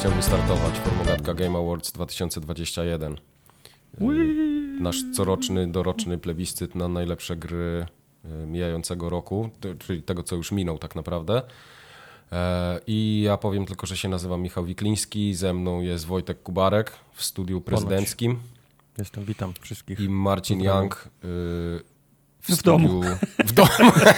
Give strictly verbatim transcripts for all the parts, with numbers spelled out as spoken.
chciał wystartować. Formogatka Game Awards dwa tysiące dwudziesty pierwszy. Nasz coroczny, doroczny plebiscyt na najlepsze gry mijającego roku, czyli tego, co już minął tak naprawdę. I ja powiem tylko, że się nazywam Michał Wikliński, ze mną jest Wojtek Kubarek w studiu prezydenckim. Jestem, witam wszystkich. I Marcin Pozdrawiam. Young w, w studiu... domu. W domu.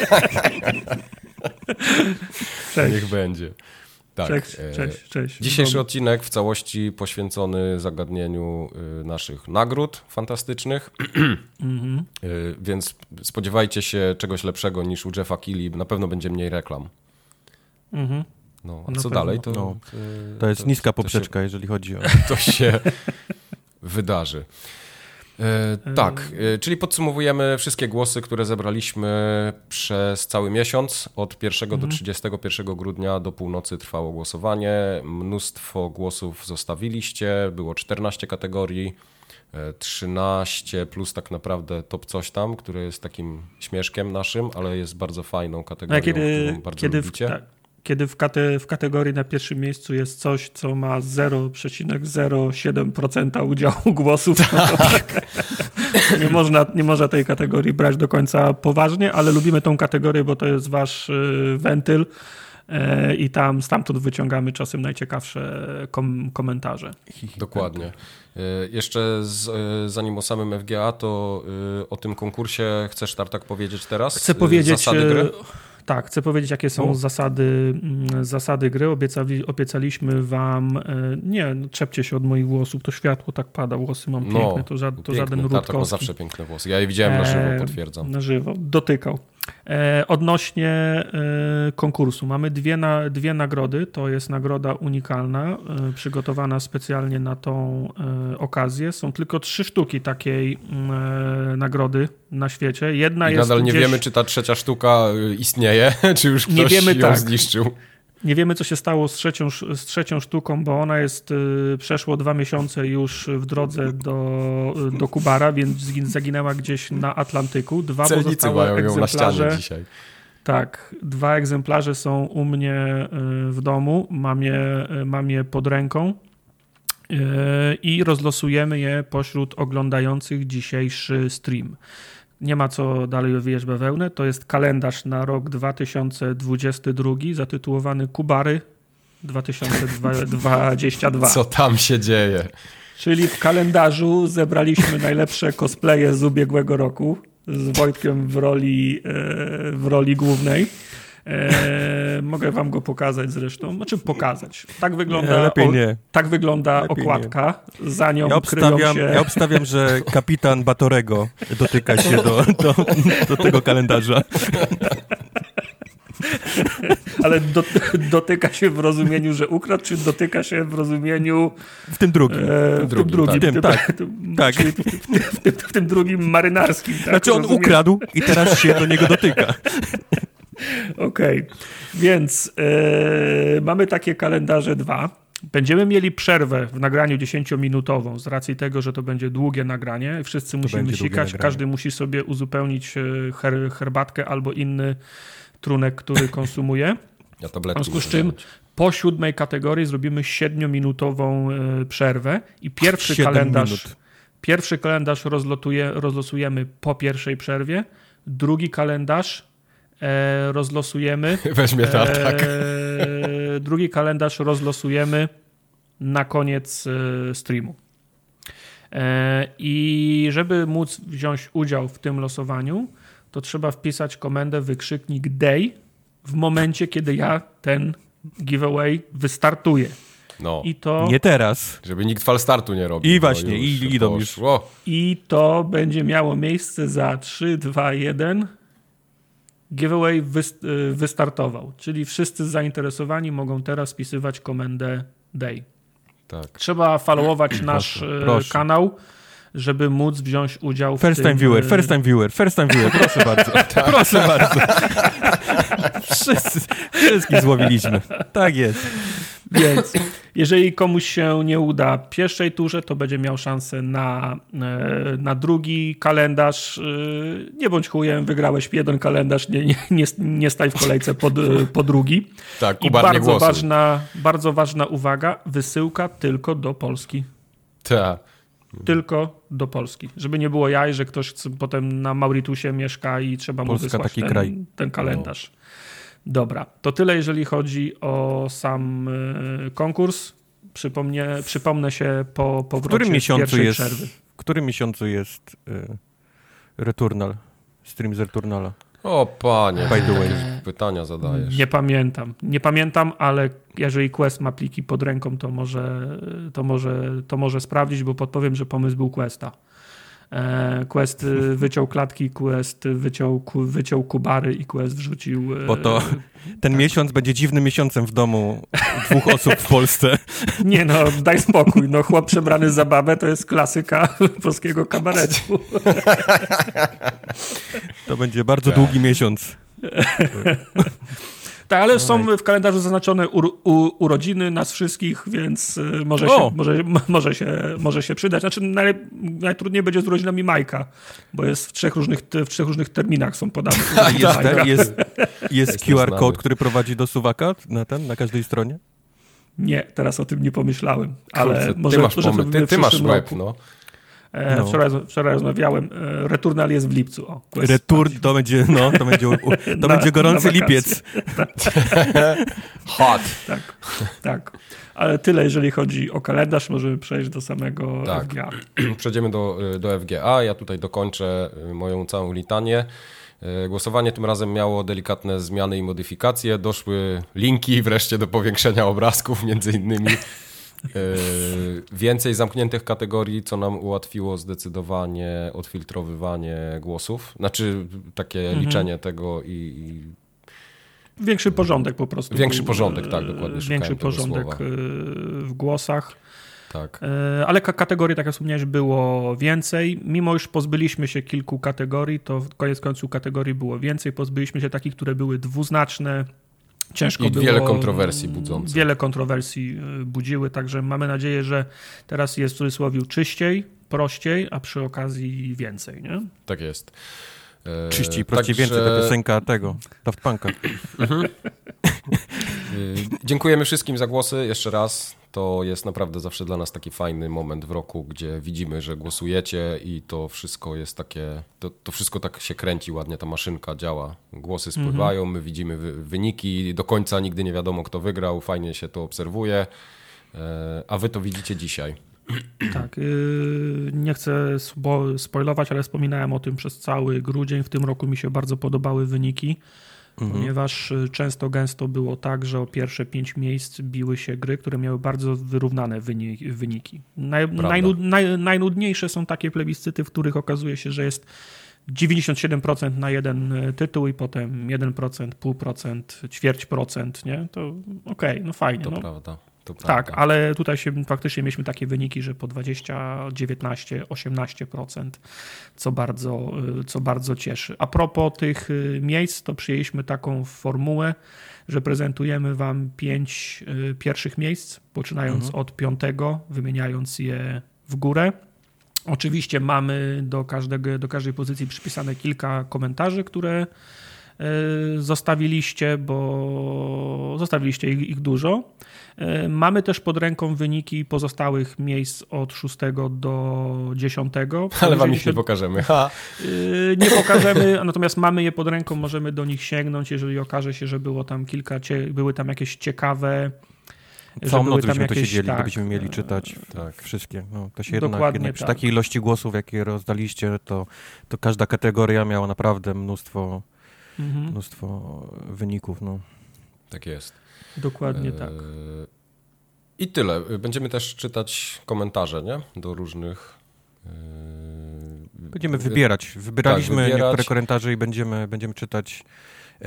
Cześć. Niech będzie. Tak. Cześć, cześć, cześć. Dzisiejszy odcinek w całości poświęcony zagadnieniu naszych nagród fantastycznych, mm-hmm. Więc spodziewajcie się czegoś lepszego niż u Jeffa Keighley. Na pewno będzie mniej reklam. Mm-hmm. No, a co pewno. dalej? To, no, to jest to, niska poprzeczka, się, jeżeli chodzi o... To się wydarzy. E, tak, e, czyli podsumowujemy wszystkie głosy, które zebraliśmy przez cały miesiąc. Od pierwszego mm. do trzydziestego pierwszego grudnia do północy trwało głosowanie. Mnóstwo głosów zostawiliście, było czternaście kategorii, e, trzynaście plus tak naprawdę top coś tam, które jest takim śmieszkiem naszym, ale jest bardzo fajną kategorią, kiedy, którą bardzo kiedy lubicie. W, tak. Kiedy w, kate, w kategorii na pierwszym miejscu jest coś, co ma zero przecinek zero siedem procent udziału głosów, tak. to nie, można, nie można tej kategorii brać do końca poważnie, ale lubimy tą kategorię, bo to jest wasz y, wentyl y, i tam stamtąd wyciągamy czasem najciekawsze kom, komentarze. Dokładnie. Y, jeszcze z, y, zanim o samym F G A, to y, o tym konkursie chcesz, Tartak, powiedzieć teraz? Chcę powiedzieć... Zasady gry? Tak, chcę powiedzieć, jakie są no. zasady, zasady gry. Obiecali, obiecaliśmy wam, nie, no, trzepcie się od moich włosów, to światło tak pada, włosy mam piękne, no, to, ża, to piękny, żaden Tartak Rutkowski. ma zawsze piękne włosy. Ja je widziałem na żywo, potwierdzam. E, na żywo, dotykał. E, odnośnie e, konkursu, mamy dwie, na, dwie nagrody, to jest nagroda unikalna, e, przygotowana specjalnie na tą e, okazję. Są tylko trzy sztuki takiej e, nagrody na świecie. Jedna I jest nadal nie gdzieś... wiemy, czy ta trzecia sztuka istnieje, czy już ktoś nie wiemy, ją tak. zniszczył. Nie wiemy, co się stało z trzecią, z trzecią sztuką, bo ona jest, y, przeszło dwa miesiące już w drodze do, do Kubara, więc zaginęła gdzieś na Atlantyku. Dwa Celnicy pozostałe mają ją na ścianie egzemplarze. dzisiaj. Tak, dwa egzemplarze są u mnie y, w domu, mam je, y, mam je pod ręką y, i rozlosujemy je pośród oglądających dzisiejszy stream. Nie ma co dalej owijać bawełnę. To jest kalendarz na rok dwa tysiące dwudziesty drugi zatytułowany Kubary dwa tysiące dwudziesty drugi. Co tam się dzieje? Czyli w kalendarzu zebraliśmy najlepsze cosplaye z ubiegłego roku z Wojtkiem w roli, w roli głównej. E, mogę wam go pokazać zresztą. Znaczy pokazać. Tak wygląda, nie, lepiej nie. O, tak wygląda lepiej okładka. Nie. Za nią ja obstawiam, kryją się... Ja obstawiam, że kapitan Batorego dotyka się do, do, do tego kalendarza. Ale do, dotyka się w rozumieniu, że ukradł, czy dotyka się w rozumieniu... W tym drugim. E, w drugim, tym drugim. Tak. W tym, tak. W tym, tak. Czyli w, w, w, tym, w tym drugim marynarskim. Tak? Znaczy on Rozumiem? ukradł i teraz się do niego dotyka. Okej, okay. Więc e, mamy takie kalendarze dwa. Będziemy mieli przerwę w nagraniu dziesięciominutową z racji tego, że to będzie długie nagranie. Wszyscy to musimy sikać, każdy musi sobie uzupełnić her, herbatkę albo inny trunek, który konsumuje. Ja w związku z czym po siódmej kategorii zrobimy siedmiominutową e, przerwę i pierwszy kalendarz, minut. pierwszy kalendarz rozlotuje, rozlosujemy po pierwszej przerwie, drugi kalendarz e, rozlosujemy. Weźmie Tartak. E, drugi kalendarz rozlosujemy na koniec e, streamu. E, I żeby móc wziąć udział w tym losowaniu, to trzeba wpisać komendę wykrzyknik day w momencie, kiedy ja ten giveaway wystartuję. No. I to, nie teraz. Żeby nikt falstartu nie robił. I właśnie, już i idą już. I to będzie miało miejsce za trzy, dwa, jeden. Giveaway wyst- wystartował. Czyli wszyscy zainteresowani mogą teraz wpisywać komendę day. Tak. Trzeba followować nasz proszę, proszę. kanał, żeby móc wziąć udział w first tym... Time viewer, first time viewer, first time viewer, proszę bardzo. Proszę bardzo. Wszyscy, wszystkich złowiliśmy. Tak jest. Więc jeżeli komuś się nie uda w pierwszej turze, to będzie miał szansę na, na drugi kalendarz. Nie bądź chujem, wygrałeś jeden kalendarz, nie, nie, nie, nie staj w kolejce po, po drugi. Tak, i bardzo ważna, bardzo ważna uwaga, wysyłka tylko do Polski. Tak. Tylko do Polski. Żeby nie było jaj, że ktoś potem na Mauritiusie mieszka i trzeba Polska mu wysłać taki ten, kraj. ten kalendarz. No. Dobra, to tyle jeżeli chodzi o sam y, konkurs. Przypomnę, przypomnę się po powrocie w którym miesiącu jest, przerwy. W którym miesiącu jest y, Returnal? Stream z Returnala. O panie, By the way. takie pytania zadajesz. Nie pamiętam. Nie pamiętam, ale jeżeli Quest ma pliki pod ręką, to może, to może, to może sprawdzić, bo podpowiem, że pomysł był Questa. Quest wyciął klatki, Quest wyciął, wyciął kubary i Quest wrzucił... Bo to ten tak. miesiąc będzie dziwnym miesiącem w domu dwóch osób w Polsce. Nie no, daj spokój. No, chłop przebrany za babę to jest klasyka polskiego kabaretu. To będzie bardzo tak. długi miesiąc. Tak, ale są w kalendarzu zaznaczone u, u, urodziny nas wszystkich, więc może się, może, może, się, może się przydać. Znaczy naj, najtrudniej będzie z urodzinami Majka, bo jest w trzech różnych, w trzech różnych terminach są podane. jest, ten, jest, jest Q R code, który prowadzi do suwaka na, ten, na każdej stronie? Nie, teraz o tym nie pomyślałem, ale Kurczę, może... Ty masz, może pomysł, ty, ty masz web, no. No. Wczoraj, wczoraj rozmawiałem, Returnal jest w lipcu. O, Return to będzie, no, to będzie, to na, będzie gorący lipiec. Hot. Tak, tak. Ale tyle, jeżeli chodzi o kalendarz, możemy przejść do samego tak. F G A. Przejdziemy do, do F G A. Ja tutaj dokończę moją całą litanię. Głosowanie tym razem miało delikatne zmiany i modyfikacje. Doszły linki wreszcie do powiększenia obrazków, między innymi. Yy, więcej zamkniętych kategorii, co nam ułatwiło zdecydowanie odfiltrowywanie głosów. Znaczy takie mhm. liczenie tego i, i... Większy porządek po prostu. Większy był, porządek, tak, dokładnie. Większy porządek słowa. w głosach. Tak. Ale kategorii, tak jak wspomniałeś, było więcej. Mimo już pozbyliśmy się kilku kategorii, to w koniec końców kategorii było więcej. Pozbyliśmy się takich, które były dwuznaczne. Ciężko I było, wiele kontrowersji budzące. Wiele kontrowersji budziły, także mamy nadzieję, że teraz jest w cudzysłowie czyściej, prościej, a przy okazji więcej, nie? Tak jest. E, czyściej, prościej, także... więcej, ta piosenka tego, Daft Punka. Mhm. Dziękujemy wszystkim za głosy jeszcze raz. To jest naprawdę zawsze dla nas taki fajny moment w roku, gdzie widzimy, że głosujecie i to wszystko jest takie, to, to wszystko tak się kręci ładnie, ta maszynka działa. Głosy spływają, my widzimy wy, wyniki, do końca nigdy nie wiadomo, kto wygrał, fajnie się to obserwuje, a wy to widzicie dzisiaj. Tak, yy, nie chcę spo, spoilować, ale wspominałem o tym przez cały grudzień. W tym roku mi się bardzo podobały wyniki. Mhm. Ponieważ często, gęsto było tak, że o pierwsze pięć miejsc biły się gry, które miały bardzo wyrównane wyniki. Naj, najnud, naj, najnudniejsze są takie plebiscyty, w których okazuje się, że jest dziewięćdziesiąt siedem procent na jeden tytuł i potem jeden procent, pół procent, ćwierć procent, nie? To okej, okay, no fajnie. To no. prawda. To tak, ale tutaj się faktycznie mieliśmy takie wyniki, że po dwadzieścia, dziewiętnaście, osiemnaście procent, co bardzo, co bardzo cieszy. A propos tych miejsc, to przyjęliśmy taką formułę, że prezentujemy wam pięć pierwszych miejsc, poczynając mhm. od piątego, wymieniając je w górę. Oczywiście mamy do, każdego, do każdej pozycji przypisane kilka komentarzy, które zostawiliście, bo zostawiliście ich, ich dużo. Mamy też pod ręką wyniki pozostałych miejsc od szóstego do dziesiątego. Ale wam ich nie pokażemy. Ha. Nie pokażemy, natomiast mamy je pod ręką, możemy do nich sięgnąć, jeżeli okaże się, że było tam kilka, były tam jakieś ciekawe... Całą noc byśmy jakieś, to siedzieli, tak, gdybyśmy mieli czytać tak. wszystkie. No, to się jednak, jednak przy tak. takiej ilości głosów, jakie rozdaliście, to, to każda kategoria miała naprawdę mnóstwo Mhm. mnóstwo wyników. No. Tak jest. Dokładnie e... tak. I tyle. Będziemy też czytać komentarze, nie? Do różnych... Będziemy wybierać. Wybieraliśmy tak, wybierać. niektóre komentarze i będziemy, będziemy czytać. E...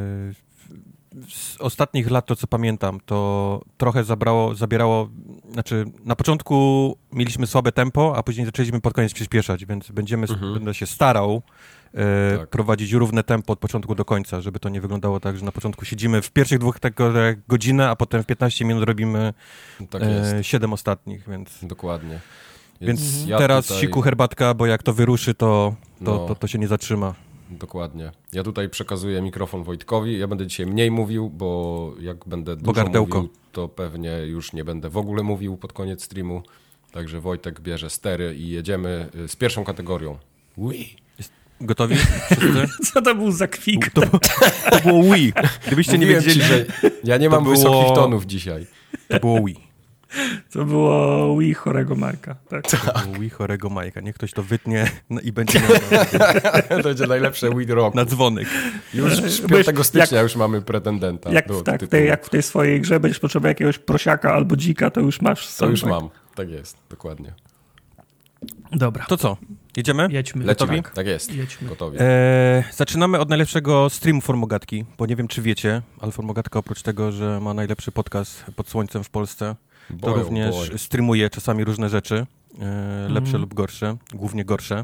Z ostatnich lat, to co pamiętam, to trochę zabrało, zabierało, znaczy na początku mieliśmy słabe tempo, a później zaczęliśmy pod koniec przyspieszać, więc będziemy, mhm. będę się starał e, tak. prowadzić równe tempo od początku do końca, żeby to nie wyglądało tak, że na początku siedzimy w pierwszych dwóch kategoriach godzinę, a potem w piętnaście minut robimy tak e, siedem ostatnich, więc... Dokładnie. Więc, więc ja teraz tutaj... siku, herbatka, bo jak to wyruszy, to, to, no. to, to się nie zatrzyma. Dokładnie. Ja tutaj przekazuję mikrofon Wojtkowi. Ja będę dzisiaj mniej mówił, bo jak będę dużo mówił, to pewnie już nie będę w ogóle mówił pod koniec streamu. Także Wojtek bierze stery i jedziemy z pierwszą kategorią. Wii. Gotowi? Wszyscy? Co to był za kwik? To, to było Wii. Gdybyście Mówiłem nie wiedzieli, ci, że ja nie mam było... wysokich tonów dzisiaj. To było Wii. To było Wii chorego Majka. Tak. To było Wii chorego Majka. Niech ktoś to wytnie no i będzie miał to będzie najlepsze Wii roku. Na dzwonek. Już piątego stycznia jak, już mamy pretendenta. Jak w, tak, tej, jak w tej swojej grze będziesz potrzebował jakiegoś prosiaka albo dzika, to już masz. To już mam. Tak jest, dokładnie. Dobra. To co? Jedziemy? Jedźmy. Gotowi? Tak, tak jest. Jedźmy. Gotowi. Eee, zaczynamy od najlepszego streamu Formogatki, bo nie wiem, czy wiecie, ale Formogatka oprócz tego, że ma najlepszy podcast pod słońcem w Polsce, to boy, również boy. streamuje czasami różne rzeczy, e, lepsze mm. lub gorsze, głównie gorsze.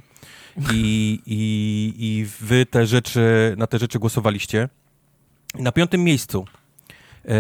I, i, I wy te rzeczy, na te rzeczy głosowaliście. I na piątym miejscu e,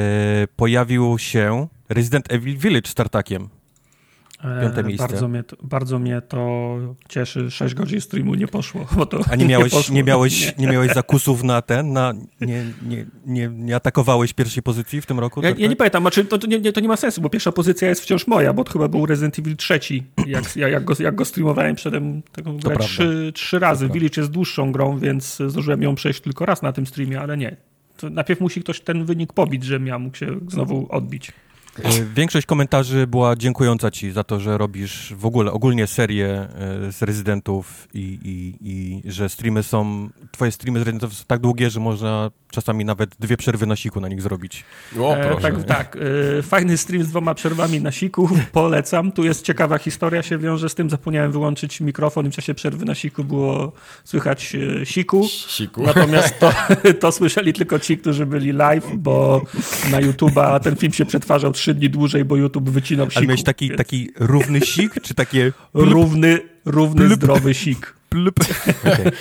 pojawił się Resident Evil Village z Tartakiem. Piąte miejsce. Bardzo mnie, to, bardzo mnie to cieszy. Sześć godzin streamu nie poszło. Bo to A nie miałeś, nie, nie, miałeś, nie. nie miałeś zakusów na ten? Na, nie, nie, nie, nie atakowałeś pierwszej pozycji w tym roku? Ja, tak, ja nie pamiętam, znaczy, to, to, nie, to nie ma sensu, bo pierwsza pozycja jest wciąż moja, bo to chyba był Resident Evil trzeci, jak, jak, go, jak go streamowałem przedtem taką grę trzy, trzy razy. To Village jest dłuższą grą, więc zdążyłem ją przejść tylko raz na tym streamie, ale nie. To najpierw musi ktoś ten wynik pobić, żebym ja mógł się znowu odbić. Większość komentarzy była dziękująca ci za to, że robisz w ogóle ogólnie serię z Rezydentów i, i, i że streamy są, twoje streamy z Rezydentów są tak długie, że można czasami nawet dwie przerwy na siku na nich zrobić. O, proszę. E, tak, tak. E, fajny stream z dwoma przerwami na siku, polecam. Tu jest ciekawa historia, się wiąże z tym. Zapomniałem wyłączyć mikrofon i w czasie przerwy na siku było słychać e, siku. siku. Natomiast to, to słyszeli tylko ci, którzy byli live, bo na YouTube'a ten film się przetwarzał trzy dni dłużej, bo YouTube wycinał siku. Ale miałeś taki, więc... taki równy sik, czy takie... Równy, równy Plup. zdrowy sik. Plup. Okay.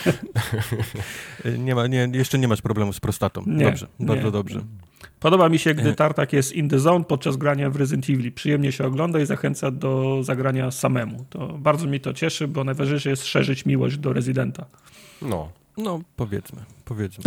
nie ma, nie, jeszcze nie masz problemu z prostatą. Nie, dobrze, nie. bardzo dobrze. Podoba mi się, gdy Tartak jest in the zone podczas grania w Resident Evil. Przyjemnie się ogląda i zachęca do zagrania samemu. To bardzo mi to cieszy, bo najważniejsze jest szerzyć miłość do Rezydenta. No. No, powiedzmy, powiedzmy.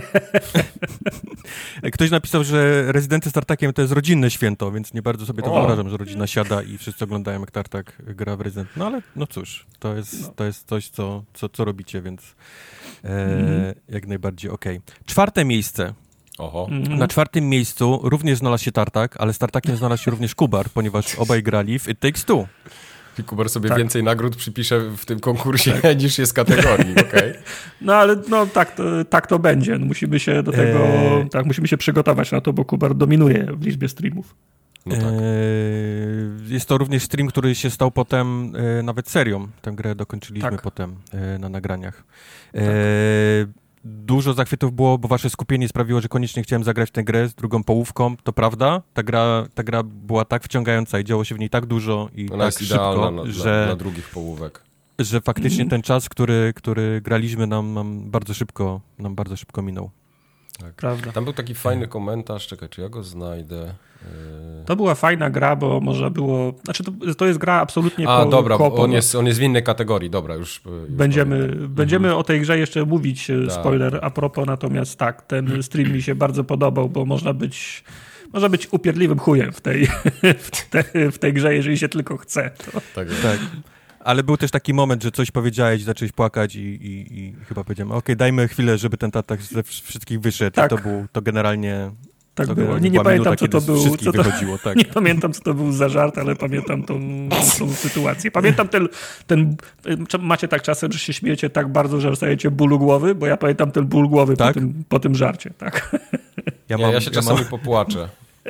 Ktoś napisał, że Rezydenty z Tartakiem to jest rodzinne święto, więc nie bardzo sobie to o. wyobrażam, że rodzina siada i wszyscy oglądają, jak Tartak gra w Rezydent. No ale no cóż, to jest, no. to jest coś, co, co, co robicie, więc e, mm. jak najbardziej okej. Okay. Czwarte miejsce. Oho. Mm. Na czwartym miejscu również znalazł się Tartak, ale z Tartakiem znalazł się również Kubar, ponieważ obaj grali w It Takes Two. I Kubar sobie tak. więcej nagród przypisze w tym konkursie tak. niż jest kategorii, okej? Okay? No ale no, tak, to, tak to będzie. No, musimy się do tego, eee... tak, musimy się przygotować na to, bo Kubar dominuje w liczbie streamów. No tak. eee, jest to również stream, który się stał potem e, nawet serią. Tę grę dokończyliśmy tak. potem e, na nagraniach. E, tak. Dużo zachwytów było, bo wasze skupienie sprawiło, że koniecznie chciałem zagrać w tę grę z drugą połówką. To prawda, ta gra, ta gra była tak wciągająca i działo się w niej tak dużo i Ona tak jest szybko, na, że, dla, dla drugich połówek. Że faktycznie mm. ten czas, który, który graliśmy nam, nam bardzo szybko, nam bardzo szybko minął. Tak. Prawda. Tam był taki fajny komentarz, czekaj, czy ja go znajdę? To była fajna gra, bo można było... Znaczy, to, to jest gra absolutnie A, po, dobra, kopo. on jest, on jest w innej kategorii, dobra, już... już będziemy będziemy mhm. o tej grze jeszcze mówić, spoiler tak. a propos, natomiast tak, ten stream mi się bardzo podobał, bo można być... Można być upierdliwym chujem w tej, w, te, w tej grze, jeżeli się tylko chce. To. Tak, jest. tak. Ale był też taki moment, że coś powiedziałeś, zacząłeś płakać i, i, i chyba powiedziałem, okej, okay, dajmy chwilę, żeby ten tatak ze wszystkich wyszedł. Tak. I to był, to generalnie... Tak to było. Nie, nie pamiętam, minuta, co to był. Co to, wychodziło, tak. Nie pamiętam, co to był za żart, ale pamiętam tą, tą sytuację. Pamiętam ten, ten... Macie tak czasem, że się śmiejecie tak bardzo, że dostajecie bólu głowy, bo ja pamiętam ten ból głowy tak? po, tym, po tym żarcie. Tak. Ja, mam, ja się ja czasami mam... popłaczę.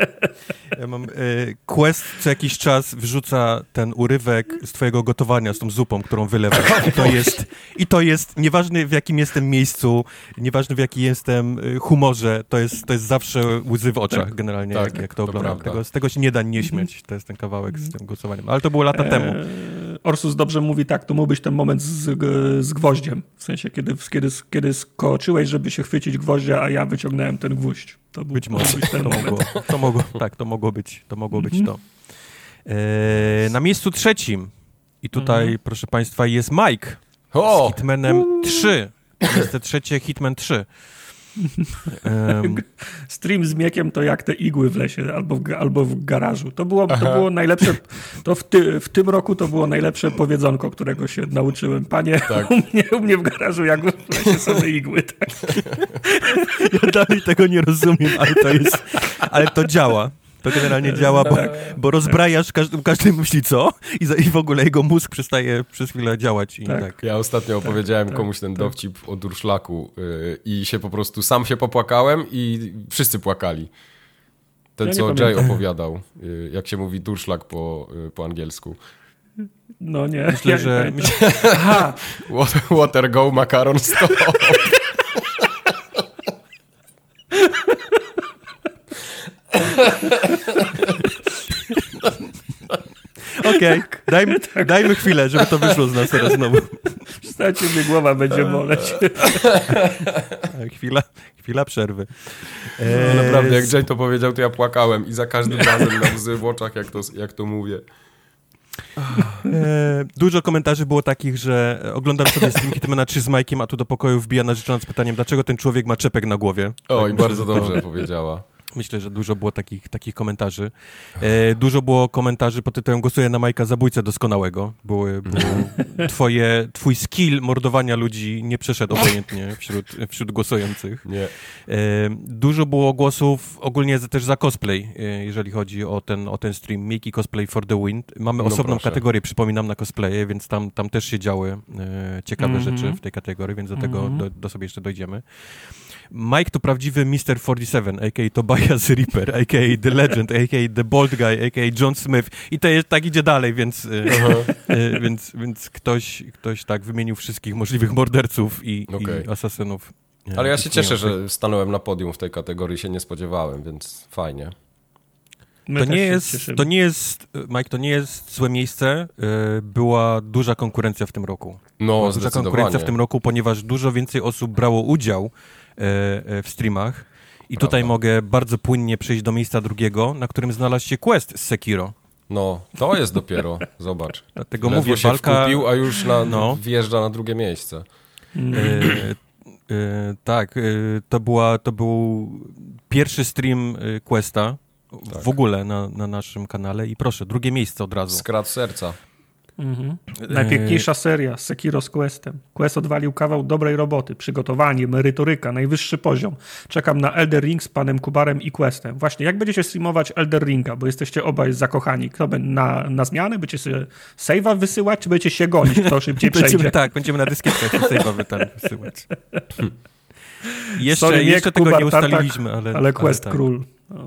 Ja mam, y, Quest co jakiś czas wrzuca ten urywek z twojego gotowania z tą zupą, którą wylewasz. I to jest, i to jest nieważne w jakim jestem miejscu, nieważne w jakim jestem humorze, to jest, to jest zawsze łzy w oczach tak, generalnie, tak, jak, jak to, to oglądam. Tego, z tego się nie da nie śmiać. To jest ten kawałek z tym głosowaniem. Ale to było lata eee, temu. Orsus dobrze mówi, tak, to mógł być ten moment z, z gwoździem. W sensie, kiedy, kiedy, kiedy skoczyłeś, żeby się chwycić gwoździa, a ja wyciągnąłem ten gwóźdź. To był, być może być ten to moment. Mogło, to mogło, tak, to mogło być to. Mogło być to. E, na miejscu trzecim i tutaj, mm-hmm. proszę państwa, jest Mike o! z Hitmanem trzy. Miejsce trzecie, Hitman trzy. Um. Stream z Miekiem to jak te igły w lesie albo w, albo w garażu. To było, to było najlepsze, to w, ty, w tym roku to było najlepsze powiedzonko, którego się nauczyłem. Panie, tak. u, mnie, u mnie w garażu jak w lesie same igły. Tak. Ja dalej tego nie rozumiem, ale to jest, ale to działa. To generalnie działa, bo, bo rozbrajasz, każdy, każdy myśli co i, za, i w ogóle jego mózg przestaje przez chwilę działać. I tak. Tak. Ja ostatnio tak, opowiedziałem tak, komuś ten tak. dowcip o durszlaku yy, i się po prostu sam się popłakałem i wszyscy płakali. Ten, ja co Jay pamiętam. opowiadał, yy, jak się mówi durszlak po, yy, po angielsku. No nie. Myślę, ja że... Aha. Water, water go, makaron stop. Okej, okay. dajmy, tak. dajmy chwilę, żeby to wyszło z nas teraz znowu. Przestańcie, mnie głowa będzie boleć. chwila, chwila przerwy. No, naprawdę, jak Jay to powiedział, to ja płakałem i za każdym razem na łzy w oczach, jak to, jak to mówię. E, dużo komentarzy było takich, że oglądam sobie stream Hitmana trzy z Majkiem, a tu do pokoju wbija narzeczona z pytaniem, dlaczego ten człowiek ma czepek na głowie. O, tak, i bardzo to... dobrze powiedziała. Myślę, że dużo było takich, takich komentarzy. E, dużo było komentarzy pod tytułem głosuję na Majka zabójcę doskonałego. Były, było twoje, twój skill mordowania ludzi nie przeszedł obojętnie wśród, wśród głosujących. Nie. E, dużo było głosów ogólnie też za cosplay, e, jeżeli chodzi o ten, o ten stream. Mickey Cosplay for the Win. Mamy no osobną proszę. kategorię, przypominam, na cosplaye, więc tam, tam też się działy e, ciekawe mm-hmm. rzeczy w tej kategorii, więc do tego mm-hmm. do, do sobie jeszcze dojdziemy. Mike to prawdziwy mister czterdzieści siedem, a k a. Tobias Reaper, a k a. The Legend, a k a. The Bold Guy, a k a. John Smith i to jest, tak idzie dalej, więc, y, więc, więc ktoś, ktoś tak wymienił wszystkich możliwych morderców i, okay. i asasynów. Nie, ale ja się cieszę, że stanąłem na podium w tej kategorii, się nie spodziewałem, więc fajnie. To nie, jest, to nie jest, Mike, to nie jest złe miejsce. Była duża konkurencja w tym roku. No, Była duża konkurencja w tym roku, ponieważ dużo więcej osób brało udział w streamach. I Prawda. tutaj mogę bardzo płynnie przejść do miejsca drugiego, na którym znalazł się Quest z Sekiro. No, to jest dopiero, zobacz. Dlatego Ledwo mówię, się walka... wkupił, a już na, no. wjeżdża na drugie miejsce. Mm. E, e, tak, e, to, była, to był pierwszy stream Questa tak. w ogóle na, na naszym kanale i proszę, drugie miejsce od razu. Skrat serca. Mhm. Najpiękniejsza seria, Sekiro z Questem. Quest odwalił kawał dobrej roboty, przygotowanie, merytoryka, najwyższy poziom. Czekam na Elden Ring z panem Kubarem i Questem. Właśnie, jak będziecie streamować Elden Ringa, bo jesteście obaj zakochani, kto będzie na, na zmianę? Będziecie sobie save'a wysyłać, czy będziecie się gonić, kto szybciej przejdzie? Będziemy, tak, będziemy na dyskietkach save'a wysyłać. jeszcze Sorry, jeszcze tego Kubar, nie ustaliliśmy, tartak, ale... Ale Quest ale tak. król. No.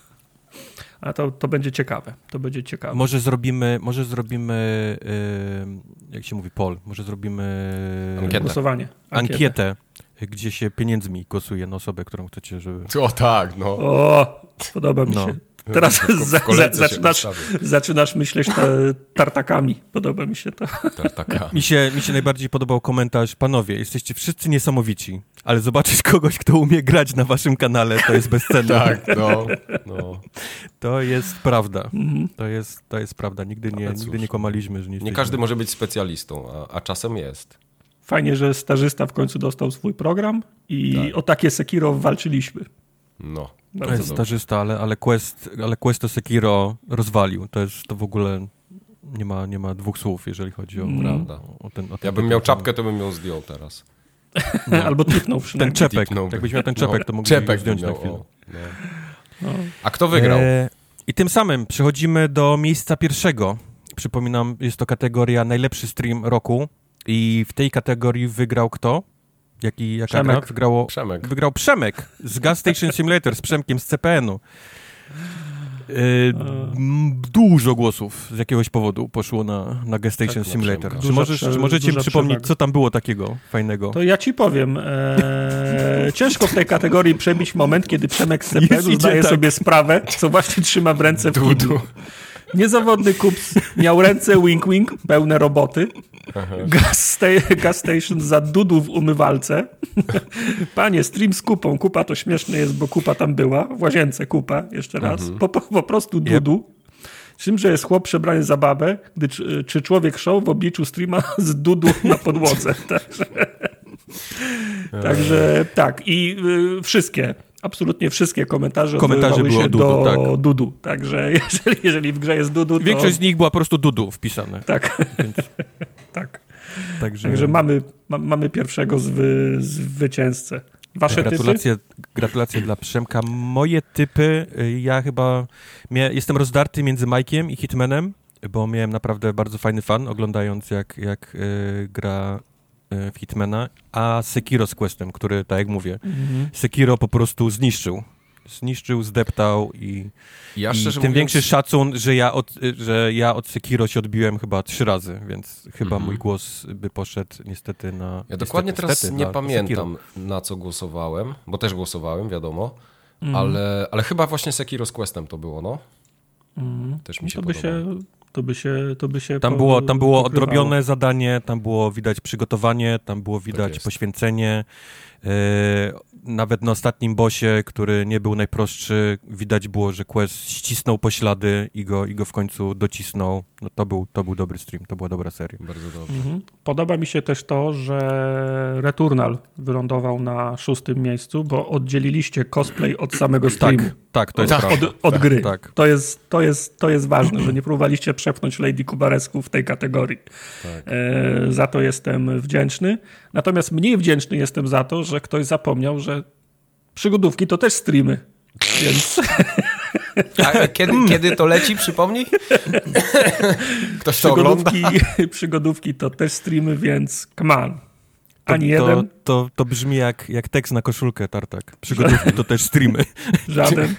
A to, to będzie ciekawe. To będzie ciekawe. Może zrobimy, może zrobimy yy, jak się mówi, poll, może zrobimy Ankietę. Głosowanie. Ankietę. Ankietę, gdzie się pieniędzmi głosuje na osobę, którą chcecie, żeby... O tak, no. O, podoba mi no. się. Teraz za, za, zaczynasz, zaczynasz myśleć te, tartakami. Podoba mi się to. Tartakami. Mi się, mi się najbardziej podobał komentarz. Panowie, jesteście wszyscy niesamowici, ale zobaczyć kogoś, kto umie grać na waszym kanale, to jest bezcenne. Tak, no, no. To jest prawda. Mhm. To, jest, to jest prawda. Nigdy nie, nigdy nie kłamaliśmy. Że nie, nie każdy może być specjalistą, a, a czasem jest. Fajnie, że stażysta w końcu dostał swój program i tak. o takie Sekiro walczyliśmy. No. To jest stażysta, ale, ale, Quest, ale Quest to Sekiro rozwalił. To jest to w ogóle nie ma, nie ma dwóch słów, jeżeli chodzi o, mm. o, o ten. O ten ja bym miał czapkę, to bym ją zdjął teraz. No. Albo typnął przynajmniej. Ten czepek. Jakbyś miał ten czepek, no, to mógłbyś go zdjąć miał, na chwilę. O, no. No. A kto wygrał? E, I tym samym przechodzimy do miejsca pierwszego. Przypominam, jest to kategoria najlepszy stream roku i w tej kategorii wygrał kto? Jaki, jaka Przemek. gra? Wygrało, Przemek. Wygrał Przemek z Gas Station Simulator, z Przemkiem z C P N u. Yy, dużo głosów z jakiegoś powodu poszło na, na Gas Station tak, Simulator. Czy, możesz, czy możecie mi przypomnieć, przewaga. co tam było takiego fajnego? To ja ci powiem. Eee, ciężko w tej kategorii przebić moment, kiedy Przemek z C P N u zdaje tak. sobie sprawę, co właśnie trzyma w ręce w kiblu. Niezawodny kups miał ręce wink wink, pełne roboty. Gas, sta- gas station za dudu w umywalce. Panie, stream z kupą. Kupa to śmieszne jest, bo kupa tam była. W łazience kupa, jeszcze raz. Mhm. Po, po, po prostu dudu. Yep. Czym, że jest chłop przebrany za babę, gdy czy, czy człowiek show w obliczu streama z dudu na podłodze. Także, także tak. I y, wszystkie, absolutnie wszystkie komentarze, komentarze było się dudu, do tak. dudu. Także jeżeli, jeżeli w grze jest dudu, to... Większość z nich była po prostu dudu wpisane. Tak. Więc... tak. Także, Także mamy, ma, mamy pierwszego zwy, zwycięzcę. Wasze gratulacje, typy? Gratulacje dla Przemka. Moje typy, ja chyba mia- jestem rozdarty między Mike'iem i Hitmanem, bo miałem naprawdę bardzo fajny fan, oglądając jak, jak y, gra y, w Hitmana, a Sekiro z Questem, który, tak jak mówię, mm-hmm. Sekiro po prostu zniszczył. Zniszczył, zdeptał i, ja i tym mówiąc... większy szacun, że ja, od, że ja od Sekiro się odbiłem chyba trzy razy, więc chyba mm-hmm. mój głos by poszedł niestety na... Ja niestety, dokładnie teraz niestety, nie na, pamiętam, Sekiro. Na co głosowałem, bo też głosowałem, wiadomo, mm. ale, ale chyba właśnie Sekiro z Questem to było, no. Mm. Też mi się to by podobało. się, to by się, to by się tam, po, było, tam było pokrywało. odrobione zadanie, tam było widać przygotowanie, tam było widać tak poświęcenie. Yy, nawet na ostatnim bossie, który nie był najprostszy, widać było, że Quest ścisnął poślady i go, i go w końcu docisnął. No to był, to był dobry stream, to była dobra seria. Bardzo dobrze. Mhm. Podoba mi się też to, że Returnal wylądował na szóstym miejscu, bo oddzieliliście cosplay od samego streamu. Tak, tak, to jest od, prawda. Od, od tak, gry. Tak. To, jest, to, jest, to jest ważne, że nie próbowaliście przepchnąć Lady Kubaresku w tej kategorii. Tak. E, za to jestem wdzięczny. Natomiast mniej wdzięczny jestem za to, że ktoś zapomniał, że przygodówki to też streamy. Więc... A kiedy, kiedy to leci, przypomnij? Ktoś to ogląda? Przygodówki to też streamy, więc come on. Ani to, jeden. To, to, to brzmi jak, jak tekst na koszulkę, Tartak. Przygodówki to też streamy. Żaden.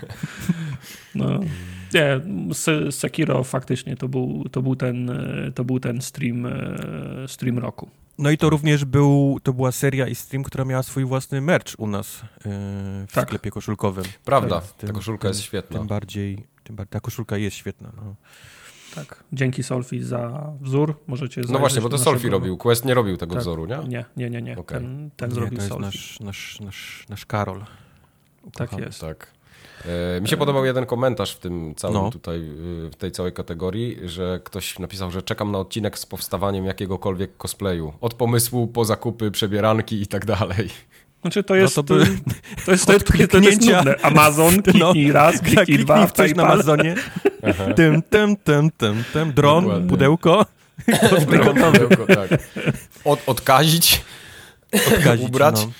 No. Nie, Sekiro faktycznie to był, to był ten, to był ten stream, stream roku. No i to również był, to była seria i stream, która miała swój własny merch u nas yy, w tak. sklepie koszulkowym. Prawda, tym, ta koszulka jest świetna. Tym bardziej, tym bardziej, ta koszulka jest świetna. No. Tak, dzięki Solfi za wzór. Możecie no właśnie, bo to naszego... Solfi robił, Quest nie robił tego tak. wzoru, nie? Nie, nie, nie, nie. Okay. Ten, ten nie, zrobił to jest Solfi. Nasz, nasz, nasz, nasz Karol. Tak jest. Tak. E, mi się e... podobał jeden komentarz w tym całym no. tutaj, w tej całej kategorii, że ktoś napisał, że czekam na odcinek z powstawaniem jakiegokolwiek cosplayu. Od pomysłu po zakupy, przebieranki i tak dalej. Znaczy to jest, no to, by... to jest, to jest, to jest, to jest nudne. Amazon, kliknij no, raz, kliknij, kliknij dwa, w coś na Amazonie. tym, tym, tym, tym, tym, dron, dokładnie. Pudełko. Dron, pudełko, tak. Od, odkazić, odkazić, ubrać. No.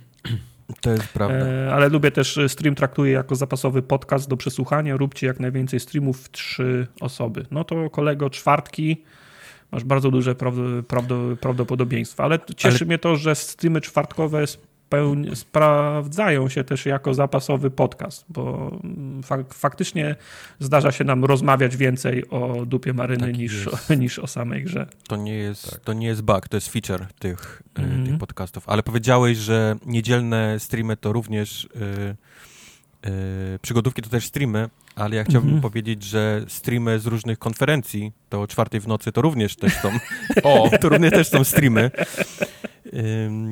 To jest prawda. E, ale lubię też, stream traktuję jako zapasowy podcast do przesłuchania. Róbcie jak najwięcej streamów w trzy osoby. No to kolego, czwartki, masz bardzo duże prawd- prawd- prawdopodobieństwa, ale cieszy ale... mnie to, że streamy czwartkowe spełni- sprawdzają się też jako zapasowy podcast, bo fak- faktycznie zdarza się nam rozmawiać więcej o dupie maryny tak niż, o, niż o samej grze. To nie jest, tak. to nie jest bug, to jest feature tych, mm-hmm. tych podcastów. Ale powiedziałeś, że niedzielne streamy to również yy, yy, przygodówki to też streamy, ale ja chciałbym mm-hmm. powiedzieć, że streamy z różnych konferencji to o czwartej w nocy to również też są. o, to również też są streamy. Yy,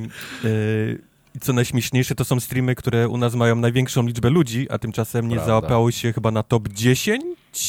yy, I co najśmieszniejsze, to są streamy, które u nas mają największą liczbę ludzi, a tymczasem nie Prawda. załapały się chyba na top dziesięć.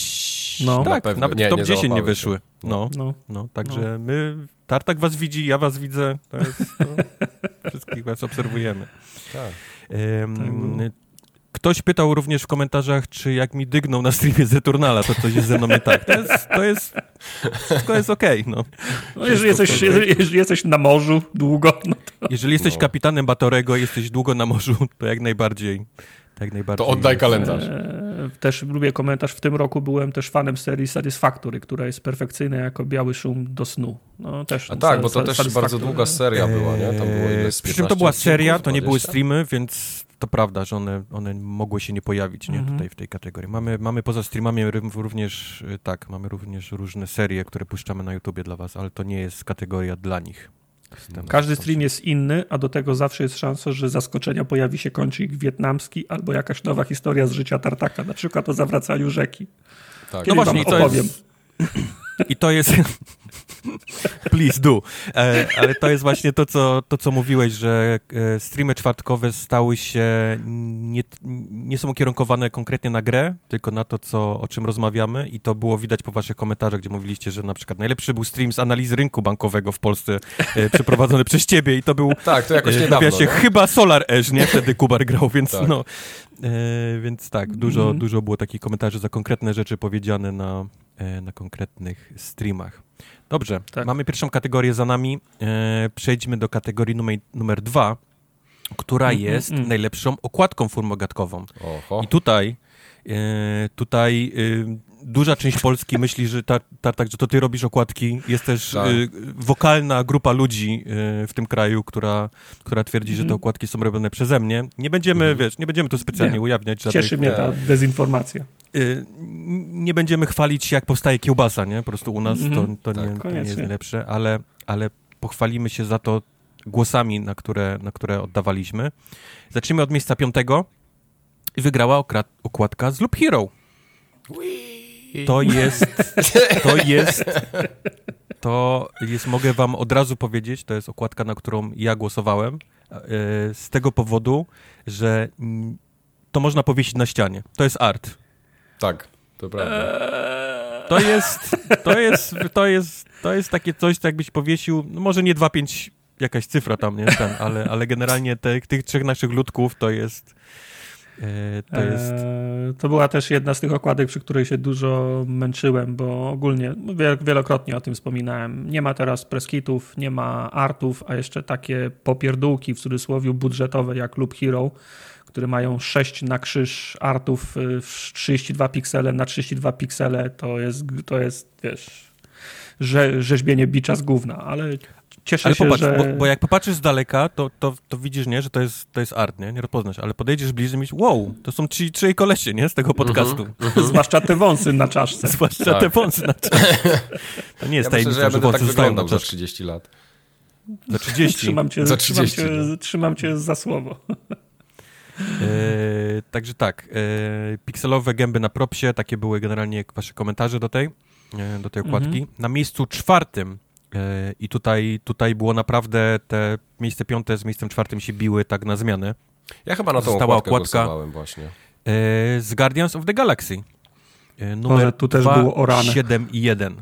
No, tak, na nawet nie, top nie dziesięć nie wyszły. No, no. no także no. my, Tartak was widzi, ja was widzę, to jest, to, wszystkich was obserwujemy. Tak. Um, tak Ktoś pytał również w komentarzach, czy jak mi dygną na streamie z Returnala, to coś jest ze mną nie tak. To jest, to jest, wszystko jest okej. Okay, no. No, jeżeli, jesteś, jeżeli, jeżeli jesteś na morzu długo, no to... Jeżeli jesteś no. kapitanem Batorego, jesteś długo na morzu, to jak najbardziej... Jak najbardziej to oddaj kalendarz. E, też lubię komentarz. W tym roku byłem też fanem serii Satisfactory, która jest perfekcyjna jako biały szum do snu. No, też, A tak, bo to też bardzo długa seria była, nie? Tam było ileś Przy czym to była seria, to nie były streamy, więc to prawda, że one, one mogły się nie pojawić nie? Mhm. tutaj w tej kategorii. Mamy, mamy poza streamami również, tak, mamy również różne serie, które puszczamy na YouTubie dla was, ale to nie jest kategoria dla nich. Każdy stream jest inny, a do tego zawsze jest szansa, że z zaskoczenia pojawi się kącik wietnamski albo jakaś nowa historia z życia Tartaka, na przykład o zawracaniu rzeki. Tak. No właśnie, to opowiem. Jest... I to jest... Please do. E, ale to jest właśnie to co, to, co mówiłeś, że e, streamy czwartkowe stały się, nie, nie są ukierunkowane konkretnie na grę, tylko na to, co, o czym rozmawiamy i to było widać po waszych komentarzach, gdzie mówiliście, że na przykład najlepszy był stream z analizy rynku bankowego w Polsce e, przeprowadzony przez ciebie i to był... Tak, to jakoś niedawno. Nawiasie, chyba Solar Edge, nie? Wtedy Kubar grał, więc tak. no... E, więc tak, dużo, mm. dużo było takich komentarzy za konkretne rzeczy powiedziane na, e, na konkretnych streamach. Dobrze, tak. Mamy pierwszą kategorię za nami. E, przejdźmy do kategorii numer, numer dwa, która mm, jest mm, najlepszą okładką formogatkową. Oho. I tutaj, e, tutaj e, duża część Polski myśli, że ta, ta, tak, że to ty robisz okładki. Jest też tak. e, wokalna grupa ludzi e, w tym kraju, która, która twierdzi, mm. że te okładki są robione przeze mnie. Nie będziemy, mm. wiesz, nie będziemy to specjalnie nie. ujawniać. Cieszy żadnych, mnie ta dezinformacja. Nie będziemy chwalić, jak powstaje kiełbasa, nie? Po prostu u nas mm-hmm. to, to, tak, nie, to nie jest najlepsze, ale, ale pochwalimy się za to głosami, na które, na które oddawaliśmy. Zacznijmy od miejsca piątego. Wygrała okra- okładka z Loop Hero. To jest, to jest, to jest, mogę wam od razu powiedzieć, to jest okładka, na którą ja głosowałem, z tego powodu, że to można powiesić na ścianie. To jest art. Tak, to prawda. To jest, to jest, to jest, to jest takie coś, co jakbyś powiesił, no może nie dwa pięć jakaś cyfra tam, nie, ten, ale, ale generalnie te, tych trzech naszych ludków to jest, e, to jest... E, to była też jedna z tych okładek, przy której się dużo męczyłem, bo ogólnie wielokrotnie o tym wspominałem. Nie ma teraz preskitów, nie ma artów, a jeszcze takie popierdółki w cudzysłowie budżetowe jak Loop Hero, które mają sześć na krzyż artów w trzydzieści dwa piksele na trzydzieści dwa piksele, to jest, to jest wiesz, rze, rzeźbienie bicza z gówna, ale cieszę ale się, popatrz, że... Bo, bo jak popatrzysz z daleka, to, to, to widzisz, nie, że to jest, to jest art, nie? Nie rozpoznasz, ale podejdziesz bliżej i myślisz, wow, to są ci trzej kolesie, nie? Z tego podcastu. Uh-huh. Zwłaszcza te wąsy na czaszce. Zwłaszcza tak. te wąsy na czaszce. To nie jest ja tajemnica, myślę, że ja będę tak wyglądał za trzydzieści lat. Za trzydzieści? Trzymam cię, za trzydzieści, trzymam cię, trzymam cię za słowo. E, także tak, e, pikselowe gęby na propsie, takie były generalnie wasze komentarze do tej, e, do tej okładki. Mm-hmm. Na miejscu czwartym e, i tutaj, tutaj było naprawdę te miejsce piąte z miejscem czwartym się biły tak na zmianę. Ja chyba na tą Została okładkę okładka głosowałem właśnie. E, z Guardians of the Galaxy. E, numer Boże, tu też było orane. siedem i jeden.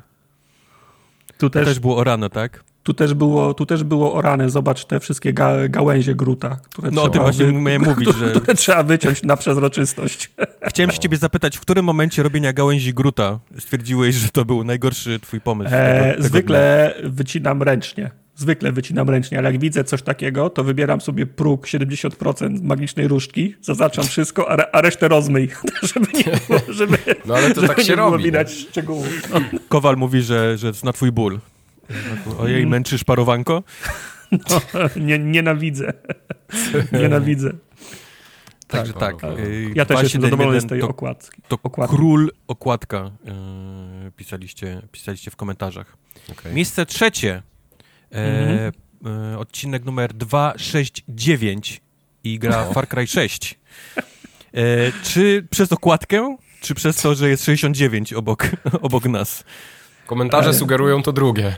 Tu też, to też było orane, tak? Tu też było, tu też było orane, zobacz te wszystkie ga, gałęzie Gruta, które no, trzeba, o tym właśnie miałem mówić, które, że... które trzeba wyciąć na przezroczystość. Chciałem się ciebie zapytać, w którym momencie robienia gałęzi Gruta stwierdziłeś, że to był najgorszy twój pomysł? E, tego, tego zwykle dnia. wycinam ręcznie. Zwykle wycinam ręcznie, ale jak widzę coś takiego, to wybieram sobie próg siedemdziesiąt procent magicznej różdżki, zaznaczam wszystko, a, re, a resztę rozmyj, żeby nie było, żeby, no ale to żeby tak się nie robi, było widać szczegółów. No. Kowal mówi, że, że na twój ból. Ojej, męczysz parowanko? No, nie, nienawidzę. Nienawidzę. Także tak. tak. Ja też jestem zadowolony z tej to, okładki. To okładki. Król okładka yy, pisaliście, pisaliście w komentarzach. Okay. Miejsce trzecie. E, mm-hmm. e, odcinek numer dwieście sześćdziesiąt dziewięć i gra no. Far Cry sześć. E, czy przez okładkę, czy przez to, że jest sześćdziesiąt dziewięć obok, obok nas? Komentarze sugerują to drugie.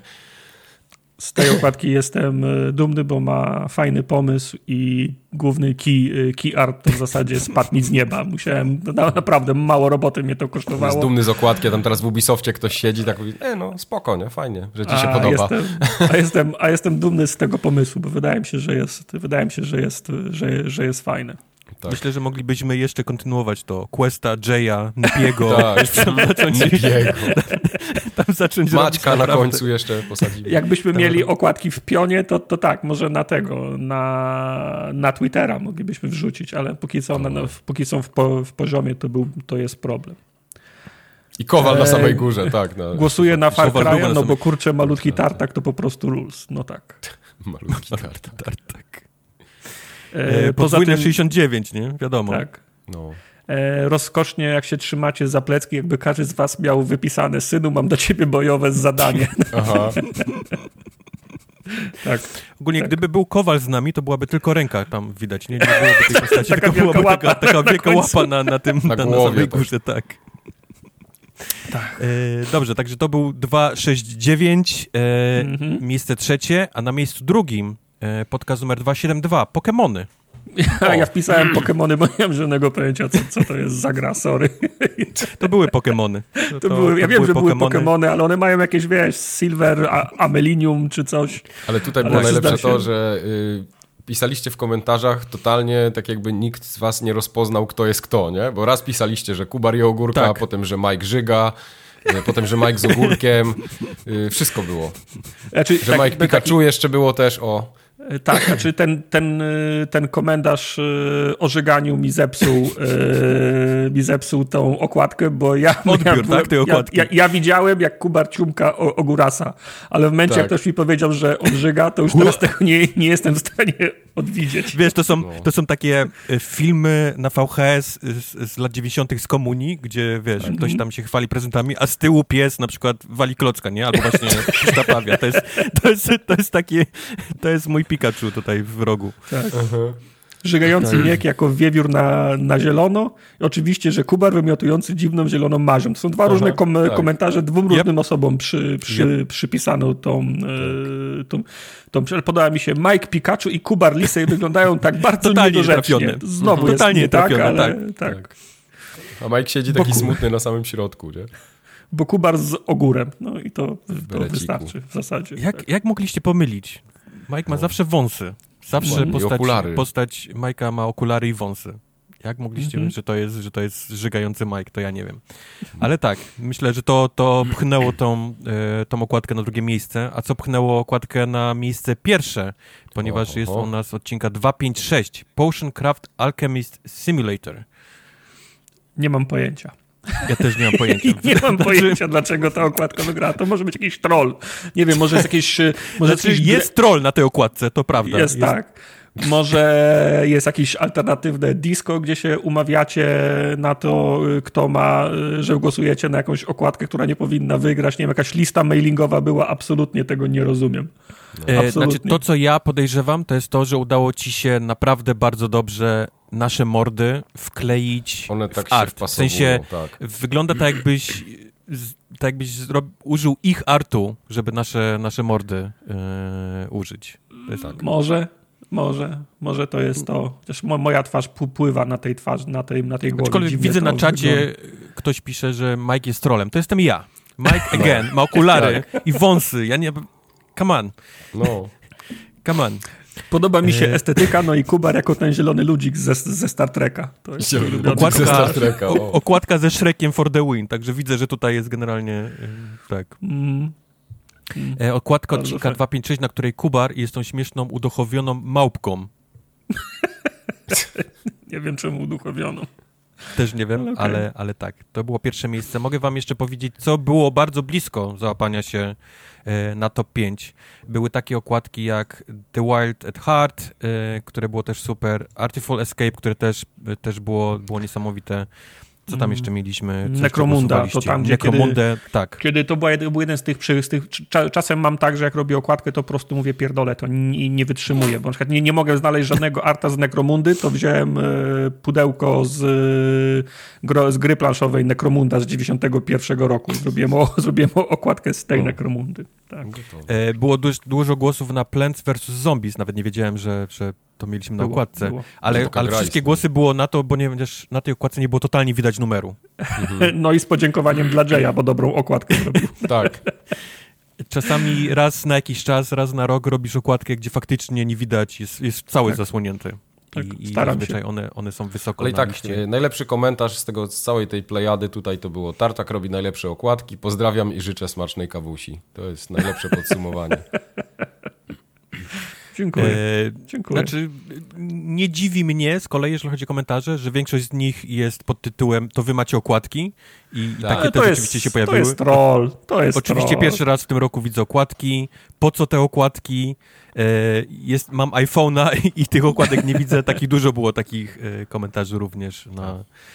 Z tej okładki jestem dumny, bo ma fajny pomysł i główny key, key art to w zasadzie spadł mi z nieba. Musiałem, naprawdę mało roboty mnie to kosztowało. Jest dumny z okładki, a tam teraz w Ubisoftie ktoś siedzi tak mówi, e no spoko, nie? Fajnie, że ci się a podoba. Jestem, a, jestem, a jestem dumny z tego pomysłu, bo wydaje mi się, że jest, wydaje mi się, że jest, że, że jest fajny. Tak. Myślę, że moglibyśmy jeszcze kontynuować to. Questa, Jaya, Nipiego. Tak, tam zacząć, Nipiego. Tam zacząć Maćka na końcu jeszcze posadzimy. Jakbyśmy tam mieli okładki w pionie, to, to tak, może na tego, na, na Twittera moglibyśmy wrzucić, ale póki są, na, póki są w, po, w poziomie, to, był, to jest problem. I Kowal na samej górze, tak. No. Głosuję na Far Cry'a, no bo kurczę, malutki tartak to po prostu rules. No tak. Malutki tartak. tartak. E, Podwójne tym, sześćdziesiąt dziewięć, nie? Wiadomo. Tak. No. E, rozkosznie, jak się trzymacie za plecki, jakby każdy z was miał wypisane: synu, mam do ciebie bojowe zadanie. Aha. Tak. Ogólnie, tak. gdyby był Kowal z nami, to byłaby tylko ręka tam widać, nie? Nie byłoby tej postaci, taka tylko byłaby łapa, taka, taka na wielka łapa na, na tym, na, na, głowie, na samej górze, tak. tak. E, dobrze, także to był dwa sześć dziewięć, e, mm-hmm. miejsce trzecie, a na miejscu drugim e, podcast numer dwieście siedemdziesiąt dwa, Pokemony. Ja, ja wpisałem Pokemony, bo nie mam żadnego pojęcia, co, co to jest za gra, sorry. To były Pokemony. To, to były, ja to wiem, były że Pokemony. były Pokemony, ale one mają jakieś, wiesz, Silver, a, Amelinium czy coś. Ale tutaj ale było najlepsze to, że y, pisaliście w komentarzach totalnie tak jakby nikt z was nie rozpoznał, kto jest kto, nie? Bo raz pisaliście, że Kubar je ogórka, tak. potem, że Mike Żyga, y, potem, że Mike z ogórkiem. Y, wszystko było. Znaczy, że tak, Mike Pikachu taki... jeszcze było też, o... Tak, znaczy ten, ten, ten komentarz o żyganiu mi zepsuł, mi zepsuł tą okładkę, bo ja... Odbiór, ja, tak, tej okładki. Ja, ja, ja widziałem, jak Kubar ciumka Ogurasa, ale w momencie, tak. jak ktoś mi powiedział, że on żyga, to już teraz tego nie, nie jestem w stanie odwidzieć. Wiesz, to są, to są takie filmy na V H S z, z lat dziewięćdziesiątych z komunii, gdzie, wiesz, tak. ktoś tam się chwali prezentami, a z tyłu pies na przykład wali klocka, nie? Albo właśnie zapawia. To jest, to jest, to jest takie, to jest mój Pikachu tutaj w rogu. Tak. Uh-huh. Żygający tak. miek jako wiewiór na, na zielono. I oczywiście, że Kubar wymiotujący dziwną zieloną marzą. To są dwa Aha, różne kom- tak. komentarze, dwóm yep. różnym osobom przy, przy, yep. przypisano tą, e, tą, tą, tą... Podoba mi się Mike Pikachu i Kubar Lisej wyglądają tak bardzo totalnie niedorzecznie. Trafione. Znowu mhm. totalnie jest trafione, tak, ale, tak. tak. tak. A Mike siedzi taki Bo smutny na samym środku, nie? Bo Kubar z ogórem. No i to, to wystarczy w zasadzie. Jak, tak. jak mogliście pomylić? Mike ma no. zawsze wąsy. Zawsze postać, postać Majka ma okulary i wąsy. Jak mogliście mm-hmm. mówić, że to jest, że to jest żygający Mike, to ja nie wiem. Ale tak, myślę, że to, to pchnęło tą, e, tą okładkę na drugie miejsce. A co pchnęło okładkę na miejsce pierwsze? Ponieważ o, jest u nas odcinka dwieście pięćdziesiąt sześć. Potion Craft Alchemist Simulator. Nie mam pojęcia. Ja też nie mam pojęcia. nie mam pojęcia, dlaczego ta okładka wygrała. To może być jakiś troll. Nie wiem, może jest jakiś... Może znaczy, jakiś... Jest troll na tej okładce, to prawda. Jest, jest tak. Może jest jakieś alternatywne disco, gdzie się umawiacie na to, kto ma, że głosujecie na jakąś okładkę, która nie powinna wygrać. Nie wiem, jakaś lista mailingowa była. Absolutnie tego nie rozumiem. E, znaczy, to, co ja podejrzewam, to jest to, że udało ci się naprawdę bardzo dobrze nasze mordy wkleić One tak w art. Się w sensie tak. wygląda tak, jakbyś tak jakbyś zrob, użył ich artu, żeby nasze, nasze mordy yy, użyć. To jest tak. Może, może, może to jest to. Chociaż moja twarz pływa na tej twarzy, na tej, na tej głowie. Aczkolwiek widzę na czacie, wygląda. Ktoś pisze, że Mike jest trolem. To jestem ja. Mike again, ma okulary tak. i wąsy. Ja nie... Come on. No. Come on. Podoba mi się estetyka, no i Kubar jako ten zielony ludzik ze, ze Star Treka. To jest okładka, ze Star Treka o. okładka ze Shrekiem for the win, także widzę, że tutaj jest generalnie tak. Mm. Mm. E, okładka Bardzo odcinka dwieście pięćdziesiąt sześć, na której Kubar jest tą śmieszną, uduchowioną małpką. Nie wiem, czemu uduchowioną. Też nie wiem, ale, okay. ale, ale tak. To było pierwsze miejsce. Mogę wam jeszcze powiedzieć, co było bardzo blisko załapania się e, na top pięć. Były takie okładki jak The Wild at Heart, e, które było też super. Artful Escape, które też, też było, było niesamowite. Co tam jeszcze mieliśmy? Co Necromunda, to tam, gdzie Necromundę, kiedy, tak. Kiedy to był jeden z tych, z tych czasem mam tak, że jak robię okładkę, to po prostu mówię pierdolę, to nie, nie wytrzymuję, bo na przykład nie, nie mogę znaleźć żadnego arta z Necromundy, to wziąłem e, pudełko z, e, z gry planszowej Necromunda z dziewięćdziesiątego pierwszego roku. Zrobiłem, o, zrobiłem okładkę z tej o. Necromundy. Tak. E, było dużo, dużo głosów na Plants versus. Zombies, nawet nie wiedziałem, że, że to mieliśmy na było, okładce, było. ale, ale wszystkie głosy było na to, bo nie, na tej okładce nie było totalnie widać numeru. Mhm. No i z podziękowaniem dla Jaya, bo dobrą okładkę zrobił. Tak. Czasami raz na jakiś czas, raz na rok robisz okładkę, gdzie faktycznie nie widać, jest, jest cały tak. zasłonięty. Tak, I, staram i się. One, one są wysoko ale na tak, liście. Najlepszy komentarz z, tego, z całej tej plejady tutaj to było: Tartak robi najlepsze okładki, pozdrawiam i życzę smacznej kawusi. To jest najlepsze podsumowanie. Dziękuję. E, Dziękuję. Znaczy, nie dziwi mnie z kolei, jeżeli chodzi o komentarze, że większość z nich jest pod tytułem "to wy macie okładki" i, i takie to też jest, oczywiście się pojawiły. To jest troll. To jest oczywiście troll. Pierwszy raz w tym roku widzę okładki. Po co te okładki? E, jest, mam iPhone'a i, i tych okładek nie widzę. Takich dużo było takich e, komentarzy również na,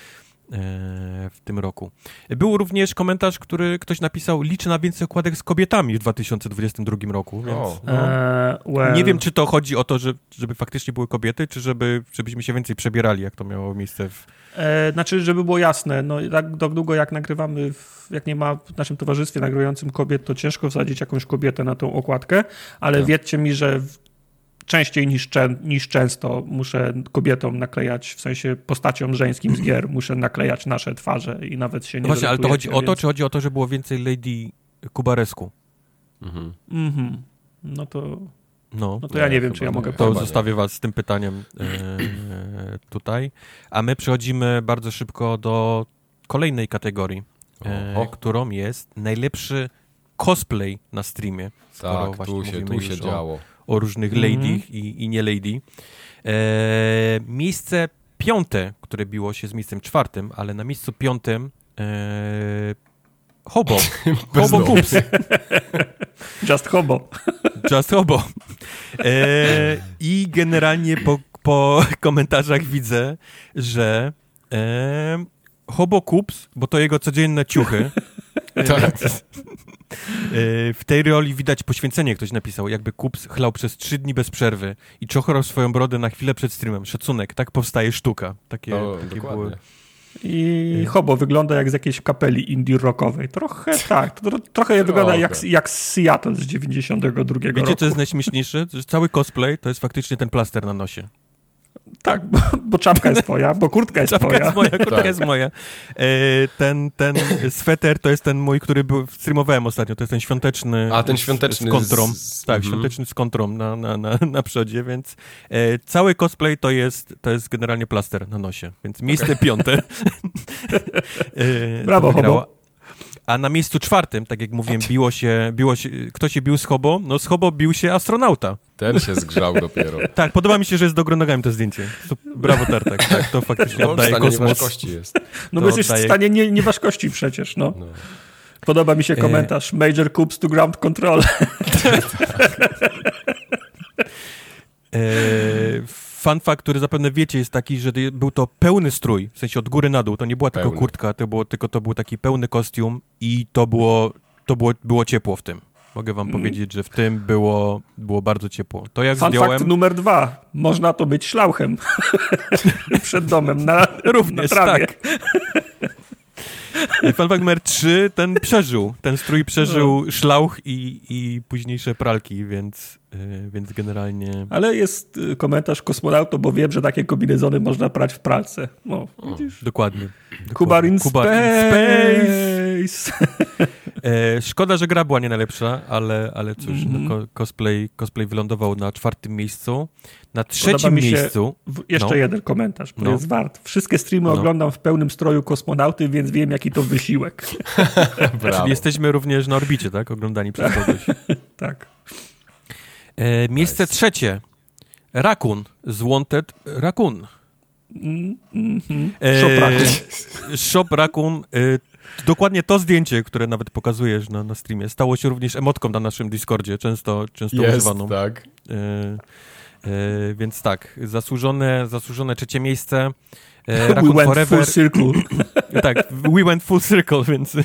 w tym roku. Był również komentarz, który ktoś napisał, liczy na więcej okładek z kobietami w dwa tysiące dwudziestym drugim roku, więc oh. no, uh, well. nie wiem, czy to chodzi o to, że, żeby faktycznie były kobiety, czy żeby, żebyśmy się więcej przebierali, jak to miało miejsce w... E, znaczy, żeby było jasne, no tak długo jak nagrywamy, w, jak nie ma w naszym towarzystwie nagrywającym kobiet, to ciężko wsadzić jakąś kobietę na tą okładkę, ale tak. Wierzcie mi, że w, częściej niż, niż często muszę kobietom naklejać, w sensie postaciom żeńskim z gier, muszę naklejać nasze twarze i nawet się nie... No właśnie, ale to chodzi o to, czy chodzi o to, że było więcej Lady Kubaresku? Mhm. Mhm. No to... No, no to ja nie wiem, czy ja mogę... To zostawię was z tym pytaniem e, tutaj. A my przechodzimy bardzo szybko do kolejnej kategorii, e, którą jest najlepszy cosplay na streamie. Tak, tu się, tu się działo. O, o różnych mm-hmm. lady i, i nie lady. E, miejsce piąte, które biło się z miejscem czwartym, ale na miejscu piątym e, Hobo. Hobo Cubes. Just Hobo. Just Hobo. E, I generalnie po, po komentarzach widzę, że e, Hobo Cubes, bo to jego codzienne ciuchy. E, tak. e, w tej roli widać poświęcenie, ktoś napisał, jakby Cubes chlał przez trzy dni bez przerwy i czochrał swoją brodę na chwilę przed streamem. Szacunek, tak powstaje sztuka. Takie, o, takie dokładnie. były... I Hobo wygląda jak z jakiejś kapeli indie rockowej. Trochę tak, to, trochę wygląda jak, jak z Seattle z dziewięćdziesiątego drugiego Wiecie, roku. co jest najśmieszniejsze? Że cały cosplay to jest faktycznie ten plaster na nosie. Tak, bo, bo czapka jest twoja, bo kurtka jest czapka twoja. Jest moja, kurtka tak. jest moja. E, ten, ten sweter to jest ten mój, który był, streamowałem ostatnio, to jest ten świąteczny. A, ten świąteczny z, z kontrą. Z... Tak, mm-hmm. świąteczny z kontrą na, na, na, na przodzie, więc e, cały cosplay to jest, to jest generalnie plaster na nosie, więc miejsce okay. piąte. e, Brawo, Hobo. A na miejscu czwartym, tak jak mówiłem, biło się, biło się, kto się bił z Hobo? No z Hobo bił się astronauta. Ten się zgrzał dopiero. Tak, podoba mi się, że jest do góry nogami to zdjęcie. Brawo, Tartak, tak, to faktycznie no, oddaje kosmos. nieważkości jest. No bo jesteś oddaje... w stanie nie, nieważkości przecież, no. no. Podoba mi się komentarz, e... Major Cubes to ground control. e... Fun fact, który zapewne wiecie, jest taki, że był to pełny strój, w sensie od góry na dół, to nie była pełny. tylko kurtka, to było, tylko to był taki pełny kostium i to było, to było, było ciepło w tym. Mogę wam mm. powiedzieć, że w tym było, było bardzo ciepło. To jak Fun zdjąłem... fact numer dwa. Można to być szlauchem przed domem na, Również, na trawie. Tak. Fun fact numer trzy, ten przeżył. Ten strój przeżył no. szlauch i, i późniejsze pralki, więc, yy, więc generalnie... Ale jest komentarz kosmonauto, bo wiem, że takie kombinezony można prać w pralce. No, widzisz? Dokładnie. Kubar in space! space. e, szkoda, że gra była nie najlepsza, ale, ale cóż, mm-hmm. no, cosplay, cosplay wylądował na czwartym miejscu. Na trzecim miejscu... W, jeszcze no. jeden komentarz, bo no. jest wart. Wszystkie streamy no. oglądam w pełnym stroju kosmonauty, więc wiem, jaki to wysiłek. Czyli jesteśmy również na orbicie, tak? Oglądani przez kogoś. Tak. E, miejsce nice. trzecie. Raccoon z Wanted Raccoon. Mm-hmm. E, Shop Raccoon. Shop Raccoon. E, dokładnie to zdjęcie, które nawet pokazujesz na, na streamie, stało się również emotką na naszym Discordzie, często, często Jest, używaną. tak. E, e, więc tak, zasłużone, zasłużone trzecie miejsce. E, We went Forever. Full circle. Tak, we went full circle, więc... E,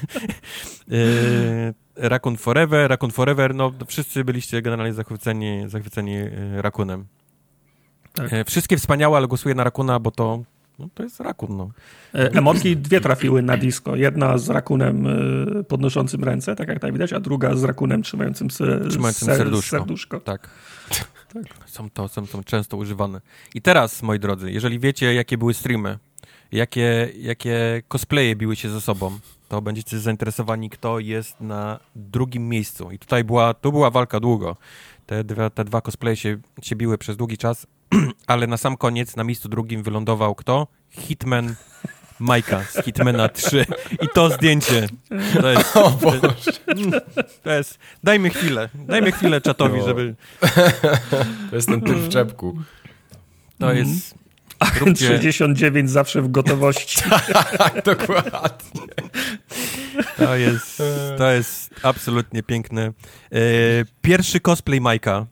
Raccoon Forever, Raccoon Forever, no wszyscy byliście generalnie zachwyceni, zachwyceni Raccoonem. Tak. E, wszystkie wspaniałe, ale głosuję na Raccoona, bo to, no, to jest Raccoon, no. E, emotki dwie trafiły na disco. Jedna z Raccoonem y, podnoszącym ręce, tak jak tam widać, a druga z Raccoonem trzymającym, se, trzymającym ser, serduszko. serduszko. Tak. tak. Są, to, są, są często używane. I teraz, moi drodzy, jeżeli wiecie, jakie były streamy, jakie, jakie cosplaye biły się ze sobą, to będziecie zainteresowani, kto jest na drugim miejscu. I tutaj była, tu była walka długo. Te dwa, te dwa cosplaye się, się biły przez długi czas, ale na sam koniec na miejscu drugim wylądował kto? Hitman Majka z Hitmana trzy. I to zdjęcie. To jest, o Boże. To jest, dajmy chwilę, dajmy chwilę czatowi, no. żeby... To jest ten typ w czepku. To mm. jest... Róbcie... sześćdziesiąt dziewięć zawsze w gotowości. Tak, dokładnie. To jest, to jest absolutnie piękne. Pierwszy cosplay Majka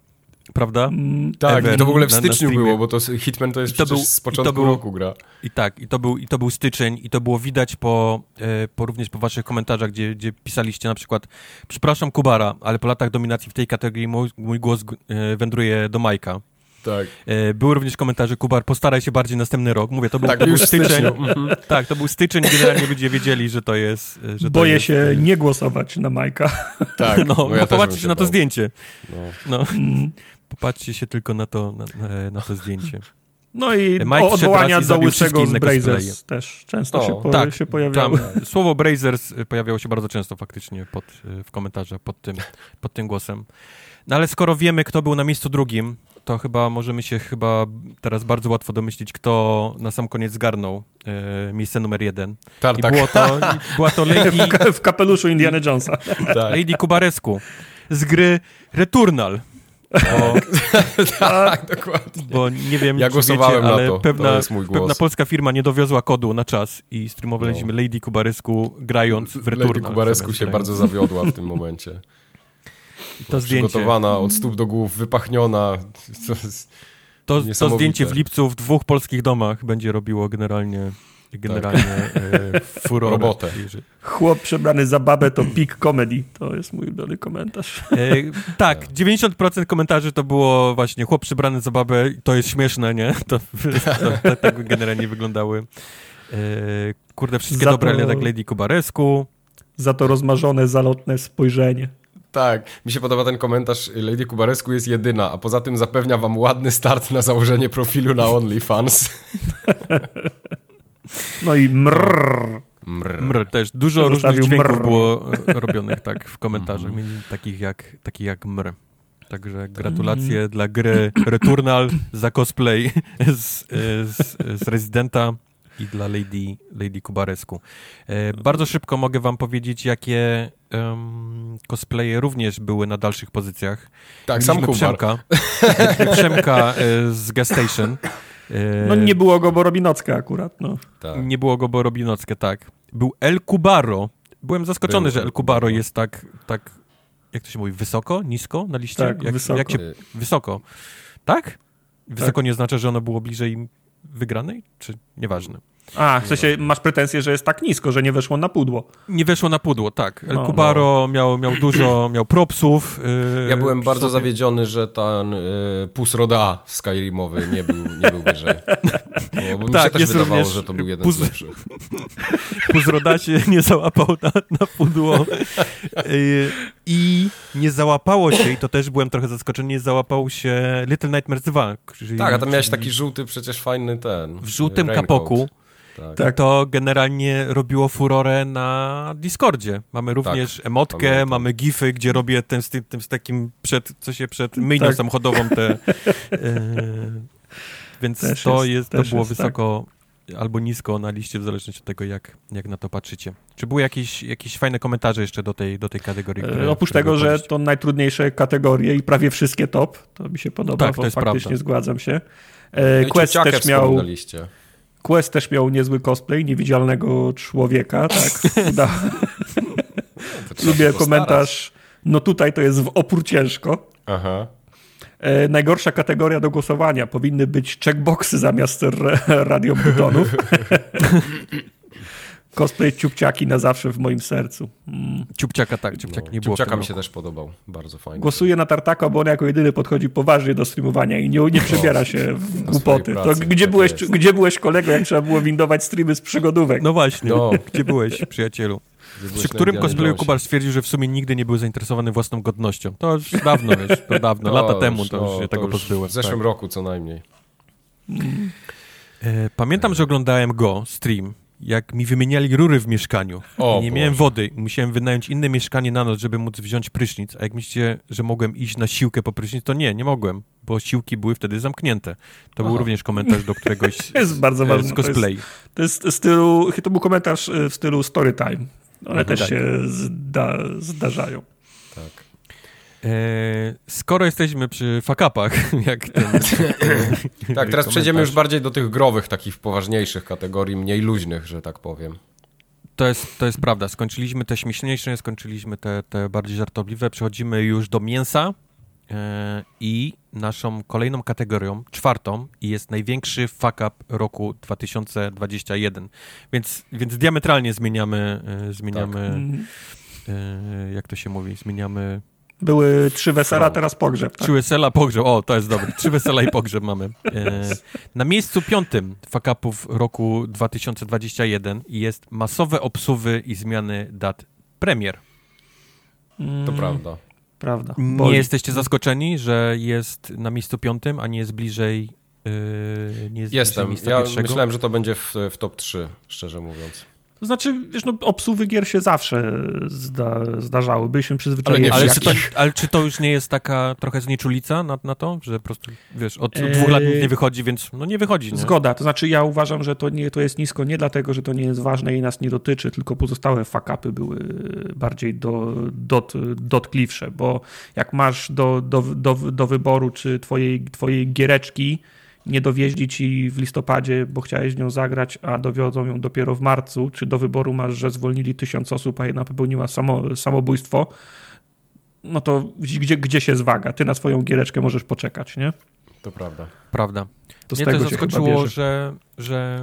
prawda? Mm, tak, Ever, i to w ogóle w styczniu było, bo to Hitman to jest to przecież był, z początku był, roku gra. I tak, i to, był, i to był styczeń i to było widać po, po również po waszych komentarzach, gdzie, gdzie pisaliście na przykład przepraszam Kubara, ale po latach dominacji w tej kategorii mój, mój głos wędruje do Majka. Tak. Były również komentarze, Kubar, postaraj się bardziej następny rok. Mówię, to był, tak, to był styczeń. Tak, to był styczeń, generalnie ludzie wiedzieli, że to jest... Że Boję to jest, się nie głosować na Majka. Tak, no, no ja popatrzcie się na to bał. zdjęcie. No. No. Mm. Popatrzcie się tylko na to, na, na to zdjęcie. No i Mike odwołania do łysego z Brazers też często o, się, po, tak, się pojawiały. Tam, słowo Brazers pojawiało się bardzo często faktycznie pod, w komentarzach pod tym, pod tym głosem. No ale skoro wiemy, kto był na miejscu drugim, to chyba możemy się chyba teraz bardzo łatwo domyślić, kto na sam koniec zgarnął e, miejsce numer jeden. Tartak. I było to, i była to Lady... w kapeluszu Indiana Jonesa. Tak. Lady Kubarescu z gry Returnal. Bo, tak, dokładnie. Bo nie wiem, ja czy wiecie, ale to. Pewna, to jest mój głos. pewna polska firma nie dowiozła kodu na czas i streamowaliśmy no. Lady Kubarescu grając w Returnal. Lady Kubarescu się grając. bardzo zawiodła w tym momencie. To zdjęcie. Przygotowana od stóp do głów, wypachniona. To, to zdjęcie w lipcu w dwóch polskich domach będzie robiło generalnie generalnie tak. e, furorę. Robotę. Chłop przebrany za babę to peak comedy. To jest mój ulubiony komentarz. E, tak, dziewięćdziesiąt procent komentarzy to było właśnie chłop przebrany za babę, to jest śmieszne, nie? To, to, to tak generalnie wyglądały. E, kurde, wszystkie za dobre, to, ale tak Lady Kubarescu. Za to rozmarzone, zalotne spojrzenie. Tak, mi się podoba ten komentarz, Lady Kubarescu jest jedyna, a poza tym zapewnia wam ładny start na założenie profilu na OnlyFans. No i mrrr. Mrr. Mrr też. Dużo to różnych dźwięków mrr. było robionych tak w komentarzach, mm. takich, jak, takich jak mrr. Także gratulacje mm. dla gry Returnal za cosplay z, z, z Residenta i dla Lady, Lady Kubarescu. E, bardzo szybko mogę wam powiedzieć, jakie um, cosplaye również były na dalszych pozycjach. Tak, sam Kubar. Przemka, Przemka e, z Gas Station. No nie było go, bo Robinockie akurat. No. Tak. Nie było go, bo Robinockie, tak. Był El Kubaro. Byłem zaskoczony, Był że El Kubaro jest tak, tak, jak to się mówi, wysoko, nisko na liście? Tak, jak, wysoko. Jak się, wysoko. Tak? Wysoko tak. Nie oznacza, że ono było bliżej wygranej? Czy nieważne? A, w sensie masz pretensję, że jest tak nisko, że nie weszło na pudło. Nie weszło na pudło, tak. El no, Kubaro no. Miał, miał dużo, miał propsów. Yy, ja byłem bardzo sobie. zawiedziony, że ten yy, Pus Roda Skyrimowy nie był, nie był wyżej. Bo, bo mi tak, się też wydawało, że to był jeden Pus, z lepszych. Pus Roda się nie załapał na, na pudło. Yy, I nie załapało się, i to też byłem trochę zaskoczony, nie załapał się Little Nightmares dwa. Czyli, tak, a tam miałeś taki żółty, przecież fajny ten. W żółtym kapoku. Tak. Tak. To generalnie robiło furorę na Discordzie. Mamy również tak, emotkę, pamiętam. Mamy gify, gdzie robię ten z tym, tym z takim przed, co się przed myjnią tak. samochodową te... e, więc też to, jest, jest, to było jest, wysoko tak. albo nisko na liście, w zależności od tego, jak, jak na to patrzycie. Czy były jakieś, jakieś fajne komentarze jeszcze do tej, do tej kategorii? Które, Oprócz które tego, że to najtrudniejsze kategorie i prawie wszystkie top, to mi się podoba, tak, bo to jest faktycznie prawda. zgadzam się. E, no Quest też miał... na liście. Quest też miał niezły cosplay niewidzialnego człowieka, tak. Lubię komentarz, no tutaj to jest w opór ciężko. Aha. E, najgorsza kategoria do głosowania. Powinny być checkboxy zamiast radiobutonów. Cosplay ciupciaki na zawsze w moim sercu. Mm. Ciupciaka, tak, ciupciaki no, nie było. Ciupciaka mi się też podobał, bardzo fajnie. Głosuję na Tartaka, bo on jako jedyny podchodzi poważnie do streamowania i nie, nie przebiera się w głupoty. To gdzie, tak byłeś, gdzie byłeś, kolego, jak trzeba było windować streamy z przygodówek? No właśnie, no. Gdzie byłeś, przyjacielu? Przy którym cosplayu Kubar stwierdził, że w sumie nigdy nie był zainteresowany własną godnością. To już dawno, wiesz, to dawno, lata no, temu to już no, się to tego pozbyłem. W zeszłym tak. roku co najmniej. Mm. Pamiętam, że oglądałem go, stream, jak mi wymieniali rury w mieszkaniu. O, nie miałem wody. Musiałem wynająć inne mieszkanie na noc, żeby móc wziąć prysznic. A jak myślicie, że mogłem iść na siłkę po prysznic, to nie, nie mogłem, bo siłki były wtedy zamknięte. To Aha. był również komentarz do któregoś z, to jest bardzo ważne. z cosplay. To jest, to jest stylu, to był komentarz w stylu story time. One też tak. się zda, zdarzają. Tak. E, skoro jesteśmy przy fuck-upach, jak ten... tak, teraz przejdziemy już bardziej do tych growych, takich poważniejszych kategorii, mniej luźnych, że tak powiem. To jest, to jest prawda. Skończyliśmy te śmieszniejsze, skończyliśmy te, te bardziej żartobliwe. Przechodzimy już do mięsa. i naszą kolejną kategorią, czwartą, jest największy fuck up roku dwa tysiące dwudziestego pierwszego. Więc, więc diametralnie zmieniamy, zmieniamy tak. jak to się mówi, zmieniamy... Były trzy wesela, teraz pogrzeb. Tak? Trzy wesela, pogrzeb, o, to jest dobre. Trzy wesela i pogrzeb mamy. Na miejscu piątym fuck upów roku dwa tysiące dwudziestego pierwszego jest masowe obsuwy i zmiany dat premier. To prawda. Prawda. Boli. Nie jesteście zaskoczeni, że jest na miejscu piątym, a nie jest bliżej yy, nie jest Jestem. Bliżej miejsca ja pierwszego? Myślałem, że to będzie w, w top trzy, szczerze mówiąc. To znaczy, wiesz, no, obsuwy gier się zawsze zda, zdarzały. Byliśmy przyzwyczajeni. Ale, ale, czy to, ale czy to już nie jest taka trochę znieczulica na, na to, że po prostu, wiesz, od eee... dwóch lat nic nie wychodzi, więc no nie wychodzi. Nie? Zgoda. To znaczy, ja uważam, że to, nie, to jest nisko nie dlatego, że to nie jest ważne i nas nie dotyczy, tylko pozostałe fuck-upy były bardziej do, dot, dotkliwsze, bo jak masz do, do, do, do wyboru, czy twojej, twojej giereczki nie dowieźli ci w listopadzie, bo chciałeś nią zagrać, a dowiozą ją dopiero w marcu, czy do wyboru masz, że zwolnili tysiąc osób, a jedna popełniła samo, samobójstwo, no to gdzie, gdzie się zwaga? Ty na swoją giereczkę możesz poczekać, nie? To prawda. Prawda. To Mnie to zaskoczyło, że, że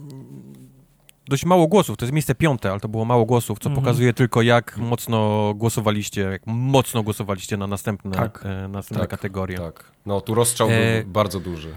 dość mało głosów, to jest miejsce piąte, ale to było mało głosów, co mm-hmm. pokazuje tylko, jak mocno głosowaliście, jak mocno głosowaliście na następne, tak. e, następne tak, kategorie. Tak. No tu rozstrzał e... był bardzo duży.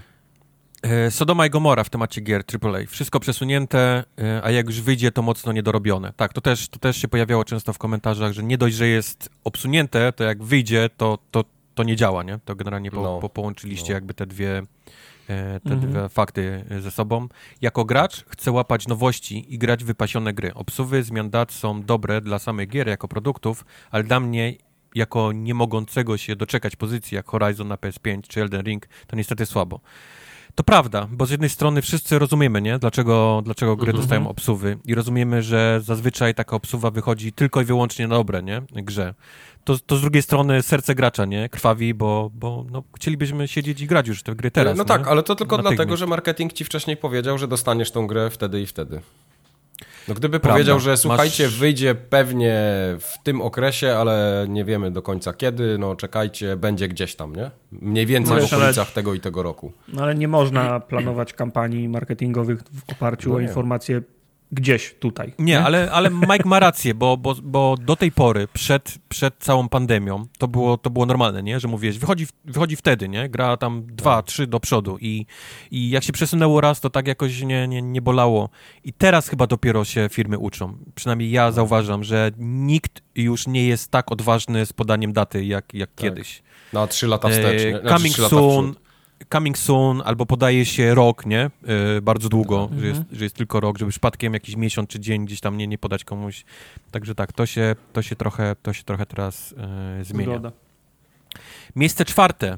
Sodoma i Gomora w temacie gier triple A. Wszystko przesunięte, a jak już wyjdzie, to mocno niedorobione. Tak, to też, to też się pojawiało często w komentarzach, że nie dość, że jest obsunięte, to jak wyjdzie, to, to, to nie działa, nie? To generalnie po, no, po, połączyliście no. jakby te dwie, te mhm. dwie fakty ze sobą. Jako gracz chcę łapać nowości i grać w wypasione gry. Obsuwy zmian dat są dobre dla samych gier jako produktów, ale dla mnie jako nie mogącego się doczekać pozycji jak Horizon na P S pięć czy Elden Ring, to niestety słabo. To prawda, bo z jednej strony wszyscy rozumiemy, nie? Dlaczego, dlaczego gry mm-hmm. dostają obsuwy i rozumiemy, że zazwyczaj taka obsuwa wychodzi tylko i wyłącznie na dobre, nie? Grze. To, to z drugiej strony serce gracza, nie? Krwawi, bo, bo no, chcielibyśmy siedzieć i grać już w te gry teraz. No tak, nie? ale to tylko Natychmiast. dlatego, że marketing ci wcześniej powiedział, że dostaniesz tą grę wtedy i wtedy. No gdyby Prawda. powiedział, że słuchajcie, Masz... wyjdzie pewnie w tym okresie, ale nie wiemy do końca kiedy, no czekajcie, będzie gdzieś tam, nie? Mniej więcej no w okolicach ale... tego i tego roku. No ale nie można planować kampanii marketingowych w oparciu no o informacje gdzieś tutaj. Nie, nie? Ale, ale Mike ma rację, bo, bo, bo do tej pory, przed, przed całą pandemią, to było, to było normalne, nie? Że mówiłeś, wychodzi, wychodzi wtedy, nie? Gra tam dwa, trzy do przodu i, i jak się przesunęło raz, to tak jakoś nie, nie, nie bolało. I teraz chyba dopiero się firmy uczą. Przynajmniej ja zauważam, że nikt już nie jest tak odważny z podaniem daty, jak, jak tak. kiedyś. Na trzy lata wstecz. Nie? Znaczy, coming soon, coming soon, albo podaje się rok, nie? Yy, bardzo długo, mhm. że, jest, że jest tylko rok, żeby przypadkiem jakiś miesiąc czy dzień gdzieś tam nie, nie podać komuś. Także tak, to się, to się, trochę, to się trochę teraz yy, zmienia. Zgoda. Miejsce czwarte.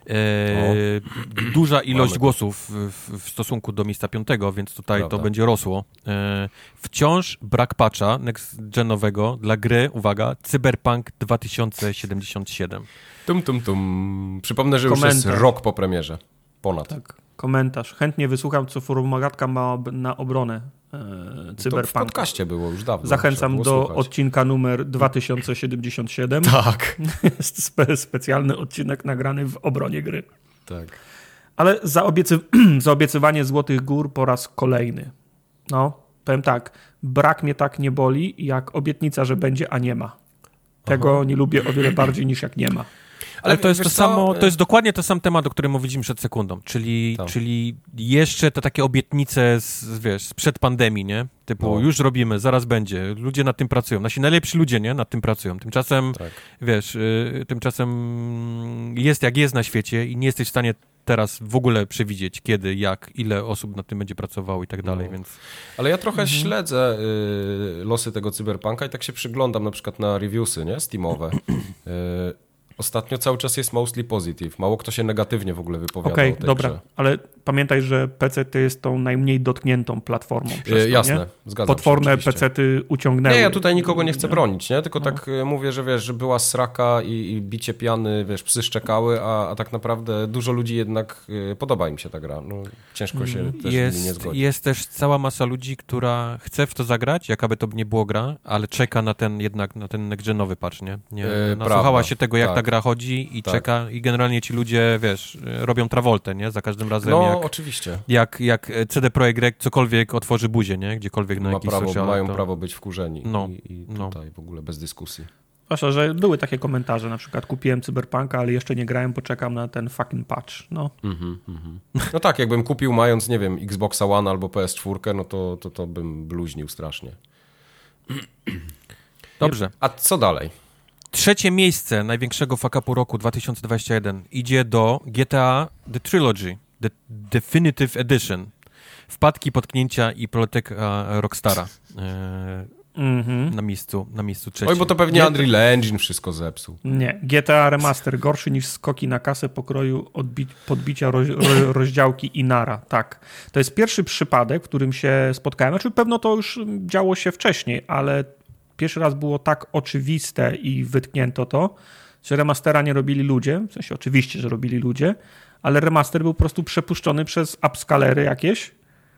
Yy, duża ilość Mamy. głosów w, w stosunku do miejsca piątego, więc tutaj Prawda. to będzie rosło. Yy, wciąż brak patcha next-genowego dla gry, uwaga, Cyberpunk dwa tysiące siedemdziesiąt siedem. Tum, tum, tum. Przypomnę, że Komentarz. już jest rok po premierze. Ponad. Tak. Komentarz. Chętnie wysłucham, co Forumagatka ma ob- na obronę e, Cyberpunka. To w podcaście było już dawno. Zachęcam do słuchać. odcinka numer dwa tysiące siedemdziesiąt siedem. Tak. Jest spe- specjalny odcinek nagrany w obronie gry. Tak. Ale zaobiecy- zaobiecywanie Złotych Gór po raz kolejny. No, powiem tak, brak mnie tak nie boli, jak obietnica, że będzie, a nie ma. Tego Aha. nie lubię o wiele bardziej niż jak nie ma. Ale to jest to samo, to jest dokładnie ten sam temat, o którym mówiliśmy przed sekundą, czyli, czyli jeszcze te takie obietnice z, wiesz, sprzed pandemii, nie? Typu no. już robimy, zaraz będzie, ludzie nad tym pracują, nasi najlepsi ludzie, nie? Nad tym pracują. Tymczasem, tak. wiesz, y, tymczasem jest jak jest na świecie i nie jesteś w stanie teraz w ogóle przewidzieć, kiedy, jak, ile osób nad tym będzie pracowało i tak dalej, no. więc... Ale ja trochę mhm. śledzę y, losy tego Cyberpunka i tak się przyglądam na przykład na reviewsy, nie? Steamowe. y, Ostatnio cały czas jest mostly positive. Mało kto się negatywnie w ogóle wypowiada Okej, o tej dobra, grze. ale pamiętaj, że P C to jest tą najmniej dotkniętą platformą. Przez Yy, to, jasne, nie? zgadzam Potworne się P C ty uciągnęły. Nie, ja tutaj nikogo nie chcę bronić, nie? Tylko no. tak mówię, że wiesz, że była sraka i, i bicie piany, wiesz, psy szczekały, a, a tak naprawdę dużo ludzi jednak y, podoba im się ta gra. No, ciężko się mm. też jest, z nimi nie zgodzić. Jest też cała masa ludzi, która chce w to zagrać, jakaby to nie było gra, ale czeka na ten jednak, na ten next-genowy patch, nie? nie yy, nasłuchała prawda, się tego, jak tak. ta gra chodzi i tak. czeka i generalnie ci ludzie, wiesz, robią Travoltę, nie? Za każdym razem no, jak... oczywiście. Jak, jak C D Projekt Red cokolwiek otworzy buzię, nie? Gdziekolwiek na Ma jakiś prawo, social, Mają to... prawo być wkurzeni no, i, i tutaj no. w ogóle bez dyskusji. Zwłaszcza, że były takie komentarze, na przykład kupiłem Cyberpunka, ale jeszcze nie grałem, poczekam na ten fucking patch, no. Mm-hmm, mm-hmm. No tak, jakbym kupił mając, nie wiem, Xboxa One albo P S cztery, no to, to, to bym bluźnił strasznie. Dobrze. A co dalej? Trzecie miejsce największego fuck-upu roku dwa tysiące dwudziesty pierwszy idzie do G T A The Trilogy, The Definitive Edition. Wpadki, potknięcia i proloteka Rockstara. Eee, Mm-hmm. Na miejscu, na miejscu trzecim. Oj, bo to pewnie Unreal Engine wszystko zepsuł. Nie, G T A Remaster gorszy niż skoki na kasę pokroju odbi- podbicia roz- ro- rozdziałki Inara. Tak. To jest pierwszy przypadek, w którym się spotkałem. Znaczy pewno to już działo się wcześniej, ale pierwszy raz było tak oczywiste i wytknięto to, że remastera nie robili ludzie. W sensie oczywiście, że robili ludzie, ale remaster był po prostu przepuszczony przez upscalery jakieś,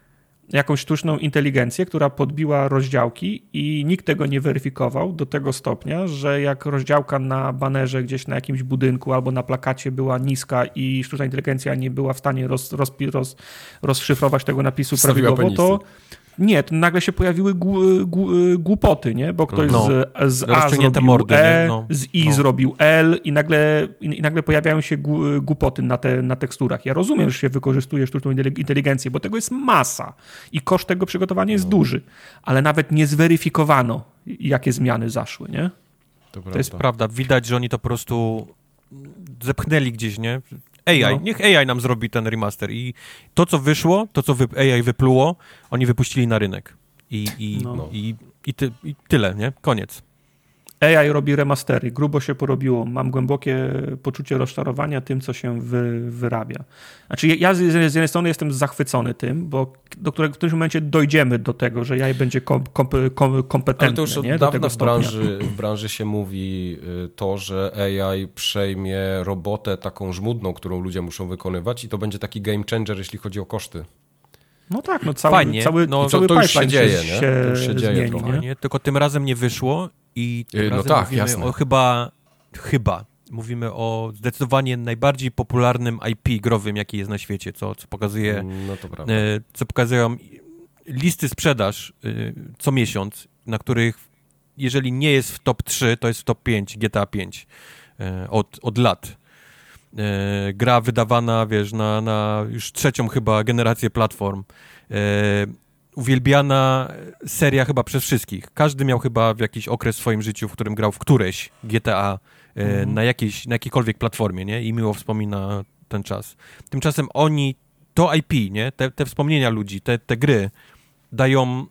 jakąś sztuczną inteligencję, która podbiła rozdziałki i nikt tego nie weryfikował do tego stopnia, że jak rozdziałka na banerze gdzieś na jakimś budynku albo na plakacie była niska i sztuczna inteligencja nie była w stanie roz, roz, roz, rozszyfrować tego napisu prawidłowo, to nie, to nagle się pojawiły gu, gu, głupoty, nie? Bo ktoś no. z, z A zrobił mordy, E, no. z I no. zrobił L i nagle, i nagle pojawiają się gu, głupoty na, te, na teksturach. Ja rozumiem, że się wykorzystuje sztuczną inteligencję, bo tego jest masa i koszt tego przygotowania jest no. duży, ale nawet nie zweryfikowano, jakie zmiany zaszły, nie? To, to jest prawda. Widać, że oni to po prostu zepchnęli gdzieś, nie? A I, no. niech A I nam zrobi ten remaster i to, co wyszło, to, co wy, A I wypluło, oni wypuścili na rynek i, i, no. i, i, ty, i tyle, nie? Koniec. A I robi remastery, grubo się porobiło. Mam głębokie poczucie rozczarowania tym, co się wy, wyrabia. Znaczy ja z, z jednej strony jestem zachwycony tym, bo do którego w którymś momencie dojdziemy do tego, że A I będzie kom, kom, kom, kompetentny. Ale to już od nie? dawna w branży, w branży się mówi to, że A I przejmie robotę taką żmudną, którą ludzie muszą wykonywać i to będzie taki game changer, jeśli chodzi o koszty. No tak, no cały, Fajnie. cały, no, cały to, to już się dzieje, się, nie? To już się dzieje zmieni, nie? nie? Tylko tym razem nie wyszło i tym no razem tak, mówimy jasne. o chyba, chyba, mówimy o zdecydowanie najbardziej popularnym I P growym, jaki jest na świecie, co, co pokazuje, no to prawda. co pokazują listy sprzedaż co miesiąc, na których jeżeli nie jest w top trzy, to jest w top pięć G T A pięć od, od lat. Gra wydawana, wiesz, na, na już trzecią chyba generację platform. Uwielbiana seria chyba przez wszystkich. Każdy miał chyba w jakiś okres w swoim życiu, w którym grał w któreś G T A mm. na, jakiejś, na jakiejkolwiek platformie, nie? I miło wspomina ten czas. Tymczasem oni, to I P, nie? Te, te wspomnienia ludzi, te, te gry dają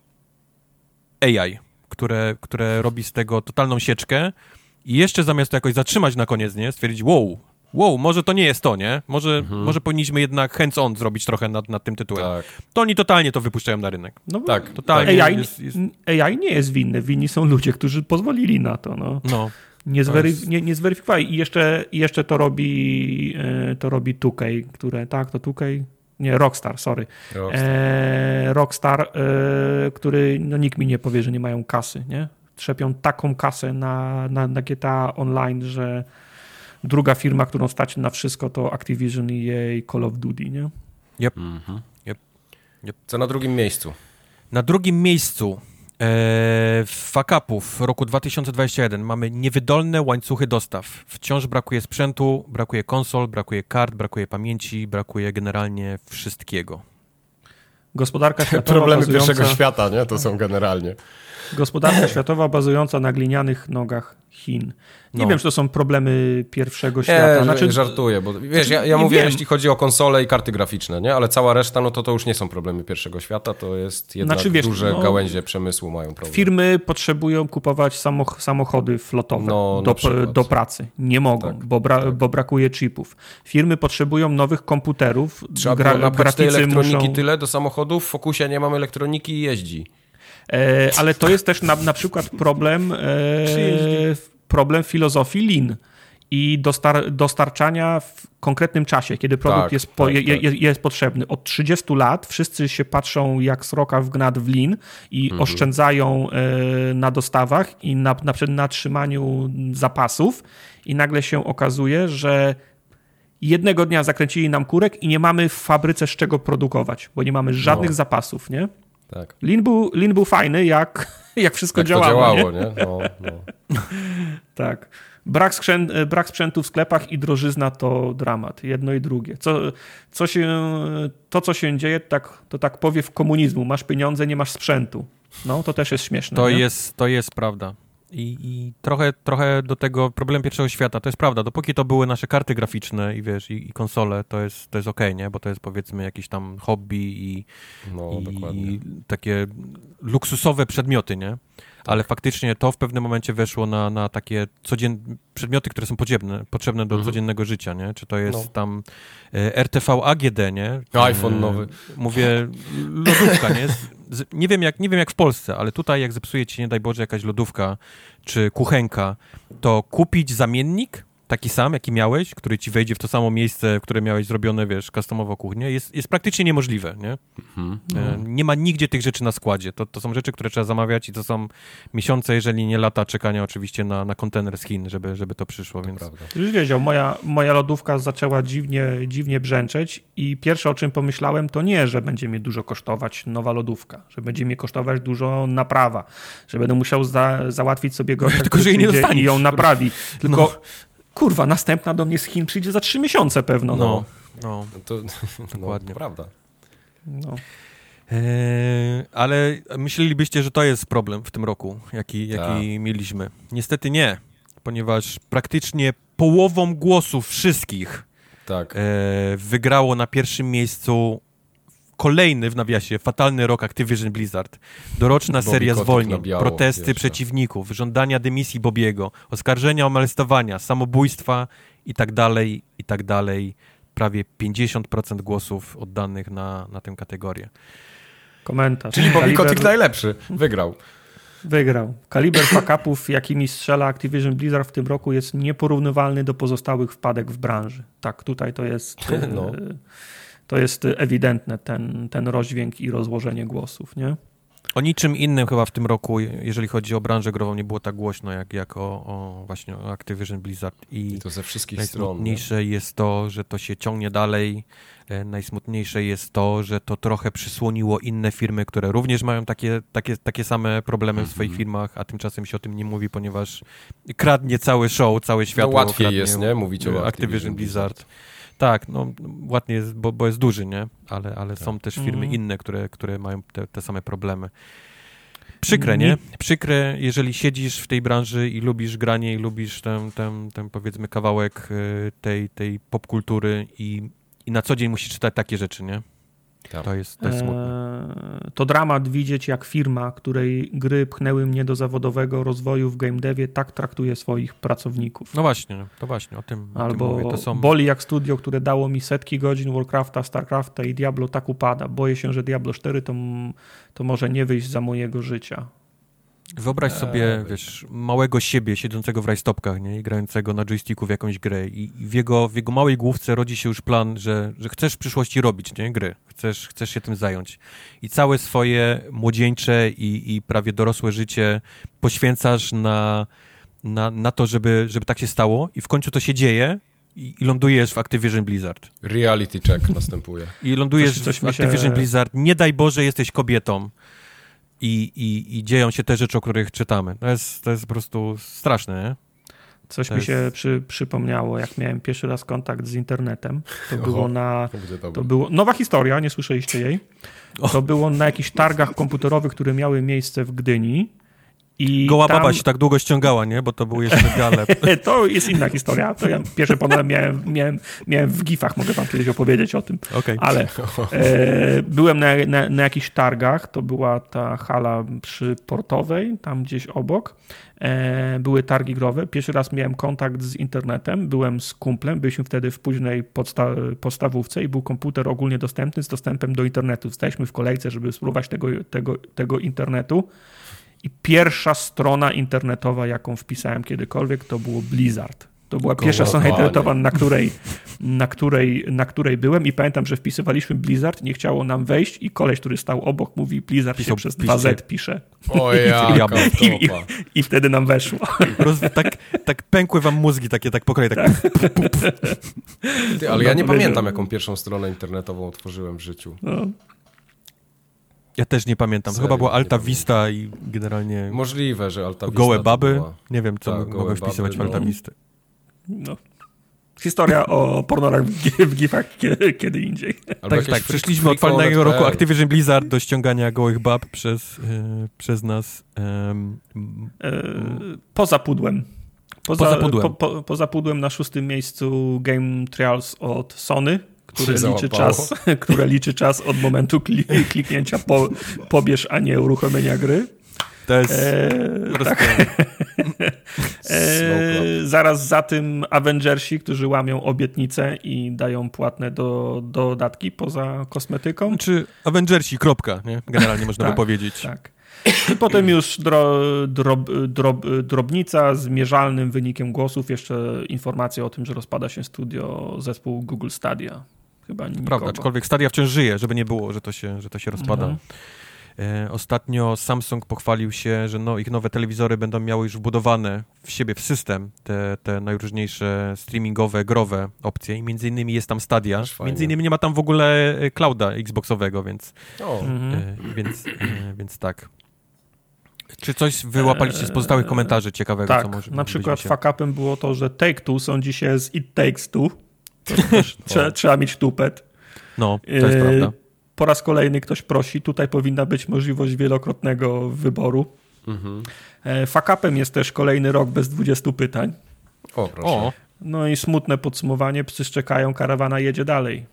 A I, które, które robi z tego totalną sieczkę i jeszcze zamiast to jakoś zatrzymać na koniec, nie? Stwierdzić, wow, wow, może to nie jest to, nie? Może, mhm. może powinniśmy jednak hands-on zrobić trochę nad, nad tym tytułem. Tak. To oni totalnie to wypuszczają na rynek. No tak. Totalnie. A I, jest, jest... A I nie jest winny. Winni są ludzie, którzy pozwolili na to, no. no. Nie, zwery... jest... nie, nie zweryfikowali. I jeszcze, jeszcze to robi to robi two K, które, tak, to two K... Nie, Rockstar, sorry. Rockstar, e, Rockstar e, który, no nikt mi nie powie, że nie mają kasy, nie? Trzepią taką kasę na, na, na G T A Online, że druga firma, którą stać na wszystko, to Activision i jej Call of Duty, nie? Yep. Mm-hmm. Yep. Yep. Co na drugim miejscu? Na drugim miejscu e, fuck-upów roku dwa tysiące dwudziesty pierwszy mamy niewydolne łańcuchy dostaw. Wciąż brakuje sprzętu, brakuje konsol, brakuje kart, brakuje pamięci, brakuje generalnie wszystkiego. Gospodarka światowa Problemy bazująca... pierwszego świata, nie? To są generalnie. Gospodarka światowa bazująca na glinianych nogach Chin. Nie no. wiem, czy to są problemy pierwszego świata. Nie, znaczy, żartuję, bo wiesz, ja, ja mówię, wiem. jeśli chodzi o konsole i karty graficzne, nie? Ale cała reszta, no to to już nie są problemy pierwszego świata, to jest jednak znaczy, wiesz, duże no, gałęzie przemysłu mają problem. Firmy potrzebują kupować samoch- samochody flotowe no, do, do pracy. Nie mogą, tak, bo, bra- tak. bo brakuje chipów. Firmy potrzebują nowych komputerów. Trzeba gra- było nabrać tej elektroniki muszą... tyle do samochodów, w Focusie nie mamy elektroniki i jeździ. E, ale to jest też na, na przykład problem, e, problem filozofii Lean. i dostar- dostarczania w konkretnym czasie, kiedy produkt tak, jest, po, tak, je, tak. jest potrzebny. Od trzydziestu lat wszyscy się patrzą jak sroka w gnat w lin i mhm. oszczędzają y, na dostawach i na, na, na trzymaniu zapasów i nagle się okazuje, że jednego dnia zakręcili nam kurek i nie mamy w fabryce z czego produkować, bo nie mamy żadnych no. zapasów, nie? Tak. Lin był, lin był fajny, jak, jak wszystko jak działało. To działało, nie? nie? No, no. Tak. Brak, skrzę- brak sprzętu w sklepach i drożyzna to dramat. Jedno i drugie. Co, co się, to, co się dzieje, tak, to tak powiew komunizmu. Masz pieniądze, nie masz sprzętu. No, to też jest śmieszne. To, nie? jest, to jest prawda. I, i trochę, trochę do tego problem pierwszego świata, to jest prawda, dopóki to były nasze karty graficzne i wiesz, i, i konsole, to jest, to jest okej, nie? Bo to jest powiedzmy jakieś tam hobby i, no, i, i takie luksusowe przedmioty, nie? Ale faktycznie to w pewnym momencie weszło na, na takie codzienne przedmioty, które są potrzebne, potrzebne do mhm. codziennego życia, nie? Czy to jest no. tam e, R T V A G D, nie? iPhone e, nowy. Mówię, lodówka, nie? Z, z, nie, wiem jak, nie wiem jak w Polsce, ale tutaj jak zepsuje ci, nie daj Boże, jakaś lodówka czy kuchenka, to kupić zamiennik taki sam, jaki miałeś, który ci wejdzie w to samo miejsce, w które miałeś zrobione, wiesz, customowo kuchnię, jest, jest praktycznie niemożliwe, nie? Mhm. E, nie ma nigdzie tych rzeczy na składzie. To, to są rzeczy, które trzeba zamawiać i to są miesiące, jeżeli nie lata czekania oczywiście na, na kontener z Chin, żeby, żeby to przyszło, to więc... Prawda. Już wiedział, moja, moja lodówka zaczęła dziwnie, dziwnie brzęczeć i pierwsze, o czym pomyślałem, to nie, że będzie mnie dużo kosztować nowa lodówka, że będzie mnie kosztować dużo naprawa, że będę musiał za, załatwić sobie gościa, tylko, że jej nie dostaniesz. I ją naprawi. Tylko... No. Kurwa, następna do mnie z Chin przyjdzie za trzy miesiące pewno. No, no. no. To, dokładnie. No, prawda. No. Eee, ale myślelibyście, że to jest problem w tym roku, jaki, jaki mieliśmy? Niestety nie, ponieważ praktycznie połową głosów wszystkich tak. e, wygrało na pierwszym miejscu kolejny, w nawiasie, fatalny rok Activision Blizzard. Doroczna Bobby seria zwolnień, protesty jeszcze. przeciwników, żądania dymisji Bobiego, oskarżenia o molestowania, samobójstwa i tak dalej, i tak dalej. Prawie pięćdziesiąt procent głosów oddanych na, na tę kategorię. Komentarz. Czyli Bobby Kotick najlepszy. Wygrał. Wygrał. Kaliber fuck-upów, jakimi strzela Activision Blizzard w tym roku, jest nieporównywalny do pozostałych wpadek w branży. Tak, tutaj to jest... no. To jest ewidentne, ten, ten rozdźwięk i rozłożenie głosów, nie? O niczym innym chyba w tym roku, jeżeli chodzi o branżę grową, nie było tak głośno, jak, jak o, o właśnie o Activision Blizzard. I, I to ze wszystkich najsmutniejsze stron. Najsmutniejsze jest to, że to się ciągnie dalej. E, najsmutniejsze jest to, że to trochę przysłoniło inne firmy, które również mają takie, takie, takie same problemy mm-hmm. w swoich firmach, a tymczasem się o tym nie mówi, ponieważ kradnie cały show, całe światło. No łatwiej jest, nie? Mówić o Activision, Activision Blizzard. Blizzard. Tak, no ładnie jest, bo, bo jest duży, nie? Ale, ale tak. są też firmy mm. inne, które, które mają te, te same problemy. Przykre, nie? Przykre, jeżeli siedzisz w tej branży i lubisz granie i lubisz ten, ten, ten powiedzmy kawałek tej, tej popkultury i, i na co dzień musisz czytać takie rzeczy, nie? Tak. To jest, to jest smutne. Eee, to dramat widzieć, jak firma, której gry pchnęły mnie do zawodowego rozwoju w game devie, tak traktuje swoich pracowników. No właśnie, to właśnie, o tym, Albo o tym mówię. To są... boli jak studio, które dało mi setki godzin Warcrafta, Starcrafta i Diablo, tak upada. Boję się, że Diablo cztery to, to może nie wyjść za mojego życia. Wyobraź sobie, eee, wiesz, małego siebie siedzącego w rajstopkach, nie? I grającego na joysticku w jakąś grę i w jego, w jego małej główce rodzi się już plan, że, że chcesz w przyszłości robić, nie? Gry. Chcesz, chcesz się tym zająć. I całe swoje młodzieńcze i, i prawie dorosłe życie poświęcasz na, na, na to, żeby, żeby tak się stało i w końcu to się dzieje i, i lądujesz w Activision Blizzard. Reality check następuje. I lądujesz coś, coś w Activision się... Blizzard. Nie daj Boże, jesteś kobietą. I, i, i dzieją się te rzeczy, o których czytamy. To jest, to jest po prostu straszne, nie? Coś to mi jest... się przy, przypomniało, jak miałem pierwszy raz kontakt z internetem. To Oho, było na... To było, nowa historia, nie słyszeliście jej. To o. było na jakichś targach komputerowych, które miały miejsce w Gdyni. I Goła tam... baba się tak długo ściągała, nie? Bo to był jeszcze galeb. To jest inna historia. To ja pierwszy problem miałem, miałem, miałem w gifach, mogę wam kiedyś opowiedzieć o tym. Okay. Ale e, byłem na, na, na jakichś targach, to była ta hala przy Portowej, tam gdzieś obok. E, były targi growe. Pierwszy raz miałem kontakt z internetem, byłem z kumplem, byliśmy wtedy w późnej podsta- podstawówce i był komputer ogólnie dostępny z dostępem do internetu. Staliśmy w kolejce, żeby spróbować tego, tego, tego internetu. I pierwsza strona internetowa, jaką wpisałem kiedykolwiek, to było Blizzard. To była Go pierwsza strona internetowa, na której, na, której, na której byłem i pamiętam, że wpisywaliśmy Blizzard, nie chciało nam wejść i koleś, który stał obok, mówi Blizzard Pisał, się przez dwa zet pisze. O ja, I, i, i, I wtedy nam weszło. Roz, tak, tak pękły wam mózgi takie tak po kolei. Tak. Tak. Puf, puf, puf. Ty, ale ja nie pamiętam, jaką pierwszą stronę internetową otworzyłem w życiu. No. Ja też nie pamiętam. Serio, chyba była Alta Vista i generalnie... Możliwe, że Alta Vista Gołe baby. Była... Nie wiem, co tak, mogę wpisywać baby, w Alta no. Vista. No. Historia o pornorach w gifach kiedy, kiedy indziej. Albo tak, tak. Przeszliśmy od falnego roku Activision Blizzard do ściągania gołych bab przez, yy, przez nas. Yy, yy, poza pudłem. Poza, poza pudłem. Po, po, poza pudłem na szóstym miejscu Game Trials od Sony, które liczy, czas, które liczy czas od momentu kli- kliknięcia po, pobierz, a nie uruchomienia gry. To jest eee, tak. eee, zaraz za tym Avengersi, którzy łamią obietnice i dają płatne do, dodatki poza kosmetyką. Czy Avengersi, kropka, nie? Generalnie można tak, by powiedzieć. Tak. I potem już dro, drob, drob, drobnica z mierzalnym wynikiem głosów. Jeszcze informacja o tym, że rozpada się studio, zespół Google Stadia. Chyba nikogo. Prawda, aczkolwiek Stadia wciąż żyje, żeby nie było, że to się, że to się rozpada. Mhm. E, ostatnio Samsung pochwalił się, że no, ich nowe telewizory będą miały już wbudowane w siebie, w system, te, te najróżniejsze streamingowe, growe opcje i między innymi jest tam Stadia. Między innymi nie ma tam w ogóle clouda Xboxowego, więc, mhm. e, więc, e, więc tak. Czy coś wyłapaliście z pozostałych komentarzy ciekawego? Tak, co może na przykład się... fuck-upem było to, że Take-Two sądzi się z It Takes Two. To też trzeba, trzeba mieć tupet. No, to jest e... prawda. Po raz kolejny ktoś prosi, tutaj powinna być możliwość wielokrotnego wyboru. Mhm. E, fuck-upem jest też kolejny rok bez dwudziestu pytań. O, proszę. O. No i smutne podsumowanie, psy szczekają, karawana jedzie dalej.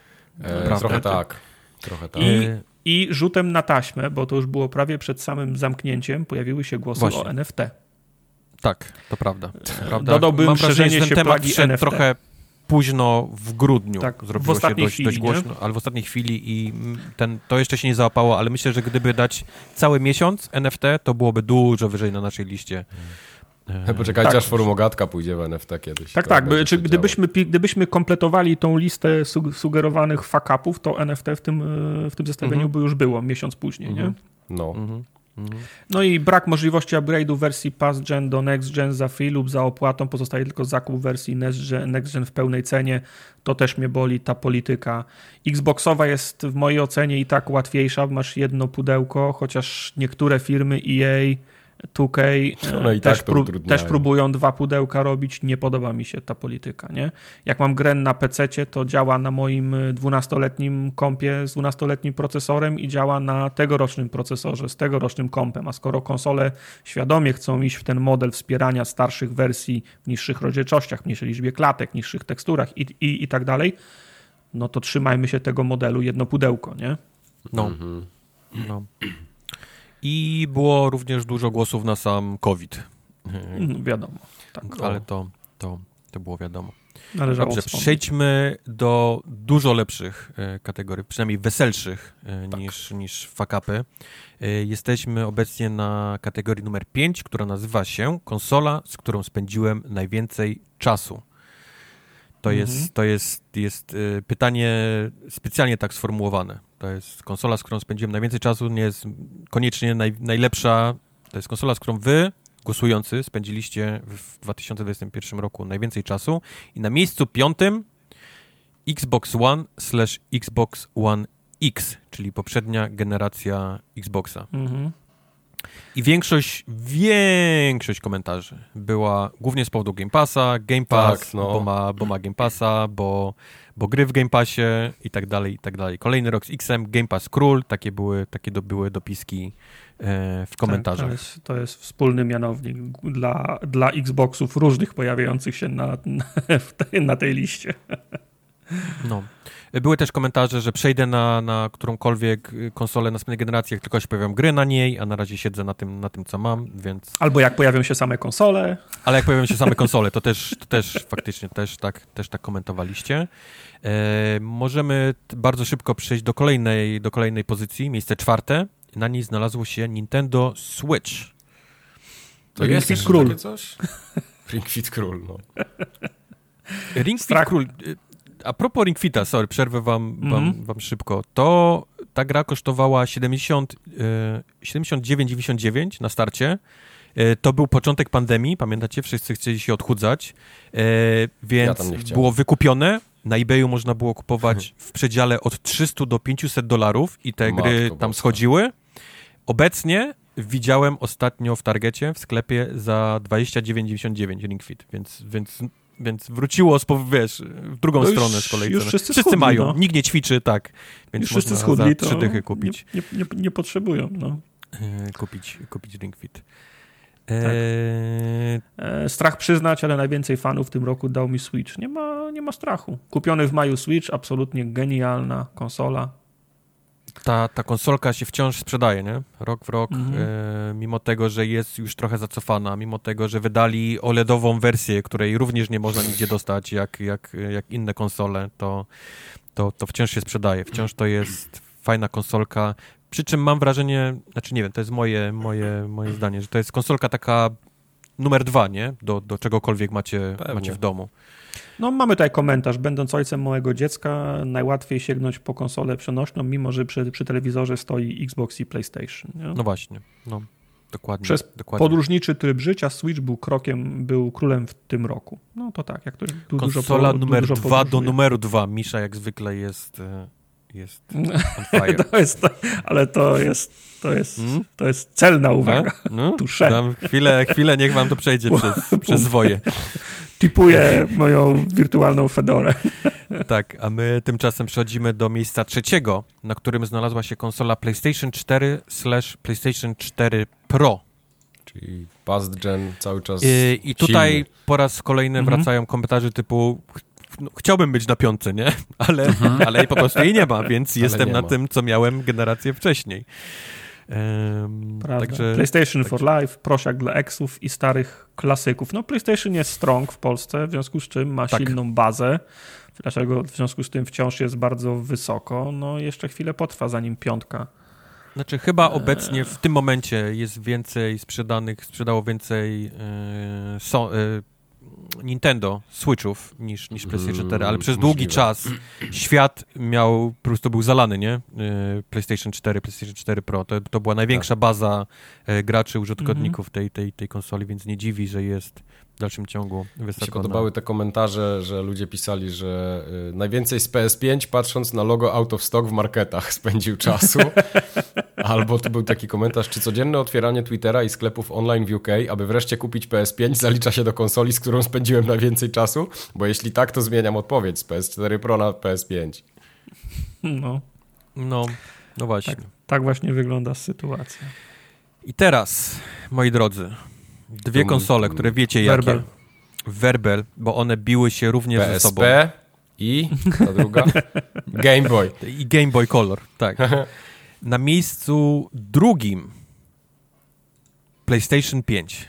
E, trochę tak. Trochę tak. I, I rzutem na taśmę, bo to już było prawie przed samym zamknięciem, pojawiły się głosy Właśnie. o N F T. Tak, to prawda. To prawda. Dodałbym Mam szerzenie wrażenie, że ten się temat plagi N F T. Trochę późno w grudniu tak, zrobiło w się dość, chwili, dość głośno, ale w ostatniej chwili i ten, to jeszcze się nie załapało, ale myślę, że gdyby dać cały miesiąc N F T, to byłoby dużo wyżej na naszej liście. Hmm. Poczekajcie, tak. aż forum Ogatka pójdzie w N F T kiedyś. Tak, tak. By, czy gdybyśmy, gdybyśmy kompletowali tą listę sugerowanych fuck-upów, to N F T w tym, w tym zestawieniu mm-hmm. by już było miesiąc później, mm-hmm. nie? No. Mm-hmm. No i brak możliwości upgrade'u wersji Past Gen do Next Gen za free lub za opłatą. Pozostaje tylko zakup wersji Next Gen, Next Gen w pełnej cenie. To też mnie boli, ta polityka. Xboxowa jest w mojej ocenie i tak łatwiejsza. Masz jedno pudełko, chociaż niektóre firmy E A, two K no i też, tak pró- też próbują dwa pudełka robić. Nie podoba mi się ta polityka, nie? Jak mam grę na pececie, to działa na moim dwunastoletnim kompie z dwunastoletnim procesorem i działa na tegorocznym procesorze z tegorocznym kompem, a skoro konsole świadomie chcą iść w ten model wspierania starszych wersji w niższych rozdzielczościach, w niższej liczbie klatek, niższych teksturach i, i, i tak dalej, no to trzymajmy się tego modelu jedno pudełko, nie? No. Mhm. No. I było również dużo głosów na sam COVID. No, wiadomo. Tak. Ale to, to, to było wiadomo. Należało Dobrze, wspomnieć. Przejdźmy do dużo lepszych e, kategorii, przynajmniej weselszych e, tak. niż, niż fuck-upy. E, jesteśmy obecnie na kategorii numer pięć, która nazywa się konsola, z którą spędziłem najwięcej czasu. To mhm. jest, to jest, jest y, pytanie specjalnie tak sformułowane. To jest konsola, z którą spędziłem najwięcej czasu, nie jest koniecznie naj, najlepsza. To jest konsola, z którą wy, głosujący, spędziliście w dwa tysiące dwudziestym pierwszym roku najwięcej czasu. I na miejscu piątym Xbox One slash Xbox One X, czyli poprzednia generacja Xboxa. Mhm. I większość, większość komentarzy była głównie z powodu Game Passa, Game Pass, tak, no. bo, ma, bo ma Game Passa, bo, bo gry w Game Passie i tak dalej, i tak dalej. Kolejny rok z X-em, Game Pass Król, takie były, takie do, były dopiski e, w komentarzach. Tak, to, jest, to jest wspólny mianownik dla, dla Xboxów różnych pojawiających się na, na, tej, na tej liście. No. Były też komentarze, że przejdę na, na którąkolwiek konsolę następnej generacji, jak tylko się pojawią gry na niej, a na razie siedzę na tym, na tym co mam, więc... Albo jak pojawią się same konsole. Ale jak pojawią się same konsole, to też, to też faktycznie też tak, też tak komentowaliście. E, możemy bardzo szybko przejść do kolejnej, do kolejnej pozycji, miejsce czwarte. Na niej znalazło się Nintendo Switch. To jest jeszcze takie coś? Ring Fit Król, no. Ring Fit Król... A propos Ring Fita, sorry, przerwę wam, mm-hmm. wam, wam szybko. To ta gra kosztowała siedemdziesiąt dziewięć dziewięćdziesiąt dziewięć na starcie. To był początek pandemii, pamiętacie? Wszyscy chcieli się odchudzać, więc ja było wykupione. Na eBayu można było kupować w przedziale od trzysta do pięciuset dolarów i te Matko gry tam schodziły. Obecnie widziałem ostatnio w Targecie, w sklepie za dwadzieścia dziewięć dziewięćdziesiąt dziewięć Ring Fit, więc... więc Więc wróciło, wiesz, w drugą no stronę już, z kolei. Już wszyscy, wszyscy schudli, mają, no. Nikt nie ćwiczy, tak. Więc już wszyscy można schudli, za trzy dychy kupić. Nie, nie, nie, nie potrzebują, no. E, kupić, kupić Ring Fit. E... Tak. E, strach przyznać, ale najwięcej fanów w tym roku dał mi Switch. Nie ma, nie ma strachu. Kupiony w maju Switch, absolutnie genialna konsola. Ta, ta konsolka się wciąż sprzedaje, nie? Rok w rok, mm-hmm. e, mimo tego, że jest już trochę zacofana, mimo tego, że wydali O L E D ową wersję, której również nie można nigdzie dostać, jak, jak, jak inne konsole, to, to, to wciąż się sprzedaje. Wciąż to jest fajna konsolka, przy czym mam wrażenie, znaczy nie wiem, to jest moje, moje, moje zdanie, że to jest konsolka taka numer dwa, nie? Do, do czegokolwiek macie, macie w domu. No mamy tutaj komentarz. Będąc ojcem małego dziecka, najłatwiej sięgnąć po konsolę przenośną, mimo że przy, przy telewizorze stoi Xbox i PlayStation. Nie? No właśnie, no dokładnie. Przez dokładnie. podróżniczy tryb życia Switch był krokiem, był królem w tym roku. No to tak, jak ktoś du, konsola dużo numer dużo dwa podróżuje. do numeru dwa. Misza jak zwykle jest, jest on fire. to jest to, ale to jest To jest, hmm? to jest celna uwaga. No, no, dam chwilę, chwilę, niech wam to przejdzie przez, przez zwoje. Tipuję moją wirtualną Fedorę. Tak, a my tymczasem przechodzimy do miejsca trzeciego, na którym znalazła się konsola PlayStation cztery slash PlayStation cztery Pro. Czyli past gen cały czas I, i tutaj silny. Po raz kolejny mhm. wracają komentarze typu no, chciałbym być na piątce, nie? Ale, mhm. ale po prostu jej nie ma, więc ale jestem na ma. tym, co miałem generację wcześniej. Um, także, PlayStation także... for Life, prosiak dla eksów i starych klasyków. No PlayStation jest strong w Polsce, w związku z czym ma tak. silną bazę. Dlaczego w związku z tym wciąż jest bardzo wysoko? No jeszcze chwilę potrwa, zanim piątka. Znaczy chyba obecnie w tym momencie jest więcej sprzedanych, sprzedało więcej yy, so, yy, Nintendo Switchów niż, niż PlayStation cztery, ale przez długi czas świat miał, po prostu był zalany, nie? PlayStation cztery, PlayStation cztery Pro. To, to była największa tak. baza graczy, użytkowników tej, tej, tej konsoli, więc nie dziwi, że jest w dalszym ciągu wysoko. Mi się podobały te komentarze, że ludzie pisali, że y, najwięcej z P S pięć patrząc na logo out of stock w marketach spędził czasu. Albo tu był taki komentarz, czy codzienne otwieranie Twittera i sklepów online w U K, aby wreszcie kupić P S pięć, zalicza się do konsoli, z którą spędziłem najwięcej czasu? Bo jeśli tak, to zmieniam odpowiedź z P S cztery Pro na P S pięć. No, no, no właśnie. Tak, tak właśnie wygląda sytuacja. I teraz, moi drodzy, dwie konsole, które wiecie jakie. Verbal. Verbal, bo one biły się również P S P ze sobą. I ta druga? Game Boy. I Game Boy Color, tak. Na miejscu drugim PlayStation pięć.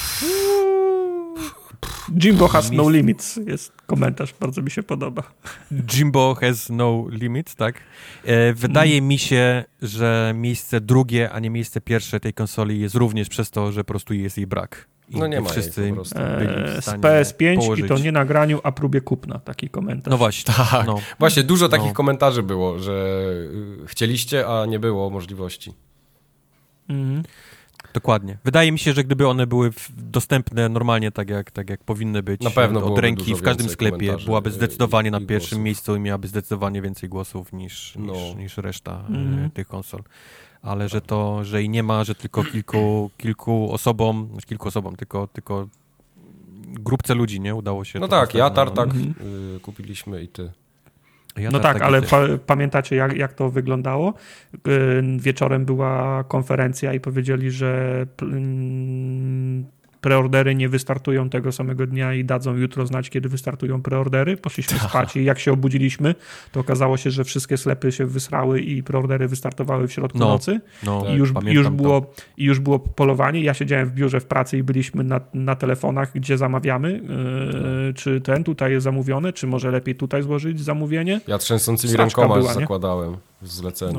Jimbo has no limits, jest komentarz, bardzo mi się podoba. Jimbo has no limits, tak. E, wydaje mm. mi się, że miejsce drugie, a nie miejsce pierwsze tej konsoli jest również przez to, że po prostu jest jej brak. I no nie ma wszyscy jej po prostu. byli w stanie z P S pięć położyć. I to nie na graniu, a próbie kupna, taki komentarz. No właśnie. Tak, no. właśnie dużo no. takich komentarzy było, że chcieliście, a nie było możliwości. Mhm. Dokładnie. Wydaje mi się, że gdyby one były dostępne normalnie, tak jak, tak jak powinny być, na pewno od ręki w każdym sklepie, byłaby zdecydowanie i, na i pierwszym głosów. miejscu i miałaby zdecydowanie więcej głosów niż, no. niż, niż reszta mm. y, tych konsol. Ale że to, że i nie ma, że tylko kilku, kilku osobom, znaczy kilku osobom, tylko, tylko grupce ludzi, nie? Udało się. No tak, ja Tartak na... y, kupiliśmy i ty. Ja no tak, ale pa, pamiętacie jak, jak to wyglądało? Wieczorem była konferencja i powiedzieli, że preordery nie wystartują tego samego dnia i dadzą jutro znać, kiedy wystartują preordery. Poszliśmy Ta. spać i jak się obudziliśmy, to okazało się, że wszystkie sklepy się wysrały i preordery wystartowały w środku no, nocy. No, I, już, i, już było, to. I już było polowanie. Ja siedziałem w biurze w pracy i byliśmy na, na telefonach, gdzie zamawiamy. Yy, no. Czy ten tutaj jest zamówiony, czy może lepiej tutaj złożyć zamówienie? Ja trzęsącymi Straczka rękoma była, zakładałem w zleceniu. No.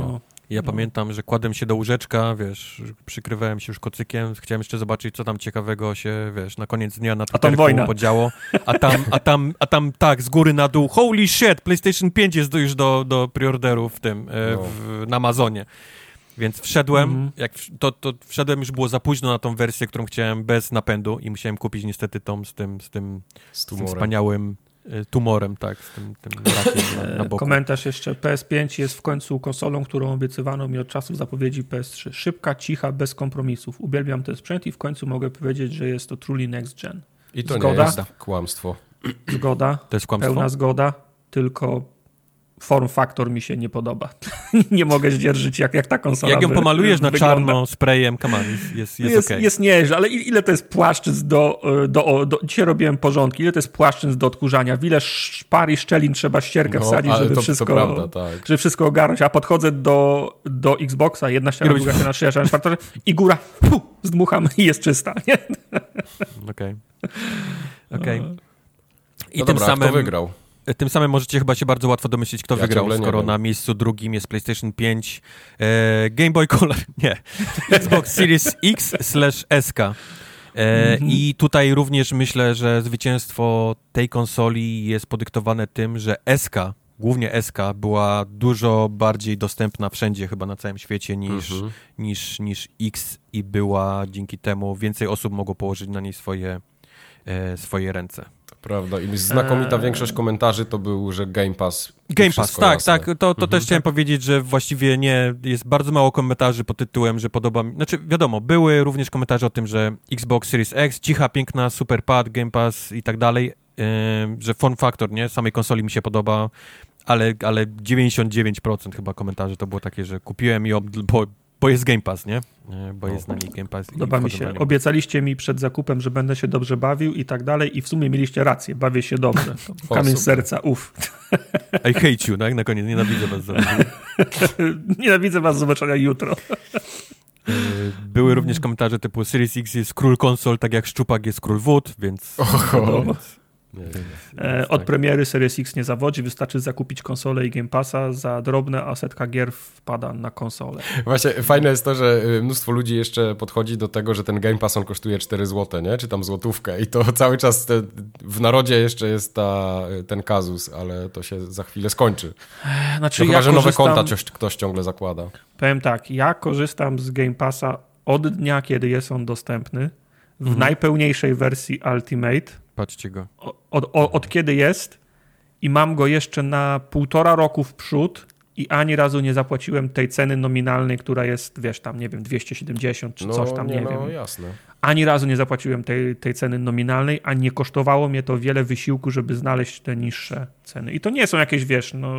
Ja no. pamiętam, że kładłem się do łóżeczka, wiesz, przykrywałem się już kocykiem, chciałem jeszcze zobaczyć, co tam ciekawego się, wiesz, na koniec dnia na Twitterku podziało. A tam, a tam, a tam tak, z góry na dół, holy shit, PlayStation pięć jest już do, do preorderu w tym, no. w, na Amazonie. Więc wszedłem, mm. jak to, to wszedłem, już było za późno na tą wersję, którą chciałem bez napędu i musiałem kupić niestety tą z tym, z tym, z tym wspaniałym tumorem, tak, z tym, tym rakiem na, na boku. Komentarz jeszcze, P S pięć jest w końcu konsolą, którą obiecywano mi od czasów zapowiedzi P S trzy. Szybka, cicha, bez kompromisów. Uwielbiam ten sprzęt i w końcu mogę powiedzieć, że jest to truly next gen. I to zgoda? Nie jest kłamstwo. Zgoda. To jest kłamstwo? Pełna zgoda, tylko form factor mi się nie podoba. Nie mogę zdzierżyć, jak, jak ta konsola Jak ją pomalujesz na wygląda. czarno sprayem, come on, jest, jest, jest, jest okej. Okay. Jest nieźle, ale ile to jest płaszczyzn do, do, do... Dzisiaj robiłem porządki. Ile to jest płaszczyzn do odkurzania? W ile szpar i szczelin trzeba ścierkę no, wsadzić, żeby, to, wszystko, to prawda, tak. żeby wszystko ogarnąć. A podchodzę do, do Xboxa, jedna ściana, druga ściana, trzecia ściana, czwarta i góra, fu, zdmucham i jest czysta. Okej. Okej. I no tym dobra, samym... kto wygrał? Tym samym możecie chyba się bardzo łatwo domyślić, kto ja wygrał, skoro na miejscu drugim jest PlayStation pięć, e, Game Boy Color, nie, Xbox Series X slash S K. E, mm-hmm. I tutaj również myślę, że zwycięstwo tej konsoli jest podyktowane tym, że S K, głównie S K, była dużo bardziej dostępna wszędzie chyba na całym świecie niż, mm-hmm. niż, niż X i była dzięki temu więcej osób mogło położyć na niej swoje, e, swoje ręce. Prawda, i znakomita eee. większość komentarzy to był, że Game Pass. Game Pass, tak, jasne. tak. To, to mhm. też chciałem powiedzieć, że właściwie nie, jest bardzo mało komentarzy pod tytułem, że podoba mi, znaczy wiadomo, były również komentarze o tym, że Xbox Series X, cicha, piękna, super pad, Game Pass i tak dalej, yy, że form factor, nie, samej konsoli mi się podoba, ale, ale dziewięćdziesiąt dziewięć procent chyba komentarzy to było takie, że kupiłem ją, bo Bo jest Game Pass, nie? Bo jest na niej Game Pass. Podoba mi się. Obiecaliście mi przed zakupem, że będę się dobrze bawił i tak dalej i w sumie mieliście rację. Bawię się dobrze. Kamień z serca, uff. I hate you, tak? Na koniec. Nienawidzę was. Nienawidzę was zobaczenia jutro. Były również komentarze typu Series X jest król konsol, tak jak szczupak jest król wód, więc... Oho. więc... Nie, nie, nie, Od tak. premiery Series X nie zawodzi, wystarczy zakupić konsolę i Game Passa za drobne, a setka gier wpada na konsolę. Właśnie fajne jest to, że mnóstwo ludzi jeszcze podchodzi do tego, że ten Game Pass on kosztuje cztery złote, nie? Czy tam złotówkę i to cały czas te, w narodzie jeszcze jest ta, ten kazus, ale to się za chwilę skończy. Znaczy, no chyba, ja że nowe konta ktoś, ktoś ciągle zakłada. Powiem tak, ja korzystam z Game Passa od dnia, kiedy jest on dostępny w mhm. najpełniejszej wersji Ultimate. Patrzcie go. Od, od, od kiedy jest i mam go jeszcze na półtora roku w przód i ani razu nie zapłaciłem tej ceny nominalnej, która jest, wiesz, tam, nie wiem, dwieście siedemdziesiąt czy no, coś tam, nie, nie no, wiem. Jasne. Ani razu nie zapłaciłem tej, tej ceny nominalnej, a nie kosztowało mnie to wiele wysiłku, żeby znaleźć te niższe ceny. I to nie są jakieś, wiesz, no,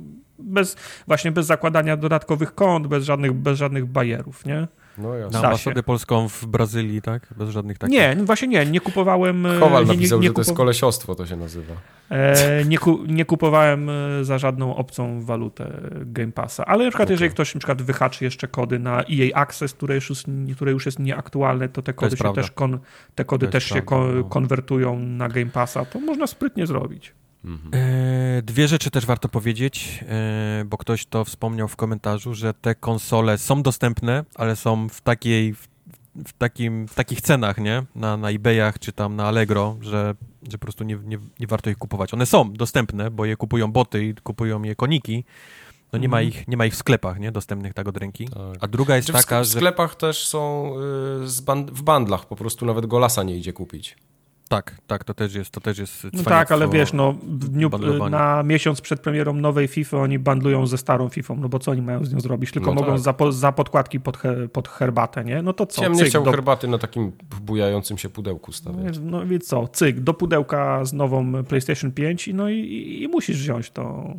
bez, właśnie bez zakładania dodatkowych kont, bez żadnych, bez żadnych bajerów, nie? No jasne. Na ambasadę polską w Brazylii, tak? Bez żadnych takich... Nie, właśnie nie, nie kupowałem... Kowal nie, napisał, nie, nie że to jest kolesiostwo, to się nazywa. E, nie, ku, nie kupowałem za żadną obcą walutę Game Passa, ale na przykład okay. jeżeli ktoś na przykład wyhaczy jeszcze kody na E A Access, które już, jest, które już jest nieaktualne, to te kody, to się, też, kon, te kody też się kon, no. konwertują na Game Passa, to można sprytnie zrobić. Mhm. E, dwie rzeczy też warto powiedzieć, e, bo ktoś to wspomniał w komentarzu, że te konsole są dostępne, ale są w takiej w, w, takim, w takich cenach, nie? Na, na eBayach czy tam na Allegro, że, że po prostu nie, nie, nie warto ich kupować. One są dostępne, bo je kupują boty i kupują je koniki. No nie, mhm. ma ich, nie ma ich w sklepach, nie? Dostępnych tak od ręki. Tak. A druga jest znaczy, taka, w że... W sklepach też są y, z band- w bandlach, po prostu nawet Golasa nie idzie kupić. Tak, tak, to też jest, to też jest no tak, ale wiesz, no w dniu, na miesiąc przed premierą nowej FIFA oni bandlują ze starą FIFA, no bo co oni mają z nią zrobić? Tylko no mogą tak. za, po, za podkładki pod, he, pod herbatę, nie? No to co? Ja nie chciał do... herbaty na takim bujającym się pudełku stawiać. No i co? Cyk, do pudełka z nową PlayStation pięć no i, i, i musisz wziąć to,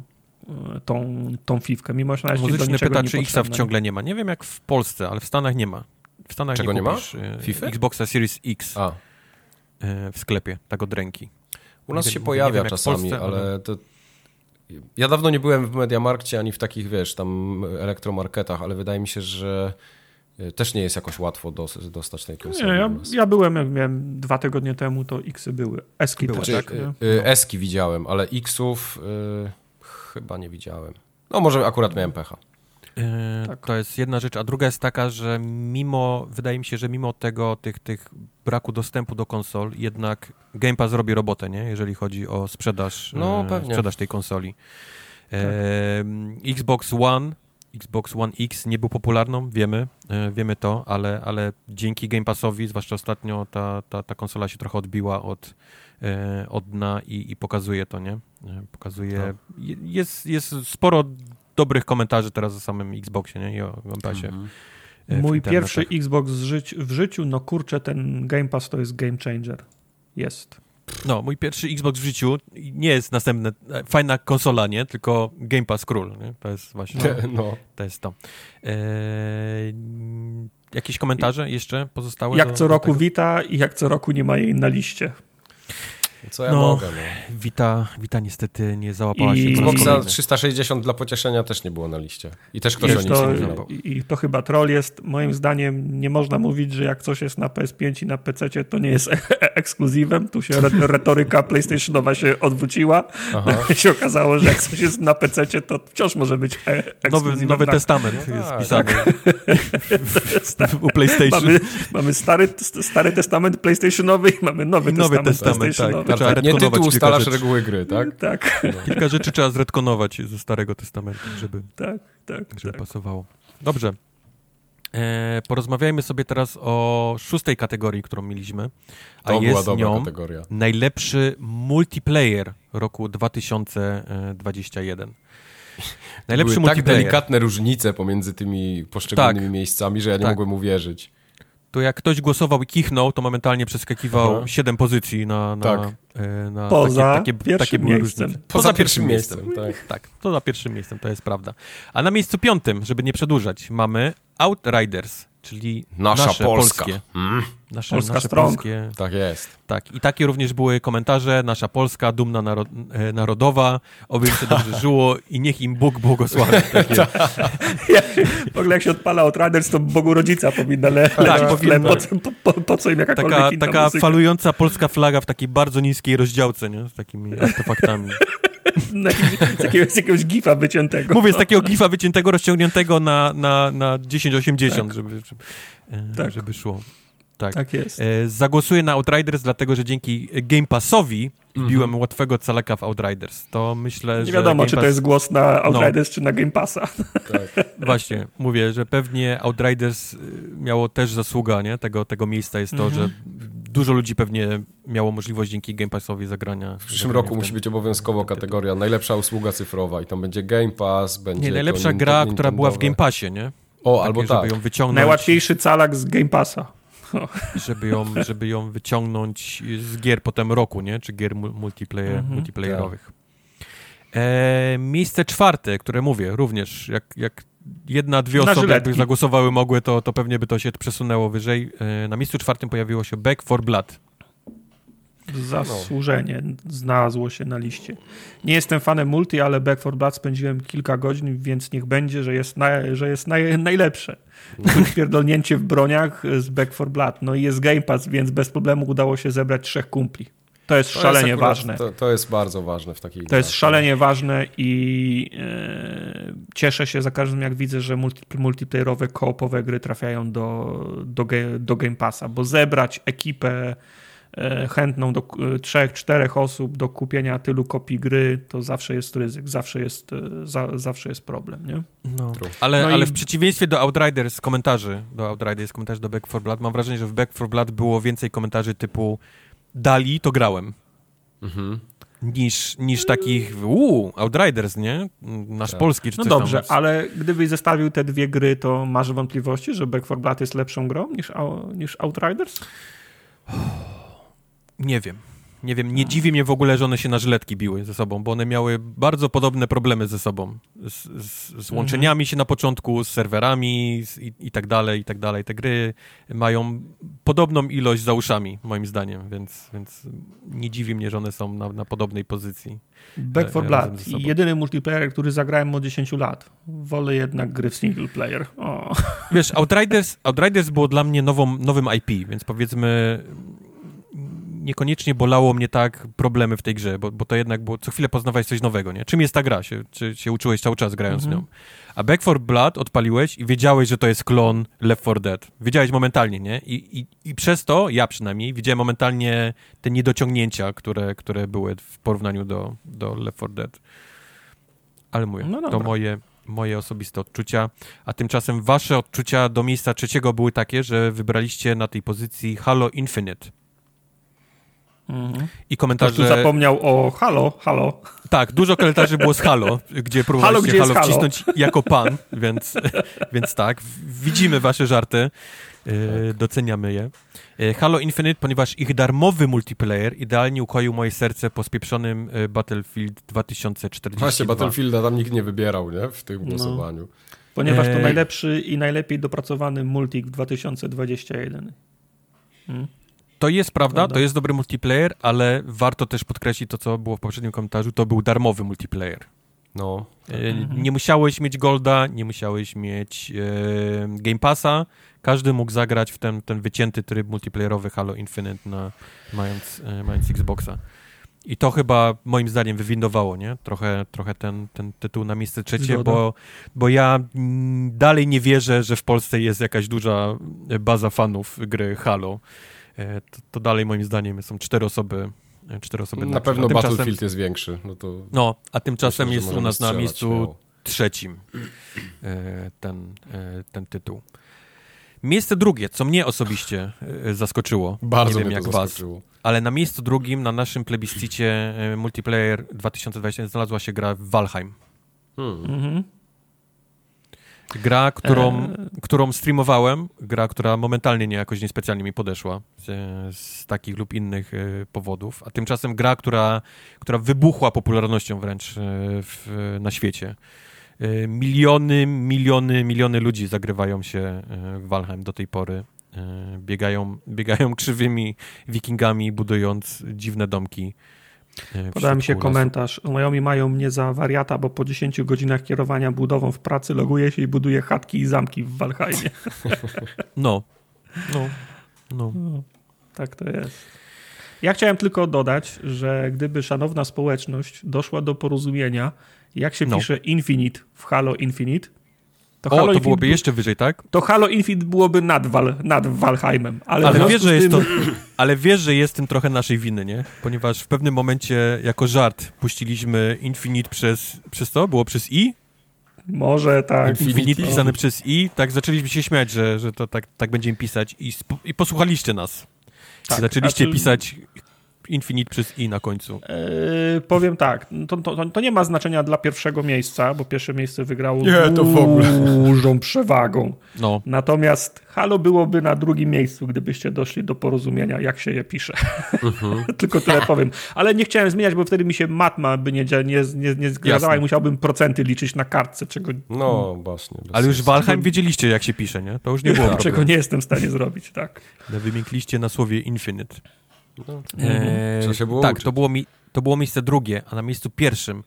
tą, tą fifkę, mimo że Muzyczny do niczego pyta, nie czy X-a ciągle nie ma. Nie wiem jak w Polsce, ale w Stanach nie ma. W Stanach Czego nie, nie kupisz, ma? FIFA? Xboxa Series X. A. W sklepie, tak od ręki. U nas nie się wiem, pojawia wiem, czasami, Polsce, ale to... Ja dawno nie byłem w Mediamarkcie ani w takich, wiesz, tam elektromarketach, ale wydaje mi się, że też nie jest jakoś łatwo dos- dostać tej konsoli. Nie, ja, ja byłem, jak miałem dwa tygodnie temu, to X-y były. Eski były, też. tak? Y, y, Eski widziałem, ale X-ów y, chyba nie widziałem. No może akurat miałem pecha. Yy, tak. To jest jedna rzecz, a druga jest taka, że mimo, wydaje mi się, że mimo tego, tych, tych braku dostępu do konsol, jednak Game Pass robi robotę, nie? Jeżeli chodzi o sprzedaż, no, yy, sprzedaż tej konsoli. Yy, tak. Xbox One, Xbox One X nie był popularną, wiemy, yy, wiemy to, ale, ale dzięki Game Passowi, zwłaszcza ostatnio, ta, ta, ta konsola się trochę odbiła od, yy, od dna i, i pokazuje to, nie? Yy, pokazuje, tak. jest, jest sporo dobrych komentarzy teraz o samym Xboxie, nie? I o Game Passie. Mm-hmm. Mój pierwszy Xbox w życiu, w życiu, no kurczę, ten Game Pass to jest game changer. Jest. No, mój pierwszy Xbox w życiu nie jest następne, fajna konsola, nie? Tylko Game Pass król, nie? To jest właśnie, no. no. To jest to. Eee, jakieś komentarze jeszcze pozostałe? Jak do, co roku tego? Vita i jak co roku nie ma jej na liście. Co ja no, mogę, no. Vita, Vita niestety nie załapała I... się. Xboxa trzysta sześćdziesiąt dla pocieszenia też nie było na liście. I też ktoś o nic to, nie wiedział. I to chyba troll jest. Moim zdaniem nie można mówić, że jak coś jest na P S pięć i na P C, to nie jest ekskluzywem. Tu się retoryka PlayStationowa się odwróciła. się okazało, że jak coś jest na P C, to wciąż może być ekskluzywem. Nowy, nowy testament no jest tak, pisany tak. u PlayStation. Mamy, mamy stary, stary testament PlayStationowy i mamy nowy, I nowy testament, testament PlayStationowy. Tak. Tak, nie tytuł ustalasz reguły gry, tak? Tak. No. Kilka rzeczy trzeba zretkonować ze Starego Testamentu, żeby, tak, tak, żeby tak. pasowało. Dobrze. E, porozmawiajmy sobie teraz o szóstej kategorii, którą mieliśmy, a to jest była nią kategoria. najlepszy multiplayer roku dwa tysiące dwudziesty pierwszy. Najlepszy Były multiplayer. tak delikatne różnice pomiędzy tymi poszczególnymi tak. miejscami, że ja nie tak. mogłem uwierzyć. To jak ktoś głosował i kichnął, to momentalnie przeskakiwał Aha. siedem pozycji na, na, tak. na poza takie, takie, pierwszym takie były miejscem. Poza, poza pierwszym miejscem, miejscem tak. tak. Poza pierwszym miejscem, to jest prawda. A na miejscu piątym, żeby nie przedłużać, mamy Outriders, czyli nasza nasze Polska. polskie. Mm. Nasze, Polska nasze strong. polskie. Tak jest. Tak. I takie również były komentarze. Nasza Polska, dumna naro- narodowa, oby im się dobrze żyło i niech im Bóg błogosławi. Takie. ja, w ogóle jak się odpala Outriders, to Bogu rodzica powinna le- tak, leżeć powinna. po, po, po, po co im jakakolwiek taka, inna taka muzyka. falująca polska flaga w takiej bardzo niskiej rozdziałce, nie? Z takimi artefaktami. z, jakiegoś, z jakiegoś gifa wyciętego. Mówię, z takiego gifa wyciętego, rozciągniętego na, na, na tysiąc osiemdziesiąt, tak. żeby, żeby, tak. żeby szło. Tak. tak jest. E, zagłosuję na Outriders, dlatego że dzięki Game Passowi wbiłem mm-hmm. łatwego caleka w Outriders. To myślę, Nie że... Nie wiadomo, Game czy Pass... to jest głos na Outriders, no. czy na Game Passa. Tak. Właśnie, mówię, że pewnie Outriders miało też zasługa, nie? Tego, tego miejsca jest to, mm-hmm. że dużo ludzi pewnie miało możliwość dzięki Game Passowi zagrania. W przyszłym roku musi być obowiązkowo kategoria najlepsza usługa cyfrowa i tam będzie Game Pass, będzie... Nie, najlepsza gra, Nintendo, która była w Game Passie, nie? O, Takie, albo żeby tak. ją wyciągnąć. Najłatwiejszy calak z Game Passa. Żeby ją, żeby ją wyciągnąć z gier potem roku, nie? Czy gier multiplayer, mm-hmm. multiplayerowych. E, miejsce czwarte, które mówię, również jak, jak jedna, dwie na osoby żyletki. jakby zagłosowały mogły, to, to pewnie by to się przesunęło wyżej. E, na miejscu czwartym pojawiło się Back four Blood. Zasłużenie znalazło się na liście. Nie jestem fanem multi, ale Back four Blood spędziłem kilka godzin, więc niech będzie, że jest, na, że jest naj, najlepsze. Pierdolnięcie w broniach z Back four Blood. No i jest Game Pass, więc bez problemu udało się zebrać trzech kumpli. To jest to szalenie jest akurat, ważne. To, to jest bardzo ważne w takiej To grach. jest szalenie ważne i e, cieszę się za każdym, jak widzę, że multi, multiplayerowe, koopowe gry trafiają do, do, do Game Passa, bo zebrać ekipę chętną do trzech, czterech osób do kupienia tylu kopii gry, to zawsze jest ryzyk, zawsze jest, za, zawsze jest problem, nie? No. Ale, no ale i... w przeciwieństwie do Outriders komentarzy, do Outriders komentarzy do Back four Blood, mam wrażenie, że w Back four Blood było więcej komentarzy typu dali, to grałem. Mhm. Niż, niż takich uuu, Outriders, nie? Nasz tak. polski czy No coś dobrze, tam. ale gdybyś zestawił te dwie gry, to masz wątpliwości, że Back four Blood jest lepszą grą niż, niż Outriders? Nie wiem. Nie wiem, nie dziwi mnie w ogóle, że one się na żyletki biły ze sobą, bo one miały bardzo podobne problemy ze sobą. Z, z, z łączeniami mhm. się na początku, z serwerami z, i, i tak dalej, i tak dalej. Te gry mają podobną ilość za uszami, moim zdaniem, więc, więc nie dziwi mnie, że one są na, na podobnej pozycji. Back four Blood. Jedyny multiplayer, który zagrałem od dziesięciu lat. Wolę jednak gry w single player. O. Wiesz, Outriders, Outriders było dla mnie nową, nowym I P, więc powiedzmy... niekoniecznie bolało mnie tak problemy w tej grze, bo, bo to jednak było, co chwilę poznawałeś coś nowego, nie? Czym jest ta gra? Się, czy się uczyłeś cały czas grając mm-hmm. nią? A Back four Blood odpaliłeś i wiedziałeś, że to jest klon Left four Dead. Wiedziałeś momentalnie, nie? I, i, i przez to, ja przynajmniej, widziałem momentalnie te niedociągnięcia, które, które były w porównaniu do, do Left four Dead. Ale mówię, no to moje... moje osobiste odczucia, a tymczasem wasze odczucia do miejsca trzeciego były takie, że wybraliście na tej pozycji Halo Infinite. Mhm. I komentarze... Ktoś tu zapomniał o Halo, Halo. Tak, dużo komentarzy było z Halo, gdzie próbowaliście Halo, Halo wcisnąć Halo? Jako pan, więc, więc tak, widzimy wasze żarty, tak. Doceniamy je. Halo Infinite, ponieważ ich darmowy multiplayer idealnie ukoił moje serce po spieprzonym Battlefield dwa tysiące czterdzieści dwa. Właśnie, Battlefielda tam nikt nie wybierał, nie? W tym głosowaniu. No. Ponieważ to najlepszy i najlepiej dopracowany multik w dwa tysiące dwudziestym pierwszym. Hmm. To jest prawda, prawda, to jest dobry multiplayer, ale warto też podkreślić to, co było w poprzednim komentarzu, to był darmowy multiplayer. No. E, nie musiałeś mieć Golda, nie musiałeś mieć e, Game Passa, każdy mógł zagrać w ten, ten wycięty tryb multiplayerowy Halo Infinite, na, mając, e, mając Xboxa. I to chyba moim zdaniem wywindowało, nie? Trochę, trochę ten, ten tytuł na miejsce trzecie, bo, bo ja m, dalej nie wierzę, że w Polsce jest jakaś duża baza fanów gry Halo. E, to, to dalej moim zdaniem są cztery osoby. Cztery osoby na na pewno Battlefield jest większy. No, to no a tymczasem myślę, jest u nas na miejscu miało. trzecim e, ten, e, ten tytuł. Miejsce drugie, co mnie osobiście e, zaskoczyło. Bardzo nie wiem mnie jak to was, zaskoczyło. ale na miejscu drugim, na naszym plebiscycie e, multiplayer dwa tysiące dwudziestym znalazła się gra Valheim. Hmm. Mhm. Gra, którą, eee. którą streamowałem, gra, która momentalnie nie, jakoś niespecjalnie mi podeszła z, z takich lub innych e, powodów, a tymczasem gra, która, która wybuchła popularnością wręcz e, w, na świecie. E, miliony, miliony, miliony ludzi zagrywają się e, w Valheim do tej pory. E, biegają, biegają krzywymi wikingami, budując dziwne domki. Podał mi się komentarz. Znajomi mają mnie za wariata, bo po dziesięciu godzinach kierowania budową w pracy loguję się i buduję chatki i zamki w Valheimie. No. No. No. no. Tak to jest. Ja chciałem tylko dodać, że gdyby szanowna społeczność doszła do porozumienia, jak się no. pisze Infinite w Halo Infinite, to, o, Halo to Infinite byłoby jeszcze wyżej, tak? To Halo Infinite byłoby nad, Val, nad Valheimem. Ale, ale, wiesz, że jest tym... to, ale wiesz, że jest tym trochę naszej winy, nie? Ponieważ w pewnym momencie jako żart puściliśmy Infinite przez, przez to? Było przez I? Może tak. Infinite, Infinite pisane przez I. Tak zaczęliśmy się śmiać, że, że to tak, tak będziemy pisać i, sp- i posłuchaliście nas. Tak, zaczęliście czy... pisać Infinite przez I na końcu. Yy, powiem tak, to, to, to nie ma znaczenia dla pierwszego miejsca, bo pierwsze miejsce wygrało nie, to w ogóle. dużą przewagą. No. Natomiast Halo byłoby na drugim miejscu, gdybyście doszli do porozumienia, jak się je pisze. Uh-huh. Tylko tyle powiem. Ale nie chciałem zmieniać, bo wtedy mi się matma by nie, nie, nie, nie zgadzała i musiałbym procenty liczyć na kartce, czego... No, właśnie. Ale już w Valheim wiedzieliście, jak się pisze, nie? To już nie było problemu. Czego nie jestem w stanie zrobić, tak. Wymiękliście na słowie Infinite. No, eee, się było tak, uczyć. to było, mi, to było miejsce drugie, a na miejscu pierwszym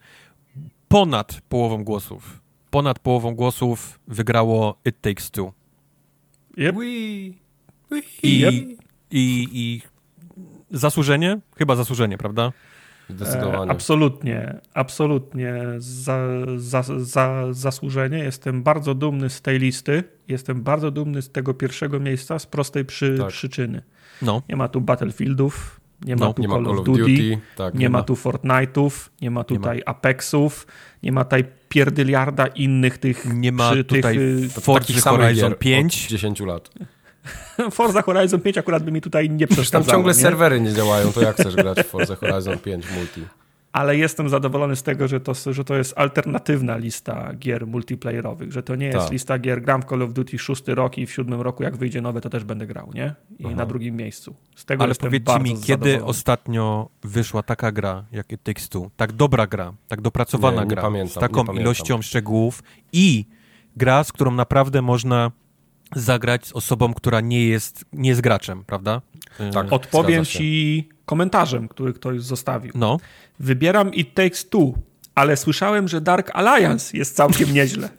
ponad połową głosów, ponad połową głosów wygrało It Takes Two. Yep. I, yep. i, I zasłużenie? Chyba zasłużenie, prawda? Zdecydowanie. E, absolutnie, absolutnie za, za, za, zasłużenie. Jestem bardzo dumny z tej listy. Jestem bardzo dumny z tego pierwszego miejsca z prostej przy, tak. przyczyny. No. Nie ma tu Battlefieldów, nie ma no, tu nie Call ma of Duty, Duty tak, nie, nie ma, ma tu Fortnite'ów, nie ma tutaj nie ma. Apexów, nie ma tutaj pierdyliarda innych tych... Nie ma przy, tutaj tych, Forza Horizon pięć. Od dziesięciu lat. Forza Horizon pięć akurat by mi tutaj nie przeszkadzało. Tam ciągle nie? serwery nie działają, to jak chcesz grać w Forza Horizon pięć multi? Ale jestem zadowolony z tego, że to, że to jest alternatywna lista gier multiplayerowych, że to nie jest tak. lista gier, gram w Call of Duty szósty rok i w siódmym roku jak wyjdzie nowe, to też będę grał, nie? I Aha. na drugim miejscu. Z tego Ale jestem powiedzcie mi, kiedy ostatnio wyszła taka gra, jak It Takes Two, tak dobra gra, tak dopracowana nie, nie gra, pamiętam, z taką ilością szczegółów i gra, z którą naprawdę można zagrać z osobą, która nie jest, nie jest graczem, prawda? Tak, odpowiem ci komentarzem, który ktoś zostawił. No. Wybieram It Takes Two, ale słyszałem, że Dark Alliance jest całkiem nieźle.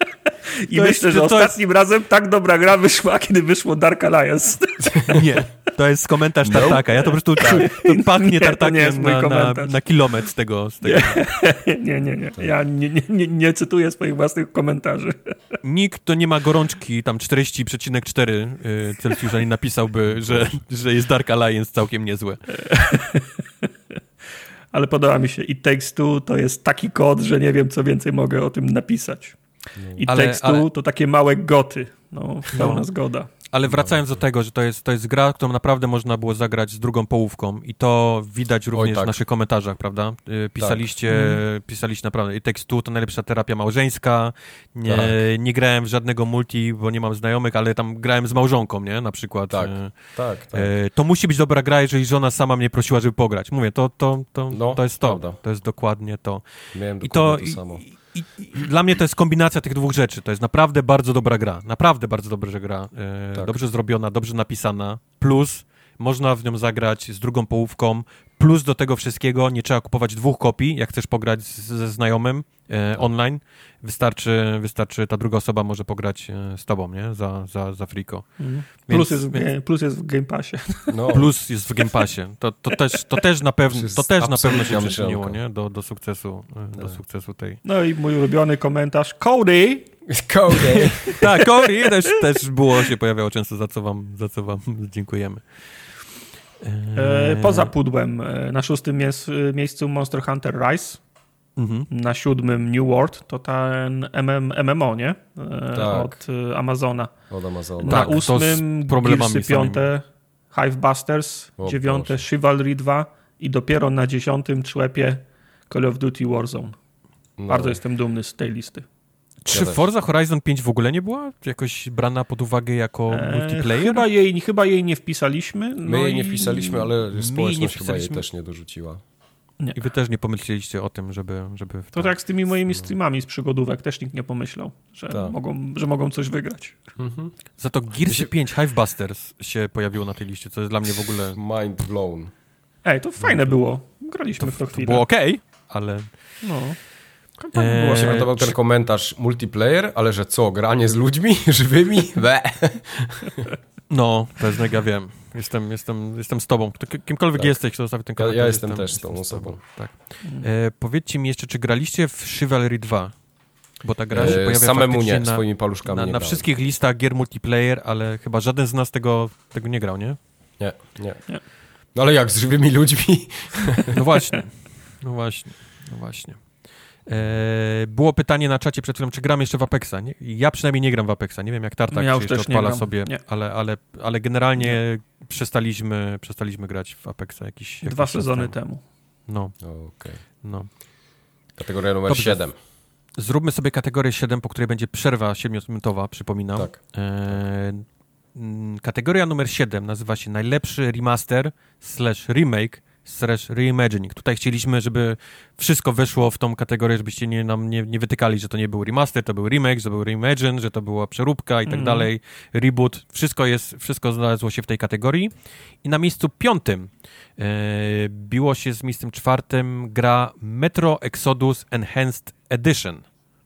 I to myślę, jest, że ostatnim jest... razem tak dobra gra wyszła, kiedy wyszło Dark Alliance. Nie. To jest komentarz Tartaka. Ja to po prostu to pachnie nie, Tartakiem na, na, na kilometr z tego. Z tego. Nie, nie, nie. Ja nie, nie, nie, nie cytuję swoich własnych komentarzy. Nikt, to nie ma gorączki tam czterdzieści przecinek cztery Celsjusza nie napisałby, że, że jest Dark Alliance całkiem niezłe. Ale podoba mi się. It Takes Two to jest taki kod, że nie wiem, co więcej mogę o tym napisać. It ale, Takes Two ale... to takie małe goty. No, pełna no. zgoda. Ale wracając do tego, że to jest, to jest gra, którą naprawdę można było zagrać z drugą połówką i to widać również Oj, tak. w naszych komentarzach, prawda? Pisaliście, tak. pisaliście naprawdę. It Takes Two to najlepsza terapia małżeńska. Nie, tak. nie grałem w żadnego multi, bo nie mam znajomych, ale tam grałem z małżonką, nie? Na przykład. Tak, tak, tak. To musi być dobra gra, jeżeli żona sama mnie prosiła, żeby pograć. Mówię, to, to, to, no, to jest to. Prawda. To jest dokładnie to. Miałem dokładnie I to, to samo. I, I, I dla mnie to jest kombinacja tych dwóch rzeczy. To jest naprawdę bardzo dobra gra. Naprawdę bardzo dobra gra. E, tak. Dobrze zrobiona, dobrze napisana. Plus można w nią zagrać z drugą połówką. Plus do tego wszystkiego nie trzeba kupować dwóch kopii, jak chcesz pograć z, ze znajomym e, online. Wystarczy, wystarczy ta druga osoba może pograć e, z tobą, nie? Za, za, za friko. Mm. Więc, plus, jest w, więc... plus jest w Game Passie. No. Plus jest w Game Passie. To, to, też, to też na pewno, to też na pewno się przyczyniło, nie? Do, do, sukcesu, do no. sukcesu tej. No i mój ulubiony komentarz. Cody! Cody! Tak, Cody też, też było, się pojawiało często, za co wam, za co wam dziękujemy. Eee... Poza pudłem na szóstym jest, miejscu Monster Hunter Rise. Mhm. Na siódmym New World, to ten M M O, nie? E, tak. Od Amazona. Od Amazona. Na tak, ósmym Gearsy piąte, Hive Busters, o, dziewiąte proszę. Chivalry dwa i dopiero na dziesiątym człepie Call of Duty Warzone. No. Bardzo jestem dumny z tej listy. Czy ja Forza Horizon pięć w ogóle nie była jakoś brana pod uwagę jako e, multiplayer? Chyba jej, chyba jej nie wpisaliśmy. No My jej nie wpisaliśmy, ale społeczność nie chyba jej też nie dorzuciła. Nie. I wy też nie pomyśleliście o tym, żeby... żeby to tak z tymi moimi streamami z przygodówek też nikt nie pomyślał, że, tak. mogą, że mogą coś wygrać. Mhm. Za to Gearsy się... pięć Hive Busters się pojawiło na tej liście, co jest dla mnie w ogóle... Mind blown. Ej, to fajne było. Graliśmy to, w to chwilę. To było okej, okay, ale... No. Eee, było się podobał ten komentarz multiplayer, ale że co, granie z ludźmi żywymi? We. No, to jest mega, wiem. Jestem, jestem, jestem z tobą. Kimkolwiek tak. jesteś, kto zostawi ten komentarz. Ja, ja jestem, jestem też z tą osobą. Tak. E, powiedzcie mi jeszcze, czy graliście w Chivalry dwa? Bo ta gra się pojawia samemu nie, na, swoimi paluszkami na, nie na wszystkich listach gier multiplayer, ale chyba żaden z nas tego, tego nie grał, nie? Nie, nie, nie. No ale jak, z żywymi ludźmi? No właśnie, no właśnie, no właśnie. E, było pytanie na czacie przed chwilą, czy gram jeszcze w Apexa. Nie? Ja przynajmniej nie gram w Apexa. Nie wiem, jak Tartak ja się jeszcze odpala sobie, ale, ale, ale generalnie nie. przestaliśmy przestaliśmy grać w Apexa jakiś, jakiś Dwa sezony temu. temu. No. Okay. no. Kategoria numer Dobrze. siedem. Zróbmy sobie kategorię siedem, po której będzie przerwa siedmiominutowa, przypominam. Tak. E, kategoria numer siedem nazywa się najlepszy remaster slash remake slash reimagining. Tutaj chcieliśmy, żeby wszystko weszło w tą kategorię, żebyście nie, nam nie, nie wytykali, że to nie był remaster, to był remake, że to był reimagine, że to była przeróbka i tak mm. dalej, reboot. Wszystko jest, wszystko znalazło się w tej kategorii. I na miejscu piątym e, biło się z miejscem czwartym gra Metro Exodus Enhanced Edition.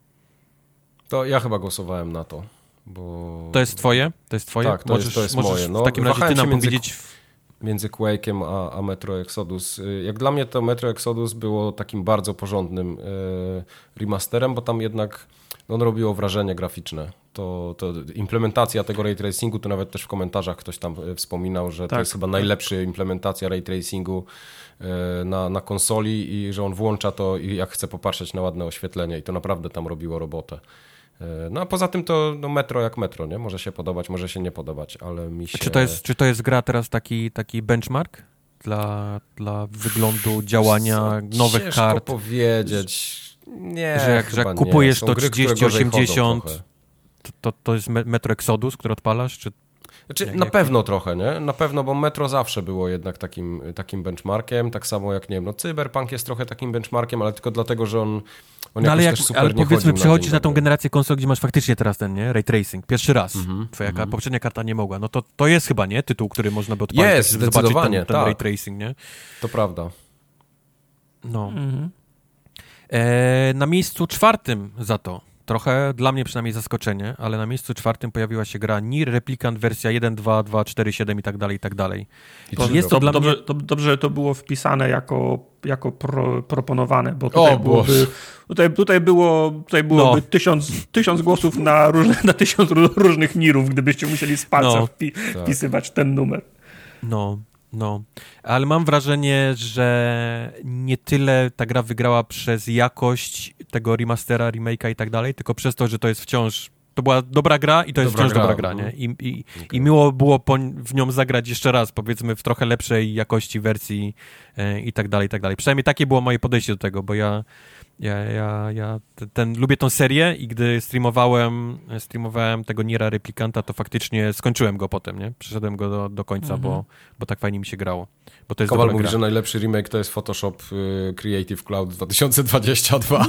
To ja chyba głosowałem na to, bo... To jest twoje? To jest twoje? Tak, to możesz, jest, to jest możesz moje. No, w takim razie ty nam między... powiedzieć... między Quake'em a, a Metro Exodus. Jak dla mnie to Metro Exodus było takim bardzo porządnym e, remasterem, bo tam jednak no, on robiło wrażenie graficzne. To, to implementacja tego ray tracingu, to nawet też w komentarzach ktoś tam wspominał, że tak, to jest chyba najlepsza implementacja ray tracingu e, na, na konsoli i że on włącza to i jak chce popatrzeć na ładne oświetlenie i to naprawdę tam robiło robotę. No a poza tym to no metro jak metro, nie? Może się podobać, może się nie podobać, ale mi się... Czy to jest, czy to jest gra teraz taki, taki benchmark dla, dla wyglądu, działania, Co, nowych ciężko kart? Ciężko powiedzieć. Nie, że jak, że jak kupujesz to trzydzieści osiemdziesiąt, to, to, to jest Metro Exodus, który odpalasz, czy... Znaczy, jak, na jak... pewno trochę, nie? Na pewno, bo Metro zawsze było jednak takim, takim benchmarkiem, tak samo jak, nie wiem, no Cyberpunk jest trochę takim benchmarkiem, ale tylko dlatego, że on, on no ale jak, też super ale nie powiedzmy, przechodzisz na, na tą generację konsol, gdzie masz faktycznie teraz ten, nie? Ray tracing, pierwszy raz. Mm-hmm, Twoja mm-hmm. poprzednia karta nie mogła. No to, to jest chyba, nie? Tytuł, który można by odpalić, jest, tak, żeby zobaczyć ten, ten tak. Ray tracing, nie? To prawda. No. Mm-hmm. E, na miejscu czwartym za to trochę, dla mnie przynajmniej zaskoczenie, ale na miejscu czwartym pojawiła się gra Nier Replicant wersja jeden, dwa, dwa, cztery, siedem i tak dalej, i tak dalej. To, jest to, to dla dobrze, mnie... to, dobrze, że to było wpisane jako, jako pro, proponowane, bo tutaj, o, byłoby, tutaj, tutaj było, tutaj byłoby no. tysiąc, tysiąc głosów na, różne, na tysiąc różnych Nirów, gdybyście musieli z palca no. wpi, tak. wpisywać ten numer. No. No, ale mam wrażenie, że nie tyle ta gra wygrała przez jakość tego remastera, remake'a i tak dalej, tylko przez to, że to jest wciąż, to była dobra gra i to jest dobra wciąż gra. dobra gra, nie? I, i, okay. i miło było po, w nią zagrać jeszcze raz, powiedzmy w trochę lepszej jakości wersji e, i tak dalej, i tak dalej. Przynajmniej takie było moje podejście do tego, bo ja Ja, ja, ja ten, lubię tą serię i gdy streamowałem, streamowałem tego Niera Replikanta, to faktycznie skończyłem go potem, nie? Przeszedłem go do, do końca, mm-hmm. bo, bo tak fajnie mi się grało. Bo to jest Kowal mówi, gra. że najlepszy remake to jest Photoshop y, Creative Cloud dwa tysiące dwadzieścia dwa.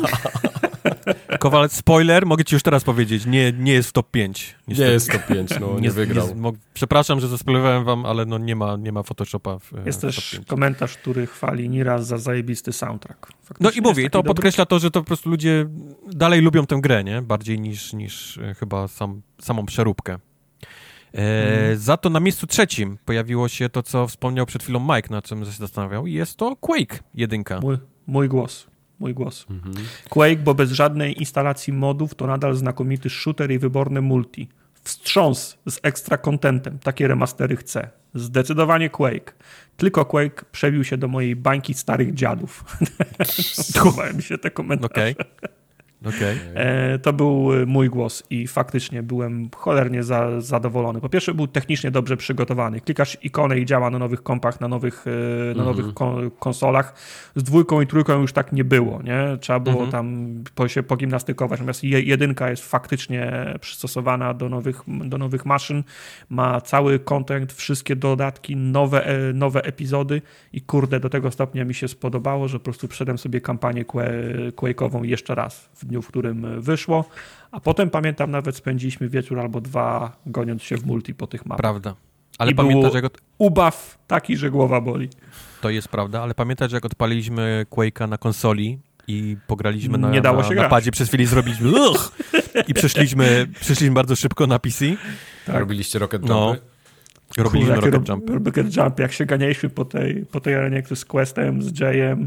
Kowal, spoiler, mogę ci już teraz powiedzieć, nie, nie jest w top pięć. Niestety. Nie jest w top pięć, no nie, nie wygrał. Nie, mo- przepraszam, że zaspoilowałem wam, ale no nie ma, nie ma Photoshopa w Jest w też top pięć. Komentarz, który chwali Nira za zajebisty soundtrack. Faktycznie no i mówię, to dobry. podkreśla to, że to po prostu ludzie dalej lubią tę grę, nie? Bardziej niż, niż chyba sam, samą przeróbkę. E, hmm. Za to na miejscu trzecim pojawiło się to, co wspomniał przed chwilą Mike, na czym się zastanawiał, i jest to Quake jedynka. Mój, mój głos. Mój głos. Mhm. Quake, bo bez żadnej instalacji modów to nadal znakomity shooter i wyborne multi. Wstrząs z ekstra contentem. Takie remastery chcę. Zdecydowanie Quake. Tylko Quake przebił się do mojej bańki starych dziadów. Podobają mi się te komentarze. Okay. Okay. E, to był mój głos i faktycznie byłem cholernie za, zadowolony. Po pierwsze, był technicznie dobrze przygotowany. Klikasz ikonę i działa na nowych kompach, na nowych, na mm-hmm. nowych kon- konsolach. Z dwójką i trójką już tak nie było, nie? Trzeba było mm-hmm. tam po, się pogimnastykować. Natomiast je, jedynka jest faktycznie przystosowana do nowych, do nowych maszyn. Ma cały content, wszystkie dodatki, nowe, e, nowe epizody i kurde, do tego stopnia mi się spodobało, że po prostu przedem sobie kampanię Quake'ową jeszcze raz w dniu, w którym wyszło, a potem pamiętam nawet spędziliśmy wieczór albo dwa goniąc się w multi po tych mapach. Prawda. Ale I pamiętasz, jak od... ubaw taki, że głowa boli. To jest prawda, ale pamiętasz, jak odpaliliśmy Quake'a na konsoli i pograliśmy na, Nie dało się na, na padzie, przez chwilę zrobiliśmy i przeszliśmy, przeszliśmy bardzo szybko na P C. Tak. Robiliście rocket jumpy? No. Robiliśmy Kurde, rocket jumpy. Rocket jump, jak się ganialiśmy po tej, po tej arenie z Questem, z Jayem.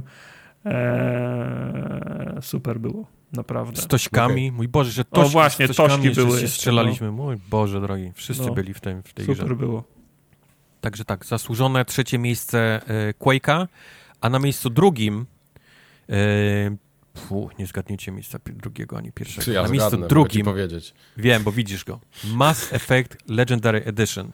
Eee, super było. Naprawdę. Z tośkami. Okay. Mój Boże, że tośki, o właśnie, z tośkami tośki były. Się strzelaliśmy. No. Mój Boże drogi, wszyscy no. byli w, tym, w tej Super grze. Super było. Także tak, zasłużone trzecie miejsce y, Quake'a, a na miejscu drugim y, fu, nie zgadniecie miejsca drugiego ani pierwszego. Ja na miejscu zgadnę, drugim, powiedzieć. Wiem, bo widzisz go. Mass Effect Legendary Edition.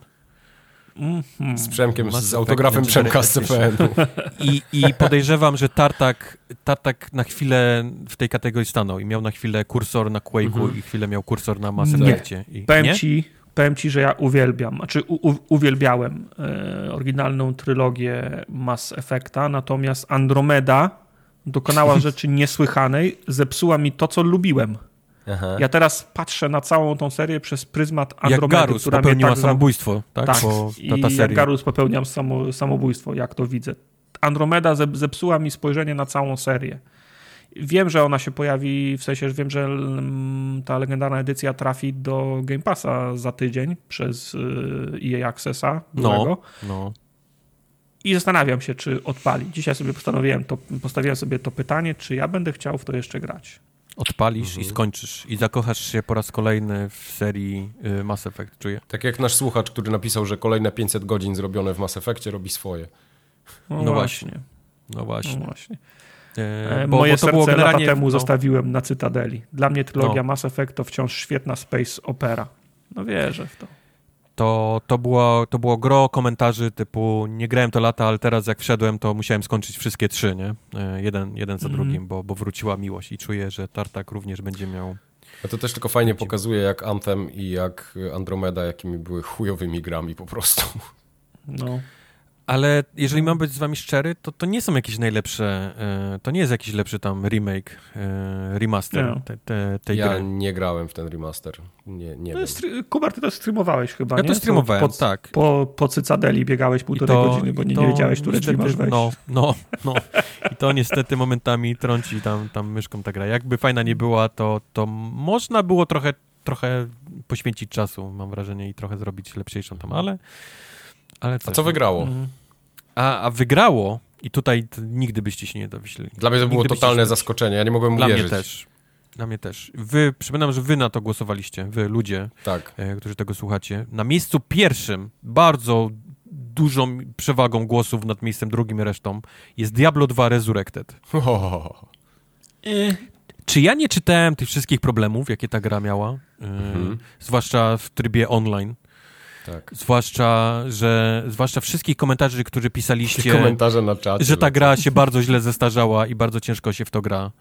Mm-hmm. Z Przemkiem, Mass z autografem Przemka z C P N-u. I, I podejrzewam, że Tartak, Tartak na chwilę w tej kategorii stanął i miał na chwilę kursor na Quake'u mm-hmm. i chwilę miał kursor na Mass Effectie. I, powiem, nie? Ci, powiem ci, że ja uwielbiam, znaczy u, u, uwielbiałem e, oryginalną trylogię Mass Effecta, natomiast Andromeda dokonała rzeczy niesłychanej, zepsuła mi to, co lubiłem. Aha. Ja teraz patrzę na całą tą serię przez pryzmat Andromedy, jak Garus która popełniła mnie tak samobójstwo, tak? Tak, Bo i ta, ta seria. Jak Garus popełniam samo, samobójstwo, jak to widzę. Andromeda zepsuła mi spojrzenie na całą serię. Wiem, że ona się pojawi, w sensie, że wiem, że ta legendarna edycja trafi do Game Passa za tydzień przez E A Accessa. No, no. I zastanawiam się, czy odpali. Dzisiaj sobie postanowiłem to, postawiłem sobie to pytanie, czy ja będę chciał w to jeszcze grać. Odpalisz mhm. i skończysz. I zakochasz się po raz kolejny w serii y, Mass Effect, czuję. Tak jak nasz słuchacz, który napisał, że kolejne pięćset godzin zrobione w Mass Effectie robi swoje. No, no właśnie. No właśnie. No właśnie. E, bo, Moje bo to serce było generalnie... lata temu no. zostawiłem na Cytadeli. Dla mnie trylogia no. Mass Effect to wciąż świetna space opera. No wierzę w to. To, to, było, to było gro komentarzy typu nie grałem to lata, ale teraz jak wszedłem, to musiałem skończyć wszystkie trzy, nie? Jeden, jeden za mm-hmm. drugim, bo, bo wróciła miłość i czuję, że Tartak również będzie miał... A to też tylko fajnie będzie... pokazuje, jak Anthem i jak Andromeda, jakimi były chujowymi grami po prostu. No. Ale jeżeli mam być z wami szczery, to, to nie są jakieś najlepsze, e, to nie jest jakiś lepszy tam remake, e, remaster no. te, te, tej ja gry. Ja nie grałem w ten remaster. Nie, nie no jest, Kubar, ty to streamowałeś chyba, ja nie? Ja to streamowałem, po, tak. Po, po Cycadeli biegałeś półtorej to, godziny, bo nie, to, nie wiedziałeś, które drzwi masz wejść. No, no, no. I to niestety momentami trąci tam, tam myszką ta gra. Jakby fajna nie była, to, to można było trochę, trochę poświęcić czasu, mam wrażenie, i trochę zrobić lepszejszą tam, ale... ale A co wygrało? A, a wygrało, i tutaj nigdy byście się nie dowiedzieli. Dla mnie to było totalne zaskoczenie, ja nie mogłem Dla uwierzyć. Dla mnie też. Dla mnie też. Wy, przypominam, że wy na to głosowaliście, wy ludzie, tak. e, którzy tego słuchacie. Na miejscu pierwszym, bardzo dużą przewagą głosów nad miejscem drugim i resztą, jest Diablo dwa Resurrected. Oh. E, czy ja nie czytałem tych wszystkich problemów, jakie ta gra miała? E, mhm. Zwłaszcza w trybie online. Tak. Zwłaszcza, że zwłaszcza wszystkich komentarzy, którzy pisaliście, komentarze na czacie, że ta gra się bardzo źle zestarzała i bardzo ciężko się w to gra.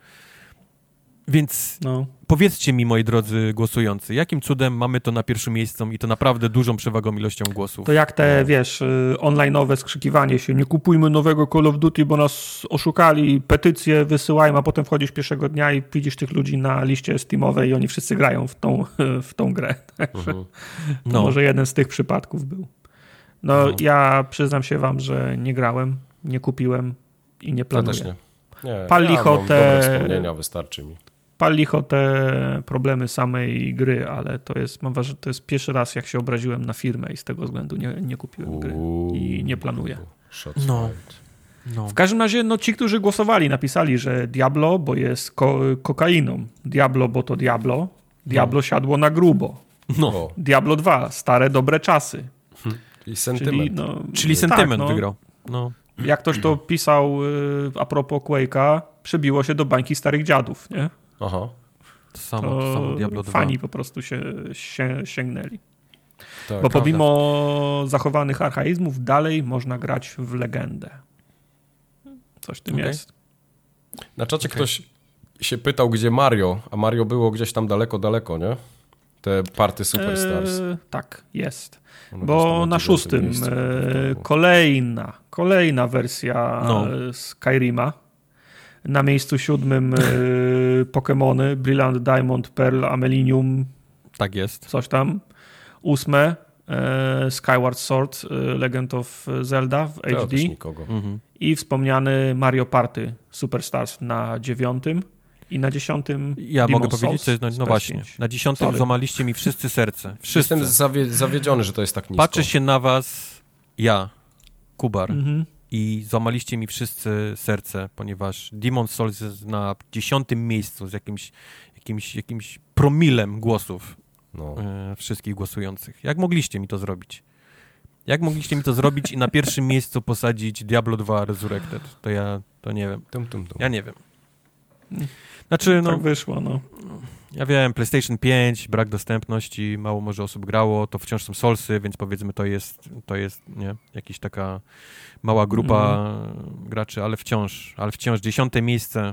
Więc no. Powiedzcie mi, moi drodzy głosujący, jakim cudem mamy to na pierwszym miejscu i to naprawdę dużą przewagą ilością głosów? To jak te, no. wiesz, online'owe skrzykiwanie się, nie kupujmy nowego Call of Duty, bo nas oszukali, petycje wysyłajmy, a potem wchodzisz pierwszego dnia i widzisz tych ludzi na liście Steamowej i oni wszyscy grają w tą, w tą grę. Uh-huh. No. Może jeden z tych przypadków był. No, no, ja przyznam się wam, że nie grałem, nie kupiłem i nie planuję. Ja też nie. Nie, Pal licho ja mam te... dobre wspomnienia, wystarczy mi. Pal licho te problemy samej gry, ale to jest, mam wrażenie, to jest pierwszy raz, jak się obraziłem na firmę i z tego względu nie, nie kupiłem Uuu, gry i nie planuję. No. No. W każdym razie, no ci, którzy głosowali, napisali, że Diablo, bo jest ko- kokainą. Diablo, bo to Diablo. Diablo no. siadło na grubo. No. Diablo dwa, stare, dobre czasy. Hmm. Czyli sentyment. Czyli, no, Czyli sentyment tak, no, wygrał. No. Jak ktoś to pisał y, a propos Quake'a, przebiło się do bańki starych dziadów, nie? Aha. To samo, to, to samo Diablo dwa. Fani po prostu się, się sięgnęli. Tak, bo pomimo prawda. zachowanych archaizmów dalej można grać w legendę. Coś w tym okay. jest. Na czacie okay. ktoś się pytał, gdzie Mario, a Mario było gdzieś tam daleko, daleko, nie? Te party Superstars. Eee, tak, jest. Ono bo na szóstym miejscu, e, kolejna, kolejna wersja no. Skyrima. Na miejscu siódmym e, Pokémony, Brilliant Diamond, Pearl, Amelinium. Tak jest. Coś tam. Ósme e, Skyward Sword, e, Legend of Zelda w H D. Mhm. I wspomniany Mario Party Superstars na dziewiątym. I na dziesiątym Ja Demon's mogę powiedzieć, Souls, no, no właśnie, na dziesiątym Sorry. złamaliście mi wszyscy serce. Wszyscy. Jestem zawie- zawiedziony, że to jest tak nisko. Patrzę się na was, ja, Kubar, mm-hmm. i złamaliście mi wszyscy serce, ponieważ Demon's Souls jest na dziesiątym miejscu z jakimś, jakimś, jakimś promilem głosów no. e, wszystkich głosujących. Jak mogliście mi to zrobić? Jak mogliście mi to zrobić i na pierwszym miejscu posadzić Diablo dwa Resurrected? To ja, to nie wiem. Tum, tum, tum. Ja nie wiem. Znaczy, no, tak wyszło, no. Ja wiem, PlayStation pięć, brak dostępności, mało może osób grało, to wciąż są Soulsy, więc powiedzmy to jest, to jest nie, jakaś taka mała grupa mm. graczy, ale wciąż, ale wciąż dziesiąte miejsce,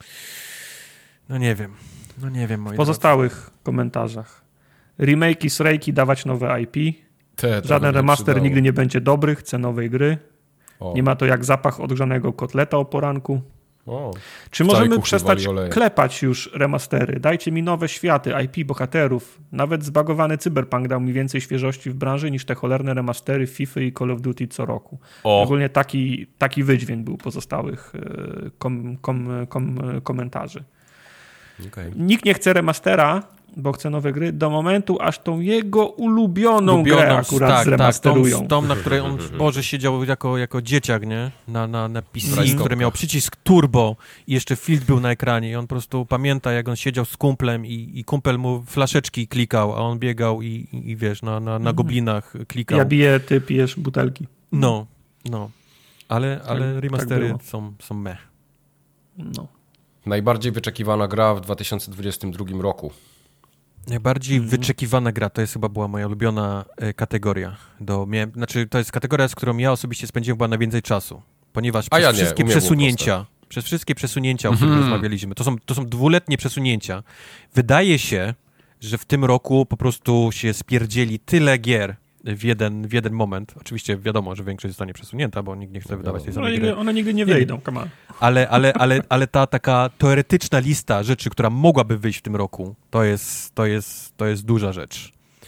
no nie wiem, no nie wiem. W pozostałych drodzy. komentarzach. Remake i srejki dawać nowe I P. Te, Żaden remaster przydało. nigdy nie będzie dobry, chcę nowej gry. O. Nie ma to jak zapach odgrzanego kotleta o poranku. O, Czy możemy przestać klepać już remastery? Dajcie mi nowe światy, I P, bohaterów. Nawet zbagowany Cyberpunk dał mi więcej świeżości w branży niż te cholerne remastery FIFA i Call of Duty co roku. O. Ogólnie taki, taki wydźwięk był pozostałych kom, kom, kom, komentarzy. Okay. Nikt nie chce remastera, bo chce nowe gry, do momentu, aż tą jego ulubioną, ulubioną grę akurat tak, zremasterują. Tak, tą, tą, na której on, Boże, siedział jako, jako dzieciak, nie? Na, na, na P C, mm. który miał przycisk turbo i jeszcze filtr był na ekranie i on po prostu pamięta, jak on siedział z kumplem i, i kumpel mu flaszeczki klikał, a on biegał i, i, i wiesz, na, na, na goblinach klikał. Ja biję, ty pijesz butelki. No, no. Ale, ale tak, remastery tak są, są meh. No. Najbardziej wyczekiwana gra w dwa tysiące dwudziestym drugim roku. Najbardziej mm. wyczekiwana gra, to jest chyba była moja ulubiona y, kategoria. Do, miałem, znaczy, to jest kategoria, z którą ja osobiście spędziłem chyba najwięcej czasu, ponieważ przez ja wszystkie przesunięcia, przez wszystkie przesunięcia, o których mm. rozmawialiśmy, to są, to są dwuletnie przesunięcia. Wydaje się, że w tym roku po prostu się spierdzieli tyle gier w jeden, w jeden moment. Oczywiście wiadomo, że większość zostanie przesunięta, bo nikt nie chce wydawać tej samej gry. One nigdy nie wyjdą, come on. Ale, ale, ale, ale ta taka teoretyczna lista rzeczy, która mogłaby wyjść w tym roku, to jest, to jest, to jest duża rzecz.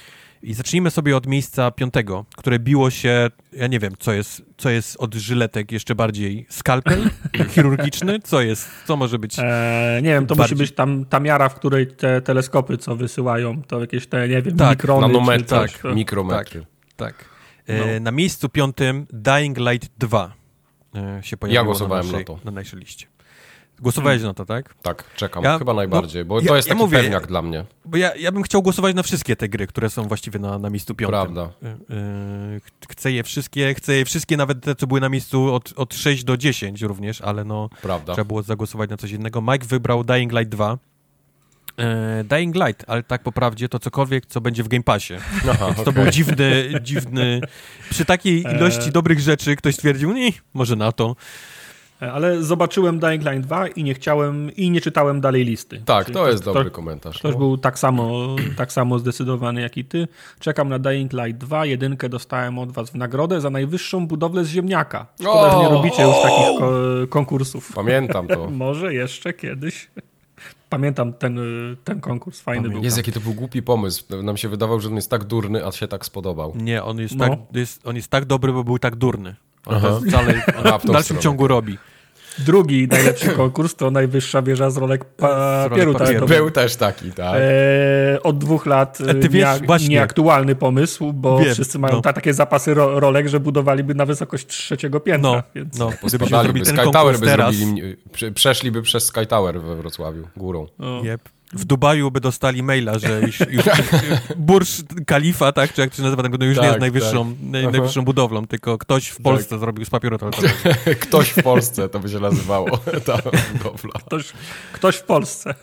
I zacznijmy sobie od miejsca piątego, które biło się, ja nie wiem, co jest, co jest od żyletek jeszcze bardziej skalpel chirurgiczny, co jest, co może być eee, Nie wiem, to bardziej... musi być tam ta miara, w której te teleskopy, co wysyłają, to jakieś te, nie wiem, tak, mikrony. Nanometry, tak, to... mikrometry. Tak, tak. E, no. Na miejscu piątym Dying Light dwa e, się pojawiło. Ja głosowałem na, naszej, na to. Na naszej liście. Głosowałeś hmm. na to, tak? Tak, czekam. Ja, Chyba najbardziej, no, bo to ja, jest taki ja mówię, pewniak dla mnie. Bo ja, ja bym chciał głosować na wszystkie te gry, które są właściwie na, na miejscu piątym. Prawda. Yy, chcę je wszystkie, chcę je wszystkie, nawet te, co były na miejscu od, od sześć do dziesięć również, ale no Prawda. Trzeba było zagłosować na coś innego. Mike wybrał Dying Light dwa. Yy, Dying Light, ale tak po prawdzie to cokolwiek, co będzie w Game Passie. Aha, okay. To był dziwny, dziwny... Przy takiej ilości eee. dobrych rzeczy ktoś stwierdził, nie, może na to. Ale zobaczyłem Dying Light dwa i nie chciałem, i nie czytałem dalej listy. Tak, Czyli to jest ktoś, dobry komentarz. Ktoś no. był tak samo, tak samo zdecydowany jak i ty. Czekam na Dying Light dwa. Jedynkę dostałem od was w nagrodę za najwyższą budowlę z ziemniaka. Szkoda, że nie robicie już takich ko- konkursów. Pamiętam to. Może jeszcze kiedyś. Pamiętam ten, ten konkurs, fajny Pamiętam. był. Jest, jaki to był głupi pomysł. Nam się wydawał, że on jest tak durny, a się tak spodobał. Nie, on jest, no. tak, jest, on jest tak dobry, bo był tak durny. On to wcale on w dalszym ciągu robi. Drugi najlepszy konkurs to najwyższa wieża z rolek papieru. Tak, był. był też taki, tak. E, od dwóch lat Ty wiesz, nie, nieaktualny pomysł, bo Wiem, wszyscy mają no. ta, takie zapasy ro, rolek, że budowaliby na wysokość trzeciego piętra. No, więc... no. Gdybyśmy Sky Tower by zrobili, przeszliby przez Sky Tower we Wrocławiu, górą. No. Yep. W Dubaju by dostali maila, że już, już Burj Khalifa, tak, czy jak to się nazywa, to już tak, nie jest najwyższą, tak. naj, najwyższą budowlą, tylko ktoś w Polsce tak. zrobił z papieru toaletowego. Ktoś w Polsce, to by się nazywało ta budowla. Ktoś, ktoś w Polsce.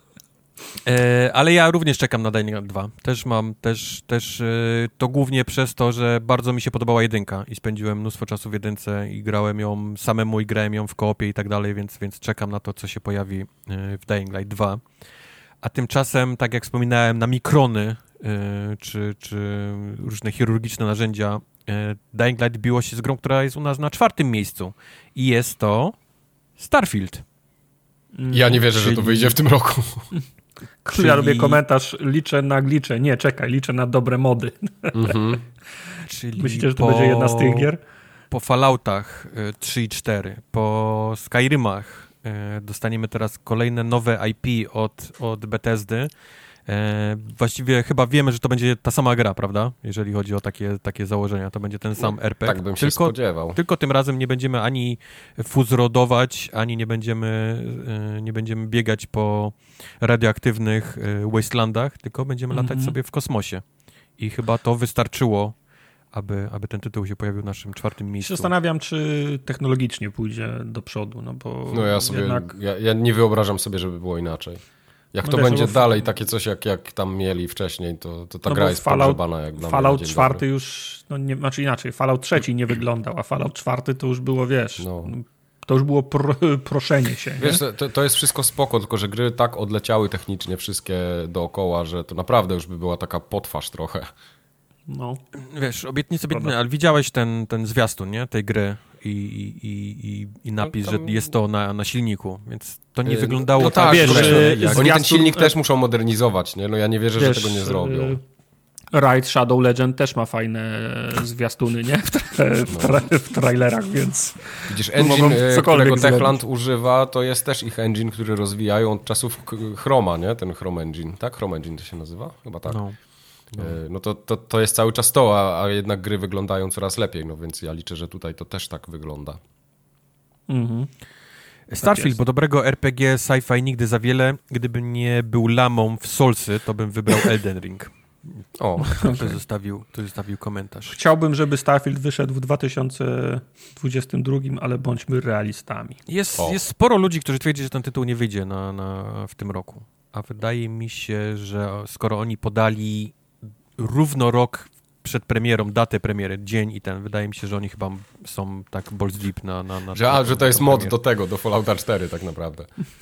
E, ale ja również czekam na Dying Light dwa. Też mam, też, też e, to głównie przez to, że bardzo mi się podobała jedynka i spędziłem mnóstwo czasu w jedynce i grałem ją samemu i grałem ją w koopie i tak dalej, więc, więc czekam na to, co się pojawi e, w Dying Light dwa. A tymczasem, tak jak wspominałem, na mikrony yy, czy, czy różne chirurgiczne narzędzia yy, Dying Light biło się z grą, która jest u nas na czwartym miejscu. I jest to Starfield. Ja nie wierzę, Czyli... że to wyjdzie w tym roku. Czyli... Ja robię komentarz, liczę na glicze. Nie, czekaj, liczę na dobre mody. Mm-hmm. Czyli Myślicie, że to po... będzie jedna z tych gier? Po Falloutach y, trzy i cztery, po Skyrymach dostaniemy teraz kolejne nowe I P od, od Bethesdy. E, właściwie chyba wiemy, że to będzie ta sama gra, prawda? Jeżeli chodzi o takie, takie założenia, to będzie ten sam R P G. Tak bym się tylko, spodziewał. Tylko tym razem nie będziemy ani fuzrodować, ani nie będziemy, e, nie będziemy biegać po radioaktywnych e, wastelandach, tylko będziemy mm-hmm. latać sobie w kosmosie. I chyba to wystarczyło, aby, aby ten tytuł się pojawił w naszym czwartym miejscu. Się zastanawiam, czy technologicznie pójdzie do przodu, no bo No ja sobie, jednak... ja, ja nie wyobrażam sobie, żeby było inaczej. Jak no to wiesz, będzie no dalej, takie coś jak, jak tam mieli wcześniej, to, to ta no gra jest Fallout, pogrzebana. Jak dla Fallout mnie czwarty dobry. już, no nie, znaczy inaczej, Fallout trzeci nie wyglądał, a Fallout czwarty to już było, wiesz, no. to już było pro, proszenie się. Wiesz, to, to jest wszystko spoko, tylko że gry tak odleciały technicznie wszystkie dookoła, że to naprawdę już by była taka potwarz trochę. No. Wiesz, obietnice, obietnice, ale widziałeś ten, ten zwiastun, nie? Tej gry i, i, i, i napis, no tam... że jest to na, na silniku, więc to nie yy, wyglądało no tak. tak, wiesz, że jak... oni ten silnik też muszą modernizować, nie? No ja nie wierzę, wiesz, że tego nie zrobią. Raid Shadow Legend też ma fajne zwiastuny, nie? W, tra- w, tra- w trailerach, więc... Widzisz, engine, którego Techland używa, to jest też ich engine, który rozwijają od czasów Chroma, nie? Ten Chrome Engine, tak? Chrome Engine to się nazywa? Chyba tak. No. No, no to, to, to jest cały czas to, a, a jednak gry wyglądają coraz lepiej, no więc ja liczę, że tutaj to też tak wygląda. Mhm. Starfield, tak bo dobrego R P G sci-fi nigdy za wiele. Gdybym nie był lamą w Soulsy, to bym wybrał Elden Ring. O, okay. to, zostawił, to zostawił komentarz. Chciałbym, żeby Starfield wyszedł w dwa tysiące dwudziestym drugim, ale bądźmy realistami. Jest, jest sporo ludzi, którzy twierdzi, że ten tytuł nie wyjdzie na, na, w tym roku. A wydaje mi się, że skoro oni podali równo rok przed premierą, datę premiery, dzień i ten, wydaje mi się, że oni chyba są tak balls deep na... na, na że, a, że to jest mod do tego, do Fallouta cztery tak naprawdę.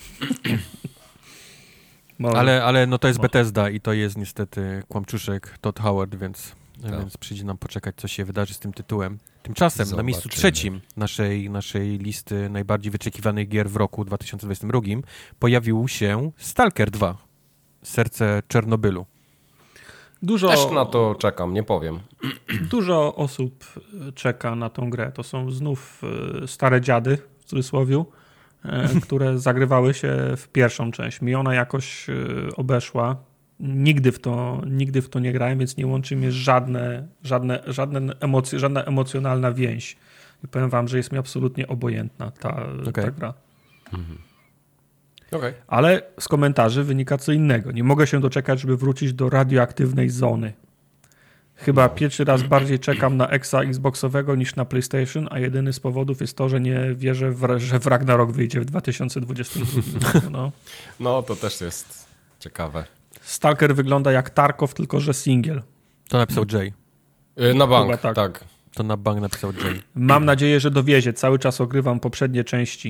ale, ale no to jest Bethesda i to jest niestety kłamczuszek Todd Howard, więc, tak. więc przyjdzie nam poczekać, co się wydarzy z tym tytułem. Tymczasem Zobaczymy. Na miejscu trzecim naszej, naszej listy najbardziej wyczekiwanych gier w roku dwa tysiące dwudziestym drugim pojawił się Stalker dwa. Serce Czernobylu. Dużo, Też na to czekam, nie powiem. Dużo osób czeka na tą grę. To są znów stare dziady, w cudzysłowie, które zagrywały się w pierwszą część. Mi ona jakoś obeszła. Nigdy w to, nigdy w to nie grałem, więc nie łączy mnie żadne, żadne, żadne emocje, żadna emocjonalna więź. I powiem wam, że jest mi absolutnie obojętna ta, okay. ta gra. Mhm. Okay. Ale z komentarzy wynika co innego. Nie mogę się doczekać, żeby wrócić do radioaktywnej zony. Chyba no. pierwszy raz bardziej czekam na Exa Xboxowego niż na PlayStation, a jedyny z powodów jest to, że nie wierzę, w, że w Ragnarok wyjdzie w dwa tysiące dwudziestym drugim roku. No. no, to też jest ciekawe. Stalker wygląda jak Tarkov, tylko że singiel. To napisał Jay. Na bank, tak. tak. To na bank napisał Jay. Mam nadzieję, że dowiezie. Cały czas ogrywam poprzednie części.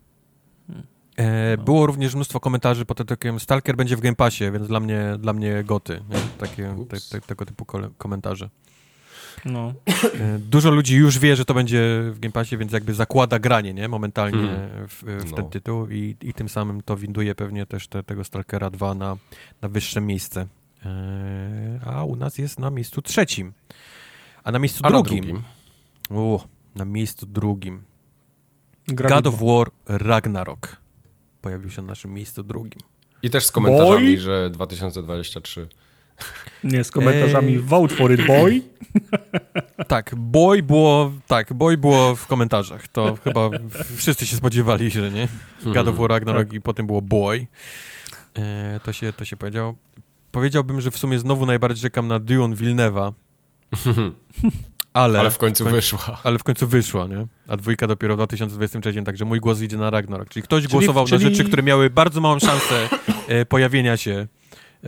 E, było również mnóstwo komentarzy pod tytułem Stalker będzie w Game Passie, więc dla mnie, dla mnie goty. Nie? Takie, te, te, tego typu komentarze. No. E, dużo ludzi już wie, że to będzie w Game Passie, więc jakby zakłada granie, nie? Momentalnie hmm. w, w ten no. tytuł i, i tym samym to winduje pewnie też te, tego Stalkera dwa na, na wyższe miejsce. E, a u nas jest na miejscu trzecim. A na miejscu a drugim, na, drugim. U, na miejscu drugim Gra God of War Ragnarok pojawił się na naszym miejscu drugim. I też z komentarzami, boy? Że dwa tysiące dwudziesty trzeci. Nie, z komentarzami Ej. Vote for it, boy. Tak, boy było, tak, boy było w komentarzach. To chyba wszyscy się spodziewali, że nie? God of War Ragnarok tak. I potem było boy. E, to, się, to się powiedział. Powiedziałbym, że w sumie znowu najbardziej czekam na Dune Villeneuve'a. Ale, ale w końcu w końcu, wyszła. Ale w końcu wyszła, nie? A dwójka dopiero w dwa tysiące dwudziestym trzecim, także mój głos idzie na Ragnarok. Czyli ktoś czyli, głosował czyli... na rzeczy, które miały bardzo małą szansę e, pojawienia się e,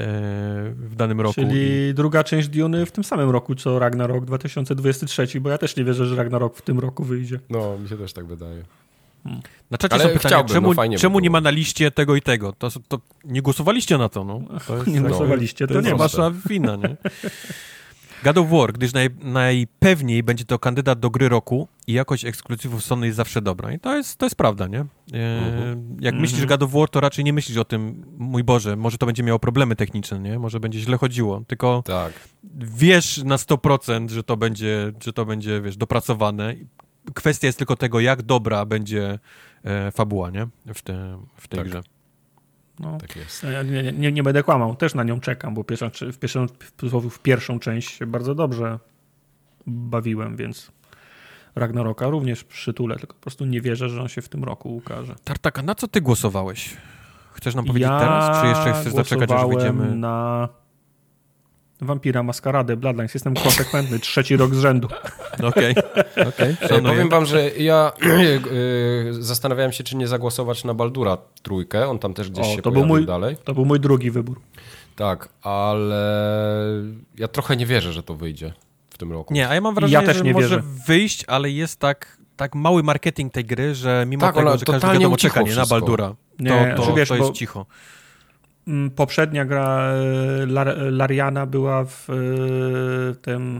w danym roku. Czyli i... druga część Duny w tym samym roku, co Ragnarok dwa tysiące dwudziesty trzeci, bo ja też nie wierzę, że Ragnarok w tym roku wyjdzie. No, mi się też tak wydaje. Hmm. Na czacie są pytania, czemu, no czemu nie ma na liście tego i tego? To, to nie głosowaliście na to, no. To jest, nie głosowaliście, to, to nie jest wasza wina, nie? God of War, gdyż naj, najpewniej będzie to kandydat do gry roku i jakość ekskluzywów Sony jest zawsze dobra. I to jest, to jest prawda, nie? E, uh-huh. Jak uh-huh. myślisz God of War, to raczej nie myślisz o tym, mój Boże, może to będzie miało problemy techniczne, nie? Może będzie źle chodziło, tylko tak. wiesz na sto procent, że to będzie, że to będzie, wiesz, dopracowane. Kwestia jest tylko tego, jak dobra będzie e, fabuła, nie? W, te, w tej tak. grze. No, tak jest. Nie, nie, nie będę kłamał, też na nią czekam, bo pierwsza, w, pierwszą, w pierwszą część się bardzo dobrze bawiłem, więc Ragnaroka również przytulę, tylko po prostu nie wierzę, że on się w tym roku ukaże. Tartaka, na co ty głosowałeś? Chcesz nam powiedzieć ja teraz, czy jeszcze chcesz zaczekać, aż wyjdziemy? Na Vampira Maskaradę, Bloodlines. Jestem konsekwentny, trzeci rok z rzędu. Okej, okay. okay. Powiem wam, że ja y, zastanawiałem się, czy nie zagłosować na Baldura trójkę, on tam też gdzieś o, się to pojawił był mój, dalej. To był mój drugi wybór. Tak, ale ja trochę nie wierzę, że to wyjdzie w tym roku. Nie, a ja mam wrażenie, ja też że nie może wierzę. wyjść, ale jest tak, tak mały marketing tej gry, że mimo tak, tego, że każdy wiadomo czeka nie, na Baldura, nie, to, to, wiesz, to jest cicho. Poprzednia gra Lar- Lariana była w tym,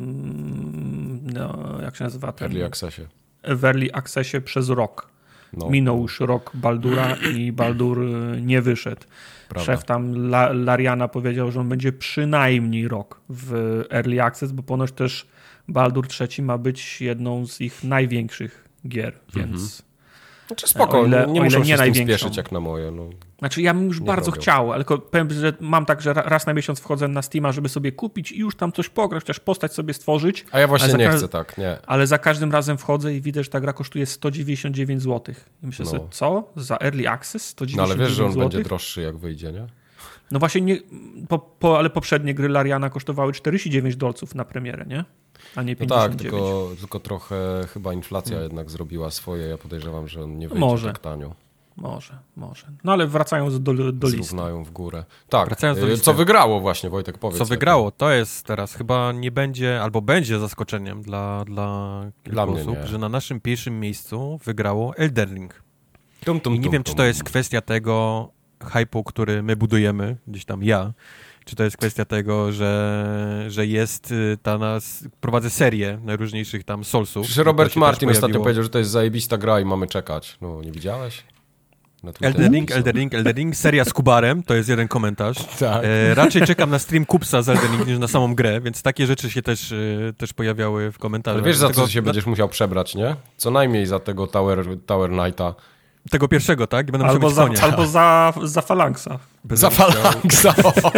no, jak się nazywa? Ten, Early Accessie. W Early Accessie przez rok. No. Minął już rok Baldura i Baldur nie wyszedł. Prawda. Szef tam La- Lariana powiedział, że on będzie przynajmniej rok w Early Access, bo ponoć też Baldur trzeci ma być jedną z ich największych gier, więc... Mhm. Znaczy spoko, ile, nie muszą się z tym spieszyć jak na moje. No. Znaczy ja bym już bardzo robią. chciał, ale powiem, że mam tak, że raz na miesiąc wchodzę na Steama, żeby sobie kupić i już tam coś pograć, chociaż postać sobie stworzyć. A ja właśnie nie ka- chcę tak, nie. Ale za każdym razem wchodzę i widzę, że ta gra kosztuje sto dziewięćdziesiąt dziewięć złotych. I myślę no. sobie, co? Za Early Access sto dziewięćdziesiąt dziewięć złotych? No ale wiesz, że on złotych? będzie droższy jak wyjdzie, nie? No właśnie, nie, po, po, ale poprzednie gry Lariana kosztowały czterdzieści dziewięć dolców na premierę, nie? A nie pięćdziesiąt dziewięć. No tak, tylko, tylko trochę chyba inflacja hmm. jednak zrobiła swoje. Ja podejrzewam, że on nie wyjdzie może. tak tanio. Może, może. No ale wracając do, do listy. Zrównają w górę. Tak, wracając do listy. Co wygrało właśnie, Wojtek, powiedz. Co wygrało, to jest teraz chyba nie będzie, albo będzie zaskoczeniem dla, dla kilku dla osób, nie. że na naszym pierwszym miejscu wygrało Elden Ring. Tum, tum, I nie tum, wiem, tum. czy to jest kwestia tego hype'u, który my budujemy, gdzieś tam ja, czy to jest kwestia tego, że, że jest ta nas, prowadzę serię najróżniejszych tam Soulsów. Przecież Robert Martin ostatnio powiedział, że to jest zajebista gra i mamy czekać. No, nie widziałeś? Elden Ring, Elden Ring, Elden Ring, seria z Kubarem, to jest jeden komentarz. Tak. E, raczej czekam na stream Kupsa z Elden Ring niż na samą grę, więc takie rzeczy się też, e, też pojawiały w komentarzach. Ale wiesz, za tego, co się na... będziesz musiał przebrać, nie? Co najmniej za tego Tower, Tower Knighta. Tego pierwszego, tak? Będę albo za, albo za, za Phalanxa. Będę za Phalanxa.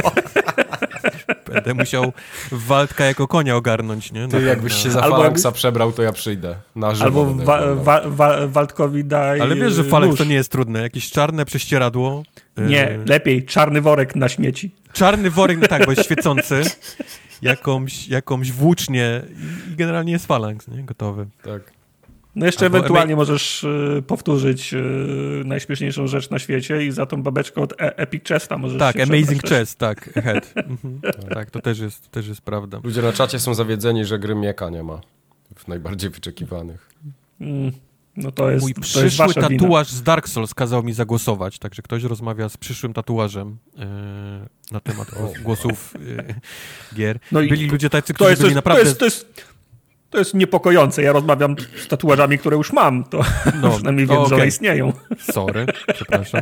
Będę musiał Waldka jako konia ogarnąć, nie? Ty, jakbyś się za Phalanxa jak... przebrał, to ja przyjdę. Na żywo albo wa, wa, wa, Waldkowi daj Ale wiesz, że Phalanx to nie jest trudne. Jakieś czarne prześcieradło. Nie, yy... lepiej. Czarny worek na śmieci. Czarny worek, no tak, bo jest świecący. Jakąś, jakąś włócznię i generalnie jest Phalanx, nie? Gotowy. Tak. No jeszcze Albo ewentualnie ema... możesz y, powtórzyć y, najśmieszniejszą rzecz na świecie i za tą babeczkę od e- Epic Chesta możesz Tak, się Amazing Chest, tak, head. Mhm. Tak, to też jest, to też jest prawda. Ludzie na czacie są zawiedzeni, że gry Mieka nie ma w najbardziej wyczekiwanych. Mm, no to jest Mój to przyszły jest wasza tatuaż wina. z Dark Souls kazał mi zagłosować, także ktoś rozmawia z przyszłym tatuażem yy, na temat oh, głosów yy, gier. No Byli ludzie tacy, którzy jest, byli to jest, naprawdę... To jest, to jest... To jest niepokojące. Ja rozmawiam z tatuażami, które już mam. To no, przynajmniej wiem, okay. że one istnieją. Sorry, przepraszam.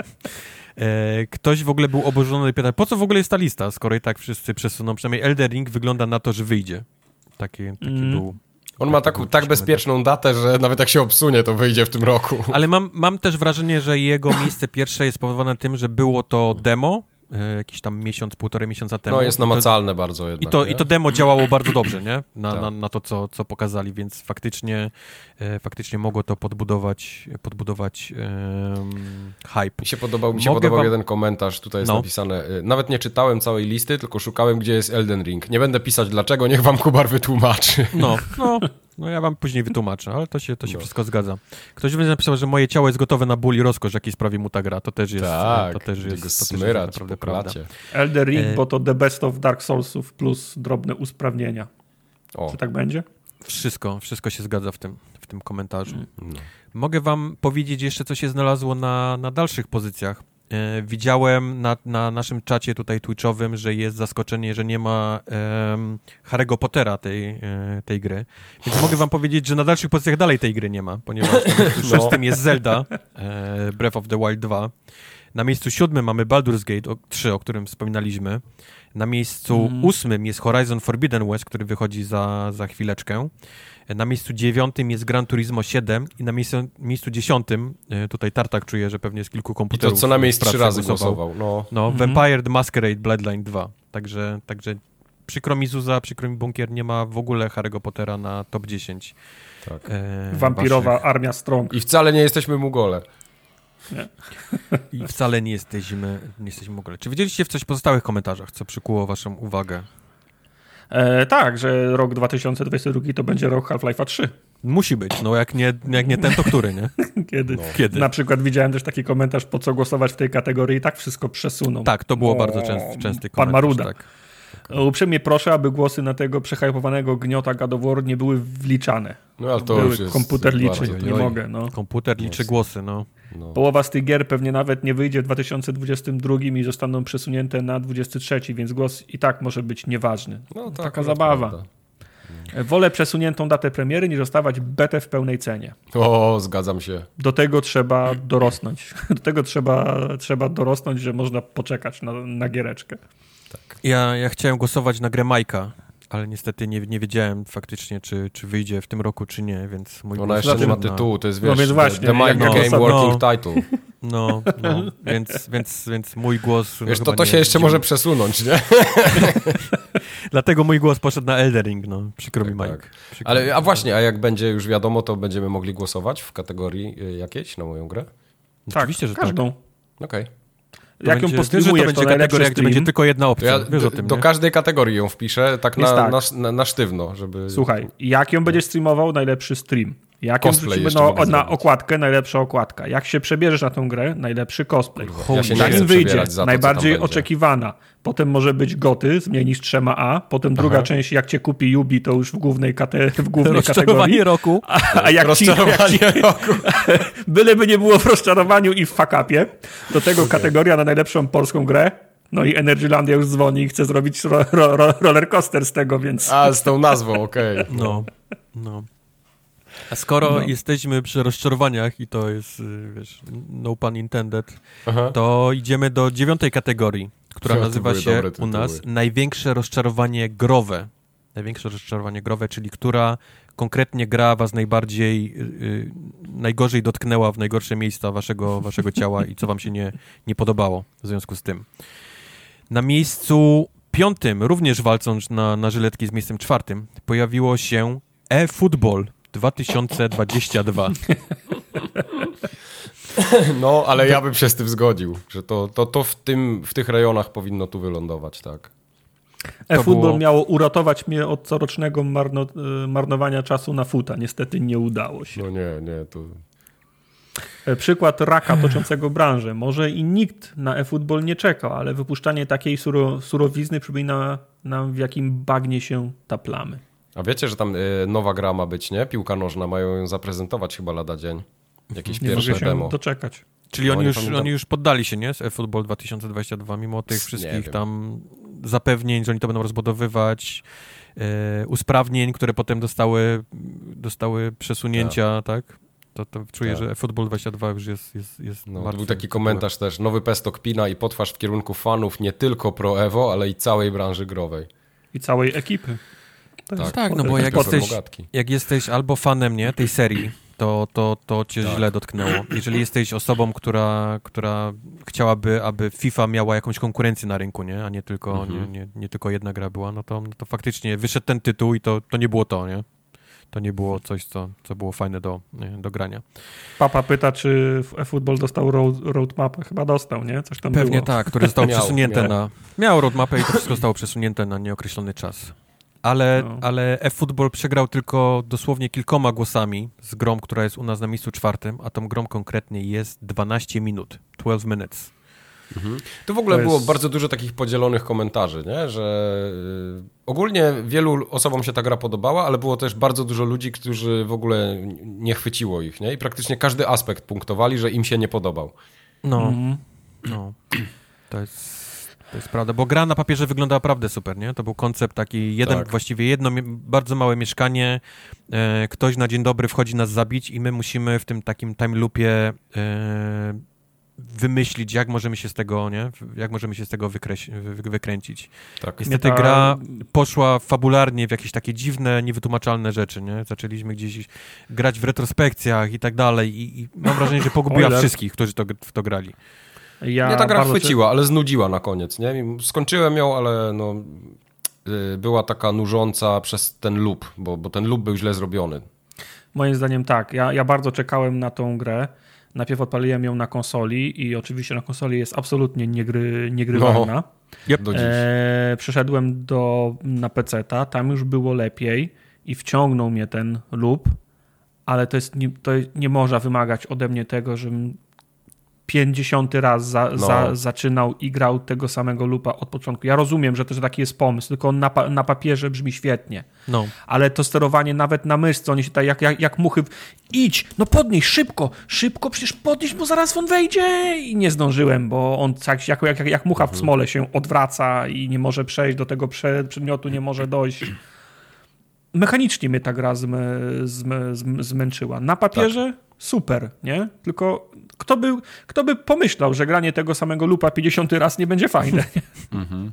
E, ktoś w ogóle był oburzony i pytał, po co w ogóle jest ta lista, skoro i tak wszyscy przesuną. Przynajmniej Elden Ring wygląda na to, że wyjdzie. Taki, taki mm. był... On ma taką, tak bezpieczną datę, że nawet jak się obsunie, to wyjdzie w tym roku. Ale mam, mam też wrażenie, że jego miejsce pierwsze jest spowodowane tym, że było to demo, jakiś tam miesiąc, półtorej miesiąca temu. No jest namacalne to, bardzo jednak. I to, I to demo działało bardzo dobrze, nie? Na, tak. na, na to, co, co pokazali, więc faktycznie e, faktycznie mogło to podbudować podbudować um, hype. Mi się podobał, mi się podobał wam... jeden komentarz, tutaj jest no. napisane, nawet nie czytałem całej listy, tylko szukałem, gdzie jest Elden Ring. Nie będę pisać dlaczego, niech wam Kubar wytłumaczy. No, no. No ja wam później wytłumaczę, ale to się, to się no. wszystko zgadza. Ktoś będzie napisał, że moje ciało jest gotowe na ból i rozkosz, jaki sprawi mu ta gra. To też jest, tak, to też jest, go smyrać to też jest po Elden Ring, e... bo to the best of Dark Soulsów plus drobne usprawnienia. O. Czy tak będzie? Wszystko, wszystko się zgadza w tym, w tym komentarzu. No. Mogę wam powiedzieć jeszcze, co się znalazło na, na dalszych pozycjach. E, widziałem na, na naszym czacie tutaj twitchowym, że jest zaskoczenie, że nie ma e, Harry'ego Pottera tej, e, tej gry. Więc mogę wam powiedzieć, że na dalszych pozycjach dalej tej gry nie ma, ponieważ na szóstym jest Zelda, e, Breath of the Wild dwa. Na miejscu siódmym mamy Baldur's Gate trzy, o którym wspominaliśmy. Na miejscu mm. ósmym jest Horizon Forbidden West, który wychodzi za, za chwileczkę. Na miejscu dziewiątym jest Gran Turismo siedem i na miejscu, miejscu dziesiątym, tutaj Tartak czuje, że pewnie jest kilku komputerów. I to co najmniej trzy razy głosował. No, no mm-hmm. Vampire the Masquerade Bloodline dwa. Także, także przykro mi Zuza, przykro mi Bunkier, nie ma w ogóle Harry'ego Pottera na top dziesięć. Tak. E, Wampirowa waszych... armia Strong. I wcale nie jesteśmy Mugole. Nie. I wcale nie jesteśmy, nie jesteśmy Mugole. Czy widzieliście w coś w pozostałych komentarzach, co przykuło waszą uwagę? E, tak, że rok dwa tysiące dwudziesty drugi to będzie rok Half-Life'a trzy. Musi być, no jak nie, jak nie ten, to który, nie? Kiedy? No. Kiedy? Na przykład widziałem też taki komentarz, po co głosować w tej kategorii i tak wszystko przesuną. Tak, to było o, bardzo częsty, częsty komentarz. Pan Maruda. Tak. Uprzejmie proszę, aby głosy na tego przehypowanego gniota God of War nie były wliczane. No ale to były, już jest komputer liczy, bardzo, nie mogę. No. Komputer liczy głosy, no. no. Połowa z tych gier pewnie nawet nie wyjdzie w dwa tysiące dwudziestym drugim i zostaną przesunięte na dwudziesty trzeci, więc głos i tak może być nieważny. No, tak, taka zabawa. Prawda. Wolę przesuniętą datę premiery niż dostawać betę w pełnej cenie. O, zgadzam się. Do tego trzeba dorosnąć. Do tego trzeba, trzeba dorosnąć, że można poczekać na, na giereczkę. Tak. Ja, ja chciałem głosować na grę Majka, ale niestety nie, nie wiedziałem faktycznie, czy, czy wyjdzie w tym roku, czy nie, więc mój Ona jeszcze nie ma tytułu, to jest, wiesz, no więc właśnie, The Mike no, Game no, Working no, Title. No, no więc, więc, więc mój głos... Wiesz, no, to, to się jeszcze nie, może przesunąć, nie? Dlatego mój głos poszedł na Elden Ring, no. Przykro tak, mi, Mike. Tak. Przykro Ale, mi. a właśnie, a jak będzie już wiadomo, to będziemy mogli głosować w kategorii jakiejś na moją grę? Tak, oczywiście, że każdą. Tak. Okej. Okay. Jak ją postreamujesz, to będzie kategoria, gdzie będzie tylko jedna opcja. Ja Wiesz do, o tym, do nie? każdej kategorii ją wpiszę, tak na, tak. Na, na, na sztywno, żeby... Słuchaj, jak ją będziesz streamował, najlepszy stream. Jak ją wrzucimy na, na okładkę, najlepsza okładka. Jak się przebierzesz na tą grę, najlepszy cosplay. Ja się Zanim nie wyjdzie, za to, najbardziej oczekiwana. Potem może być goty z mniej niż trzema A. Potem Aha. druga część, jak cię kupi Yubi, to już w głównej, kate, w głównej kategorii. roku. A, a jak ci, jak ci roku. Byleby nie było w rozczarowaniu i w fuck-upie. Do tego okay. kategoria na najlepszą polską grę. No i Energylandia już dzwoni i chce zrobić ro, ro, ro, roller coaster z tego, więc... A, z tą nazwą, okej. Okay. No, no. A skoro no. jesteśmy przy rozczarowaniach i to jest, wiesz, no pun intended, Aha. to idziemy do dziewiątej kategorii, która Co, nazywa się u nas największe rozczarowanie growe. Największe rozczarowanie growe, czyli która konkretnie gra was najbardziej, yy, najgorzej dotknęła w najgorsze miejsca waszego, waszego ciała i co wam się nie, nie podobało w związku z tym. Na miejscu piątym, również walcząc na, na żyletki z miejscem czwartym, pojawiło się eFootball dwa tysiące dwadzieścia dwa. No, ale ja bym się z tym zgodził, że to, to, to w, tym, w tych rejonach powinno tu wylądować, tak. eFootball było... miało uratować mnie od corocznego marno, marnowania czasu na futa. Niestety nie udało się. No nie, nie, to... Przykład raka toczącego branżę. Może i nikt na eFootball nie czekał, ale wypuszczanie takiej suro, surowizny przypomina nam, w jakim bagnie się taplamy. A wiecie, że tam y, nowa gra ma być, nie? Piłka nożna, mają ją zaprezentować chyba lada dzień. Jakieś nie pierwsze mogę się demo. doczekać. Czyli no, oni, już, tam... oni już poddali się, nie? Z eFootball dwa tysiące dwadzieścia dwa, mimo tych wszystkich tam zapewnień, że oni to będą rozbudowywać, e, usprawnień, które potem dostały, dostały przesunięcia, tak? tak? To, to czuję, tak. że eFootball dwadzieścia dwa już jest, jest, jest no, martwy. Był taki komentarz też, nowy P E S to kpina i potwarz w kierunku fanów nie tylko Pro Evo, ale i całej branży growej. I całej ekipy. Tak, tak, no bo jak jesteś, jak jesteś albo fanem, nie, tej serii, to, to, to cię tak. źle dotknęło. Jeżeli jesteś osobą, która, która chciałaby, aby FIFA miała jakąś konkurencję na rynku, nie, a nie tylko, mhm. nie, nie, nie tylko jedna gra była, no to, no to faktycznie wyszedł ten tytuł i to, to nie było to, nie? To nie było coś, co, co było fajne do, nie, do grania. Papa pyta, czy eFootball dostał road, roadmapę. Chyba dostał, nie? Coś tam Pewnie było. tak, które zostało miał, przesunięte miał. na... Miał roadmapę i to wszystko zostało przesunięte na nieokreślony czas. Ale, no. ale eFootball przegrał tylko dosłownie kilkoma głosami z grą, która jest u nas na miejscu czwartym, a tą grą konkretnie jest dwanaście minut, dwanaście minutes. Mhm. Tu w ogóle jest... było bardzo dużo takich podzielonych komentarzy, nie? Że yy, ogólnie wielu osobom się ta gra podobała, ale było też bardzo dużo ludzi, którzy w ogóle nie chwyciło ich, nie? I praktycznie każdy aspekt punktowali, że im się nie podobał. No, mhm. no. To jest... To jest prawda, bo gra na papierze wygląda naprawdę super, nie? To był koncept taki, jeden, tak. właściwie jedno bardzo małe mieszkanie, e, ktoś na dzień dobry wchodzi nas zabić i my musimy w tym takim time loopie e, wymyślić, jak możemy się z tego, nie? Jak możemy się z tego wykreś, wy, wykręcić. Tak. Niestety ta... gra poszła fabularnie w jakieś takie dziwne, niewytłumaczalne rzeczy, nie? Zaczęliśmy gdzieś grać w retrospekcjach i tak dalej i, i mam wrażenie, że pogubiła wszystkich, którzy to, w to grali. Ja Mnie ta gra chwyciła, czy... ale znudziła na koniec, nie? Skończyłem ją, ale no, yy, była taka nużąca przez ten loop, bo, bo ten loop był źle zrobiony. Moim zdaniem tak. Ja, ja bardzo czekałem na tą grę. Najpierw odpaliłem ją na konsoli i oczywiście na konsoli jest absolutnie niegry, niegrywalna. No, yep. do dziś. E, przeszedłem do, na peceta, tam już było lepiej i wciągnął mnie ten loop, ale to, jest nie, to nie można wymagać ode mnie tego, żebym pięćdziesiąty raz za, no. za, zaczynał i grał tego samego loopa od początku. Ja rozumiem, że to że taki jest pomysł, tylko on na, na papierze brzmi świetnie. No. Ale to sterowanie nawet na myszce, oni się tak jak, jak, jak muchy, idź, no podnieś, szybko, szybko, przecież podnieś, bo zaraz on wejdzie i nie zdążyłem, bo on jak, jak, jak, jak mucha w smole się odwraca i nie może przejść do tego przedmiotu, nie może dojść. Mechanicznie mnie ta gra zmę, zmę, zmę, zmęczyła. Na papierze tak. super, nie? Tylko kto by, kto by pomyślał, że granie tego samego loopa pięćdziesiąty raz nie będzie fajne. Mhm.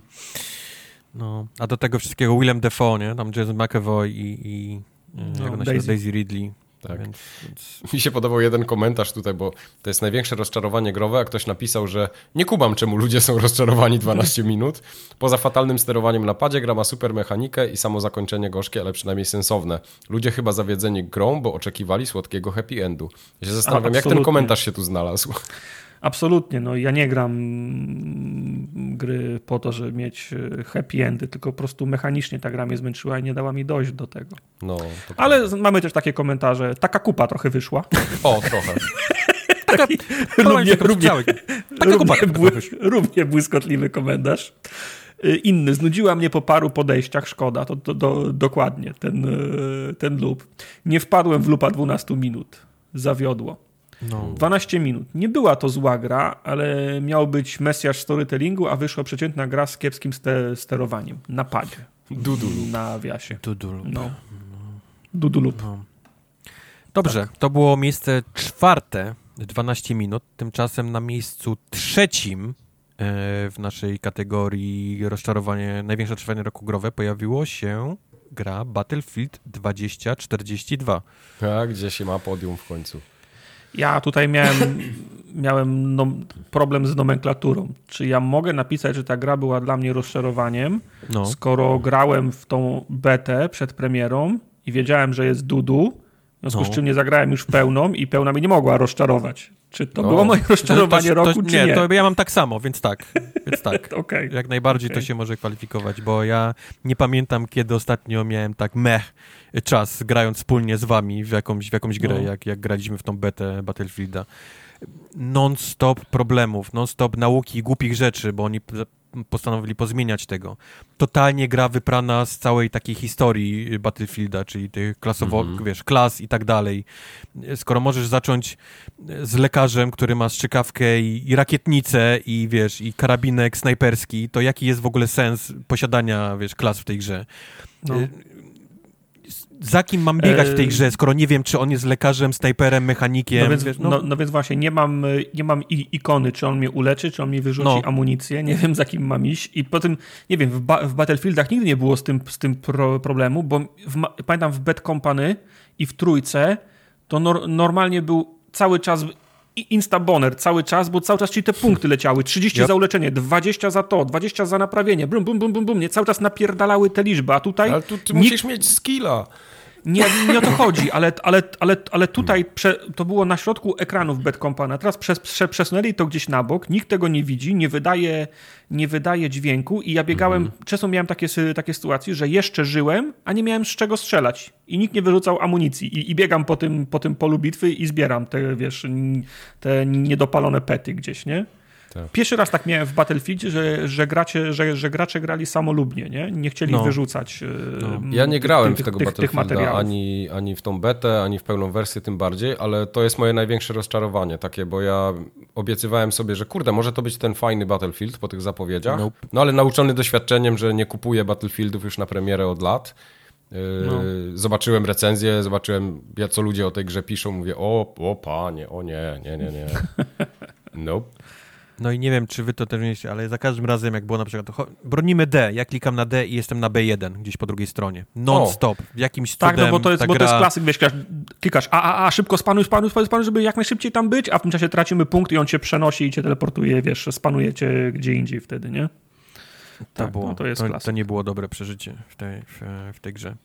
No, a do tego wszystkiego Willem Dafoe, nie? Tam Jason McAvoy i, i no, Daisy. Daisy Ridley. Tak. Więc, więc... Mi się podobał jeden komentarz tutaj, bo to jest największe rozczarowanie growe, a ktoś napisał, że nie kumam, czemu ludzie są rozczarowani dwanaście minut. Poza fatalnym sterowaniem na padzie gra ma super mechanikę i samo zakończenie gorzkie, ale przynajmniej sensowne. Ludzie chyba zawiedzeni grą, bo oczekiwali słodkiego happy endu. Ja się zastanawiam, jak ten komentarz się tu znalazł. Absolutnie, no ja nie gram gry po to, żeby mieć happy endy, tylko po prostu mechanicznie ta gra mnie zmęczyła i nie dała mi dojść do tego. No, ale prawda. Mamy też takie komentarze, taka kupa trochę wyszła. O, trochę. Taka, równie, równie, taka kupa równie, równie błyskotliwy komentarz. Inny, znudziła mnie po paru podejściach, szkoda, to, to, to dokładnie ten, ten loop. Nie wpadłem w loopa dwanaście minut, zawiodło. No. dwanaście minut. Nie była to zła gra, ale miał być mesjasz storytellingu, a wyszła przeciętna gra z kiepskim ste- sterowaniem. Na padzie. Dudulup. Na wiasie. Dudulup. No. Dudulup. No. Dobrze, tak. To było miejsce czwarte, dwanaście minut. Tymczasem na miejscu trzecim w naszej kategorii rozczarowanie, największe rozczarowanie roku growe pojawiło się gra Battlefield dwadzieścia czterdzieści dwa. A gdzie się ma podium w końcu? Ja tutaj miałem, miałem no, problem z nomenklaturą. Czy ja mogę napisać, że ta gra była dla mnie rozczarowaniem, no. skoro grałem w tą betę przed premierą i wiedziałem, że jest Dudu, w związku no. z czym nie zagrałem już pełną i pełna mnie nie mogła rozczarować. Czy to no. było moje rozczarowanie to, to, roku, to, czy nie? Nie, to ja mam tak samo, więc tak. Więc tak. okay. Jak najbardziej okay. to się może kwalifikować, bo ja nie pamiętam, kiedy ostatnio miałem tak meh czas, grając wspólnie z wami w jakąś, w jakąś grę, no. jak, jak graliśmy w tą betę Battlefielda. Non-stop problemów, non-stop nauki, głupich rzeczy, bo oni postanowili pozmieniać tego. Totalnie gra wyprana z całej takiej historii Battlefielda, czyli tych klasowo, mm-hmm. wiesz, klas i tak dalej. Skoro możesz zacząć z lekarzem, który ma strzykawkę i, i rakietnicę i wiesz, i karabinek snajperski, to jaki jest w ogóle sens posiadania, wiesz, klas w tej grze? No. Za kim mam biegać w tej grze, skoro nie wiem, czy on jest lekarzem, snajperem, mechanikiem? No więc, wiesz, no. No, no więc właśnie, nie mam, nie mam ikony, czy on mnie uleczy, czy on mi wyrzuci no. amunicję, nie wiem, za kim mam iść. I potem, nie wiem, w, ba- w Battlefieldach nigdy nie było z tym, z tym pro- problemu, bo w, pamiętam w Bad Company i w Trójce to nor- normalnie był cały czas instaboner, cały czas, bo cały czas ci te punkty leciały. trzydzieści yep. za uleczenie, dwadzieścia za to, dwadzieścia za naprawienie, bum, bum, bum, bum, bum, nie, cały czas napierdalały te liczby, a tutaj... Ale tu ty nikt... musisz mieć skilla. Nie, nie o to chodzi, ale, ale, ale, ale tutaj prze, to było na środku ekranu w Bad Company, a teraz przez, prze, przesunęli to gdzieś na bok, nikt tego nie widzi, nie wydaje, nie wydaje dźwięku i ja biegałem, mhm. często miałem takie, takie sytuacje, że jeszcze żyłem, a nie miałem z czego strzelać i nikt nie wyrzucał amunicji i, i biegam po tym, po tym polu bitwy i zbieram te, wiesz, te niedopalone pety gdzieś, nie? Tak. Pierwszy raz tak miałem w Battlefieldzie, że, że, gracie, że, że gracze grali samolubnie, nie? Nie chcieli no. wyrzucać no. Ja nie grałem tych, w tego tych, Battlefielda tych ani, ani w tą betę, ani w pełną wersję tym bardziej, ale to jest moje największe rozczarowanie takie, bo ja obiecywałem sobie, że kurde, może to być ten fajny Battlefield po tych zapowiedziach, nope. no ale nauczony doświadczeniem, że nie kupuję Battlefieldów już na premierę od lat, no. zobaczyłem recenzję, zobaczyłem, co ludzie o tej grze piszą, mówię, o, o panie, o nie, nie, nie, nie. Nope. No i nie wiem, czy wy to też mieliście, ale za każdym razem, jak było na przykład, to bronimy D, ja klikam na D i jestem na B jeden, gdzieś po drugiej stronie. Non-stop, w jakimś cudem. Tak, no bo to jest, ta bo gra... to jest klasyk, wiesz, klikasz, klikasz a, a, a, szybko spanuj, spanuj, spanuj, spanuj, żeby jak najszybciej tam być, a w tym czasie tracimy punkt i on cię przenosi i cię teleportuje, wiesz, spanuje cię gdzie indziej wtedy, nie? To, tak, było, no to jest to, klasyk. To nie było dobre przeżycie w tej, w, w tej grze.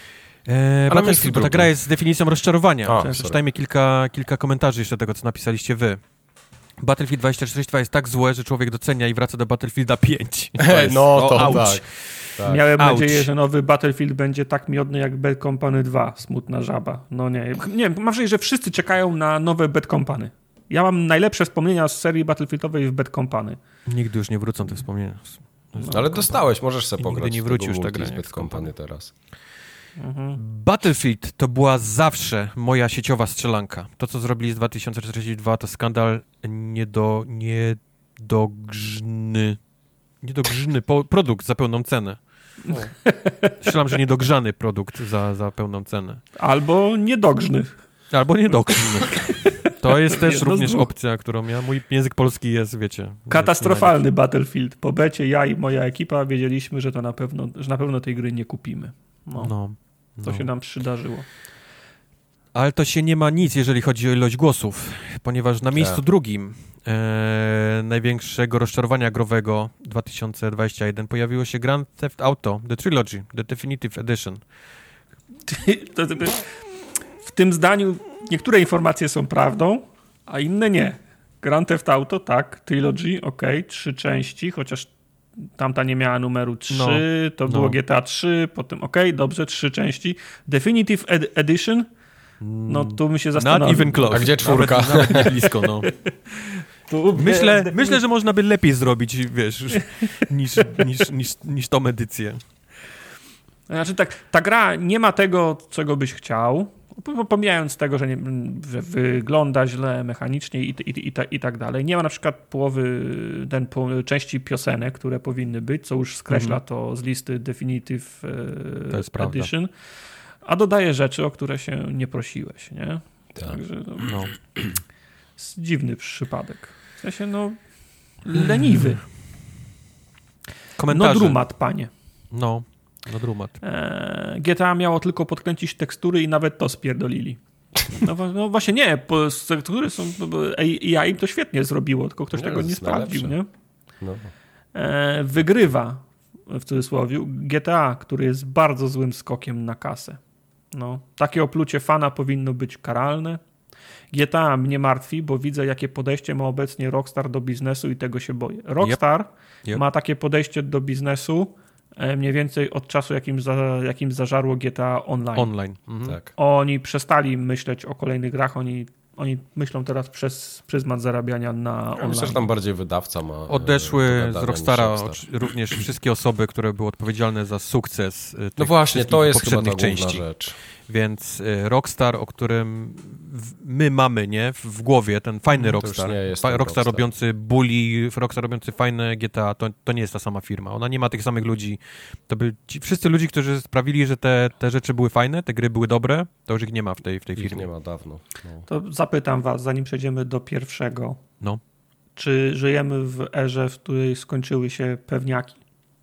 E, Battlefield, bo ta gra jest z definicją rozczarowania. A, Przeczytajmy kilka, kilka komentarzy jeszcze tego, co napisaliście wy. Battlefield dwadzieścia czterdzieści dwa jest tak złe, że człowiek docenia i wraca do Battlefielda pięć. To jest, no to o, tak, tak. Miałem Ouch. nadzieję, że nowy Battlefield będzie tak miodny jak Bad Company dwa. Smutna żaba. No nie. Nie mam wrażenie, że wszyscy czekają na nowe Bad Company. Ja mam najlepsze wspomnienia z serii Battlefieldowej w Bad Company. Nigdy już nie wrócą te wspomnienia. No, ale dostałeś, możesz sobie pograć. Nigdy nie wróci już ta gra z Bad Company teraz. Mhm. Battlefield to była zawsze moja sieciowa strzelanka. To, co zrobili z dwa tysiące czterdzieści dwa, to skandal niedo, niedogrzny, niedogrzny po, produkt za pełną cenę. Myślałem, że niedogrzany produkt za, za pełną cenę. Albo niedogrzny. Albo niedogrzny. To jest też również opcja, którą ja, mój język polski jest, wiecie... Katastrofalny Battlefield. Po becie ja i moja ekipa wiedzieliśmy, że to na pewno, że na pewno tej gry nie kupimy. No. no. To no. się nam przydarzyło. Ale to się nie ma nic, jeżeli chodzi o ilość głosów, ponieważ na miejscu tak. drugim e, największego rozczarowania growego dwa tysiące dwudziesty pierwszy pojawiło się Grand Theft Auto The Trilogy, The Definitive Edition. W tym zdaniu niektóre informacje są prawdą, a inne nie. Grand Theft Auto, tak, Trilogy, okej, okay, trzy części, chociaż tamta nie miała numeru trzy, no, to no. było G T A trzy, potem okej, okay, dobrze, trzy części. Definitive ed- Edition, no tu my się zastanawiamy. Not even close. A gdzie czwórka? Nawet, nawet nie blisko, no. Tu, myślę, myślę, że można by lepiej zrobić, wiesz, niż, niż, niż, niż tą edycję. Znaczy tak, ta gra nie ma tego, czego byś chciał, pomijając tego, że, nie, że wygląda źle mechanicznie i, i, i, ta, i tak dalej. Nie ma na przykład połowy ten, po, części piosenek, które powinny być, co już skreśla mm. to z listy Definitive to jest Edition. A dodaje rzeczy, o które się nie prosiłeś, nie? Tak. Także no, no. Jest dziwny przypadek. W sensie, no, leniwy. Komentarze. No drumat, panie. No, no drumat. Eee, G T A miało tylko podkręcić tekstury i nawet to spierdolili. No, no właśnie nie, bo tekstury są, A I to świetnie zrobiło, tylko ktoś nie, tego nie sprawdził, nie? No. Eee, wygrywa, w cudzysłowie, G T A, który jest bardzo złym skokiem na kasę. No, takie oplucie fana powinno być karalne. G T A mnie martwi, bo widzę, jakie podejście ma obecnie Rockstar do biznesu i tego się boję. Rockstar yep. Yep. ma takie podejście do biznesu mniej więcej od czasu, jakim, za, jakim zażarło G T A Online. Online. Mhm. Tak. Oni przestali myśleć o kolejnych grach, oni, oni myślą teraz przez pryzmat zarabiania na ja online. Myślę, że tam bardziej wydawca ma... Odeszły z Rockstara Rockstar. również wszystkie osoby, które były odpowiedzialne za sukces tych no właśnie, to jest poprzednich chyba ta części. rzecz. Więc Rockstar, o którym my mamy, nie, w głowie, ten fajny Rockstar, Rockstar, Rockstar robiący Bully, Rockstar robiący fajne G T A, to, to nie jest ta sama firma. Ona nie ma tych samych ludzi. To by ci wszyscy ludzie, którzy sprawili, że te, te rzeczy były fajne, te gry były dobre, to już ich nie ma w tej, w tej firmie. Ich nie ma dawno. No. To zapytam was, zanim przejdziemy do pierwszego. No. Czy żyjemy w erze, w której skończyły się pewniaki?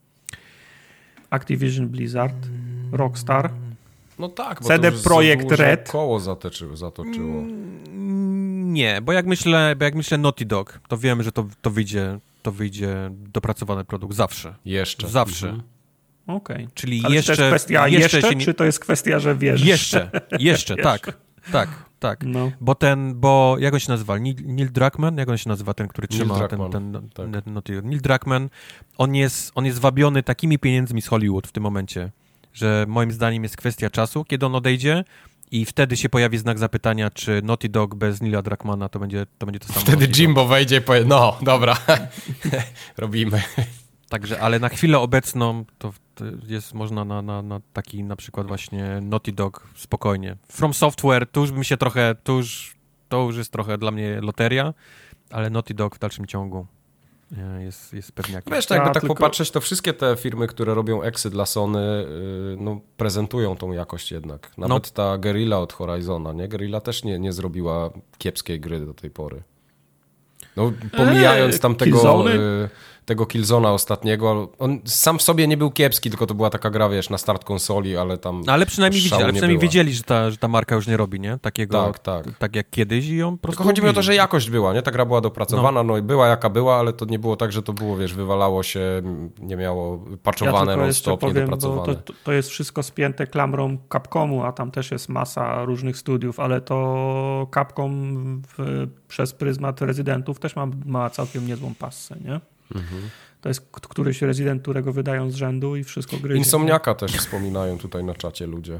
Activision Blizzard, Rockstar, No tak, bo C D to Projekt Red. Koło zatoczyło. zatoczyło. Nie, bo jak myślę, bo jak myślę Naughty Dog, to wiem, że to, to wyjdzie, to wyjdzie dopracowany produkt zawsze. Jeszcze. Zawsze. Mhm. Okej. Okay. Czyli ale jeszcze... Czy to jest kwestia jeszcze, jeszcze nie... czy to jest kwestia, że wiesz? Jeszcze, jeszcze, tak. Tak, tak. No. Bo ten, bo jak on się nazywa? Neil, Neil Druckmann? Jak on się nazywa, ten, który Neil trzyma Druckmann, ten, ten, tak. ten Naughty Dog? Neil Druckmann, on jest, on jest wabiony takimi pieniędzmi z Hollywood w tym momencie, że moim zdaniem jest kwestia czasu, kiedy on odejdzie i wtedy się pojawi znak zapytania, czy Naughty Dog bez Neila Druckmanna to będzie to, będzie to samo. Wtedy Jimbo wejdzie i powie, no, dobra, robimy. Także, ale na chwilę obecną to, to jest można na, na, na taki na przykład właśnie Naughty Dog spokojnie. From Software, tu już bym się trochę, tu już, to już jest trochę dla mnie loteria, ale Naughty Dog w dalszym ciągu jest, jest pewniakiem. Wiesz, to jakby ja, tak tylko... popatrzeć, to wszystkie te firmy, które robią eksy dla Sony, no, prezentują tą jakość jednak. Nawet no. ta Guerrilla od Horizona, nie? Guerrilla też nie, nie zrobiła kiepskiej gry do tej pory. No, pomijając eee, tam tego, y, tego Killzona ostatniego, on sam w sobie nie był kiepski, tylko to była taka gra, wiesz, na start konsoli, ale tam no, ale przynajmniej, wiedzieli, ale przynajmniej wiedzieli, że ta, że ta marka już nie robi, nie? Takiego, tak, tak. tak jak kiedyś i ją po prostu... Tylko chodzi mi o to, że jakość była, nie? Ta gra była dopracowana, no. no i była jaka była, ale to nie było tak, że to było, wiesz, wywalało się, nie miało patchowane, ja non-stop, niedopracowane. To, to jest wszystko spięte klamrą Capcomu, a tam też jest masa różnych studiów, ale to Capcom w, przez pryzmat rezydentów też ma, ma całkiem niezłą passę, nie? Mhm. To jest któryś rezydent, którego wydają z rzędu i wszystko gryzie. Insomniaka też wspominają tutaj na czacie ludzie.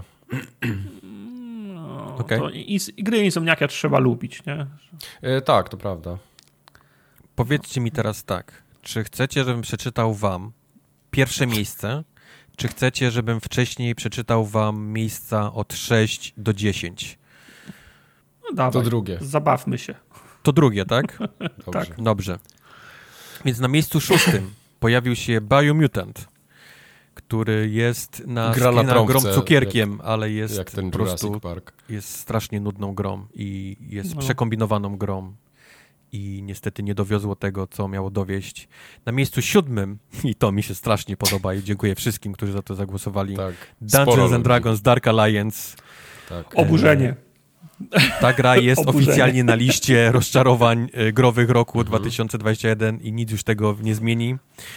No, okay. to i, i gry Insomniaka trzeba lubić, nie? E, tak, to prawda. Powiedzcie mi teraz tak, czy chcecie, żebym przeczytał wam pierwsze miejsce, czy chcecie, żebym wcześniej przeczytał wam miejsca od sześć do dziesięć? No dawaj, to drugie. Zabawmy się. To drugie, tak? Dobrze. Tak. Dobrze. Więc na miejscu szóstym pojawił się Biomutant, który jest na Gra na trąbce, grą cukierkiem, jak, ale jest jak ten po prostu Jurassic Park. Jest strasznie nudną grą i jest no. przekombinowaną grą i niestety nie dowiozło tego, co miało dowieść. Na miejscu siódmym, i to mi się strasznie podoba i dziękuję wszystkim, którzy za to zagłosowali, tak, Dungeons and Dragons Dark Alliance. Tak. Oburzenie. Ta gra jest oficjalnie na liście rozczarowań e, growych roku dwa tysiące dwudziesty pierwszy i nic już tego nie zmieni.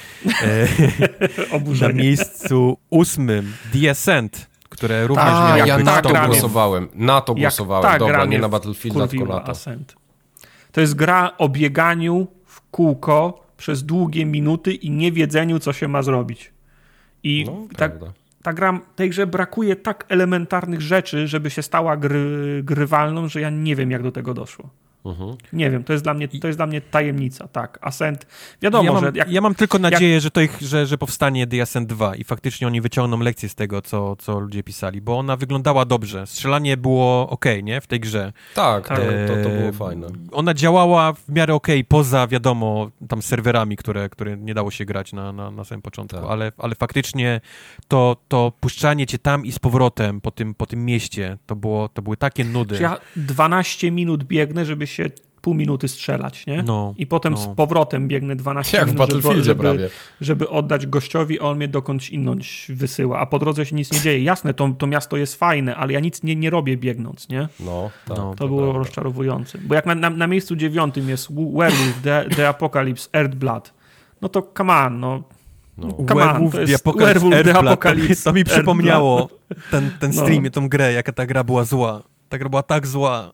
E, na miejscu ósmym The Ascent, które również A, miało ja być na to top. głosowałem. Na to głosowałem. Dobra, nie na Battlefielda, tylko na to. Ascent. To jest gra o bieganiu w kółko przez długie minuty i nie wiedzeniu, co się ma zrobić. I no, tak... Ta gra, tej grze brakuje tak elementarnych rzeczy, żeby się stała gry, grywalną, że ja nie wiem, jak do tego doszło. Uh-huh. Nie wiem, to jest dla mnie, to jest dla mnie tajemnica, tak. Ascent, wiadomo, ja mam, że... Jak, ja mam tylko nadzieję, jak... że, to ich, że, że powstanie The Ascent dwa i faktycznie oni wyciągną lekcję z tego, co, co ludzie pisali, bo ona wyglądała dobrze. Strzelanie było okej, okay, nie? W tej grze. Tak, tak. E... To, to było fajne. Ona działała w miarę okej, okay, poza, wiadomo, tam serwerami, które, które nie dało się grać na, na, na samym początku, tak. ale, ale faktycznie to, to puszczanie cię tam i z powrotem po tym, po tym mieście, to, było, to były takie nudy. Ja dwanaście minut biegnę, żeby się pół minuty strzelać, nie? No, I potem no. z powrotem biegnę dwanaście Jak minut, w Battlefieldzie żeby, prawie. żeby oddać gościowi, a on mnie dokądś inąć wysyła, a po drodze się nic nie dzieje. Jasne, to, to miasto jest fajne, ale ja nic nie, nie robię biegnąc, nie? No, tak, to, to, to było prawda. rozczarowujące. Bo jak na, na, na miejscu dziewiątym jest Werewolf, The, The Apocalypse, Earthblood, no to come on, no. No. Werewolf, The Apocalypse, Earthblood, to mi przypomniało ten, ten stream, no. tą grę, jaka ta gra była zła. Ta gra była tak zła.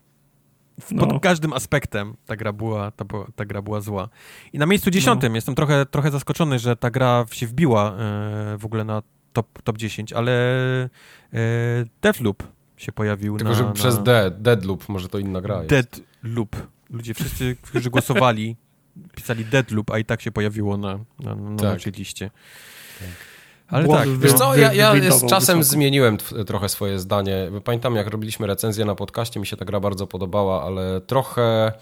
Pod no. każdym aspektem ta gra była, ta, ta gra była zła. I na miejscu dziesiątym no. jestem trochę, trochę zaskoczony, że ta gra się wbiła e, w ogóle na top, top dziesięć, ale e, Deathloop się pojawił. Tylko, na, że na... przez D, Deadloop, może to inna gra jest. Deadloop. Ludzie wszyscy, którzy głosowali, pisali Deadloop, a i tak się pojawiło na, na, na tak. naszej liście. Tak. Ale Bo, tak. Wiesz co, ja, ja z czasem wysoko. zmieniłem t- trochę swoje zdanie. Pamiętam, jak robiliśmy recenzję na podcaście, mi się ta gra bardzo podobała, ale trochę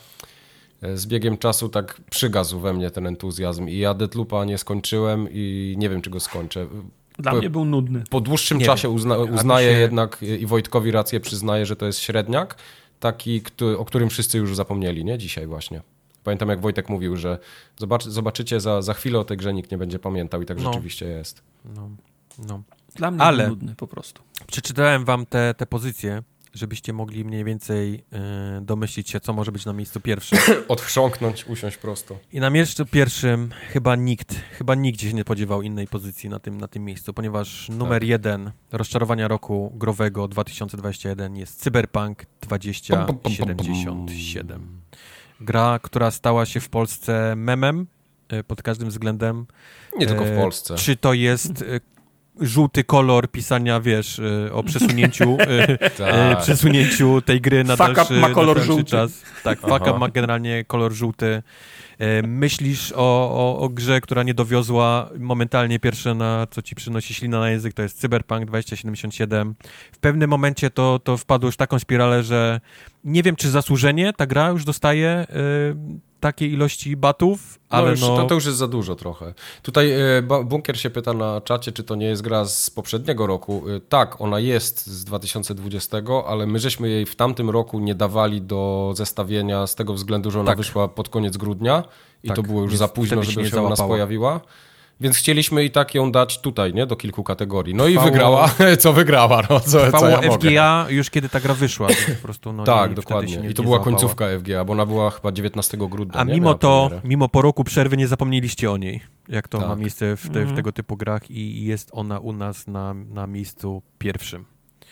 z biegiem czasu tak przygasł we mnie ten entuzjazm i ja Deathloopa nie skończyłem i nie wiem, czy go skończę. Dla po, mnie był nudny. Po dłuższym nie czasie uzna, uznaję się... jednak i Wojtkowi rację przyznaję, że to jest średniak, taki, który, o którym wszyscy już zapomnieli, nie? Dzisiaj właśnie. Pamiętam, jak Wojtek mówił, że zobacz, zobaczycie za, za chwilę o tej grze nikt nie będzie pamiętał i tak no. rzeczywiście jest. No, no. Dla mnie Ale był nudny po prostu. Przeczytałem wam te, te pozycje, żebyście mogli mniej więcej yy, domyślić się, co może być na miejscu pierwszym. Odchrząknąć, usiąść prosto. I na miejscu pierwszym chyba nikt, chyba nikt się nie spodziewał innej pozycji na tym, na tym miejscu, ponieważ numer tak. jeden rozczarowania roku growego dwa tysiące dwudziesty jeden jest Cyberpunk dwadzieścia siedemdziesiąt siedem. Gra, która stała się w Polsce memem pod każdym względem. Nie tylko w Polsce. Czy to jest żółty kolor pisania, wiesz, o przesunięciu tak. przesunięciu tej gry na fuck dalszy, up ma kolor na żółty. czas. Tak, fuck up ma generalnie kolor żółty. Myślisz o, o, o grze, która nie dowiozła momentalnie pierwsze, na co ci przynosi ślina na język, to jest Cyberpunk dwa tysiące siedemdziesiąt siedem. W pewnym momencie to, to wpadło już w taką spiralę, że nie wiem, czy zasłużenie ta gra już dostaje y, takiej ilości batów, ale no... Już, no... To, to już jest za dużo trochę. Tutaj y, Bunkier się pyta na czacie, czy to nie jest gra z poprzedniego roku. Y, tak, ona jest z dwa tysiące dwudziestego, ale my żeśmy jej w tamtym roku nie dawali do zestawienia z tego względu, że ona tak. wyszła pod koniec grudnia i tak, to było już za późno, żeby się, się u nas pojawiła. Więc chcieliśmy i tak ją dać tutaj, nie? Do kilku kategorii. No Trwało... i wygrała, co wygrała. No, co, Trwało co ja F G A mogę. Już kiedy ta gra wyszła. Po prostu, no, tak, i dokładnie. Nie, I to nie była załapała. końcówka F G A, bo ona była chyba dziewiętnastego grudnia. A nie? mimo Miała to, premierę. mimo po roku przerwy nie zapomnieliście o niej. Jak to tak. ma miejsce w, te, mhm. w tego typu grach i jest ona u nas na, na miejscu pierwszym.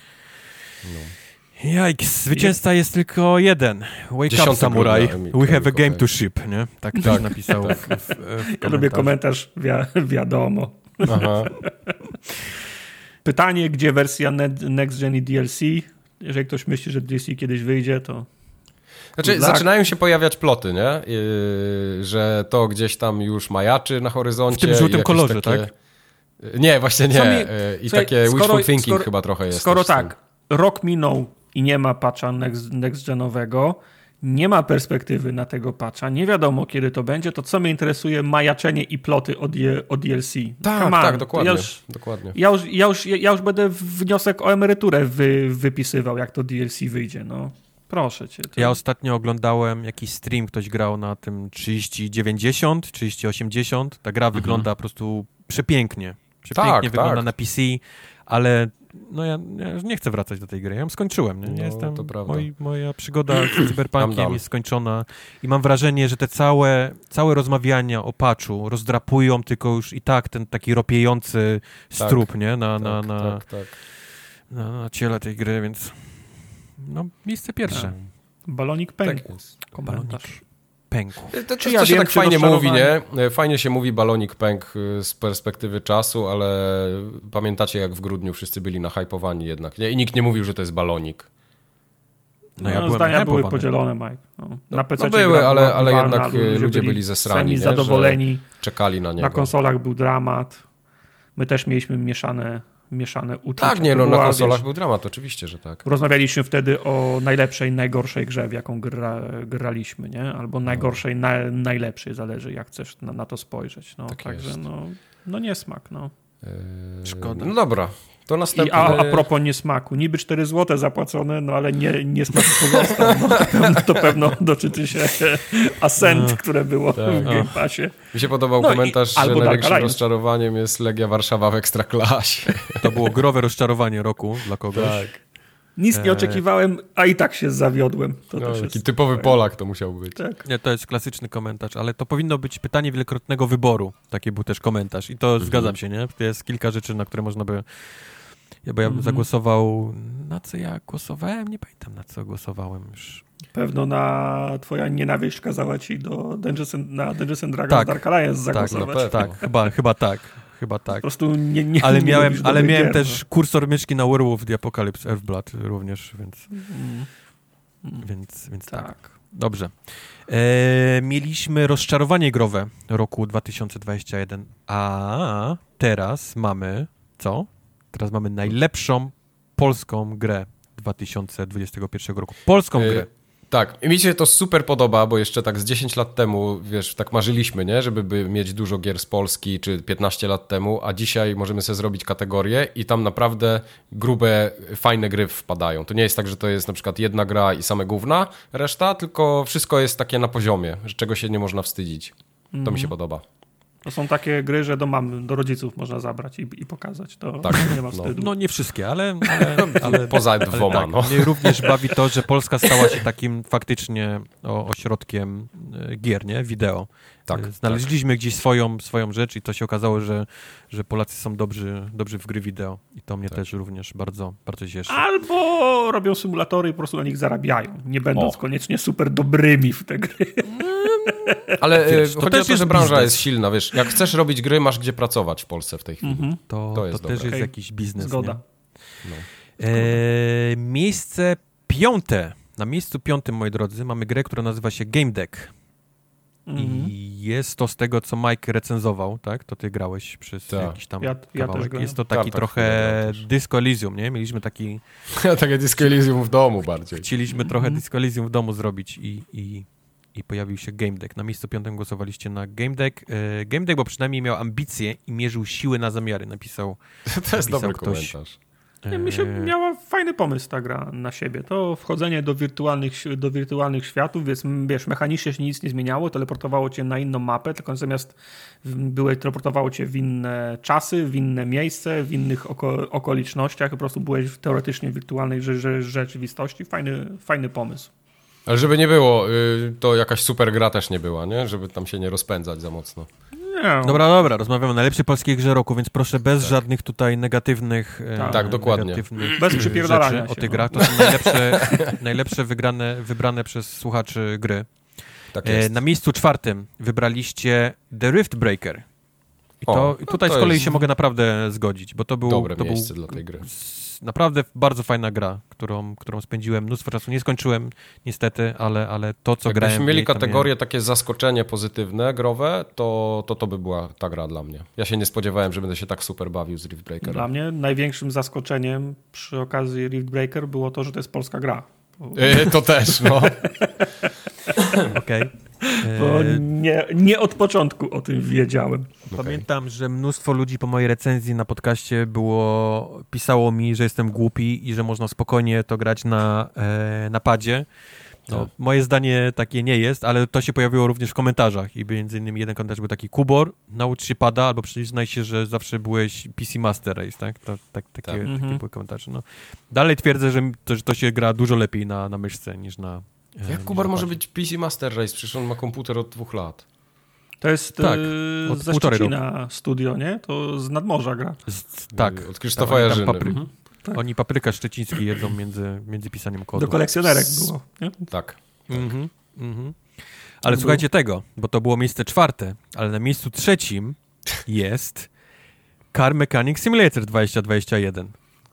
No. Jajks, zwycięzca jest tylko jeden. Wake up, Samurai. We have a game to ship, nie? Tak ktoś tak, napisał tak. W, w, w Ja lubię komentarz, wi- wiadomo. Aha. Pytanie, gdzie wersja Next Gen i D L C? Jeżeli ktoś myśli, że D L C kiedyś wyjdzie, to... Znaczy, zaczynają się pojawiać ploty, nie? Yy, że to gdzieś tam już majaczy na horyzoncie. W tym żółtym kolorze, takie... tak? Nie, właśnie nie. Mi... I Słuchaj, takie skoro, wishful thinking skoro, chyba trochę jest. Skoro tak, rok minął i nie ma patcha next, next-genowego, nie ma perspektywy na tego patcha, nie wiadomo kiedy to będzie, to co mnie interesuje majaczenie i ploty o, o D L C. Tak, Come tak, on, dokładnie. Ja już, dokładnie. Ja, już, ja, już, ja już będę wniosek o emeryturę wy, wypisywał, jak to D L C wyjdzie, no. Proszę cię. To... Ja ostatnio oglądałem jakiś stream, ktoś grał na tym trzydzieści dziewięćdziesiąt, trzydzieści osiemdziesiąt. Ta gra mhm. wygląda po prostu przepięknie. Przepięknie tak, wygląda tak. na P C, ale no ja, ja już nie chcę wracać do tej gry. Ja ją skończyłem. Nie? Ja no, jestem, to prawda. moi, moja przygoda z Cyberpunkiem jest skończona i mam wrażenie, że te całe, całe rozmawiania o patchu rozdrapują tylko już i tak ten taki ropiejący strup, tak, nie? Na, tak, na, na, tak, tak. Na, na ciele tej gry, więc no, miejsce pierwsze. Tak. Balonik pękł. Tak Komentarz. Pękł. To, to, to ja się wiem, tak fajnie mówi, nie? Fajnie się mówi balonik pękł z perspektywy czasu, ale pamiętacie jak w grudniu wszyscy byli nahypowani jednak, nie? I nikt nie mówił, że to jest balonik. No, ja no, zdania były podzielone, Mike. No, na P C no były, ale, ale jednak ludzie, ludzie byli zesrani, nie? zadowoleni. Czekali na niego. Na konsolach był dramat. My też mieliśmy mieszane, mieszane uczucia. Tak, nie, no, była, na konsolach wiesz, był dramat, oczywiście, że tak. Rozmawialiśmy wtedy o najlepszej, najgorszej grze, w jaką gra, graliśmy, nie? Albo najgorszej, no. na, najlepszej, zależy jak chcesz na, na to spojrzeć. No, tak także no, no niesmak, no. Eee, Szkoda. No dobra. To następny... I a, a propos niesmaku, niby cztery złote zapłacone, no ale nie, niesmak pozostał. No, to, pewno, to pewno dotyczy się Ascent, no, które było tak, w Game Passie. Mi się podobał no komentarz, i, że największym rozczarowaniem jest Legia Warszawa w Ekstraklasie. To było growe rozczarowanie roku dla kogoś. Tak. Nic nie oczekiwałem, a i tak się zawiodłem. To no, też taki jest... typowy Polak to musiał być. Tak. Nie, to jest klasyczny komentarz, ale to powinno być pytanie wielokrotnego wyboru. Taki był też komentarz i to mhm. zgadzam się, nie? To jest kilka rzeczy, na które można by... Ja, bo ja bym mm-hmm. zagłosował... Na co ja głosowałem? Nie pamiętam, na co głosowałem już. Pewno na twoja nienawiść kazała ci do Dungeons and, na Dungeons and Dragons tak, Dark Alliance zagłosować. Tak, no, tak chyba, chyba tak. Chyba tak. Po prostu nie, nie, ale nie miałem, ale miałem gier, też no. kursor myszki na Werewolf the Apocalypse Earthblood również, więc... Mm. Więc, więc tak. tak. Dobrze. E, mieliśmy rozczarowanie growe roku dwa tysiące dwudziesty pierwszy, a teraz mamy co? Teraz mamy najlepszą polską grę dwa tysiące dwudziestego pierwszego roku. Polską grę. Tak, i mi się to super podoba, bo jeszcze tak z dziesięć lat temu, wiesz, tak marzyliśmy, nie, żeby by mieć dużo gier z Polski, czy piętnaście lat temu, a dzisiaj możemy sobie zrobić kategorię i tam naprawdę grube, fajne gry wpadają. To nie jest tak, że to jest na przykład jedna gra i same gówna, reszta, tylko wszystko jest takie na poziomie, że czego się nie można wstydzić. To mm. mi się podoba. To są takie gry, że do mamy, do rodziców można zabrać i, i pokazać. To tak, nie ma wstydu. No, no nie wszystkie, ale... ale, ale poza dwoma, ale tak, no. Mnie również bawi to, że Polska stała się takim faktycznie o, ośrodkiem gier, nie? Wideo. Tak, Znaleźliśmy tak. gdzieś swoją, swoją rzecz i to się okazało, że, że Polacy są dobrzy, dobrzy w gry wideo. I to mnie tak. też również bardzo, bardzo cieszy. Albo robią symulatory i po prostu na nich zarabiają, nie będąc o. koniecznie super dobrymi w te gry. Ale wiesz, to chodzi też o to, że branża biznes. jest silna, wiesz, jak chcesz robić gry, masz gdzie pracować w Polsce w tej chwili. Mm-hmm. To, to, jest to też jest Ej, jakiś biznes. Zgoda. No. E, miejsce piąte. Na miejscu piątym, moi drodzy, mamy grę, która nazywa się Game Deck. Mm-hmm. I jest to z tego, co Mike recenzował, tak? To ty grałeś przez tak. jakiś tam ja, ja kawałek. Jest to taki tak, trochę tak, Disco Elysium, nie? Mieliśmy taki... Takie Disco Elysium w domu bardziej. Chcieliśmy mm-hmm. trochę Disco Elysium w domu zrobić i... i I pojawił się Game Deck. Na miejscu piątym głosowaliście na Game Deck. E, Game Deck, bo przynajmniej miał ambicje i mierzył siły na zamiary. Napisał To jest napisał dobry ktoś. komentarz. Nie, mi się miała fajny pomysł ta gra na siebie. To wchodzenie do wirtualnych, do wirtualnych światów, więc wiesz, mechanicznie się nic nie zmieniało, teleportowało cię na inną mapę, tylko zamiast były, teleportowało cię w inne czasy, w inne miejsce, w innych oko, okolicznościach, po prostu byłeś teoretycznie w wirtualnej rze, rzeczywistości. Fajny, fajny pomysł. Ale żeby nie było, to jakaś super gra też nie była, nie? Żeby tam się nie rozpędzać za mocno. Nie. Dobra, dobra, rozmawiamy o najlepszej polskiej grze roku, więc proszę bez tak. żadnych tutaj negatywnych Tak, tak dokładnie. Negatywnych bez przypierdalania rzeczy o tych grach. To są najlepsze, najlepsze wygrane, wybrane przez słuchaczy gry. Tak jest. Na miejscu czwartym wybraliście The Rift Breaker. I to, o, i tutaj no to z kolei jest... się mogę naprawdę zgodzić, bo to był... Dobre to miejsce był... dla tej gry. Naprawdę bardzo fajna gra, którą, którą spędziłem mnóstwo czasu. Nie skończyłem niestety, ale, ale to, co grałem... Jakbyśmy mieli kategorię miałem... takie zaskoczenie pozytywne, growe, to, to to by była ta gra dla mnie. Ja się nie spodziewałem, że będę się tak super bawił z Rift Breakerem. Dla mnie największym zaskoczeniem przy okazji Rift Breaker było to, że to jest polska gra. Yy, to też, no. Okej. Okay. Bo nie, nie od początku o tym wiedziałem. Pamiętam, okay. że mnóstwo ludzi po mojej recenzji na podcaście było, pisało mi, że jestem głupi i że można spokojnie to grać na, e, na padzie. No, tak. Moje zdanie takie nie jest, ale to się pojawiło również w komentarzach i między innymi jeden komentarz był taki: Kubor, naucz się pada, albo przyznaj się, że zawsze byłeś P C Master Race, tak? To, tak, takie, tak. takie mm-hmm. były komentarze. No. Dalej twierdzę, że to, że to się gra dużo lepiej na, na myszce niż na... Jak Kubar może być P C Master Race? Przecież on ma komputer od dwóch lat. To jest tak, yy, od ze Szczecina studio, nie? To z nadmorza gra. Z, tak. Od Krzysztofa Jarzyny. Papry... Mhm. Tak. Oni papryka szczeciński jedzą między, między pisaniem kodu. Do kolekcjonerek było, nie? Tak. tak. Mhm, mhm. Ale był... słuchajcie tego, bo to było miejsce czwarte, ale na miejscu trzecim jest Car Mechanic Simulator dwa tysiące dwadzieścia jeden.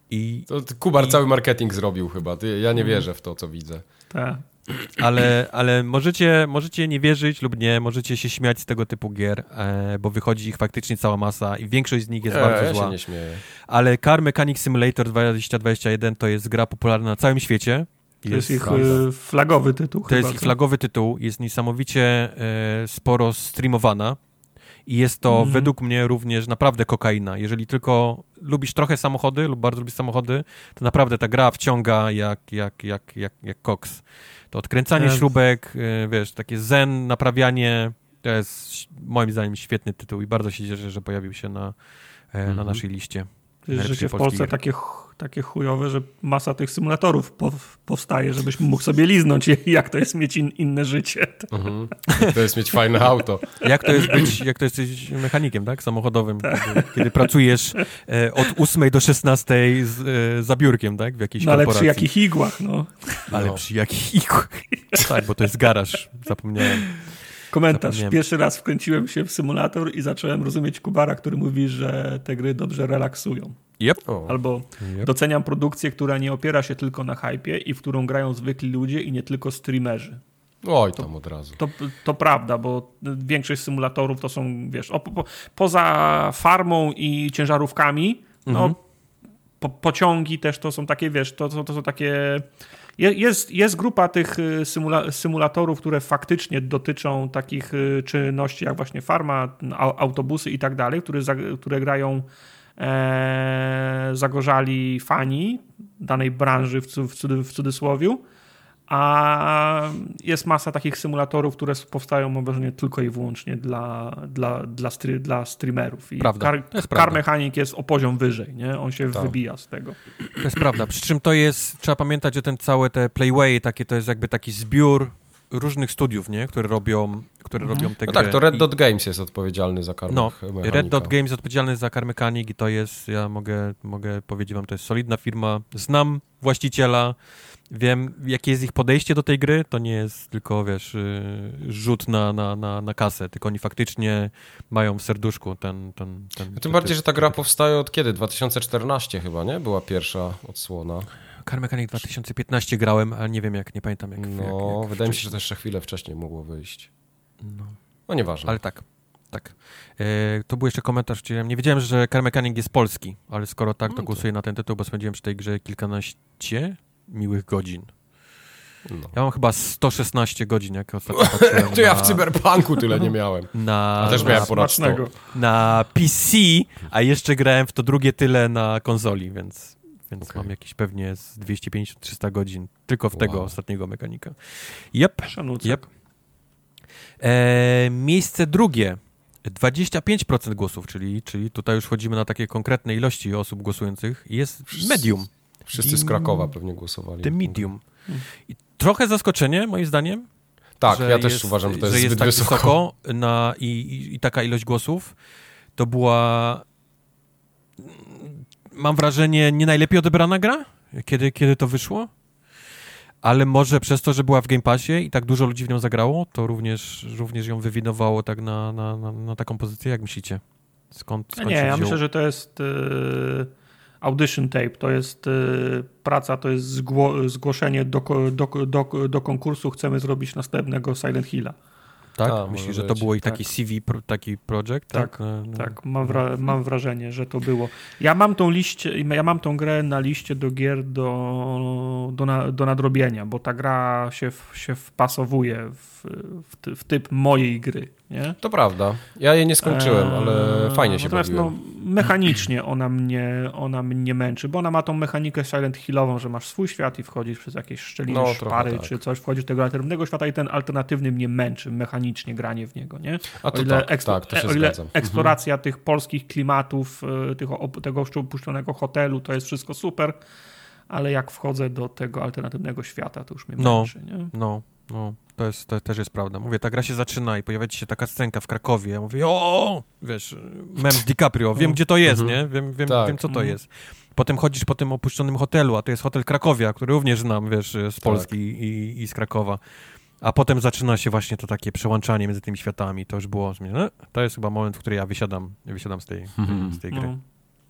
I, to Kubar i... cały marketing zrobił chyba. Ja nie wierzę w to, co widzę. Tak. Ale, ale możecie, możecie nie wierzyć lub nie, możecie się śmiać z tego typu gier, e, bo wychodzi ich faktycznie cała masa i większość z nich jest nie, bardzo ja zła. Się nie śmieję. Ale Car Mechanic Simulator dwadzieścia dwadzieścia jeden to jest gra popularna na całym świecie. To jest, jest ich prawda. flagowy tytuł. To chyba, jest ich flagowy tytuł, jest niesamowicie e, sporo streamowana i jest to mm. według mnie również naprawdę kokaina. Jeżeli tylko lubisz trochę samochody lub bardzo lubisz samochody, to naprawdę ta gra wciąga jak, jak, jak, jak, jak koks. To odkręcanie ja... śrubek, e, wiesz, takie zen, naprawianie, to jest moim zdaniem świetny tytuł i bardzo się cieszę, że pojawił się na, e, mm. na naszej liście. Życie w Polsce takie, takie chujowe, że masa tych symulatorów powstaje, żebyś mógł sobie liznąć, jak to jest mieć in, inne życie. Mhm. To jest mieć fajne auto. Jak to jest być, jak to jesteś mechanikiem, tak? Samochodowym. Tak. Kiedy, kiedy pracujesz e, od ósmej do szesnastej z, e, za biurkiem, tak? W jakiejś no, korporacji. Ale przy jakich igłach, no. Ale no. przy jakich igłach. Tak, bo to jest garaż. Zapomniałem. Komentarz. Pierwszy raz wkręciłem się w symulator i zacząłem rozumieć Kubara, który mówi, że te gry dobrze relaksują. Yep. Albo yep. doceniam produkcję, która nie opiera się tylko na hypie i w którą grają zwykli ludzie i nie tylko streamerzy. Oj, tam to, od razu. To, to prawda, bo większość symulatorów to są, wiesz, o, po, poza farmą i ciężarówkami, no mhm. po, pociągi też to są takie, wiesz, to, to, to są takie... Jest, jest grupa tych symula, symulatorów, które faktycznie dotyczą takich czynności jak właśnie farma, autobusy i tak dalej, które, które grają e, zagorzali fani danej branży w, w, w cudzysłowiu, a jest masa takich symulatorów, które powstają, mam wrażenie, tylko i wyłącznie dla, dla, dla, stry, dla streamerów. I prawda. Car, jest Car Mechanic jest o poziom wyżej, nie? On się tak. wybija z tego. To jest prawda. Przy czym to jest, trzeba pamiętać, że ten całe te Playway, takie to jest jakby taki zbiór różnych studiów, nie? Które robią, które mhm. robią te no gry. tak, to Red Dot Games jest odpowiedzialny za Car No, Mechanica. Red Dot Games jest odpowiedzialny za Car Mechanic i to jest, ja mogę, mogę powiedzieć wam, to jest solidna firma. Znam właściciela, wiem, jakie jest ich podejście do tej gry, to nie jest tylko, wiesz, rzut na, na, na, na kasę, tylko oni faktycznie mają w serduszku ten... ten, ten no tym bardziej, że ta gra powstaje od kiedy? dwa tysiące czternaście chyba, nie? Była pierwsza odsłona. Car Mechanic dwa tysiące piętnaście grałem, ale nie wiem, jak, nie pamiętam jak... No, jak, jak wydaje wcześniej. mi się, że to jeszcze chwilę wcześniej mogło wyjść. No, no nieważne. Ale tak, tak. E, to był jeszcze komentarz, czyli nie wiedziałem, że Car Mechanic jest polski, ale skoro tak, to no głosuję to. na ten tytuł, bo spędziłem przy tej grze kilkanaście miłych godzin. No. Ja mam chyba sto szesnaście godzin, jak ostatnio patrzyłem. To ja na... w Cyberpunku tyle nie miałem. Na, a też na, miałem ponad sto. Na P C, a jeszcze grałem w to drugie tyle na konsoli, więc, więc okay. mam jakieś pewnie z dwieście pięćdziesiąt do trzystu godzin tylko w wow. tego ostatniego mechanika. Yep. yep. E, miejsce drugie. dwadzieścia pięć procent głosów, czyli, czyli tutaj już wchodzimy na takie konkretne ilości osób głosujących. Jest Wszyscy, Medium. Wszyscy z Krakowa pewnie głosowali. The Medium. I trochę zaskoczenie, moim zdaniem. Tak, ja też jest, uważam, że to jest, że zbyt jest tak wysoko. wysoko na, i, i, i taka ilość głosów. To była, mam wrażenie, nie najlepiej odebrana gra, kiedy, kiedy to wyszło. Ale może przez to, że była w Game Passie i tak dużo ludzi w nią zagrało, to również, również ją wywinowało tak na, na, na, na taką pozycję. Jak myślicie? Skąd, skąd nie, się ja wziął? myślę, że to jest yy, audition tape, to jest yy, praca, to jest zgło, zgłoszenie do, do, do, do konkursu, chcemy zrobić następnego Silent Hilla. Tak? A, myślisz, że to było i taki tak. C V, pro, taki project? Tak, tak, no, tak. Mam, wra- mam wrażenie, że to było. Ja mam tą liście, ja mam tą grę na liście do gier do, do, na, do nadrobienia, bo ta gra się, się wpasowuje w, w, ty, w typ mojej gry. Nie? To prawda. Ja jej nie skończyłem, eee, ale fajnie się natomiast bawiłem. No, mechanicznie ona mnie, ona mnie męczy, bo ona ma tą mechanikę Silent Hillową, że masz swój świat i wchodzisz przez jakieś szczeliny, no, szpary tak. czy coś, wchodzisz do tego alternatywnego świata i ten alternatywny mnie męczy mechanicznie granie w niego. Nie? A to o ile, tak, ekspo- tak, to się o ile zgadzam. eksploracja mhm. tych polskich klimatów, tych, tego opuszczonego hotelu, to jest wszystko super, ale jak wchodzę do tego alternatywnego świata, to już mnie no, męczy. Nie? No, no. To, jest, to też jest prawda. Mówię, ta gra się zaczyna i pojawia ci się taka scenka w Krakowie. Ja mówię, o, wiesz, mem z DiCaprio, wiem, gdzie to jest, mm-hmm. nie? Wiem, wiem, tak. wiem co to mm-hmm. jest. Potem chodzisz po tym opuszczonym hotelu, a to jest hotel Krakowia, który również znam, wiesz, z Polski tak. i, i z Krakowa. A potem zaczyna się właśnie to takie przełączanie między tymi światami. To już było, no, to jest chyba moment, w którym ja wysiadam, wysiadam z tej, mm-hmm. z tej gry. No.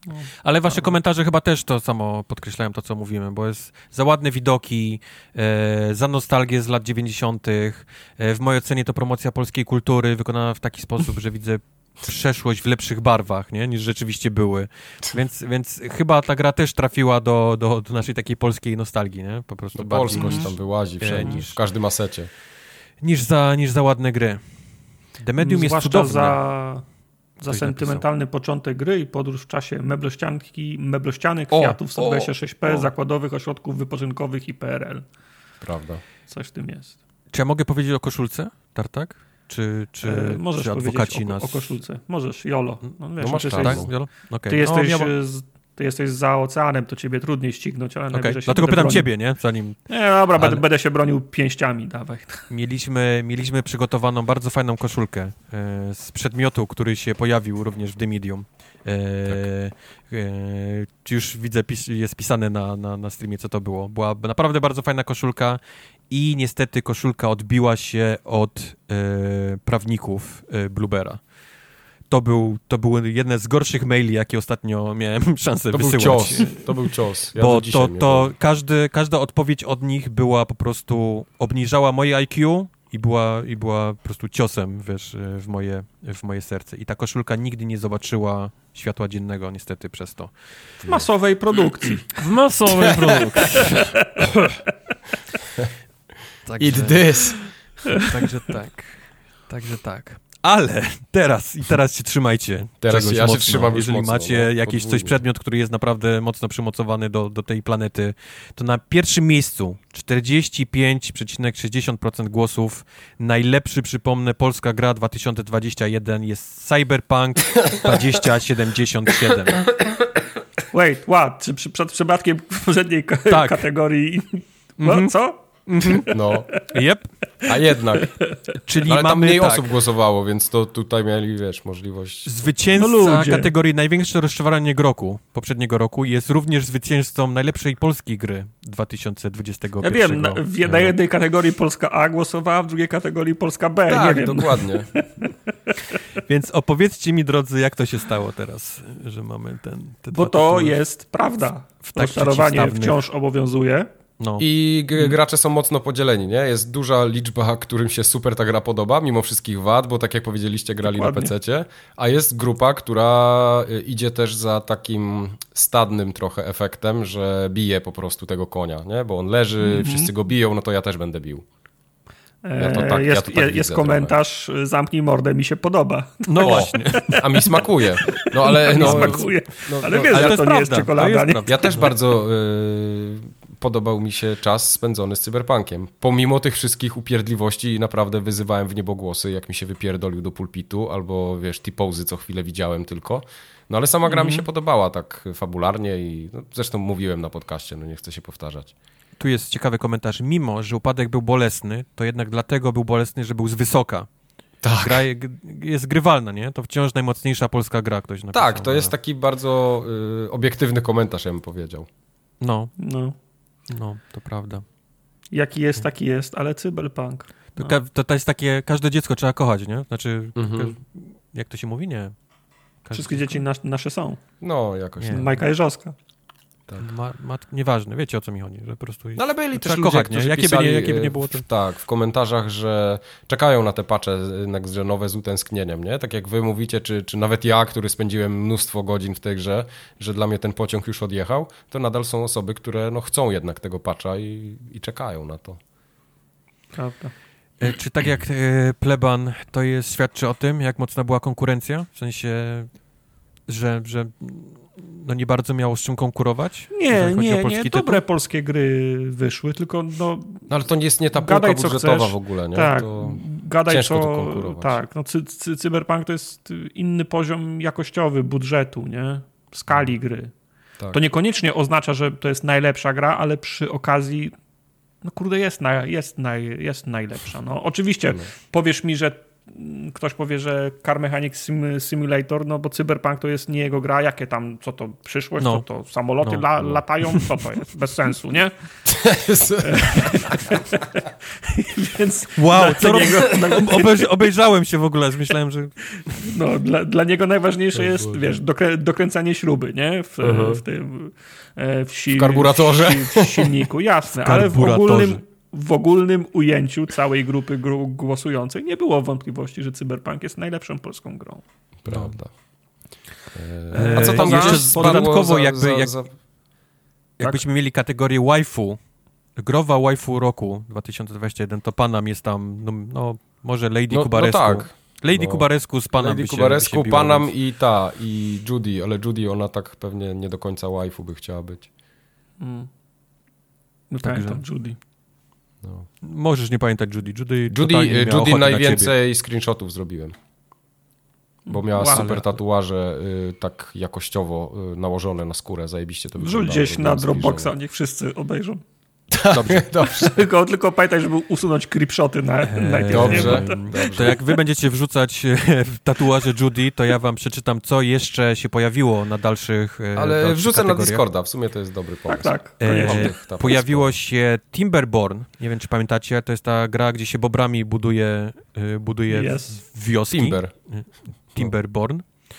No, ale wasze prawda. komentarze chyba też to samo podkreślają to, co mówimy, bo jest za ładne widoki, e, za nostalgię z lat dziewięćdziesiątych. E, w mojej ocenie to promocja polskiej kultury wykonana w taki sposób, że widzę przeszłość w lepszych barwach, nie, niż rzeczywiście były. Więc, więc chyba ta gra też trafiła do, do, do naszej takiej polskiej nostalgii, nie? Po prostu no, polskość tam wyłazi wszędzie, niż, w każdym asecie. Niż za, niż za ładne gry. The Medium jest cudowne. za, za sentymentalny napisał. początek gry i podróż w czasie meblościanki, meblościany, kwiatów, sto dwadzieścia sześć p, o, o. zakładowych ośrodków wypoczynkowych i P R L. Prawda. Coś w tym jest. Czy ja mogę powiedzieć o koszulce, Tartak? Czy, czy, e, możesz czy adwokaci o, nas... o koszulce. Możesz, Jolo. No, wiesz, no masz tak, tak? Jolo? Okay. Ty jesteś... No, miał... z... Ty jesteś za oceanem, to ciebie trudniej ścignąć, ale okay. Dlatego pytam bronił. ciebie, nie? Zanim... Nie, dobra, ale... będę się bronił pięściami, dawaj. Mieliśmy, mieliśmy przygotowaną bardzo fajną koszulkę e, z przedmiotu, który się pojawił również w The Medium. E, tak. e, już widzę, pis, jest pisane na, na, na streamie, co to było. Była naprawdę bardzo fajna koszulka i niestety koszulka odbiła się od e, prawników e, Bluebera. To był, to były jedne z gorszych maili, jakie ostatnio miałem szansę to wysyłać. Był cios. To był cios. Ja Bo to, to każdy, każda odpowiedź od nich była po prostu, obniżała moje I Q i była, i była po prostu ciosem, wiesz, w moje, w moje serce. I ta koszulka nigdy nie zobaczyła światła dziennego niestety przez to. W masowej produkcji. W masowej produkcji. Także, Eat this. Także tak. Także tak. Ale teraz, i teraz się trzymajcie. Teraz czegoś ja mocno. się trzymam Jeżeli mocno, macie no, jakiś coś przedmiot, który jest naprawdę mocno przymocowany do, do tej planety, to na pierwszym miejscu czterdzieści pięć przecinek sześćdziesiąt procent głosów. Najlepszy, przypomnę, polska gra dwa tysiące dwudziesty pierwszy jest Cyberpunk dwa tysiące siedemdziesiąt siedem. Wait, what? Czy przy, przed przypadkiem w poprzedniej tak. kategorii... Mm-hmm. Co? No. Yep. A jednak. Czyli ale mamy, tam mniej tak. osób głosowało, więc to tutaj mieli, wiesz, możliwość... Zwycięzca no kategorii największe rozczarowanie roku poprzedniego roku jest również zwycięzcą najlepszej polskiej gry dwa tysiące dwudziestego pierwszego. Ja wiem, na, w, na jednej kategorii Polska A głosowała, w drugiej kategorii Polska B. Tak, nie wiem. dokładnie. Więc opowiedzcie mi, drodzy, jak to się stało teraz, że mamy ten... Te Bo to jest prawda. W tak rozczarowanie wciąż obowiązuje. No. I g- gracze są mocno podzieleni, nie? Jest duża liczba, którym się super ta gra podoba, mimo wszystkich wad, bo tak jak powiedzieliście, grali Dokładnie. na pececie, a jest grupa, która idzie też za takim stadnym trochę efektem, że bije po prostu tego konia, nie? Bo on leży, mm-hmm. wszyscy go biją, no to ja też będę bił. Ja to tak, jest, ja to tak jest komentarz, trochę. Zamknij mordę, mi się podoba. No właśnie. A mi smakuje. No ale... mi no, smakuje. No, ale wiesz, ale że to, to nie prawda, jest czekolada. jest nie? Ja też bardzo y, podobał mi się czas spędzony z Cyberpunkiem. Pomimo tych wszystkich upierdliwości naprawdę wyzywałem w niebogłosy, jak mi się wypierdolił do pulpitu, albo wiesz, T-pozy co chwilę widziałem tylko. No ale sama gra mm. mi się podobała tak fabularnie i no, zresztą mówiłem na podcaście, no nie chcę się powtarzać. Tu jest ciekawy komentarz. Mimo, że upadek był bolesny, to jednak dlatego był bolesny, że był z wysoka. Tak. Gra jest grywalna, nie? To wciąż najmocniejsza polska gra, ktoś napisał. Tak, to jest taki bardzo y, obiektywny komentarz, ja bym powiedział. No. No. No, to prawda. Jaki jest, taki jest, ale Cyberpunk. No. To, to, to jest takie, każde dziecko trzeba kochać, nie? Znaczy, mhm. jak to się mówi? Nie. Każde Wszystkie dzieci nas, nasze są. No, jakoś. Nie. Majka Jeżowska. Tak. Ma, ma, nieważne, wiecie o co mi chodzi, że po prostu... No ale byli też ludzie, kochać, którzy nie? Jakie, pisali, by nie, jakie by nie było to... Tak, w komentarzach, że czekają na te patche next-genowe z utęsknieniem, nie? Tak jak wy mówicie, czy, czy nawet ja, który spędziłem mnóstwo godzin w tej grze, że dla mnie ten pociąg już odjechał, to nadal są osoby, które no, chcą jednak tego patcha i, i czekają na to. Prawda. E, czy tak jak e, Pleban, to jest, świadczy o tym, jak mocna była konkurencja? W sensie, że... że no nie bardzo miało z czym konkurować? Nie, nie, nie. Tytuł? Dobre polskie gry wyszły, tylko no... no ale to nie jest nie ta półka budżetowa w ogóle, nie? Tak, to gadaj ciężko co... to konkurować. Tak, no cy, cy, Cyberpunk to jest inny poziom jakościowy budżetu, nie? Skali gry. Tak. To niekoniecznie oznacza, że to jest najlepsza gra, ale przy okazji no kurde, jest, na, jest, naj, jest najlepsza. No oczywiście no. Powiesz mi, że ktoś powie, że Car Mechanic Sim, Simulator, no bo Cyberpunk to jest nie jego gra, jakie tam, co to przyszłość, no. co to samoloty no, la, no. latają, co to jest, bez sensu, nie? Więc wow, co niego... Obejrz, obejrzałem się w ogóle, myślałem, że... No, dla, dla niego najważniejsze jest, Boże. wiesz, dokrę, dokręcanie śruby, nie? W, uh-huh. w tym... W, si, w karburatorze. W, w silniku, jasne, w ale w ogólnym, w ogólnym ujęciu całej grupy gr- głosującej nie było wątpliwości, że Cyberpunk jest najlepszą polską grą. Prawda. Eee, A co tam jeszcze dodatkowo, jakby, za, jak, za... jakbyśmy tak? mieli kategorię waifu, growa waifu roku dwa tysiące dwudziesty jeden, to Panam jest tam, no, no może Lady no, Kubarescu. No tak. Lady no, Kubarescu z Panam. Lady Kubarescu, Panam i ta, i Judy, ale Judy ona tak pewnie nie do końca waifu by chciała być. Mm. No tak, tam Judy. No. Możesz nie pamiętać Judy. Judy, Judy, Judy najwięcej na screenshotów zrobiłem. Bo miała wow. super tatuaże y, tak jakościowo y, nałożone na skórę. Zajebiście to wyglądało. Wrzuć gdzieś na Dropboxa, niech wszyscy obejrzą. Dobrze, dobrze. tylko, tylko pamiętaj, żeby usunąć creepshoty na, eee, najpierw. Dobrze, dobrze. To jak wy będziecie wrzucać tatuaże Judy, to ja wam przeczytam, co jeszcze się pojawiło na dalszych Ale dalszych wrzucę na Discorda, w sumie to jest dobry pomysł. Tak, tak. E, pojawiło się Timberborn, nie wiem, czy pamiętacie, to jest ta gra, gdzie się bobrami buduje, buduje yes. wioski. Timber. Timberborn.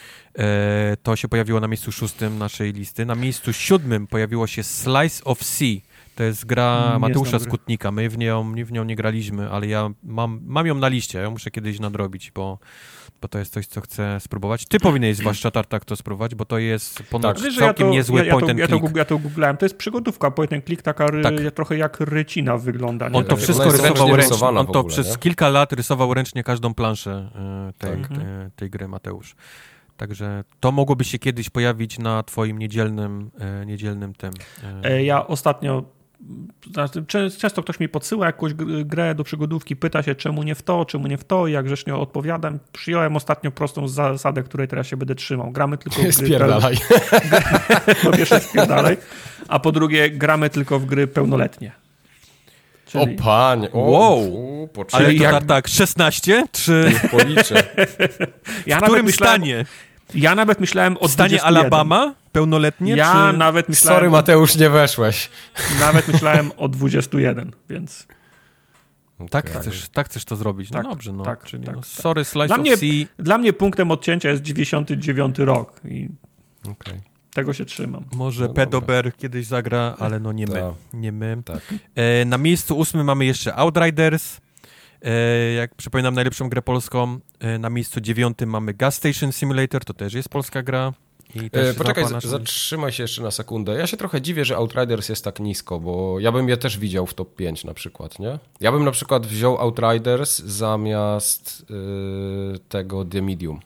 E, to się pojawiło na miejscu szóstym naszej listy. Na miejscu siódmym pojawiło się Slice of Sea. To jest gra nie Mateusza Skutnika. My w nią, w nią nie graliśmy, ale ja mam, mam ją na liście. Ja muszę kiedyś nadrobić, bo, bo to jest coś, co chcę spróbować. Ty powinieneś zwłaszcza, Tartak, to spróbować, bo to jest ponoć tak. całkiem ja to, niezły ja, point ja and ja click. To, ja to googlałem. To jest przygodówka point and click, taka ry, tak. trochę jak Rycina wygląda. Nie? On to wszystko rysował ręcznie. On to ogóle, przez nie? kilka lat rysował ręcznie każdą planszę tej, tak. tej, tej gry, Mateusz. Także to mogłoby się kiedyś pojawić na twoim niedzielnym, niedzielnym tym. Ja ostatnio Znaczy, często ktoś mi podsyła jakąś grę do przygodówki, pyta się, czemu nie w to, czemu nie w to, i jak grzecznie odpowiadam. Przyjąłem ostatnio prostą zasadę, której teraz się będę trzymał. Gramy tylko w gry... Spierdalaj. Po pierwsze spierdalaj, a po drugie gramy tylko w gry pełnoletnie. Czyli... O panie, o, wow. U, ale jak... tak, tak, szesnaście? Czy... Policzę. Ja w którym myślałem... stanie? Ja nawet myślałem o w stanie Alabama? Pełnoletnie? Ja czy... nawet myślałem... Sorry, Mateusz, nie weszłeś. Nawet myślałem o dwudziestu jeden, więc... Tak, okay. chcesz, tak chcesz to zrobić. No tak, dobrze, no. Tak, Czyli tak, no, tak. Sorry, Slice dla of mnie, Sea. Dla mnie punktem odcięcia jest dziewięćdziesiąty dziewiąty rok i okay. tego się trzymam. Może no Pedober kiedyś zagra, ale no nie my. Ta. Nie my. Tak. E, na miejscu ósmym mamy jeszcze Outriders. E, jak przypominam, najlepszą grę polską. E, na miejscu dziewiątym mamy Gas Station Simulator, to też jest polska gra. I też e, poczekaj, z, zatrzymaj się jeszcze na sekundę. Ja się trochę dziwię, że Outriders jest tak nisko, bo ja bym je też widział w top pięć na przykład, nie? Ja bym na przykład wziął Outriders zamiast yy, tego The Medium.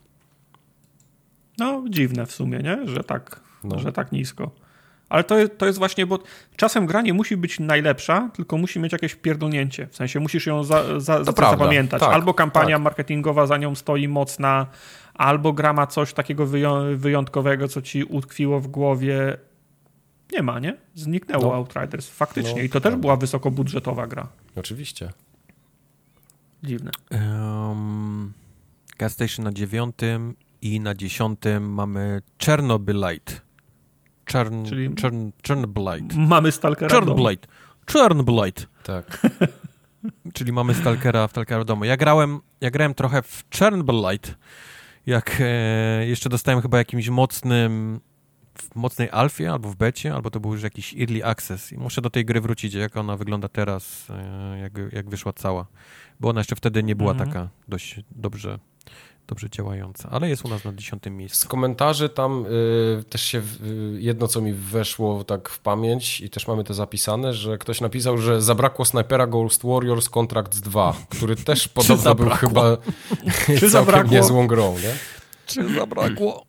No, dziwne w sumie, nie? Że tak, no. że tak nisko. Ale to jest, to jest właśnie, bo czasem gra nie musi być najlepsza, tylko musi mieć jakieś pierdolnięcie. W sensie musisz ją za, za, za zapamiętać. Tak, albo kampania tak. marketingowa za nią stoi mocna, albo gra ma coś takiego wyjątkowego, co ci utkwiło w głowie. Nie ma, nie? Zniknęło no. Outriders. Faktycznie. No, I to tak. też była wysokobudżetowa gra. Oczywiście. Dziwne. Um, Gas Station na dziewiątym i na dziesiątym mamy Chernobylite. Czern, Czyli czern, Chernobylite. Mamy Stalkera Chernobylite. Chernobylite. Tak. Czyli mamy Stalkera w Stalkera w domu. Ja grałem, ja grałem trochę w Chernobylite, jak e, jeszcze dostałem chyba jakimś mocnym, w mocnej alfie, albo w becie, albo to był już jakiś early access. I muszę do tej gry wrócić, jak ona wygląda teraz, e, jak, jak wyszła cała. Bo ona jeszcze wtedy nie była mhm. taka dość dobrze dobrze działająca, ale jest u nas na dziesiątym miejscu. Z komentarzy tam y, też się y, jedno, co mi weszło tak w pamięć i też mamy to zapisane, że ktoś napisał, że zabrakło snajpera Ghost Warriors Contracts dwa, który też podobno był chyba całkiem zabrakło? niezłą grą, nie? Czy zabrakło?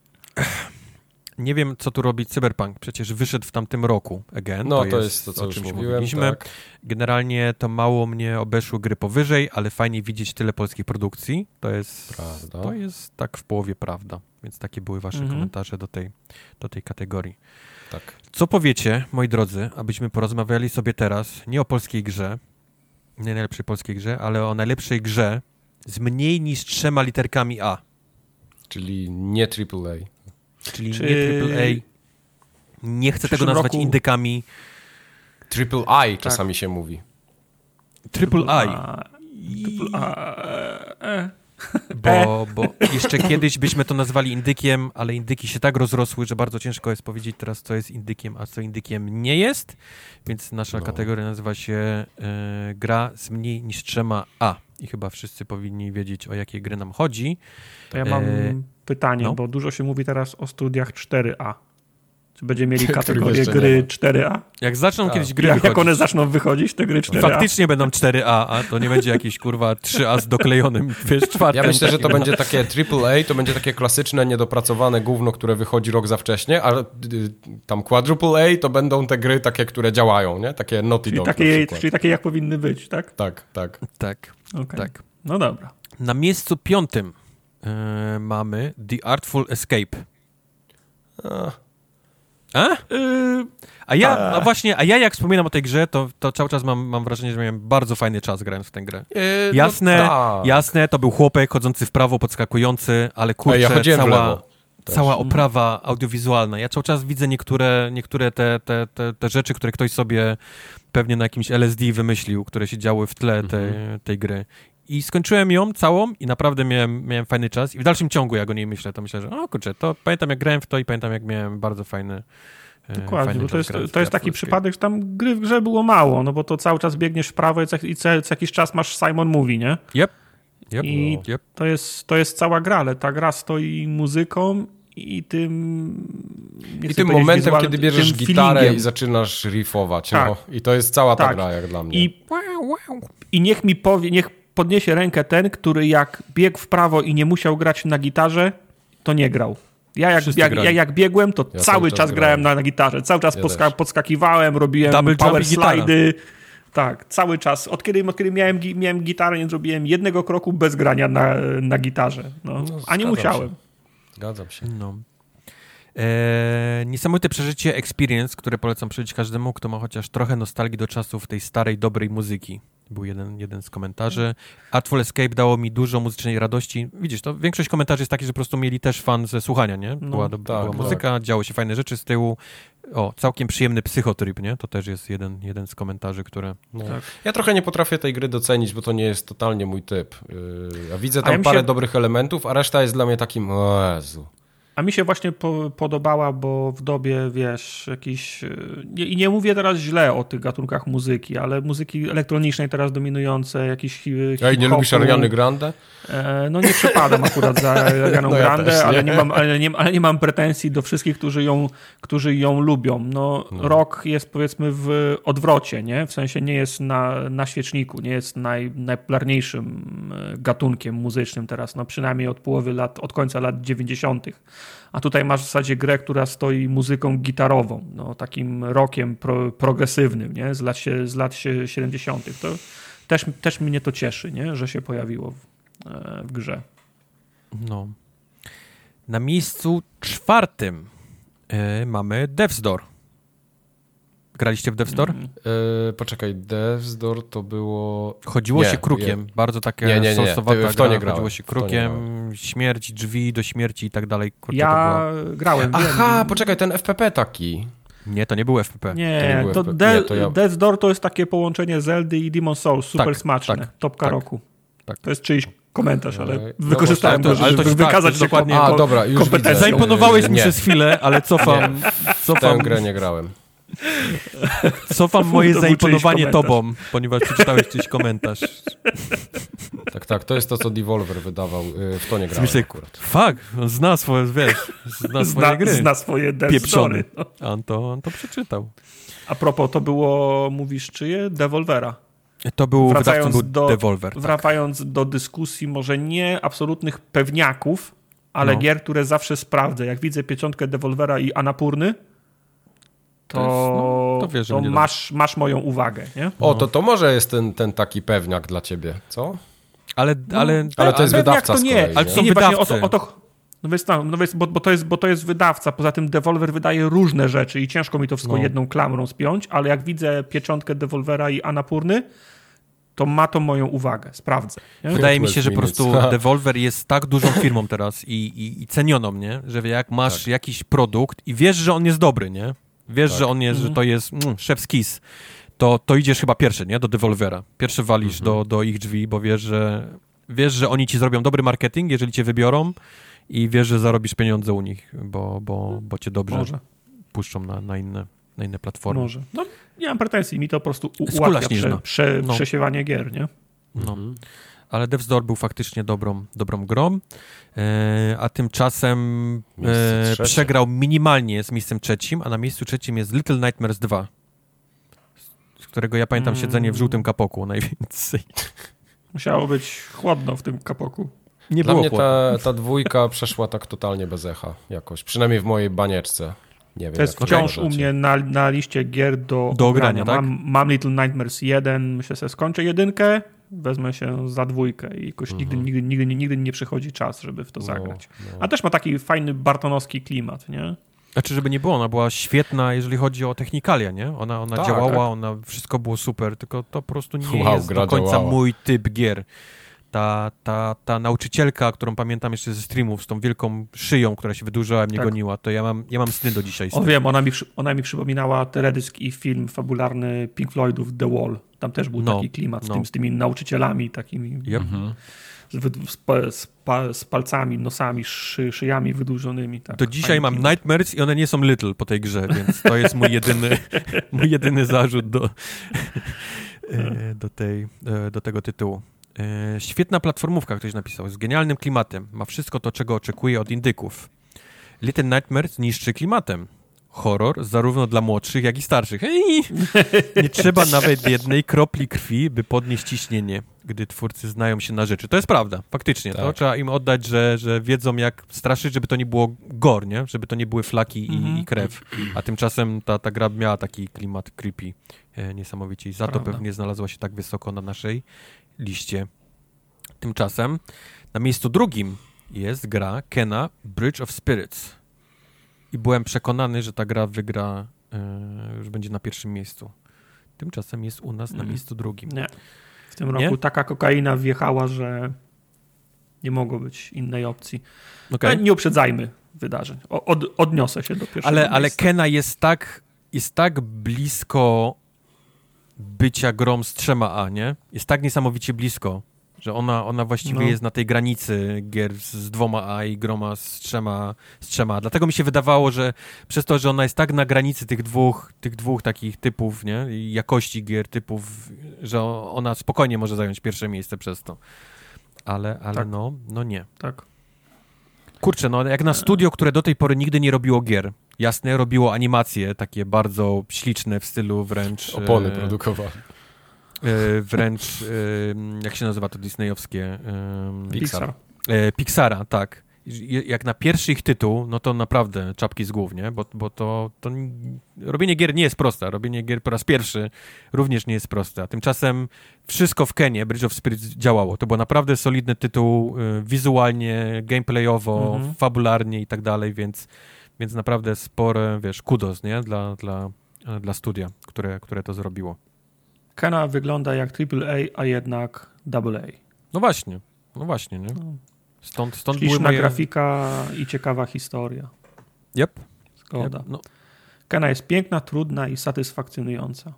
Nie wiem, co tu robi Cyberpunk. Przecież wyszedł w tamtym roku. Again, no, to, to jest, jest to, co o już czym mówiłem, mówiliśmy. tak. Generalnie to mało mnie obeszły gry powyżej, ale fajnie widzieć tyle polskich produkcji. To jest, prawda. To jest tak w połowie prawda. Więc takie były wasze mhm. komentarze do tej, do tej kategorii. Tak. Co powiecie, moi drodzy, abyśmy porozmawiali sobie teraz nie o polskiej grze, nie najlepszej polskiej grze, ale o najlepszej grze z mniej niż trzema literkami A. Czyli nie triple A. Czyli Czy... nie triple A. Nie chcę tego nazwać roku... indykami. Triple I czasami tak. się mówi. Triple I. Triple A. E. Bo, bo jeszcze kiedyś byśmy to nazwali indykiem, ale indyki się tak rozrosły, że bardzo ciężko jest powiedzieć teraz, co jest indykiem, a co indykiem nie jest. Więc nasza no. kategoria nazywa się e, gra z mniej niż trzema A. I chyba wszyscy powinni wiedzieć, o jakie gry nam chodzi. To ja mam e, pytanie, no? bo dużo się mówi teraz o studiach cztery A. Czy będziemy mieli kategorię gry cztery A? Jak zaczną a. kiedyś gry jak, wychodzić. Jak one zaczną wychodzić, te gry cztery A? Faktycznie będą cztery A, a to nie będzie jakieś, kurwa, trzy A z doklejonym, wiesz, czwartym. Ja myślę, że to będzie takie triple A, to będzie takie klasyczne, niedopracowane gówno, które wychodzi rok za wcześnie, a tam quadruple A to będą te gry takie, które działają, nie? Takie Naughty czyli Dog takie, Czyli takie, jak powinny być, tak? Tak, tak. Tak, okay. tak. No dobra. Na miejscu piątym yy, mamy The Artful Escape. A... A? Yy, a ja, a właśnie, a ja jak wspominam o tej grze, to, to cały czas mam, mam wrażenie, że miałem bardzo fajny czas grając w tę grę. Yy, jasne, no jasne, to był chłopek chodzący w prawo, podskakujący, ale kurczę, ja cała, cała oprawa audiowizualna. Ja cały czas widzę niektóre, niektóre te, te, te, te rzeczy, które ktoś sobie pewnie na jakimś L S D wymyślił, które się działy w tle tej, mhm. tej gry. I skończyłem ją całą i naprawdę miałem, miałem fajny czas. I w dalszym ciągu, jak o niej myślę, to myślę, że o kurczę, to pamiętam jak grałem w to i pamiętam jak miałem bardzo fajny Dokładnie, fajny bo to jest, to jest taki przypadek, że tam gry w grze było mało, no bo to cały czas biegniesz w prawo i co, i co, co jakiś czas masz Simon Movie, nie? Yep. Yep. I no. yep. to, jest, to jest cała gra, ale ta gra stoi muzyką i tym... I tym momentem, kiedy bierzesz gitarę feelingiem. I zaczynasz riffować. Tak. No. I to jest cała ta tak. gra, jak dla mnie. I, i niech mi powie, niech podniesie rękę ten, który jak biegł w prawo i nie musiał grać na gitarze, to nie grał. Ja jak, jak, ja jak biegłem, to ja cały czas, czas grałem na, na gitarze. Cały czas ja podska- podskakiwałem, robiłem Double power slidy. Tak, cały czas. Od kiedy, od kiedy miałem, miałem gitarę, nie zrobiłem jednego kroku bez grania na, na gitarze. No, no, a nie musiałem. Się. Zgadzam się. No. Eee, niesamowite przeżycie experience, które polecam przeżyć każdemu, kto ma chociaż trochę nostalgii do czasów tej starej, dobrej muzyki. Był jeden, jeden z komentarzy. Artful Escape dało mi dużo muzycznej radości. Widzisz, to większość komentarzy jest taki, że po prostu mieli też fan ze słuchania, nie? Była, no, była tak, muzyka, tak. działy się fajne rzeczy z tyłu. O, całkiem przyjemny psychotrip, nie? To też jest jeden, jeden z komentarzy, które... No. Tak. Ja trochę nie potrafię tej gry docenić, bo to nie jest totalnie mój typ. Ja widzę tam ja parę się... dobrych elementów, a reszta jest dla mnie takim... O Jezu. A mi się właśnie po, podobała, bo w dobie, wiesz, jakiś... Nie, I nie mówię teraz źle o tych gatunkach muzyki, ale muzyki elektronicznej teraz dominujące, jakiś hip-hopu. Ej, nie lubisz Ariany Grande? E, no nie przepadam akurat za Arianą no Grande, ja nie. Ale, nie mam, ale, nie, ale nie mam pretensji do wszystkich, którzy ją, którzy ją lubią. No, no. Rock jest powiedzmy w odwrocie, nie? W sensie nie jest na, na świeczniku, nie jest naj, najpopularniejszym gatunkiem muzycznym teraz, no przynajmniej od połowy lat, od końca lat dziewięćdziesiątych. A tutaj masz w zasadzie grę, która stoi muzyką gitarową, no, takim rockiem pro, progresywnym, nie? Z lat, z lat siedemdziesiątych. To też, też mnie to cieszy, nie? Że się pojawiło w, w grze. No. Na miejscu czwartym yy, mamy Death's Door. Graliście w Death's Door? Mm. Yy, poczekaj, Death's Door to było... Chodziło nie, się krukiem, nie. bardzo takie nie, nie, nie. sosowata w to nie grałem. Chodziło się krukiem, śmierć, drzwi do śmierci i tak dalej. Kurczę, ja była... grałem. Aha, wiem. poczekaj, ten F P P taki. Nie, to nie był F P P. Nie, to, to, De- nie, to ja... Death's Door to jest takie połączenie Zeldy i Demon's Souls, super tak, smaczne, tak, topka tak, roku. Tak. To jest czyjś komentarz, ale no, wykorzystałem to, żeby to, wykazać tak, dokładnie a, dobra, już kompetencje. Zaimponowałeś mi przez chwilę, ale cofam. Nie, cofam. Tę grę nie grałem. Cofam moje zaimponowanie tobą, ponieważ przeczytałeś czyjś komentarz. Tak, tak, to jest to, co Devolver wydawał. W to nie grałem Myślę, akurat. Fuck, on zna swoje, wiesz, zna swoje zna, gry. Zna swoje pieprzony. No. On, to, on to przeczytał. A propos, to było, mówisz czyje? Devolvera. To był, wracając był do, Devolver. Tak. Wracając do dyskusji, może nie absolutnych pewniaków, ale no. gier, które zawsze sprawdzę. Jak widzę pieczątkę Devolvera i Annapurny, to, to, jest, no, to, wiesz, to masz, masz moją uwagę, nie? O, to, to może jest ten, ten taki pewniak dla ciebie, co? Ale, no, ale, ale to jest wydawca to nie, z kolei, ale nie? są nie, wydawcy. O to, o to, no więc, no więc, bo, bo, to jest, bo to jest wydawca, poza tym Devolver wydaje różne rzeczy i ciężko mi to wszystko no. jedną klamrą spiąć, ale jak widzę pieczątkę Devolvera i Annapurny, to ma to moją uwagę, sprawdzę. Nie? Wydaje mi się, że po prostu Devolver jest tak dużą firmą teraz i, i, i cenioną, nie? Że jak masz tak. jakiś produkt i wiesz, że on jest dobry, nie? Wiesz, tak. że on jest, mm. że to jest mm, szef's kiss, to, to idziesz chyba pierwszy, nie? Do Devolvera. Pierwszy walisz mm-hmm. do, do ich drzwi, bo wiesz, że wiesz, że oni ci zrobią dobry marketing, jeżeli cię wybiorą i wiesz, że zarobisz pieniądze u nich, bo, bo, bo cię dobrze Może. puszczą na, na, inne, na inne platformy. Może. No, nie mam pretensji, mi to po prostu ułatwia prze, prze, no. przesiewanie gier, nie? No. Mhm. Ale Death's Door był faktycznie dobrą, dobrą grą, e, a tymczasem e, przegrał minimalnie z miejscem trzecim, a na miejscu trzecim jest Little Nightmares dwa, z którego ja pamiętam mm. siedzenie w żółtym kapoku najwięcej. Musiało być chłodno w tym kapoku. Nie Dla było mnie ta, ta dwójka przeszła tak totalnie bez echa jakoś, przynajmniej w mojej banieczce. Nie wiem, to jest wciąż u mnie na, na liście gier do, do ogrania. Tak? Mam, mam Little Nightmares jeden, myślę sobie skończę jedynkę, wezmę się za dwójkę i jakoś mhm. nigdy, nigdy, nigdy, nigdy nie przychodzi czas, żeby w to zagrać. No, no. A też ma taki fajny bartonowski klimat, nie? Znaczy, żeby nie było, ona była świetna, jeżeli chodzi o technikalia, nie? Ona, ona tak, działała, tak. ona wszystko było super, tylko to po prostu nie wow, jest do końca działała. mój typ gier. Ta, ta, ta nauczycielka, którą pamiętam jeszcze ze streamów, z tą wielką szyją, która się wydłużała, mnie tak. goniła, to ja mam, ja mam sny do dzisiaj. O wiem, ona mi, ona mi przypominała teledysk i film fabularny Pink Floydów The Wall. Tam też był no, taki klimat no. z, tym, z tymi nauczycielami takimi yep. z, z, z, z palcami, nosami, szy, szyjami wydłużonymi. Tak. Do dzisiaj mam klimat. Nightmares i one nie są little po tej grze, więc to jest mój jedyny, mój jedyny zarzut do, do, tej, do tego tytułu. E, świetna platformówka, ktoś napisał, z genialnym klimatem. Ma wszystko to, czego oczekuję od indyków. Little Nightmares niszczy klimatem. Horror zarówno dla młodszych, jak i starszych. Ej! Nie trzeba nawet jednej kropli krwi, by podnieść ciśnienie, gdy twórcy znają się na rzeczy. To jest prawda, faktycznie. Tak. To trzeba im oddać, że, że wiedzą, jak straszyć, żeby to nie było gore, nie? Żeby to nie były flaki mm-hmm. i, i krew. A tymczasem ta, ta gra miała taki klimat creepy e, niesamowicie. I za prawda. to pewnie znalazła się tak wysoko na naszej liście. Tymczasem na miejscu drugim jest gra Kena Bridge of Spirits. I byłem przekonany, że ta gra wygra, yy, już będzie na pierwszym miejscu. Tymczasem jest u nas na miejscu drugim. Nie. W tym roku nie? taka kokaina wjechała, że nie mogło być innej opcji. Okay. Ale nie uprzedzajmy wydarzeń. Od, odniosę się do pierwszego ale, miejsca. Ale Kena jest tak, jest tak blisko bycia grą z trzema A, nie? Jest tak niesamowicie blisko, że ona, ona właściwie no. jest na tej granicy gier z, z dwoma A i groma z trzema, z trzema A. Dlatego mi się wydawało, że przez to, że ona jest tak na granicy tych dwóch, tych dwóch takich typów, nie? I jakości gier, typów, że ona spokojnie może zająć pierwsze miejsce przez to. Ale, ale tak. no, no nie. Tak. Kurczę, no jak na studio, które do tej pory nigdy nie robiło gier. Jasne, robiło animacje takie bardzo śliczne w stylu wręcz... Opony e, produkowały. E, wręcz, e, jak się nazywa to disneyowskie? E, Pixar. E, Pixara, tak. Jak na pierwszy ich tytuł, no to naprawdę czapki z głów, nie? Bo, bo to, to robienie gier nie jest proste. Robienie gier po raz pierwszy również nie jest proste. A tymczasem wszystko w Kenie, Bridge of Spirits działało. To był naprawdę solidny tytuł, y, wizualnie, gameplayowo, mhm. fabularnie i tak dalej, więc, więc naprawdę spore, wiesz, kudos, nie? Dla, dla, dla studia, które, które to zrobiło. Kena wygląda jak triple A, a jednak double A. No właśnie, no właśnie, nie? No. Stąd, stąd Śliczna były moje... grafika i ciekawa historia. Yep. Zgoda. Yep. No. Kena jest piękna, trudna i satysfakcjonująca.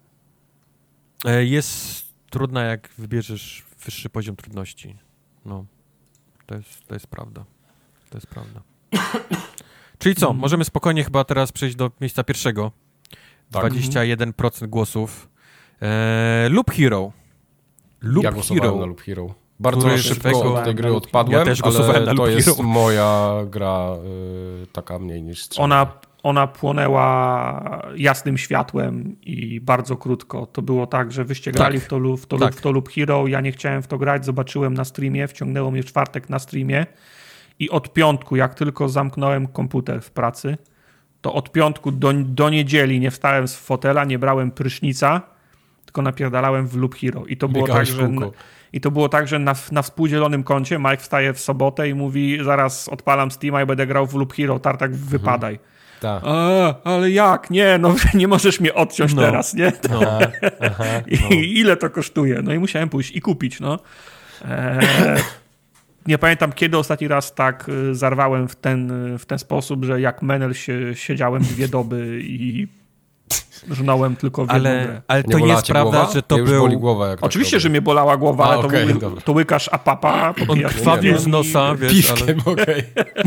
Jest trudna, jak wybierzesz wyższy poziom trudności. No, to jest, to jest prawda. To jest prawda. Czyli co? Mm. Możemy spokojnie chyba teraz przejść do miejsca pierwszego. Tak. dwadzieścia jeden procent głosów. Eee, Loop Hero. Loop ja głosowałem Hero. na Loop Hero. Bardzo szybko od tej gry odpadłem, ja też ale to jest moja gra y, taka mniej niż strzelna. Ona, ona płonęła jasnym światłem i bardzo krótko. To było tak, że wyście grali tak. w, to, w, to, tak. w to Loop Hero, ja nie chciałem w to grać, zobaczyłem na streamie, wciągnęło mnie w czwartek na streamie i od piątku, jak tylko zamknąłem komputer w pracy, to od piątku do, do niedzieli nie wstałem z fotela, nie brałem prysznica, tylko napierdalałem w Loop Hero. I to było tak, że... I to było tak, że na, na współdzielonym koncie Mike wstaje w sobotę i mówi, zaraz odpalam Steama i będę grał w Loop Hero, Tartak wypadaj. Tak. Ale jak? Nie, no nie możesz mnie odciąć no. teraz, nie? No. Aha, I no. ile to kosztuje? No i musiałem pójść i kupić, no. Eee, nie pamiętam, kiedy ostatni raz tak zarwałem w ten, w ten sposób, że jak menel się, siedziałem dwie doby i żnąłem tylko w jedną ale, grę. ale to jest prawda, głowa? że to ja był... boli głowa, jak Oczywiście, tak że mnie bolała głowa, A, ale to, okay, ły, dobra. to łykasz apapa, On krwawił z nosa, wiesz, piwkiem, ale... okej.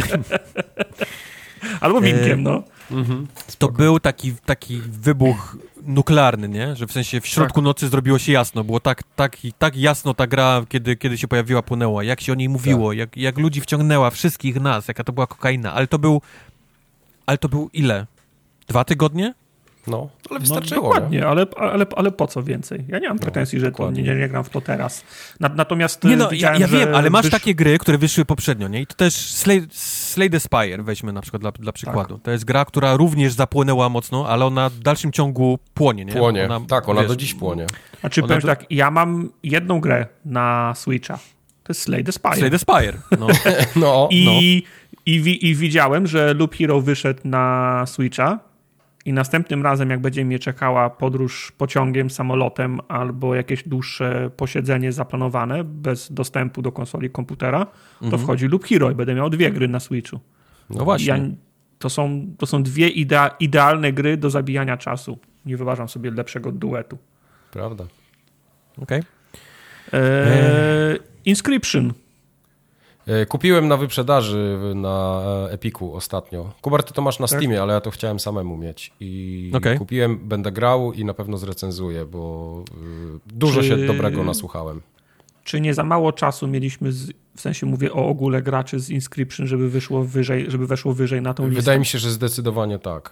Albo winkiem, no. Mhm, to był taki, taki wybuch nuklearny, nie? Że w sensie w środku tak. nocy zrobiło się jasno. Było tak, tak, tak jasno ta gra, kiedy, kiedy się pojawiła, płynęła. Jak się o niej mówiło, tak. jak, jak ludzi wciągnęła, wszystkich nas, jaka to była kokaina. Ale to był... Ale to był ile? Dwa tygodnie? No, ale wystarczyło. No, dokładnie, ale, ale, ale po co więcej? Ja nie mam pretensji, no, że to nie, nie gram w to teraz. Natomiast nie no, ja, ja wiem, ale masz wysz... takie gry, które wyszły poprzednio, nie? I to też Slay, Slay the Spire, weźmy na przykład dla, dla przykładu. Tak. To jest gra, która również zapłonęła mocno, ale ona w dalszym ciągu płonie, nie? Płonie, ona, tak, ona wiesz, do dziś płonie. Znaczy, ona powiem do... tak, ja mam jedną grę na Switcha. To jest Slay the Spire. Slay the Spire, no. no, I, no. I, wi, I widziałem, że Loop Hero wyszedł na Switcha i następnym razem, jak będzie mnie czekała podróż pociągiem, samolotem albo jakieś dłuższe posiedzenie zaplanowane bez dostępu do konsoli komputera, to mhm. wchodzi Loop Hero i będę miał dwie gry na Switchu. No właśnie. Ja, to, są, to są dwie idea, idealne gry do zabijania czasu. Nie wyobrażam sobie lepszego duetu. Prawda. Okej. Okay. Eee, Inscription. Kupiłem na wyprzedaży na Epiku ostatnio. Kubar, ty to masz na Steamie, tak? Ale ja to chciałem samemu mieć. I okay. kupiłem, będę grał i na pewno zrecenzuję, bo dużo Czy... się dobrego nasłuchałem. Czy nie za mało czasu mieliśmy, z, w sensie mówię o ogóle graczy z Inscription, żeby wyszło wyżej, żeby weszło wyżej na tą listę? Wydaje mi się, że zdecydowanie tak.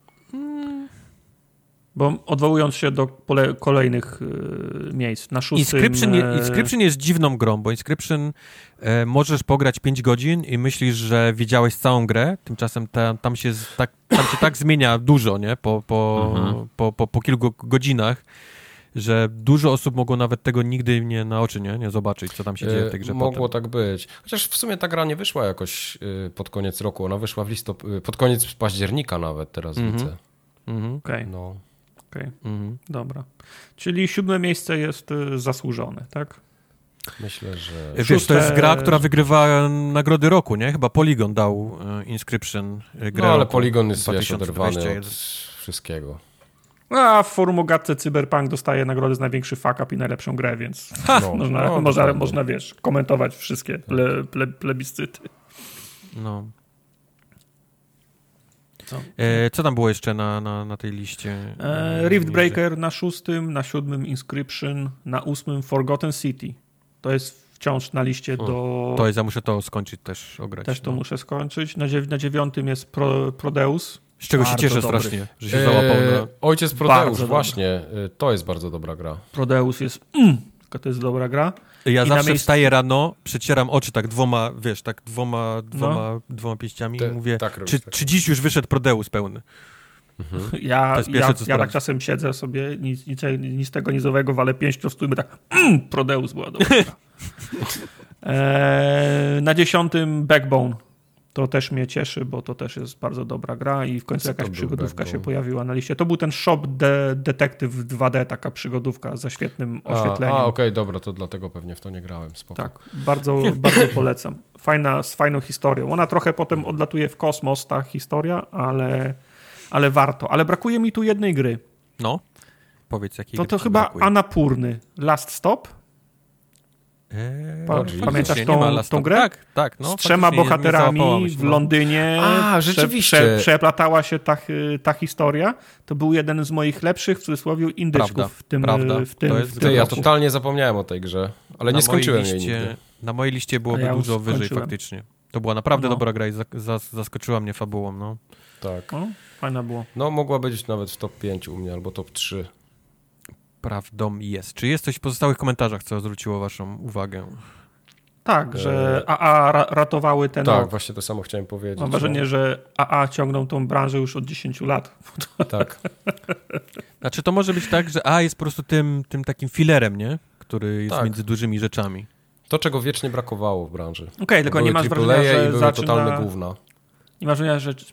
Bo odwołując się do pole, kolejnych y, miejsc, na szóstym... Inscription, je, Inscription jest dziwną grą, bo Inscription e, możesz pograć pięć godzin i myślisz, że widziałeś całą grę, tymczasem ta, tam, się tak, tam się tak zmienia dużo, nie? Po, po, mhm. po, po, po kilku godzinach, że dużo osób mogło nawet tego nigdy nie na oczy nie, nie zobaczyć, co tam się dzieje w tej grze. Mogło potem. tak być. Chociaż w sumie ta gra nie wyszła jakoś pod koniec roku, ona wyszła w listop... pod koniec października nawet, teraz mhm. widzę. Mhm. Okej. Okay. No. Okay. Mhm. Dobra. Czyli siódme miejsce jest y, zasłużone, tak? Myślę, że... Wiesz, Szóste... to jest gra, która wygrywa nagrody roku, nie? Chyba Polygon dał y, Inscription y, grę. No, ale Polygon jest wiesz, oderwany od wszystkiego. A w forum o gadce Cyberpunk dostaje nagrody za największy fuck up i najlepszą grę, więc ha, no, można, no, można, no. można, wiesz, komentować wszystkie ple, ple, plebiscyty. No. Co? E, co tam było jeszcze na, na, na tej liście? E, Riftbreaker na szóstym, na siódmym Inscription, na ósmym Forgotten City. To jest wciąż na liście o, do... To jest, ja muszę to skończyć też ograć. Też to no. muszę skończyć. Na, dziew- na dziewiątym jest Pro, Prodeus. Z czego bardzo się cieszę dobry. strasznie, że się załapał na... Ojciec Prodeus, właśnie. Dobry. To jest bardzo dobra gra. Prodeus jest... Mm, to jest dobra gra. Ja I zawsze miejsc... wstaję rano, przecieram oczy tak dwoma, wiesz, tak dwoma, dwoma, no. dwoma pięściami Te, i mówię, tak czy, tak. czy dziś już wyszedł Prodeus pełny? Mhm. Ja, pierwsze, ja, ja tak czasem siedzę sobie, nic, nic, nic z tego nizowego, walę pięść to stójmy tak, mm, Prodeus była dobra. eee, na dziesiątym Backbone. To też mnie cieszy, bo to też jest bardzo dobra gra i w końcu jakaś przygodówka się pojawiła na liście. To był ten Shop de- Detective dwa D, taka przygodówka ze świetnym oświetleniem. A, a okej, okay, dobra, to dlatego pewnie w to nie grałem. Spoko. Tak, bardzo, bardzo polecam. Fajna, z fajną historią. Ona trochę potem odlatuje w kosmos, ta historia, ale, ale warto. Ale brakuje mi tu jednej gry. No, powiedz jakiej To gry to chyba brakuje. Annapurny. Last Stop? Eee, pa, pamiętasz tą, tą grę? Tak, tak. No, z trzema bohaterami w Londynie. A, rzeczywiście. Prze, prze, przeplatała się ta, ta historia. To był jeden z moich lepszych, w cudzysłowie, indyczków prawda, w tym, prawda. w tym, to jest, w tym Ja roku. totalnie zapomniałem o tej grze, ale na nie skończyłem liście, jej nigdy. Na mojej liście byłoby ja dużo wyżej skończyłem. faktycznie. To była naprawdę no. dobra gra i zaskoczyła mnie fabułą. No. Tak. No, fajna było. No, mogła być nawet w top pięć u mnie, albo top trzy. Prawdą jest. Czy jest coś w pozostałych komentarzach, co zwróciło waszą uwagę? Tak, że A A ra- ratowały ten Tak, rok. właśnie to samo chciałem powiedzieć. Mam wrażenie, no. że A A ciągną tą branżę już od dziesięciu lat. Tak. Znaczy to może być tak, że A jest po prostu tym, tym takim filerem, nie? Który jest tak. między dużymi rzeczami. To, czego wiecznie brakowało w branży. Okej, okay, tylko nie masz wrażenia, że i były zaczyna... totalne gówna. Nie masz wrażenia, że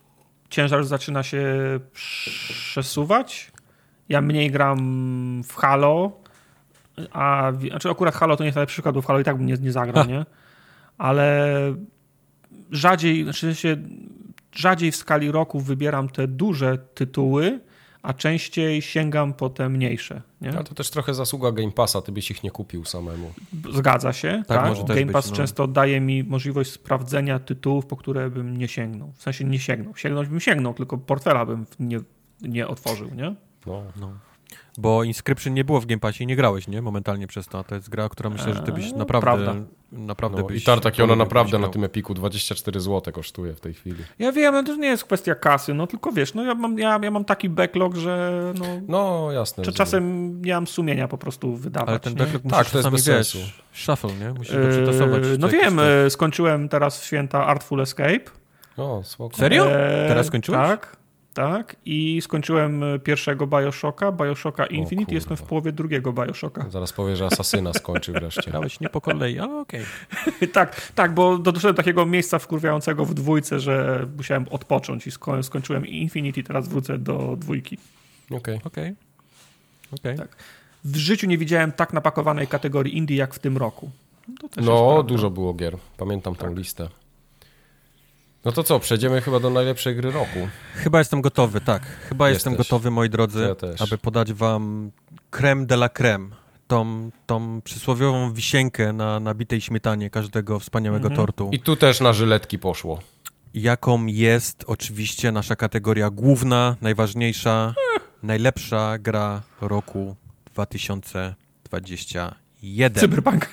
ciężar zaczyna się przesuwać. Ja mniej gram w Halo, a znaczy akurat Halo to nie jest najlepszy przykład, bo w Halo i tak bym nie, nie zagrał, nie? Ale rzadziej, znaczy się, rzadziej w skali roku wybieram te duże tytuły, a częściej sięgam po te mniejsze. Nie? Ale to też trochę zasługa Game Passa, ty byś ich nie kupił samemu. Zgadza się, tak. tak. Game być, Pass no. często daje mi możliwość sprawdzenia tytułów, po które bym nie sięgnął. W sensie nie sięgnął. Sięgnąć bym sięgnął, tylko portfela bym nie, nie otworzył, nie? No, no. Bo Inscription nie było w Game Passie i nie grałeś, nie? Momentalnie przez to. To jest gra, która myślę, że ty byś naprawdę... naprawdę no, byś I Tartak, ona naprawdę na tym Epiku dwadzieścia cztery złote kosztuje w tej chwili. Ja wiem, no to nie jest kwestia kasy, no tylko wiesz, no ja mam, ja, ja mam taki backlog, że no... No, jasne. Czy czasem nie mam sumienia po prostu wydawać. Ale ten nie? backlog tak, to jest bez sensu. Shuffle, nie? Musisz go przetasować. Eee, no wiem, e, skończyłem teraz w święta Artful Escape. O, spoko. Serio? E, teraz skończyłeś? Tak. Tak, i skończyłem pierwszego Bioshocka, Bioshocka Infinite, jestem w połowie drugiego Bioshocka. Zaraz powie, że Asasyna skończy wreszcie. Grałeś nie po kolei, ale okej. Okay. tak, tak, bo doszedłem do takiego miejsca wkurwiającego w dwójce, że musiałem odpocząć i sko- skończyłem Infinite i teraz wrócę do dwójki. Okej. Okej. Okay. Tak. W życiu nie widziałem tak napakowanej kategorii indie jak w tym roku. To też no, dużo było gier. Pamiętam tak. tą listę. No to co, przejdziemy chyba do najlepszej gry roku. Chyba jestem gotowy, tak. Chyba Jesteś. jestem gotowy, moi drodzy, ja aby podać wam creme de la creme. Tą, tą przysłowiową wisienkę na nabitej śmietanie każdego wspaniałego mhm. tortu. I tu też na żyletki poszło. Jaką jest oczywiście nasza kategoria główna, najważniejsza, najlepsza gra roku dwa tysiące dwudziestego pierwszego. Cyberpunk.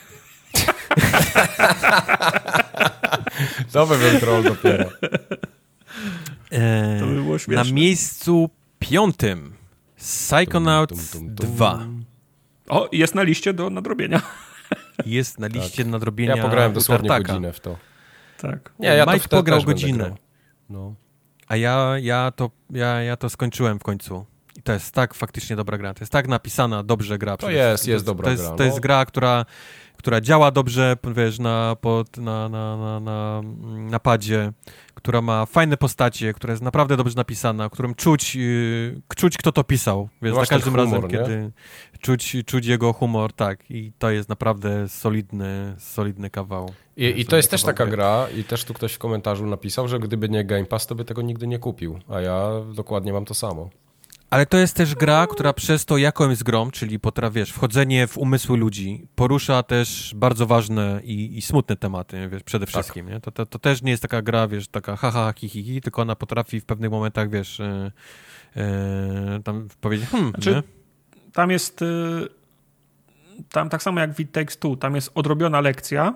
To by był troll dopiero. Eee, to by było śmieszne. Na miejscu piątym Psychonauts tum, tum, tum, tum. dwa. O, jest na liście do nadrobienia. Jest na liście tak. nadrobienia. Ja pograłem dosłownie Tartaka. godzinę w to. Tak. Nie, ja Mike to pograł godzinę. No. A ja, ja, to, ja, ja to skończyłem w końcu. I to jest tak faktycznie dobra gra. To jest tak napisana, dobrze gra. To jest, jest dobra to jest, gra. No. To jest gra, która, która działa dobrze, wiesz, na, pod, na, na, na, na, na padzie, która ma fajne postacie, która jest naprawdę dobrze napisana, którym czuć, yy, czuć kto to pisał. Wiesz, za każdym humor, razem, nie? kiedy czuć, czuć jego humor, tak. I to jest naprawdę solidny, solidny kawał. I, i to jest też taka gra, i też tu ktoś w komentarzu napisał, że gdyby nie Game Pass, to by tego nigdy nie kupił. A ja dokładnie mam to samo. Ale to jest też gra, która przez to, jaką jest grą, czyli potrafi, wiesz, wchodzenie w umysły ludzi, porusza też bardzo ważne i, i smutne tematy, wiesz, przede wszystkim, tak. nie? To, to, to też nie jest taka gra, wiesz, taka ha, ha, hi, hi, hi, tylko ona potrafi w pewnych momentach, wiesz, yy, yy, tam powiedzieć, hmm, znaczy, tam jest, yy, tam tak samo jak w It Takes Two, tam jest odrobiona lekcja,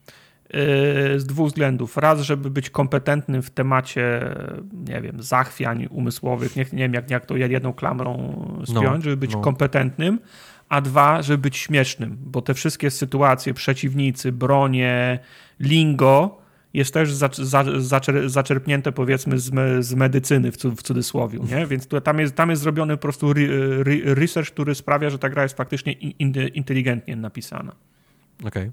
z dwóch względów. Raz, żeby być kompetentnym w temacie, nie wiem, zachwiań umysłowych, nie, nie wiem jak, jak to jedną klamrą spiąć, no, żeby być no. kompetentnym, a dwa, żeby być śmiesznym, bo te wszystkie sytuacje, przeciwnicy, bronie, lingo jest też za, za, zaczer, zaczerpnięte powiedzmy z, me, z medycyny w, w cudzysłowie, nie? Więc tu, tam, jest, tam jest zrobiony po prostu re, re, research, który sprawia, że ta gra jest faktycznie in, inteligentnie napisana. Okej. Okay.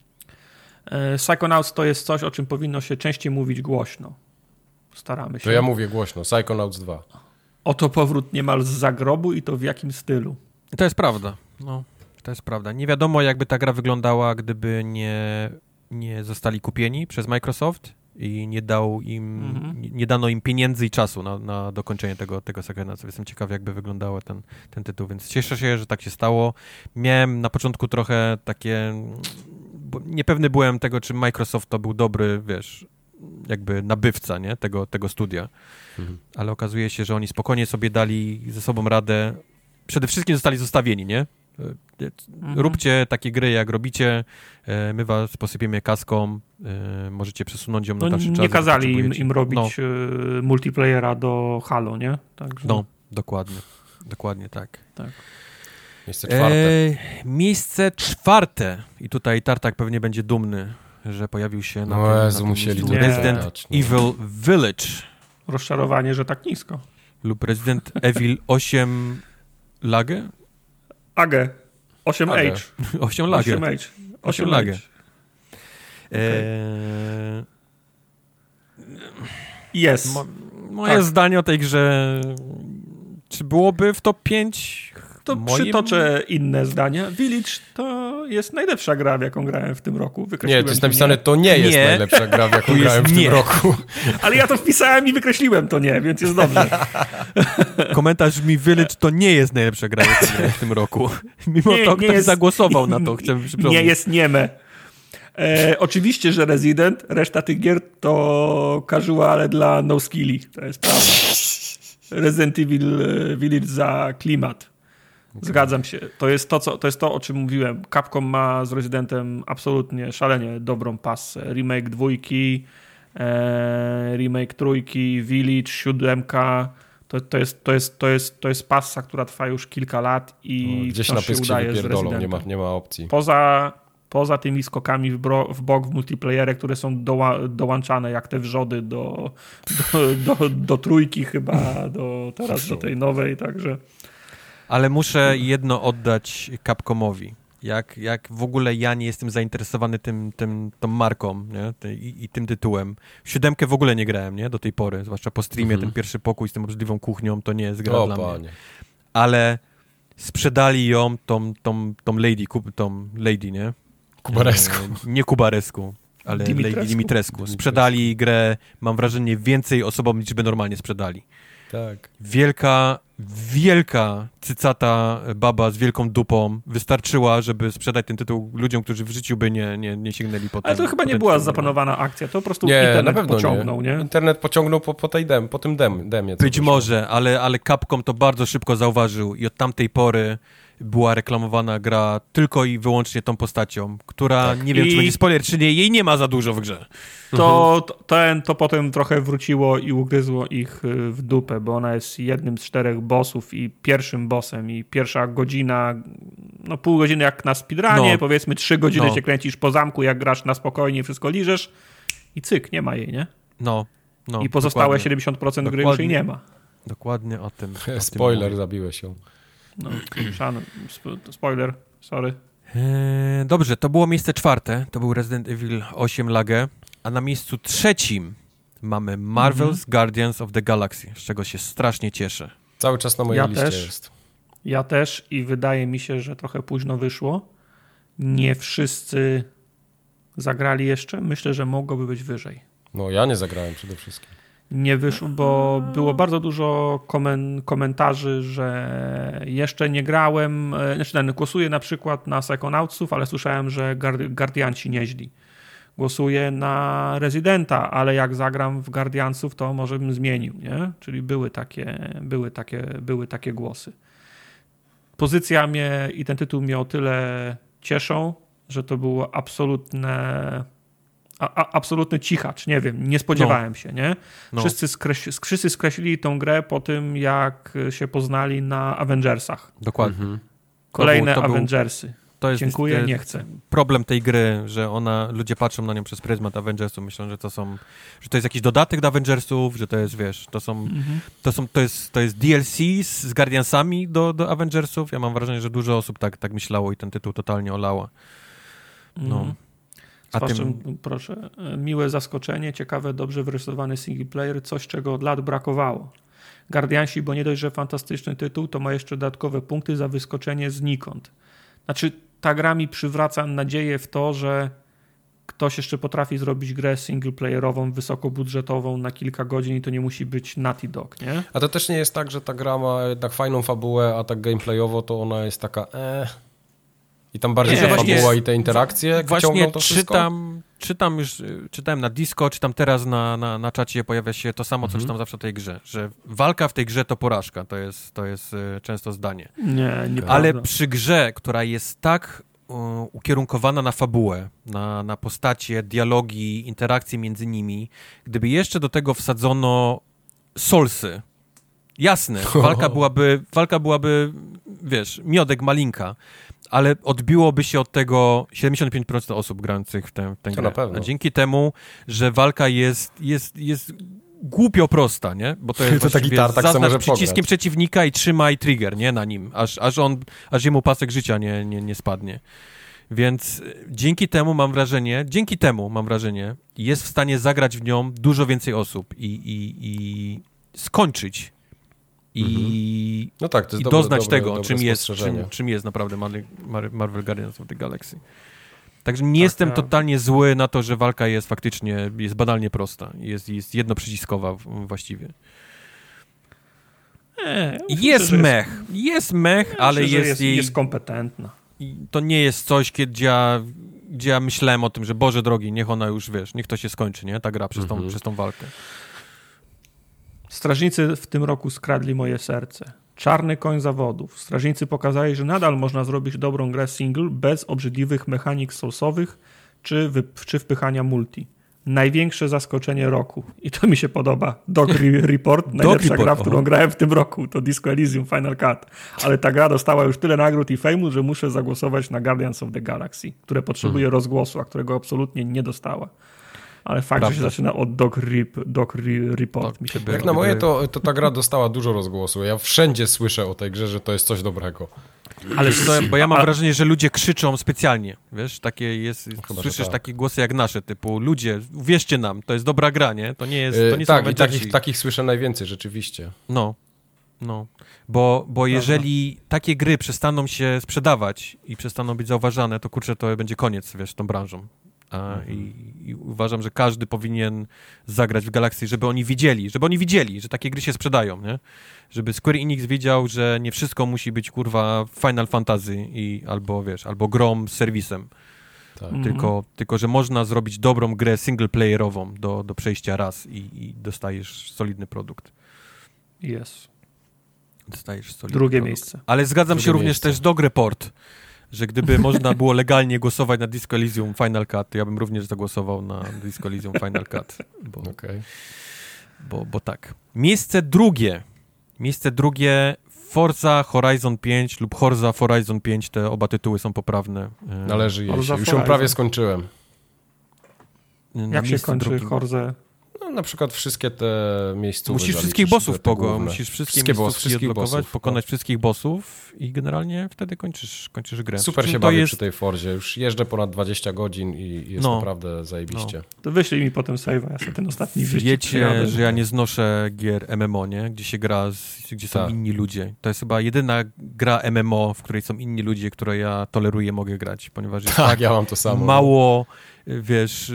Psychonauts to jest coś, o czym powinno się częściej mówić głośno. Staramy się. To ja mówię głośno. Psychonauts dwa. Oto powrót niemal z zagrobu i to w jakim stylu. To jest prawda. No, to jest prawda. Nie wiadomo, jakby ta gra wyglądała, gdyby nie, nie zostali kupieni przez Microsoft i nie, dał im, mhm. nie, nie dano im pieniędzy i czasu na, na dokończenie tego, tego Psychonauts. Jestem ciekaw, jakby wyglądał ten, ten tytuł, więc cieszę się, że tak się stało. Miałem na początku trochę takie... Bo niepewny byłem tego, czy Microsoft to był dobry, wiesz, jakby nabywca, nie? Tego, tego studia. Mhm. Ale okazuje się, że oni spokojnie sobie dali ze sobą radę. Przede wszystkim zostali zostawieni, nie? Mhm. Róbcie takie gry, jak robicie, my was posypiemy kaską, możecie przesunąć ją na dalszy no, czas. Nie kazali im, im robić no. multiplayera do Halo, nie? Także... No, dokładnie. Dokładnie tak. Tak. Miejsce czwarte. E, miejsce czwarte. I tutaj Tartak pewnie będzie dumny, że pojawił się na, no tym, Jezu, na musieli tym Resident dać, no. Evil Village. Rozczarowanie, że tak nisko. Lub Resident Evil osiem Lage? Age. osiem H. osiem Lage. osiem H. osiem Lage. Okay. E... Jest. Ma... Moje tak. zdanie o tej grze, czy byłoby w top pięć? To moim... przytoczę inne zdania. Village to jest najlepsza gra, w jaką grałem w tym roku. Nie, to jest napisane, to nie jest nie. najlepsza gra, w jaką grałem w nie. tym roku. Ale ja to wpisałem i wykreśliłem to nie, więc jest dobrze. Komentarz mi Village to nie jest najlepsza gra, w jaką grałem w tym roku. Mimo nie, to, ktoś jest... zagłosował na to, chcę przypomnieć. Nie jest nieme. E, oczywiście, że Resident, reszta tych gier to casuale dla no skilli. To jest prawda. Resident Evil Village za klimat. Okay. Zgadzam się. To jest to, co, to jest to, o czym mówiłem. Capcom ma z Residentem absolutnie szalenie dobrą pasę. Remake dwójki, e, remake trójki, Village, siódemka. To, to, jest, to, jest, to, jest, to jest passa, która trwa już kilka lat i no, gdzieś na pysk się wypierdolą, nie ma, nie ma opcji. Poza, poza tymi skokami w, bro, w bok w multiplayerze, które są doła, dołączane jak te wrzody do, do, do, do trójki chyba, do, teraz do tej nowej, także... Ale muszę jedno oddać Capcomowi. Jak, jak w ogóle ja nie jestem zainteresowany tym, tym, tą marką, nie? I, i tym tytułem. Siódemkę w ogóle nie grałem, nie? Do tej pory, zwłaszcza po streamie, mhm. ten pierwszy pokój z tą obrzydliwą kuchnią, to nie jest gra o, dla panie. mnie. Ale sprzedali ją, tą, tą, tą lady, tą lady, nie? Kubaresku. E, nie Kubaresku, ale Dimitrescu. Lady Dimitrescu. Sprzedali grę, mam wrażenie, więcej osobom niż by normalnie sprzedali. Tak. Wielka, wielka cycata baba z wielką dupą wystarczyła, żeby sprzedać ten tytuł ludziom, którzy w życiu by nie, nie, nie sięgnęli po ten. Ale to chyba nie była zaplanowana akcja, to po prostu nie, internet na pewno pociągnął, nie. nie? Internet pociągnął po, po, tej dem, po tym dem, demie. Być może, ale, ale Capcom to bardzo szybko zauważył i od tamtej pory była reklamowana gra tylko i wyłącznie tą postacią, która, tak. nie wiem, I... czy będzie spoiler, czy nie, jej nie ma za dużo w grze. To, to, ten, to potem trochę wróciło i ugryzło ich w dupę, bo ona jest jednym z czterech bossów i pierwszym bossem i pierwsza godzina, no pół godziny jak na speedrunie, no. powiedzmy trzy godziny no. się kręcisz po zamku, jak grasz na spokojnie, wszystko liżesz i cyk, nie ma jej, nie? No. no I pozostałe dokładnie. siedemdziesiąt procent dokładnie. gry już jej nie ma. Dokładnie o tym. O Spoiler, tym zabiłeś ją. No, spoiler, sorry. Eee, dobrze, to było miejsce czwarte, to był Resident Evil osiem Lage, a na miejscu trzecim mamy Marvel's mm-hmm. Guardians of the Galaxy, z czego się strasznie cieszę. Cały czas na mojej ja liście też, jest. Ja też i wydaje mi się, że trochę późno wyszło. Nie wszyscy zagrali jeszcze. Myślę, że mogłoby być wyżej. No ja nie zagrałem przede wszystkim. Nie wyszło, bo było bardzo dużo komen- komentarzy, że jeszcze nie grałem, znaczy ten, głosuję na przykład na Psychonautsów, ale słyszałem, że Guard- Guardianci nieźli. Głosuję na Residenta, ale jak zagram w Guardiansów, to może bym zmienił, nie? Czyli były takie, były takie, były takie głosy. Pozycja mnie i ten tytuł mnie o tyle cieszą, że to było absolutne... A, a, absolutny cichacz, nie wiem, nie spodziewałem no. się, nie? No. Wszyscy, skreś, wszyscy skreślili tą grę po tym, jak się poznali na Avengersach. Dokładnie. Mhm. Kolejne to był, to Avengersy. Był, to jest, Dziękuję, jest, nie chcę. Problem tej gry, że ona, ludzie patrzą na nią przez pryzmat Avengersów, myślą, że to są, że to jest jakiś dodatek do Avengersów, że to jest, wiesz, to są, mhm. to są, to jest, to jest D L C z, z Guardiansami do, do Avengersów. Ja mam wrażenie, że dużo osób tak, tak myślało i ten tytuł totalnie olała. No. Mhm. A tym... proszę, miłe zaskoczenie, ciekawe, dobrze wyrysowany single player, coś czego od lat brakowało. Guardiansi, bo nie dość, że fantastyczny tytuł, to ma jeszcze dodatkowe punkty za wyskoczenie znikąd. Znaczy, ta gra mi przywraca nadzieję w to, że ktoś jeszcze potrafi zrobić grę singleplayerową, wysokobudżetową na kilka godzin i to nie musi być Naughty Dog, nie? A to też nie jest tak, że ta gra ma jednak fajną fabułę, a tak gameplayowo to ona jest taka eh. I tam bardziej ta fabuła i te interakcje właśnie to czytam, czytam już, czytałem na Disco, czytam teraz na, na, na czacie, pojawia się to samo, co mhm. czytam zawsze o tej grze, że walka w tej grze to porażka, to jest, to jest często zdanie. Nie, nie Ale prawda. przy grze, która jest tak uh, ukierunkowana na fabułę, na, na postacie, dialogi, interakcje między nimi, gdyby jeszcze do tego wsadzono Soulsy, jasne, walka byłaby, walka byłaby, wiesz, miodek malinka, ale odbiłoby się od tego siedemdziesiąt pięć procent osób grających w tę, w tę to grę. Na pewno. A dzięki temu, że walka jest, jest, jest głupio prosta, nie? Bo to jest to taki tartak, co może przyciskiem pograć. przeciwnika i trzymaj trigger, nie? Na nim, aż, aż on, aż jemu pasek życia nie, nie, nie spadnie. Więc dzięki temu mam wrażenie, dzięki temu mam wrażenie, jest w stanie zagrać w nią dużo więcej osób i, i, i skończyć i, no tak, to jest i dobre, doznać dobre, tego, dobre czym, jest, czym, czym jest naprawdę Marvel Guardians of the Galaxy. Także nie tak, jestem ja. totalnie zły na to, że walka jest faktycznie, jest banalnie prosta. Jest, jest jednoprzyciskowa właściwie. Nie, jest myślę, mech. Jest, jest mech, ja ale myślę, jest, jest, jej, jest kompetentna. To nie jest coś, gdzie ja, gdzie ja myślałem o tym, że Boże drogi, niech ona już, wiesz, niech to się skończy, nie? Ta gra przez tą, mhm. przez tą walkę. Strażnicy w tym roku skradli moje serce. Czarny koń zawodów. Strażnicy pokazali, że nadal można zrobić dobrą grę single bez obrzydliwych mechanik soulsowych czy, wy- czy wpychania multi. Największe zaskoczenie roku. I to mi się podoba. Dog Report, najlepsza Dog gra, Report, w którą grałem w tym roku. To Disco Elysium Final Cut. Ale ta gra dostała już tyle nagród i fejmu, że muszę zagłosować na Guardians of the Galaxy, które potrzebuje hmm. rozgłosu, a którego absolutnie nie dostała. Ale fakt, Prawda. że się zaczyna od Dog, Rip, Dog Report Dog, mi się Jak na moje, to, to ta gra dostała dużo rozgłosu. Ja wszędzie słyszę o tej grze, że to jest coś dobrego. Ale to, bo ja mam wrażenie, że ludzie krzyczą specjalnie, wiesz, takie jest, Chyba, słyszysz tak. takie głosy jak nasze, typu ludzie, uwierzcie nam, to jest dobra gra, nie? To nie jest, to nie yy, Tak, i takich, takich słyszę najwięcej, rzeczywiście. No, no, bo, bo jeżeli takie gry przestaną się sprzedawać i przestaną być zauważane, to kurczę, to będzie koniec, wiesz, tą branżą. A, mhm. i, I uważam, że każdy powinien zagrać w Galaxy, żeby oni widzieli, żeby oni widzieli, że takie gry się sprzedają, nie? Żeby Square Enix wiedział, że nie wszystko musi być, kurwa, Final Fantasy i albo, wiesz, albo grom z serwisem. Tak. Tylko, mhm. tylko, że można zrobić dobrą grę singleplayerową do, do przejścia raz i, i dostajesz solidny produkt. Jest. Dostajesz solidny Drugie produkt. miejsce. Ale zgadzam Drugie się również miejsce. też Dog Report, że gdyby można było legalnie głosować na Disco Elysium Final Cut, to ja bym również zagłosował na Disco Elysium Final Cut. Bo, okay. bo, bo tak. Miejsce drugie. Miejsce drugie Forza Horizon pięć lub Forza Horizon pięć. Te oba tytuły są poprawne. Należy jeść. Już ją prawie skończyłem. Na Jak się kończy drugim. Forza? No, na przykład wszystkie te miejscówki. Musisz wszystkich bossów pogo, musisz wszystkie, wszystkie miejscówki odblokować, pokonać no. wszystkich bossów i generalnie wtedy kończysz, kończysz grę. Super się bawię jest... przy tej Forzie. Już jeżdżę ponad dwadzieścia godzin i jest no. naprawdę zajebiście. No. To wyślij mi potem save'a, ja sobie ten ostatni wyścig Wiecie, przyjadę. że ja nie znoszę gier M M O, nie? Gdzie się gra, z, gdzie są tak. inni ludzie. To jest chyba jedyna gra M M O, w której są inni ludzie, które ja toleruję, mogę grać, ponieważ jest tak, tak ja mam to samo. mało, wiesz...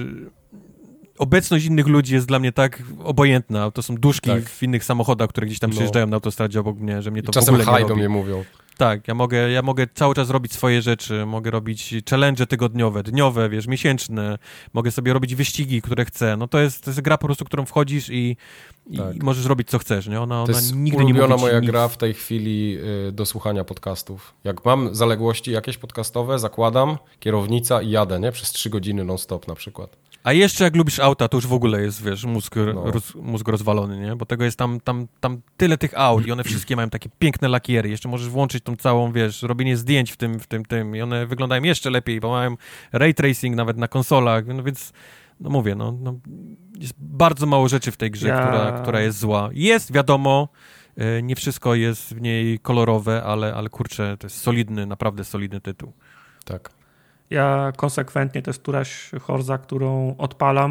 Obecność innych ludzi jest dla mnie tak obojętna. To są duszki tak. w innych samochodach, które gdzieś tam no. przyjeżdżają na autostradzie obok mnie, że mnie to czasem w ogóle nie do mnie mówią. Tak, ja mogę, ja mogę cały czas robić swoje rzeczy, mogę robić challenge tygodniowe, dniowe, wiesz, miesięczne, mogę sobie robić wyścigi, które chcę. No to jest, to jest gra po prostu, którą wchodzisz i, tak. i możesz robić co chcesz, nie? Ona, to ona jest nigdy nie ulubiona mówi moja nic. gra w tej chwili y, do słuchania podcastów. Jak mam zaległości jakieś podcastowe, zakładam, kierownica i jadę, nie? Przez trzy godziny non-stop na przykład. A jeszcze jak lubisz auta, to już w ogóle jest, wiesz, mózg, no. roz, mózg rozwalony, nie? Bo tego jest tam, tam, tam tyle tych aut i one wszystkie mają takie piękne lakiery. Jeszcze możesz włączyć tą całą, wiesz, robienie zdjęć w tym, w tym, tym i one wyglądają jeszcze lepiej, bo mają ray tracing nawet na konsolach, no więc, no mówię, no, no jest bardzo mało rzeczy w tej grze, ja... która, która jest zła. Jest, wiadomo, nie wszystko jest w niej kolorowe, ale, ale kurczę, to jest solidny, naprawdę solidny tytuł. Tak. Ja konsekwentnie to jest któraś Horza, którą odpalam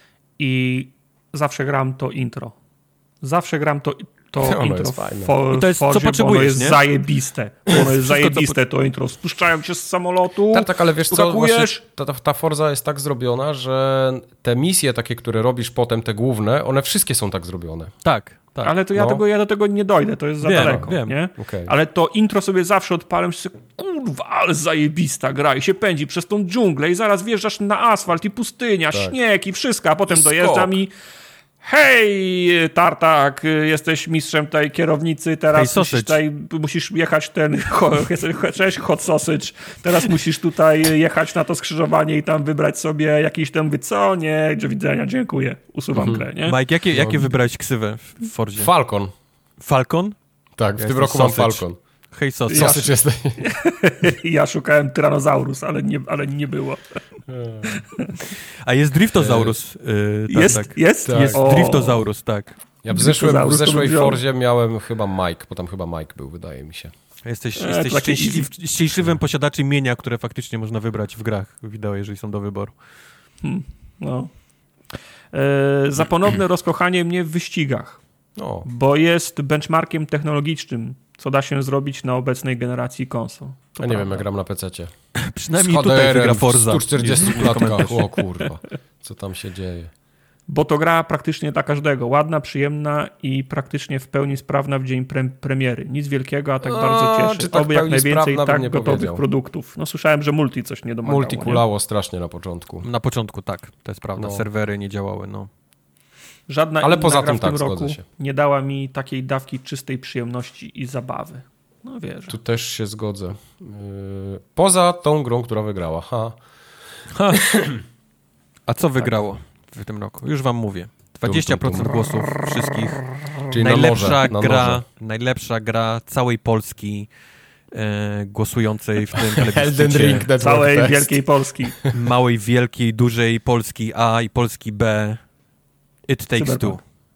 i zawsze gram to intro. Zawsze gram to, to ono intro jest w, fo, I to jest, Forzie, co potrzebujesz, ono jest nie? zajebiste. Ono jest zajebiste to intro. Spuszczają cię z samolotu, tak, tak, ale wiesz co, właśnie ta, ta Forza jest tak zrobiona, że te misje takie, które robisz potem, te główne, one wszystkie są tak zrobione. Tak. Tak, ale to ja, no. tego, ja do tego nie dojdę, to jest za wiem, daleko. Wiem. Nie? Okay. Ale to intro sobie zawsze odpalam, że kurwa, ale zajebista gra i się pędzi przez tą dżunglę i zaraz wjeżdżasz na asfalt i pustynia, tak. śnieg i wszystko, a potem I dojeżdżam i hej, Tartak, jesteś mistrzem tej kierownicy, teraz hey, musisz, tutaj, musisz jechać ten, cześć, hot sausage, teraz musisz tutaj jechać na to skrzyżowanie i tam wybrać sobie jakiś tam, co? Nie, do widzenia, dziękuję, usuwam mhm. grę, nie? Mike, jakie, jakie no. wybrałeś ksywę w Forzie? Falcon. Falcon? Tak, w ja tym roku sausage. mam Falcon. Hej, sausage. Sausage ja, jest... ja szukałem Tyrannosaurus, ale nie, ale nie było. A jest Driftosaurus. Yy, tak, jest? Tak. Jest? Tak. Jest o. Driftosaurus, tak. Ja w, zeszłym, w zeszłej Forzie miałem chyba Mike, bo tam chyba Mike był, wydaje mi się. Jesteś, e, jesteś szczęśliw, szczęśliwym posiadaczem mienia, które faktycznie można wybrać w grach wideo, jeżeli są do wyboru. Hmm, no. E, za ponowne rozkochanie mnie w wyścigach. No. Bo jest benchmarkiem technologicznym, co da się zrobić na obecnej generacji konsol. To ja nie wiem, jak gram na pececie. Przynajmniej tutaj wygra Forza. sto czterdzieści klatkach. O kurwa, co tam się dzieje? Bo to gra praktycznie dla każdego. Ładna, przyjemna i praktycznie w pełni sprawna w dzień pre- premiery. Nic wielkiego, a tak a, bardzo cieszy. Tak Oby jak najwięcej tak nie gotowych powiedział. produktów. No słyszałem, że multi coś nie domagało. Multi kulało nie? strasznie na początku. Na początku tak, to jest prawda. No. Serwery nie działały, no. Żadna Ale inna poza gra tym w tym tak, roku się. nie dała mi takiej dawki czystej przyjemności i zabawy. No wierzę. Tu też się zgodzę. Yy, poza tą grą, która wygrała. Ha. Ha. A co wygrało w tym roku? Już wam mówię. dwadzieścia procent głosów wszystkich. Czyli najlepsza na noże, gra, na najlepsza gra całej Polski e, głosującej w tym Elden Ring całej Test. Wielkiej Polski. Małej, wielkiej, dużej Polski A i Polski B. It Takes Two.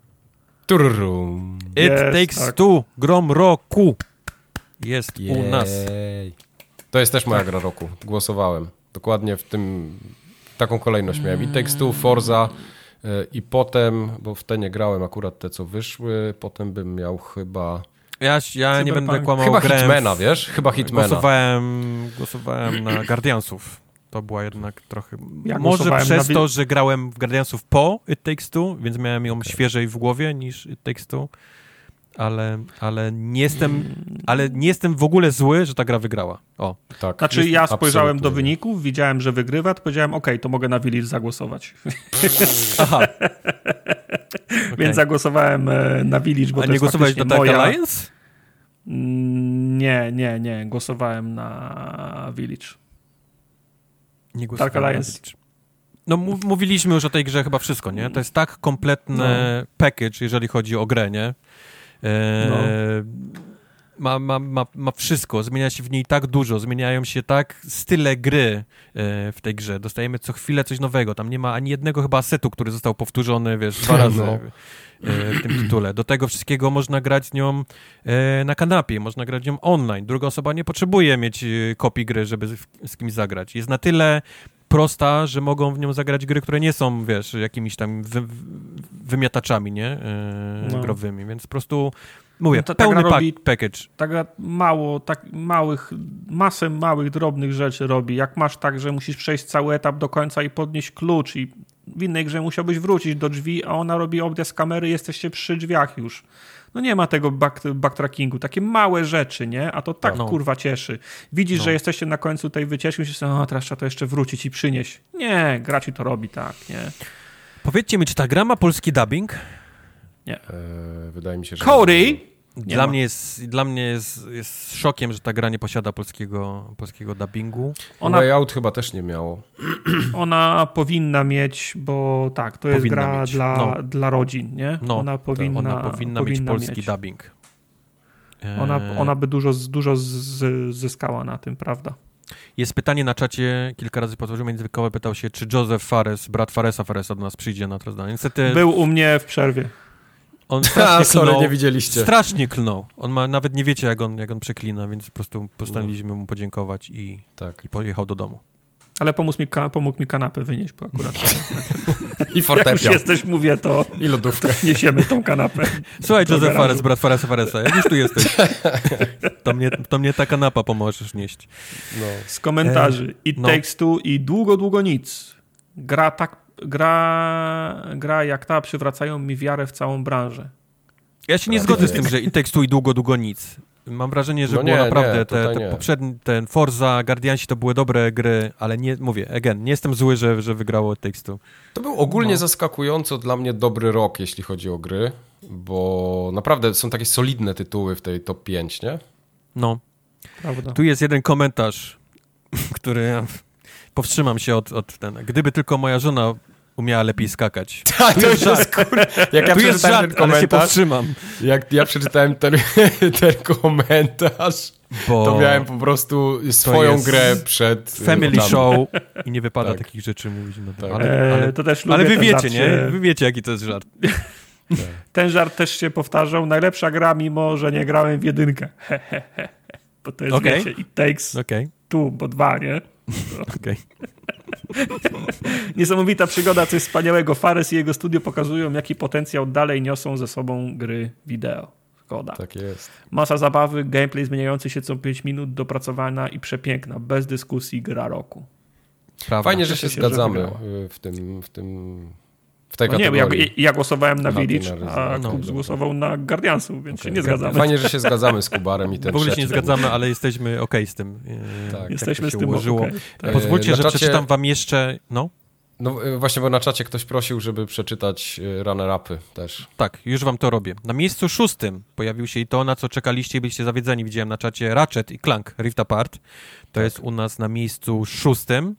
Tururum. It yes, Takes tak. Two. Grom roku. Jest Jej. u nas. To jest też moja gra roku. Głosowałem. Dokładnie w tym... Taką kolejność miałem. It Takes Two, Forza yy, i potem, bo w te nie grałem akurat te, co wyszły, potem bym miał chyba... Ja, ja nie będę kłamał. Chyba grałem Hitmana, wiesz? Chyba Hitmana. Głosowałem, głosowałem na Guardiansów. To była jednak trochę... Ja Może przez na... to, że grałem w Guardiansów po It Takes Two, więc miałem ją okay. świeżej w głowie niż It Takes Two. Ale, ale, nie jestem, ale nie jestem w ogóle zły, że ta gra wygrała. O. Tak, znaczy ja spojrzałem do wyników, widziałem, że wygrywa, to powiedziałem, okej, okay, to mogę na Village zagłosować. Aha. Okay. Więc zagłosowałem na Village, bo A to nie głosowałeś na Dark moja... Alliance? Nie, nie, nie. Głosowałem na Village. Nie głosowałem Dark Alliance. Na Village. No m- mówiliśmy już o tej grze chyba wszystko, nie? To jest tak kompletny no. package, jeżeli chodzi o grę, nie? No. Ma, ma, ma, ma wszystko, zmienia się w niej tak dużo, zmieniają się tak style gry w tej grze, dostajemy co chwilę coś nowego, tam nie ma ani jednego chyba asetu, który został powtórzony, wiesz, dwa razy no. w tym tytule. Do tego wszystkiego można grać z nią na kanapie, można grać z nią online, druga osoba nie potrzebuje mieć kopii gry, żeby z kimś zagrać. Jest na tyle prosta, że mogą w nią zagrać gry, które nie są, wiesz, jakimiś tam wy, wymiataczami, nie? Yy, no. Growymi, więc po prostu mówię, no to, pełny ta robi, package. Tak mało, tak małych, masę małych, drobnych rzeczy robi. Jak masz tak, że musisz przejść cały etap do końca i podnieść klucz i w innej grze musiałbyś wrócić do drzwi, a ona robi objazd kamery, jesteście przy drzwiach już. No nie ma tego back, backtrackingu. Takie małe rzeczy, nie? A to tak no. kurwa cieszy. Widzisz, no. że jesteście na końcu tej wycieczki, myślisz, o, teraz trzeba to jeszcze wrócić i przynieść. Nie, gra ci to robi, tak, nie? Powiedzcie mi, czy ta gra ma polski dubbing? Nie. Eee, wydaje mi się, że... Cody? Dla mnie, jest, dla mnie jest, jest szokiem, że ta gra nie posiada polskiego, polskiego dubbingu. Ona Layout chyba też nie miało. Ona powinna mieć, bo tak, to jest powinna gra mieć. Dla, no. dla rodzin, nie? No, ona powinna, ona powinna, powinna mieć polski mieć. dubbing. Ona, ona by dużo, dużo z, zyskała na tym, prawda? Jest pytanie na czacie, kilka razy powtórzył, międzywykowe pytał się, czy Joseph Fares, brat Faresa Faresa do nas przyjdzie na to zdanie. Niestety... Był u mnie w przerwie. On strasznie A, sorry, klnął, nie widzieliście. Strasznie klnął. On ma, nawet nie wiecie, jak on, jak on przeklina, więc po prostu postanowiliśmy mu podziękować i, tak. i pojechał do domu. Ale pomógł mi, pomógł mi kanapę wynieść, bo akurat... I fortepian. Jak już jesteś, mówię, to, I lodówkę. To niesiemy tą kanapę. Słuchaj, Joseph Fares, brat Faresa Faresa, jak już tu jesteś, to mnie, to mnie ta kanapa pomożesz nieść. No. Z komentarzy. It no. Takes Two i długo, długo nic. Gra tak Gra, gra jak ta przywracają mi wiarę w całą branżę. Ja się nie zgodzę z tym, że It Takes Two i długo, długo nic. Mam wrażenie, że no było nie, naprawdę nie, te, te poprzednie, ten Forza, Guardiansi to były dobre gry, ale nie, mówię, again, nie jestem zły, że, że wygrało It Takes Two. To był ogólnie no. zaskakująco dla mnie dobry rok, jeśli chodzi o gry, bo naprawdę są takie solidne tytuły w tej top pięć, nie? No. Prawda. Tu jest jeden komentarz, który... Powstrzymam się od, od ten. Gdyby tylko moja żona umiała lepiej skakać. Tak, to jest żart. Jak ja tu przeczytałem jest żart, ten komentarz, ale się powstrzymam. Jak ja przeczytałem ten, ten komentarz, Bo to miałem po prostu swoją grę przed... Family show i nie wypada tak. takich rzeczy mówić. No tak. ale, ale, to też lubię ale wy wiecie, żart nie? się... Wy wiecie, jaki to jest żart. Ten żart też się powtarzał. Najlepsza gra, mimo że nie grałem w jedynkę. Bo to jest, okay. wiecie, It Takes okay. Two, bo dwa, nie? Okej. Okay. Niesamowita przygoda, coś wspaniałego. Fares i jego studio pokazują, jaki potencjał dalej niosą ze sobą gry wideo. Szkoda. Tak jest. Masa zabawy, gameplay zmieniający się co pięć minut, dopracowana i przepiękna. Bez dyskusji gra roku. Prawda. Fajnie, że się, się zgadzamy że w tym... W tym... W tej no nie, kategorii. ja, ja głosowałem na Village, a no, Kup zgłosował na Guardiansów, więc okay. się nie zgadzamy. Fajnie, że się zgadzamy z Kubarem i ten w ogóle się nie zgadzamy, ale jesteśmy okej okay z tym. Tak. Jesteśmy tak z tym ułożyło. Okay. Tak. Pozwólcie, na że czacie... przeczytam wam jeszcze... No? No właśnie, bo na czacie ktoś prosił, żeby przeczytać runner-upy też. Tak, już wam to robię. Na miejscu szóstym pojawił się i to, na co czekaliście i byliście zawiedzeni. Widziałem na czacie Ratchet i Clank Rift Apart. To tak. jest u nas na miejscu szóstym.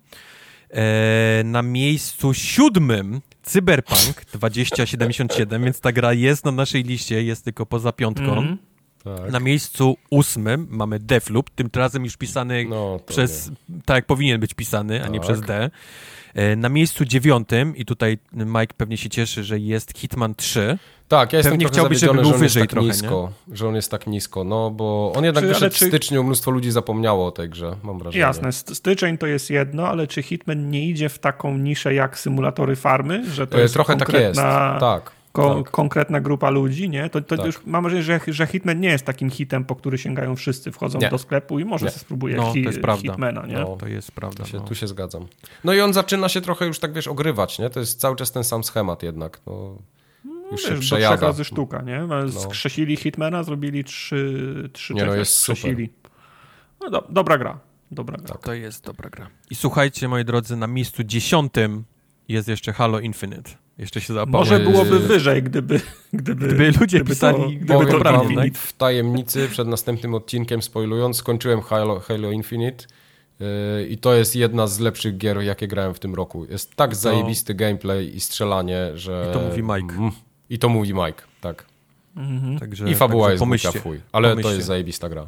E, na miejscu siódmym Cyberpunk dwieście siedemdziesiąt siedem, więc ta gra jest na naszej liście, jest tylko poza piątką. Mm. Tak. Na miejscu ósmym mamy Deathloop, tym razem już pisany no, przez, nie. tak jak powinien być pisany, a tak. nie przez D. Na miejscu dziewiątym, i tutaj Mike pewnie się cieszy, że jest Hitman trzy. Tak, ja jestem pewnie trochę chciałbyś, żeby był wyżej tak trochę, nisko, nie? Że on jest tak nisko, no bo on jednak czy, wyszedł czy... w styczniu, mnóstwo ludzi zapomniało o tej grze, mam wrażenie. Jasne, styczeń to jest jedno, ale czy Hitman nie idzie w taką niszę jak symulatory farmy, że to jest trochę konkretna... tak jest, tak. Ko- tak. konkretna grupa ludzi, nie? To, to tak. już mam wrażenie, że, że Hitman nie jest takim hitem, po który sięgają wszyscy, wchodzą nie. do sklepu i może spróbuję no, hi- to jest prawda. Hitmana, nie? No, to jest prawda. Tu się, no. tu się zgadzam. No i on zaczyna się trochę już tak, wiesz, ogrywać, nie? To jest cały czas ten sam schemat jednak, no... Już no, się wiesz, przejada. Do trzech razy sztuka, nie? Skrzesili Hitmana, zrobili trzy, trzy nie, no jest skrzesili. No, do, dobra gra. Dobra gra. Tak. To jest dobra gra. I słuchajcie, moi drodzy, na miejscu dziesiątym jest jeszcze Halo Infinite. Jeszcze się zapomnę. Może byłoby wyżej, gdyby... Gdyby, gdyby ludzie gdyby pisali... To, gdyby Powiem to brali, tak? W tajemnicy, przed następnym odcinkiem spoilując, skończyłem Halo, Halo Infinite yy, i to jest jedna z lepszych gier, jakie grałem w tym roku. Jest tak to... zajebisty gameplay i strzelanie, że... I to mówi Mike. Mm, I to mówi Mike, tak. Mhm. Także, I fabuła jest głupia w chuj, ale pomyślcie. To jest zajebista gra.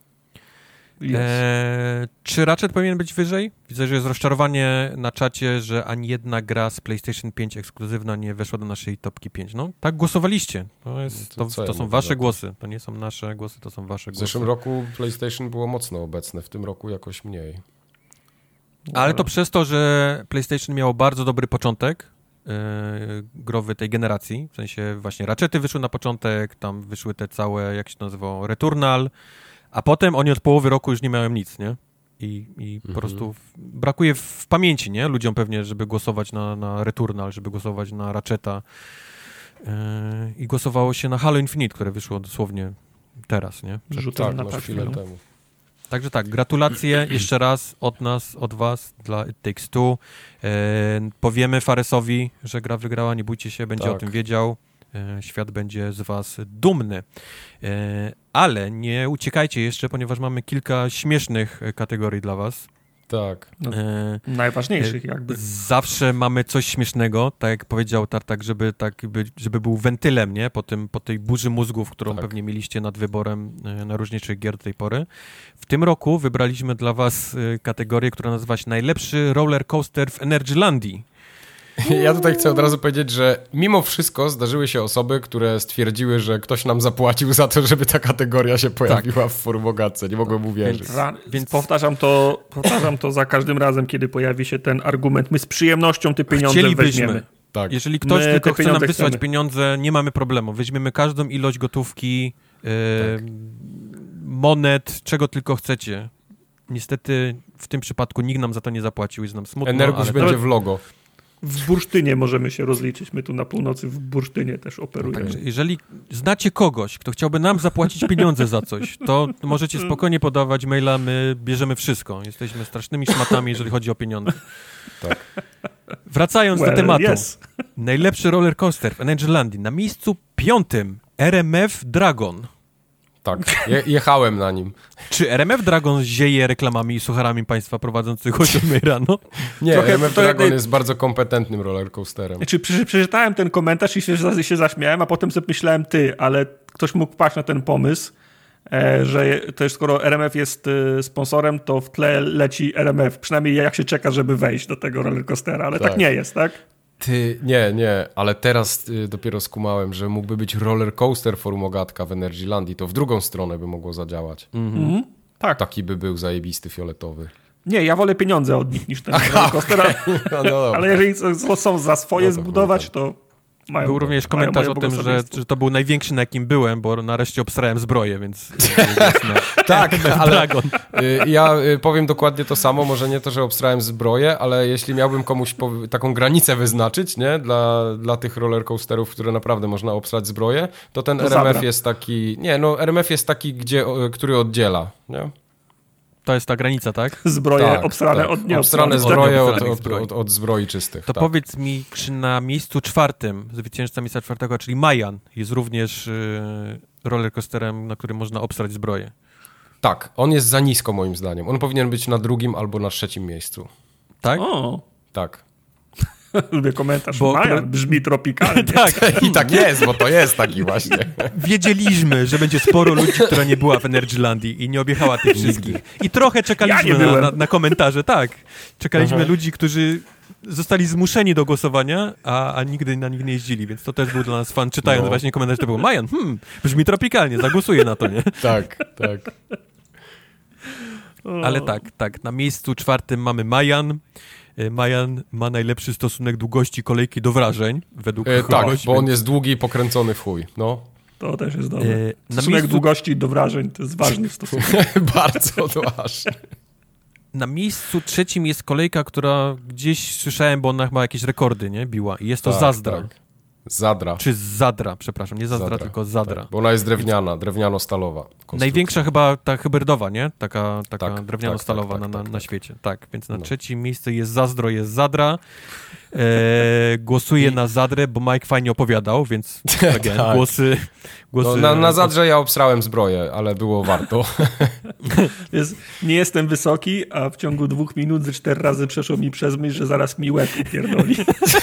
Eee, czy Ratchet powinien być wyżej? Widzę, że jest rozczarowanie na czacie, że ani jedna gra z PlayStation pięć ekskluzywna nie weszła do naszej topki pięć. No, tak głosowaliście. To, jest, to, to, to są wasze głosy. To nie są nasze głosy, to są wasze głosy. W zeszłym roku PlayStation było mocno obecne, w tym roku jakoś mniej. Ale to przez to, że PlayStation miało bardzo dobry początek yy, growy tej generacji. W sensie właśnie Ratchety wyszły na początek, tam wyszły te całe, jak się to nazywało, Returnal. A potem oni od połowy roku już nie miałem nic, nie? I, i mhm. po prostu w, brakuje w, w pamięci, nie? Ludziom pewnie, żeby głosować na, na Returnal, żeby głosować na Ratcheta. Yy, I głosowało się na Halo Infinite, które wyszło dosłownie teraz, nie? Rzutem tak, na chwilę temu. Także tak, gratulacje jeszcze raz od nas, od was, dla It Takes Two. Yy, powiemy Faresowi, że gra wygrała, nie bójcie się, będzie tak. o tym wiedział. Świat będzie z was dumny. Ale nie uciekajcie jeszcze, ponieważ mamy kilka śmiesznych kategorii dla was. Tak. No, e, najważniejszych jakby. Zawsze mamy coś śmiesznego, tak jak powiedział Tartak, żeby, tak, żeby był wentylem, nie? Po, tym, po tej burzy mózgów, którą tak. pewnie mieliście nad wyborem najróżniejszych gier do tej pory. W tym roku wybraliśmy dla was kategorię, która nazywa się Najlepszy roller coaster w Energylandii. Ja tutaj chcę od razu powiedzieć, że mimo wszystko zdarzyły się osoby, które stwierdziły, że ktoś nam zapłacił za to, żeby ta kategoria się pojawiła tak. w Formogatce. Nie mogłem uwierzyć. Więc, więc powtarzam to, powtarzam to za każdym razem, kiedy pojawi się ten argument. My z przyjemnością te pieniądze weźmiemy. Tak. Jeżeli ktoś My tylko chce nam wysłać chcemy. pieniądze, nie mamy problemu. Weźmiemy każdą ilość gotówki, yy, tak. monet, czego tylko chcecie. Niestety w tym przypadku nikt nam za to nie zapłacił, jest nam smutno. Energus ale będzie to... w logo. W Bursztynie możemy się rozliczyć. My tu na północy w Bursztynie też operujemy. Także jeżeli znacie kogoś, kto chciałby nam zapłacić pieniądze za coś, to możecie spokojnie podawać maila, my bierzemy wszystko. Jesteśmy strasznymi szmatami, jeżeli chodzi o pieniądze. Tak. Wracając well, do tematu. Yes. Najlepszy roller coaster w Energylandii. Na miejscu piątym R M F Dragon. Tak, Je- jechałem na nim. Czy R M F Dragon zieje reklamami i sucharami państwa prowadzących o siódmej rano? Nie, Trochę, R M F Dragon to... jest bardzo kompetentnym rollercoasterem. Znaczy, przeczytałem ten komentarz i się, się zaśmiałem, a potem sobie myślałem, ty, ale ktoś mógł paść na ten pomysł, e, że też skoro R M F jest e, sponsorem, to w tle leci R M F. Przynajmniej jak się czeka, żeby wejść do tego rollercoastera, ale tak, tak nie jest, tak? Ty, nie, nie, ale teraz y, dopiero skumałem, że mógłby być roller coaster Formogatka w Energylandii, to w drugą stronę by mogło zadziałać. Mhm. Tak. Taki by był zajebisty, fioletowy. Nie, ja wolę pieniądze od nich niż ten rollercoaster, okay. no, no, ale jeżeli są za swoje no to zbudować, to mają... Był również komentarz o tym, że, że to był największy, na jakim byłem, bo nareszcie obsrałem zbroję, więc... tak, ale ja powiem dokładnie to samo, może nie to, że obsrałem zbroję, ale jeśli miałbym komuś taką granicę wyznaczyć, nie, dla, dla tych rollercoasterów, które naprawdę można obsrać zbroję, to ten to R M F Zadra. Jest taki... Nie, no R M F jest taki, gdzie, który oddziela, nie? To jest ta granica, tak? Zbroje tak, obsrane tak. od nie obsrane zbroje od, od, od, od zbroi czystych. To tak. powiedz mi, czy na miejscu czwartym, zwycięzca miejsca czwartego, czyli Mayan, jest również yy, rollercoasterem, na którym można obsrać zbroję? Tak, on jest za nisko moim zdaniem. On powinien być na drugim albo na trzecim miejscu. Tak? O. Tak. Lubię komentarz. Bo Mayan brzmi tropikalnie. Tak, i tak jest, bo to jest taki właśnie. Wiedzieliśmy, że będzie sporo ludzi, która nie była w Energylandii i nie objechała tych wszystkich. I trochę czekaliśmy ja na, na, na komentarze, tak. Czekaliśmy Aha. ludzi, którzy zostali zmuszeni do głosowania, a, a nigdy na nich nie jeździli, więc to też był dla nas fan. Czytając no. właśnie komentarz, to był Mayan, hmm, brzmi tropikalnie, zagłosuję na to, nie? Tak, tak. Ale tak, tak, na miejscu czwartym mamy Mayan. Mayan ma najlepszy stosunek długości kolejki do wrażeń, według e, Tak, kogoś, bo więc... on jest długi i pokręcony w chuj, no. To też jest dobre. E, stosunek miejscu... długości do wrażeń to jest ważny stosunek. Bardzo ważny. Na miejscu trzecim jest kolejka, która gdzieś słyszałem, bo ona chyba jakieś rekordy, nie, biła. I jest to tak, Zazdra. Tak. Zadra. Czy Zadra, przepraszam, nie Zazdra, Zadra. tylko Zadra. Tak, bo ona jest drewniana, drewniano-stalowa. Największa chyba ta hybrydowa, nie? Taka, taka tak, drewniano-stalowa tak, tak, na, tak, na, tak, na świecie. Tak, więc na no. trzecim miejscu jest Zazdro, jest Zadra. E, głosuję I... na Zadrę, bo Mike fajnie opowiadał, więc tak, tak. głosy... głosy no, na, na Zadrze ja obsrałem zbroję, ale było warto. Jest, nie jestem wysoki, a w ciągu dwóch minut ze cztery razy przeszło mi przez myśl, że zaraz mi łeb upierdoli.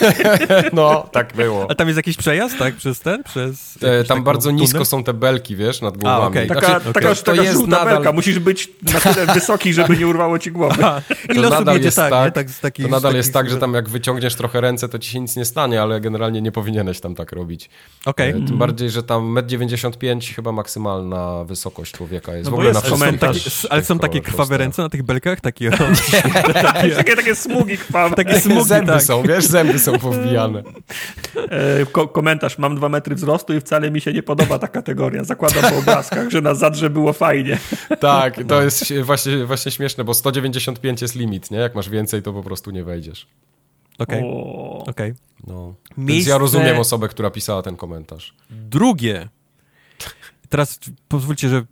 No, tak było. A tam jest jakiś przejazd, tak? Przez ten? Przez e, tam bardzo tunel? Nisko są te belki, wiesz, nad głowami. A, okay. Taka, znaczy, okay. taka, taka jest żółta nadal... belka. Musisz być na tyle wysoki, żeby nie urwało ci głowy. Ile osób nadal jest tak, tak, tak z taki, to nadal z jest tak, że tam jak wyciągniesz trochę ręce, to ci się nic nie stanie, ale generalnie nie powinieneś tam tak robić. Okay. E, tym mm. bardziej, że tam metr dziewięćdziesiąt pięć chyba maksymalna wysokość człowieka jest. No w ogóle jest na ale, są takie, ale są takie krwawe ręce na tych belkach? Takie, takie, takie, takie smugi krwawe. Takie smugi, zęby tak. są, wiesz, zęby są powbijane. E, ko- komentarz, mam dwa metry wzrostu i wcale mi się nie podoba ta kategoria. Zakładam po obrazkach, że na Zadrze było fajnie. Tak, to no. jest właśnie, właśnie śmieszne, bo sto dziewięćdziesiąt pięć jest limit, nie? Jak masz więcej, to po prostu nie wejdziesz. Okej, okay. okay. No. Miejsce... Więc ja rozumiem osobę, która pisała ten komentarz. Drugie. Teraz pozwólcie, że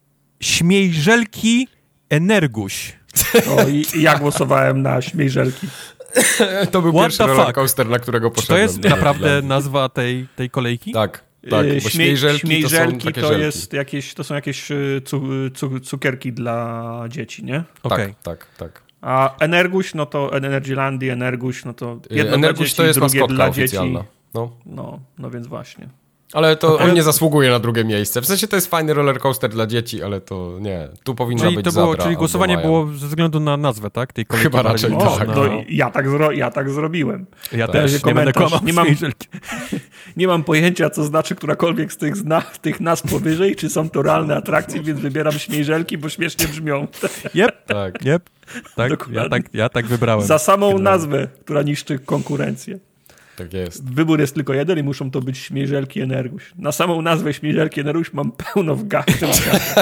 Śmiejżelki Energuś. O, i, i ja głosowałem na Śmiejżelki. To był What pierwszy rollercoaster, na którego poszedłem. Czy to jest nie, naprawdę dla... nazwa tej, tej kolejki? Tak, tak, bo śmiejżelki, śmiejżelki to są takie to, żelki. jest jakieś, to są jakieś cu, cu, cukierki dla dzieci, nie? Okay. Tak, tak, tak. A Energuś, no to Energylandii, Energuś, no to jedno Energuś dla dzieci, to jest drugie maskotka dla oficjalna. dzieci. No. No, no więc właśnie. Ale to on nie zasługuje na drugie miejsce. W sensie to jest fajny rollercoaster dla dzieci, ale to nie. Tu powinna czyli być to było, Zadra. Czyli głosowanie było ze względu na nazwę, tak? Tej kolejki. Chyba raczej o, tak. No, ja, tak zro, ja tak zrobiłem. Ja tak. też nie będę kłamał. Nie mam, nie mam pojęcia, co znaczy którakolwiek z tych, zna, tych nazw powyżej, czy są to realne atrakcje, więc wybieram śmiejżelki, bo śmiesznie brzmią. Yep, tak. Yep. Tak, ja tak, ja tak wybrałem. Za samą wybrałem. nazwę, która niszczy konkurencję. Tak jest. Wybór jest tylko jeden i muszą to być Śmiejżelki Energuś. Na samą nazwę Śmiejżelki Energuś mam pełno w gaciach.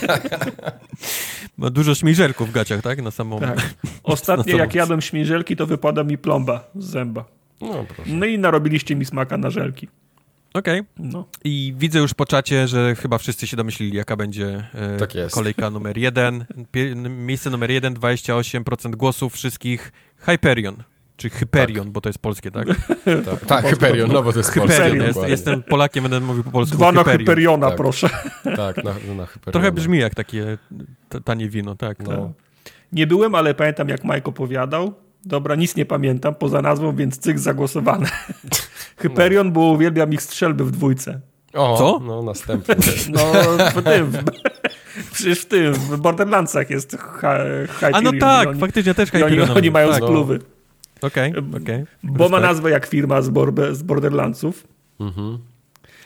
Ma dużo śmiejżelków w gaciach, tak? Na samą... Tak. Ostatnio na samą... jak jadłem śmiejżelki, to wypada mi plomba z zęba. No, proszę. No i narobiliście mi smaka na żelki. Okej. Okay. No. I widzę już po czacie, że chyba wszyscy się domyślili, jaka będzie e, tak jest. kolejka numer jeden. Pie, miejsce numer jeden, dwadzieścia osiem procent głosów wszystkich Hyperion. Czy Hyperion, tak. Bo to jest polskie, tak? tak, tak Hyperion, no bo to jest Hyperion. polskie. Jest, jestem Polakiem, będę mówił po polsku. Dwa na Hyperion. Hyperiona, tak. proszę. Tak, na, na Hyperiona. Trochę brzmi jak takie tanie wino, tak. No. Nie byłem, ale pamiętam, jak Mike opowiadał. Dobra, nic nie pamiętam poza nazwą, więc cyk zagłosowane. Hyperion, no. Bo uwielbiam ich strzelby w dwójce. O, co? No, następny. No, w tym... W... Przecież w tym, w Borderlandsach jest Hyperion. A no tak, oni, faktycznie też Hyperion. Oni, oni mają tak. spluwy. Okej, okay, okej. Okay. Bo ma nazwę jak firma z, Borbe, z Borderlandsów. Mhm.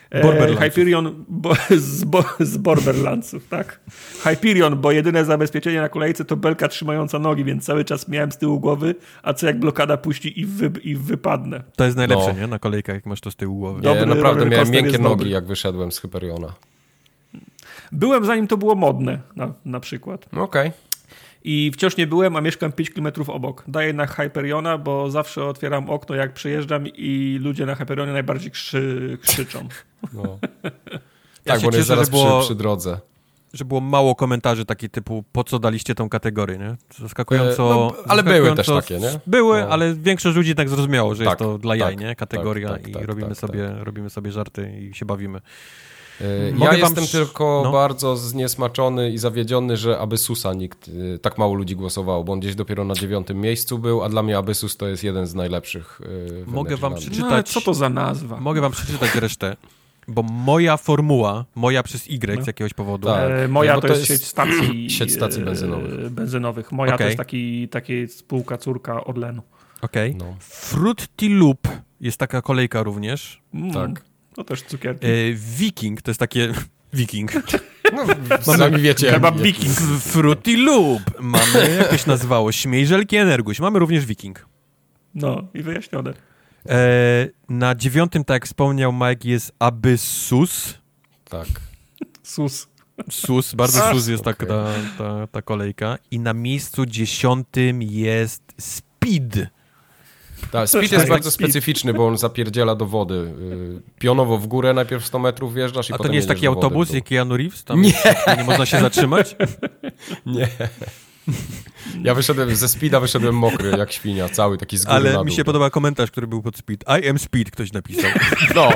E, Hyperion bo, z, bo, z Borderlandsów, tak? Hyperion, bo jedyne zabezpieczenie na kolejce to belka trzymająca nogi, więc cały czas miałem z tyłu głowy, a co jak blokada puści i, wy, i wypadnę. To jest najlepsze, no. nie? Na kolejkach, jak masz to z tyłu głowy. Nie, naprawdę miałem miękkie nogi, dobry. jak wyszedłem z Hyperiona. Byłem zanim to było modne, na, na przykład. Okej. Okay. I wciąż nie byłem, a mieszkam pięć kilometrów obok. Daję na Hyperiona, bo zawsze otwieram okno, jak przejeżdżam i ludzie na Hyperionie najbardziej krzy, krzyczą. No. Ja tak, bo jest zaraz było, przy, przy drodze. Że było mało komentarzy taki typu, po co daliście tą kategorię, nie? Zaskakująco... E, no, ale były też takie, nie? Były, no. ale większość ludzi tak zrozumiało, że tak, jest to dla jaj, tak, nie? Kategoria tak, tak, i tak, robimy, tak, sobie, tak. robimy sobie żarty i się bawimy. Ja Mogę jestem wam... tylko no. bardzo zniesmaczony i zawiedziony, że Abyssusa nikt, tak mało ludzi głosowało, bo on gdzieś dopiero na dziewiątym miejscu był, a dla mnie Abyssus to jest jeden z najlepszych. Mogę wam przeczytać. No, co to za nazwa? Mogę wam przeczytać resztę, bo moja formuła, moja przez Y no. z jakiegoś powodu. Tak. E, moja no, to, to jest sieć stacji, sieć stacji benzynowych. benzynowych. Moja okay. to jest taki, taki spółka córka Orlenu. Okej. Okay. No. Fruity Loop jest taka kolejka również. Mm. Tak. To też cukierki. E, Viking, to jest takie... Viking. No, sami wiecie. Chyba Viking. Fruity Loop. Mamy, jak to się nazywało? Śmiej Żelki Energuś. Mamy również Viking. No i wyjaśnione. E, na dziewiątym, tak jak wspomniał Mike, jest Abyssus. Tak. Sus. Sus, bardzo A, sus jest okay. ta, ta, ta, ta kolejka. I na miejscu dziesiątym jest Speed. Tak, speed jest bardzo specyficzny, bo on zapierdziela do wody. Pionowo w górę najpierw sto metrów wjeżdżasz i A potem to nie jest taki autobus jak Keanu Reeves? Tam nie. nie można się zatrzymać? Nie. Ja wyszedłem ze Speeda, wyszedłem mokry jak świnia, cały taki z góry Ale na dół. mi się podoba komentarz, który był pod Speed. I am Speed, ktoś napisał. No.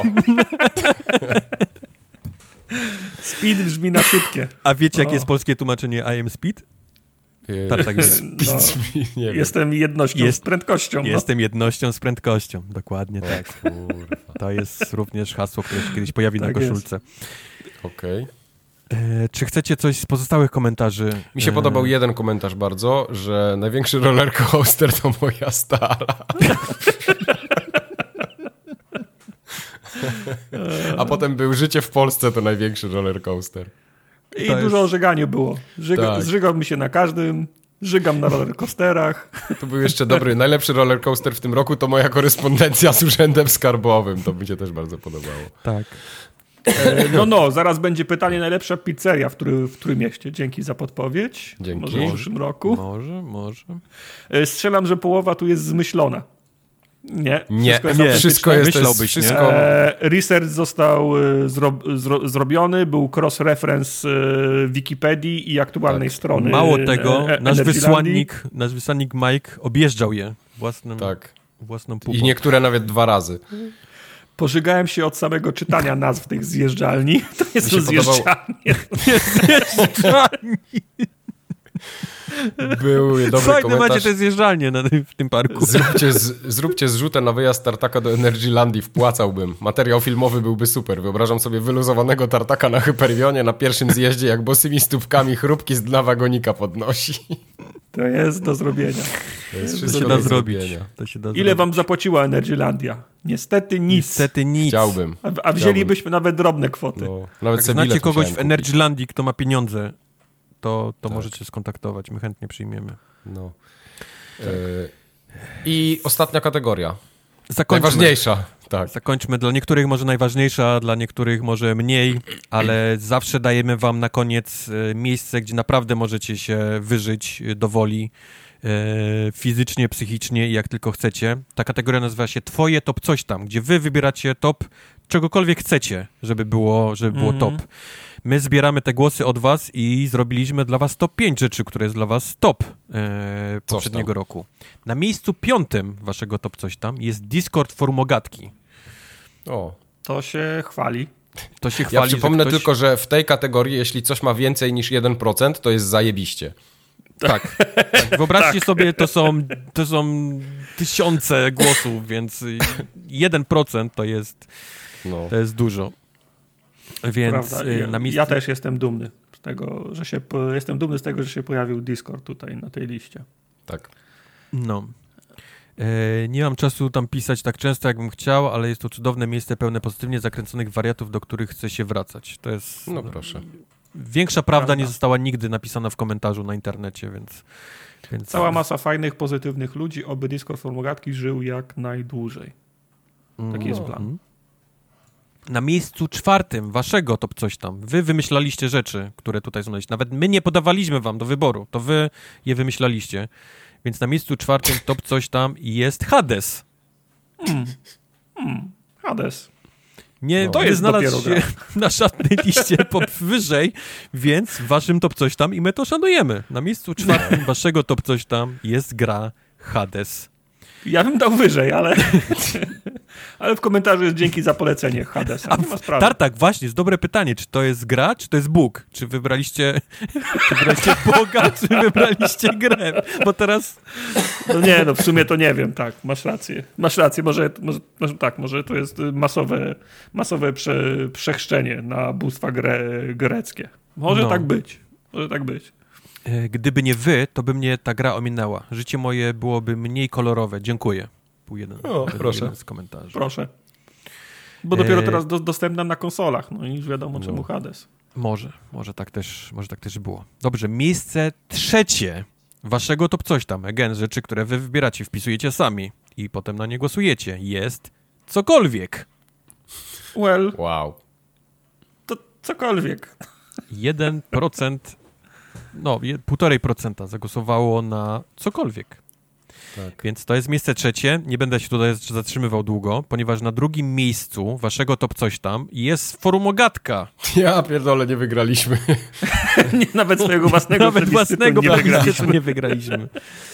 Speed brzmi na szybkie. A wiecie, jakie jest polskie tłumaczenie I am Speed? Tak, tak jest. No, nie jestem jednością jest, z prędkością. No. Jestem jednością z prędkością, dokładnie o, tak. Kurwa. To jest również hasło, które się kiedyś pojawi tak na koszulce. Okej. Okay. E, czy chcecie coś z pozostałych komentarzy? Mi się e... podobał jeden komentarz bardzo, że największy roller coaster to moja stara. A potem był Życie w Polsce to największy roller coaster. I to dużo jest... o żyganiu było. Żyga, tak. Zżygał mi się na każdym, żygam na rollercoasterach. To był jeszcze dobry, najlepszy rollercoaster w tym roku to moja korespondencja z Urzędem Skarbowym. To mi się też bardzo podobało. Tak. No, no, zaraz będzie pytanie, najlepsza pizzeria w, który, w którym mieście. Dzięki za podpowiedź. Dzięki. Może w przyszłym roku. Może, może. Strzelam, że połowa tu jest zmyślona. Nie, nie, wszystko jest, nie. Wszystko jest Myślałbyś, wszystko... E, research został zro, zro, zrobiony, był cross-reference Wikipedii i aktualnej tak. strony. Mało tego, e, nasz, wysłannik, nasz wysłannik Mike objeżdżał je własnym, tak. własną pupą. I niektóre nawet dwa razy. Pożygałem się od samego czytania nazw tych zjeżdżalni. To jest to zjeżdżalnie. Zjeżdżalni. Był dobry Fajne komentarz. macie te zjeżdżalnie na, w tym parku. Zróbcie, z, zróbcie zrzutę na wyjazd tartaka do Energylandii, wpłacałbym. Materiał filmowy byłby super. Wyobrażam sobie wyluzowanego tartaka na Hyperionie na pierwszym zjeździe, jak bosymi stópkami chrupki z dna wagonika podnosi. To jest do zrobienia. To jest wszystko to się da do zrobić. To się da Ile zrobić. wam zapłaciła Energylandia? Niestety nic. Niestety nic. Chciałbym. A, a wzięlibyśmy Chciałbym. nawet drobne kwoty. No, nawet jak znacie kogoś w Energylandii, kto ma pieniądze, to, to tak. możecie skontaktować. My chętnie przyjmiemy. No. Tak. Yy, I ostatnia kategoria. Zakończmy. Najważniejsza. Tak. Zakończmy. Dla niektórych może najważniejsza, dla niektórych może mniej, ale zawsze dajemy wam na koniec miejsce, gdzie naprawdę możecie się wyżyć do woli fizycznie, psychicznie i jak tylko chcecie. Ta kategoria nazywa się Twoje top coś tam, gdzie wy wybieracie top czegokolwiek chcecie, żeby było, żeby było mm-hmm. top. My zbieramy te głosy od was i zrobiliśmy dla was top pięć rzeczy, które jest dla was top e, poprzedniego roku. Na miejscu piątym waszego top coś tam jest Discord Formogatki. O, to się chwali. To się chwali, ja przypomnę ktoś... tylko, że w tej kategorii, jeśli coś ma więcej niż jeden procent, to jest zajebiście. Tak. tak. Wyobraźcie tak. sobie, to są, to są tysiące głosów, więc jeden procent to jest, no. to jest dużo. Więc ja, na miejscu... ja też jestem dumny z tego, że się jestem dumny z tego, że się pojawił Discord tutaj na tej liście. Tak. No. E, nie mam czasu tam pisać tak często, jakbym chciał, ale jest to cudowne miejsce pełne pozytywnie zakręconych wariatów, do których chce się wracać. To jest... No proszę. Większa prawda, prawda nie została nigdy napisana w komentarzu na internecie, więc... więc... Cała masa fajnych, pozytywnych ludzi, oby Discord Formogatki żył jak najdłużej. Taki no. jest plan. Na miejscu czwartym waszego top coś tam. Wy wymyślaliście rzeczy, które tutaj są. Nawet my nie podawaliśmy wam do wyboru. To wy je wymyślaliście. Więc na miejscu czwartym top coś tam jest Hades. Hmm. Hmm. Hades. Nie, no, to jest znalazł się na żadnej liście wyżej, więc waszym top coś tam i my to szanujemy. Na miejscu czwartym waszego top coś tam jest gra Hades. Ja bym dał wyżej, ale ale w komentarzu jest dzięki za polecenie Hadesa. Nie ma sprawy. Tartak, właśnie, jest dobre pytanie. Czy to jest gra, czy to jest Bóg? Czy wybraliście, czy wybraliście Boga, czy wybraliście grę? Bo teraz... No nie, no w sumie to nie wiem, tak, masz rację. Masz rację, może, może, może tak, może to jest masowe, masowe prze, przechrzczenie na bóstwa gre, greckie. Może no. tak być, może tak być. Gdyby nie wy, to by mnie ta gra ominęła. Życie moje byłoby mniej kolorowe. Dziękuję. Był jeden, o, jeden, proszę. jeden z komentarzy. Proszę. Bo dopiero teraz do, dostępna na konsolach. No i już wiadomo no. czemu Hades. Może, może tak też, może tak też było. Dobrze, miejsce trzecie waszego top coś tam. Again, rzeczy, które wy wybieracie, wpisujecie sami i potem na nie głosujecie. Jest cokolwiek. Well. Wow. To cokolwiek. jeden procent No, półtorej procenta zagłosowało na cokolwiek. Tak. Więc to jest miejsce trzecie. Nie będę się tutaj zatrzymywał długo, ponieważ na drugim miejscu waszego top coś tam jest Forumogatka. Ja pierdolę, nie wygraliśmy. nie, nawet swojego własnego Nawet własnego nie wygraliśmy. nie wygraliśmy.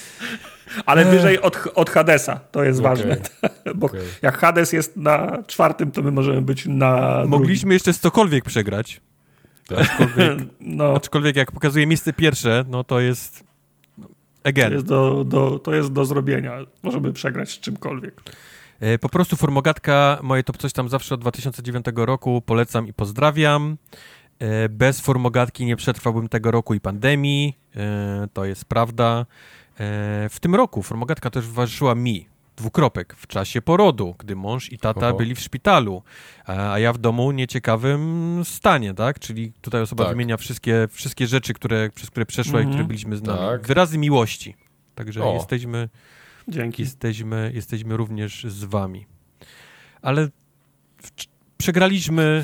Ale wyżej od, od Hadesa, to jest okay. ważne. Bo okay. jak Hades jest na czwartym, to my możemy być na Mogliśmy drugim. jeszcze z cokolwiek przegrać. Aczkolwiek, no. aczkolwiek jak pokazuje miejsce pierwsze, no to jest again. To jest do, do, to jest do zrobienia. Możemy przegrać z czymkolwiek. E, po prostu Formogatka, moje top coś tam zawsze od dwa tysiące dziewiątego roku, polecam i pozdrawiam. E, bez Formogatki nie przetrwałbym tego roku i pandemii, e, to jest prawda. E, w tym roku Formogatka też towarzyszyła mi. Dwukropek, w czasie porodu, gdy mąż i tata Oho. byli w szpitalu, a ja w domu nieciekawym stanie, tak? Czyli tutaj osoba tak. wymienia wszystkie, wszystkie rzeczy, które, przez które przeszła mm-hmm. i które byliśmy z nami. Tak. Wyrazy miłości. Także o. jesteśmy, Dzięki. Jesteśmy, jesteśmy również z wami. Ale w, przegraliśmy...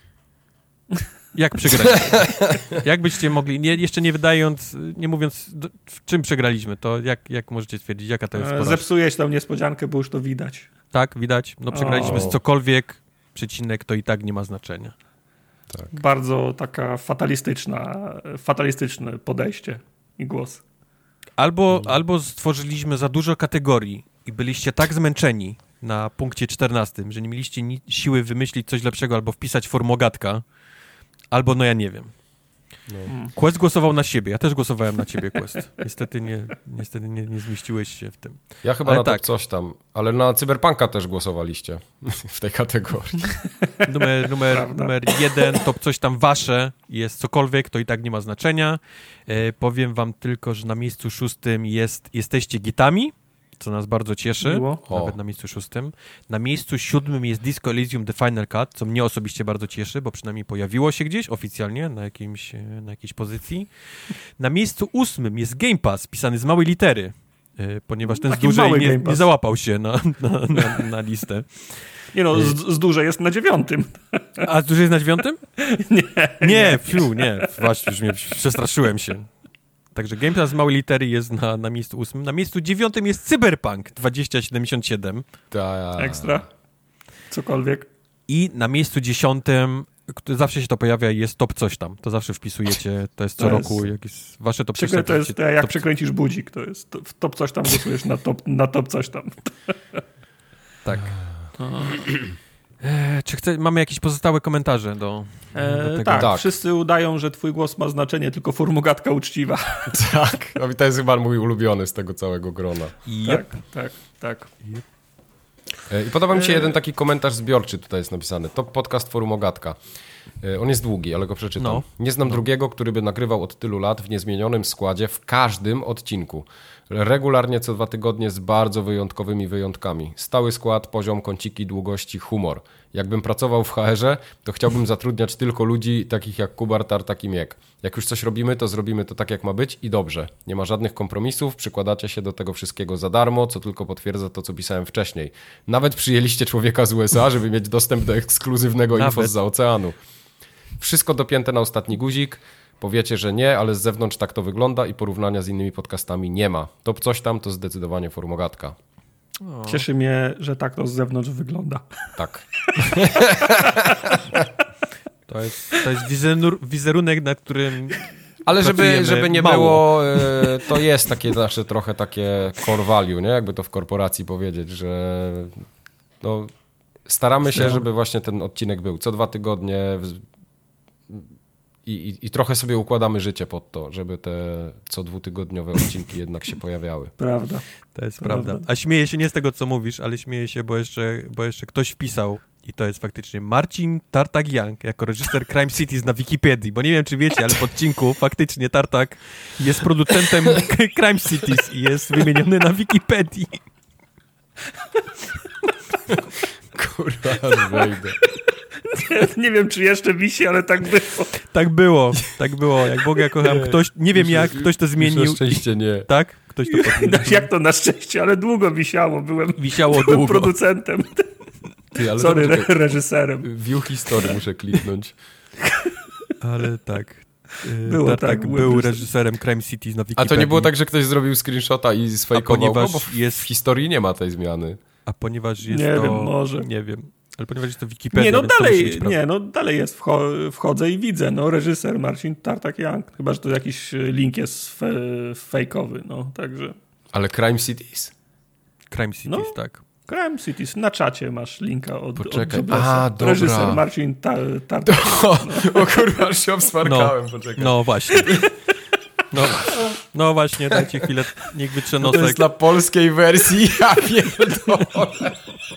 Jak przegraliśmy? Jak byście mogli, nie, jeszcze nie wydając, nie mówiąc, do, w czym przegraliśmy, to jak, jak możecie stwierdzić, jaka to jest porażka? Zepsułeś tą niespodziankę, bo już to widać. Tak, widać. No przegraliśmy o. z cokolwiek, przecinek to i tak nie ma znaczenia. Tak. Bardzo taka fatalistyczna, fatalistyczne podejście i głos. Albo, no. albo stworzyliśmy za dużo kategorii i byliście tak zmęczeni na punkcie czternastym, że nie mieliście ni- siły wymyślić coś lepszego albo wpisać Formogatka, albo no ja nie wiem. No. Quest głosował na siebie. Ja też głosowałem na ciebie, Quest. Niestety nie, niestety nie, nie zmieściłeś się w tym. Ja chyba ale na tak. coś tam, ale na Cyberpunka też głosowaliście w tej kategorii. Numer, numer, numer jeden, top coś tam wasze jest cokolwiek, to i tak nie ma znaczenia. E, powiem wam tylko, że na miejscu szóstym jest jesteście gitami, co nas bardzo cieszy, Miło. nawet o. na miejscu szóstym. Na miejscu siódmym jest Disco Elysium The Final Cut, co mnie osobiście bardzo cieszy, bo przynajmniej pojawiło się gdzieś oficjalnie na, jakimś, na jakiejś pozycji. Na miejscu ósmym jest Game Pass, pisany z małej litery, ponieważ ten Taki z dużej nie, nie załapał się na, na, na, na listę. Nie no, z, z dużej jest na dziewiątym. A z dużej jest na dziewiątym? Nie. Nie, fiu, nie. Właśnie, już mnie przestraszyłem się. Także Game Pass z małej litery jest na, na miejscu ósmym. Na miejscu dziewiątym jest Cyberpunk dwieście siedemdziesiąt siedem. Ta. Ekstra. Cokolwiek. I na miejscu dziesiątym, zawsze się to pojawia, jest top coś tam. To zawsze wpisujecie, to jest co to roku. Jest... Jak jest wasze top coś tam. To jest, jak top... przekręcisz budzik, to jest w top coś tam głosujesz na top, na top coś tam. Tak. E, czy chce, mamy jakieś pozostałe komentarze do, e, do tego? Tak, tak, wszyscy udają, że twój głos ma znaczenie, tylko Formogatka uczciwa. Tak, no i to jest chyba mój ulubiony z tego całego grona. Yep. Tak, tak, tak. Yep. E, I podoba mi się jeden taki komentarz zbiorczy, tutaj jest napisany. Top podcast Forumogatka. On jest długi, ale go przeczytam. No. Nie znam no. drugiego, który by nagrywał od tylu lat w niezmienionym składzie w każdym odcinku. Regularnie co dwa tygodnie z bardzo wyjątkowymi wyjątkami. Stały skład, poziom, kąciki, długości, humor. Jakbym pracował w H R-ze, to chciałbym zatrudniać tylko ludzi takich jak Kubar, Tartak i Miek. Jak już coś robimy, to zrobimy to tak jak ma być i dobrze. Nie ma żadnych kompromisów, przykładacie się do tego wszystkiego za darmo, co tylko potwierdza to, co pisałem wcześniej. Nawet przyjęliście człowieka z U S A, żeby mieć dostęp do ekskluzywnego info zza oceanu. Wszystko dopięte na ostatni guzik. Powiecie, że nie, ale z zewnątrz tak to wygląda i porównania z innymi podcastami nie ma. To coś tam to zdecydowanie Formogatka. O. Cieszy mnie, że tak to z zewnątrz wygląda. Tak. To jest, to jest wizerunek, nad którym ale żeby, żeby nie mało. było, to jest takie nasze trochę takie core value, nie? Jakby to w korporacji powiedzieć, że no, staramy się, żeby właśnie ten odcinek był co dwa tygodnie i, i, i trochę sobie układamy życie pod to, żeby te co dwutygodniowe odcinki jednak się pojawiały. Prawda. To jest prawda. prawda. A śmieję się nie z tego, co mówisz, ale śmieję się, bo jeszcze, bo jeszcze ktoś wpisał i to jest faktycznie Marcin Tartak-Young jako reżyser Crime Cities na Wikipedii, bo nie wiem, czy wiecie, ale w odcinku faktycznie Tartak jest producentem Crime Cities i jest wymieniony na Wikipedii. Kurwa, aż wejdę. Nie, nie wiem, czy jeszcze wisi, ale tak było. Tak było, tak było. Jak Boga kocham, ktoś, nie wiem jak, ktoś to zmienił. Na szczęście nie. Tak? Ktoś to no, jak to na szczęście, ale długo wisiało. Byłem, wisiało byłem długo. producentem. Ty, ale Sorry, re- reżyserem. View history muszę kliknąć. Ale tak. Było tak, tak, tak był reżyserem Crime Cities na Wikipedii. A to nie było tak, że ktoś zrobił screenshota i sfejkował, ponieważ bo w, jest... w historii nie ma tej zmiany. A ponieważ jest nie to... Wiem, może. Nie wiem. Ale ponieważ jest to Wikipedia, nie, no dalej, to nie, no dalej jest, wcho- wchodzę i widzę, no reżyser Marcin Tartak-Young, chyba, że to jakiś link jest fe- fejkowy, no, także. Ale Crime Cities? Crime Cities, no, tak. Crime Cities, na czacie masz linka od, poczekaj. od A, dobra. Reżyser Marcin ta- Tartak-Young. O, no. o kurwa, się obsmarkałem, no, poczekaj. No właśnie. No, no właśnie, dajcie chwilę, niech wytrze nosek. To jest dla polskiej wersji, ja pierdolę.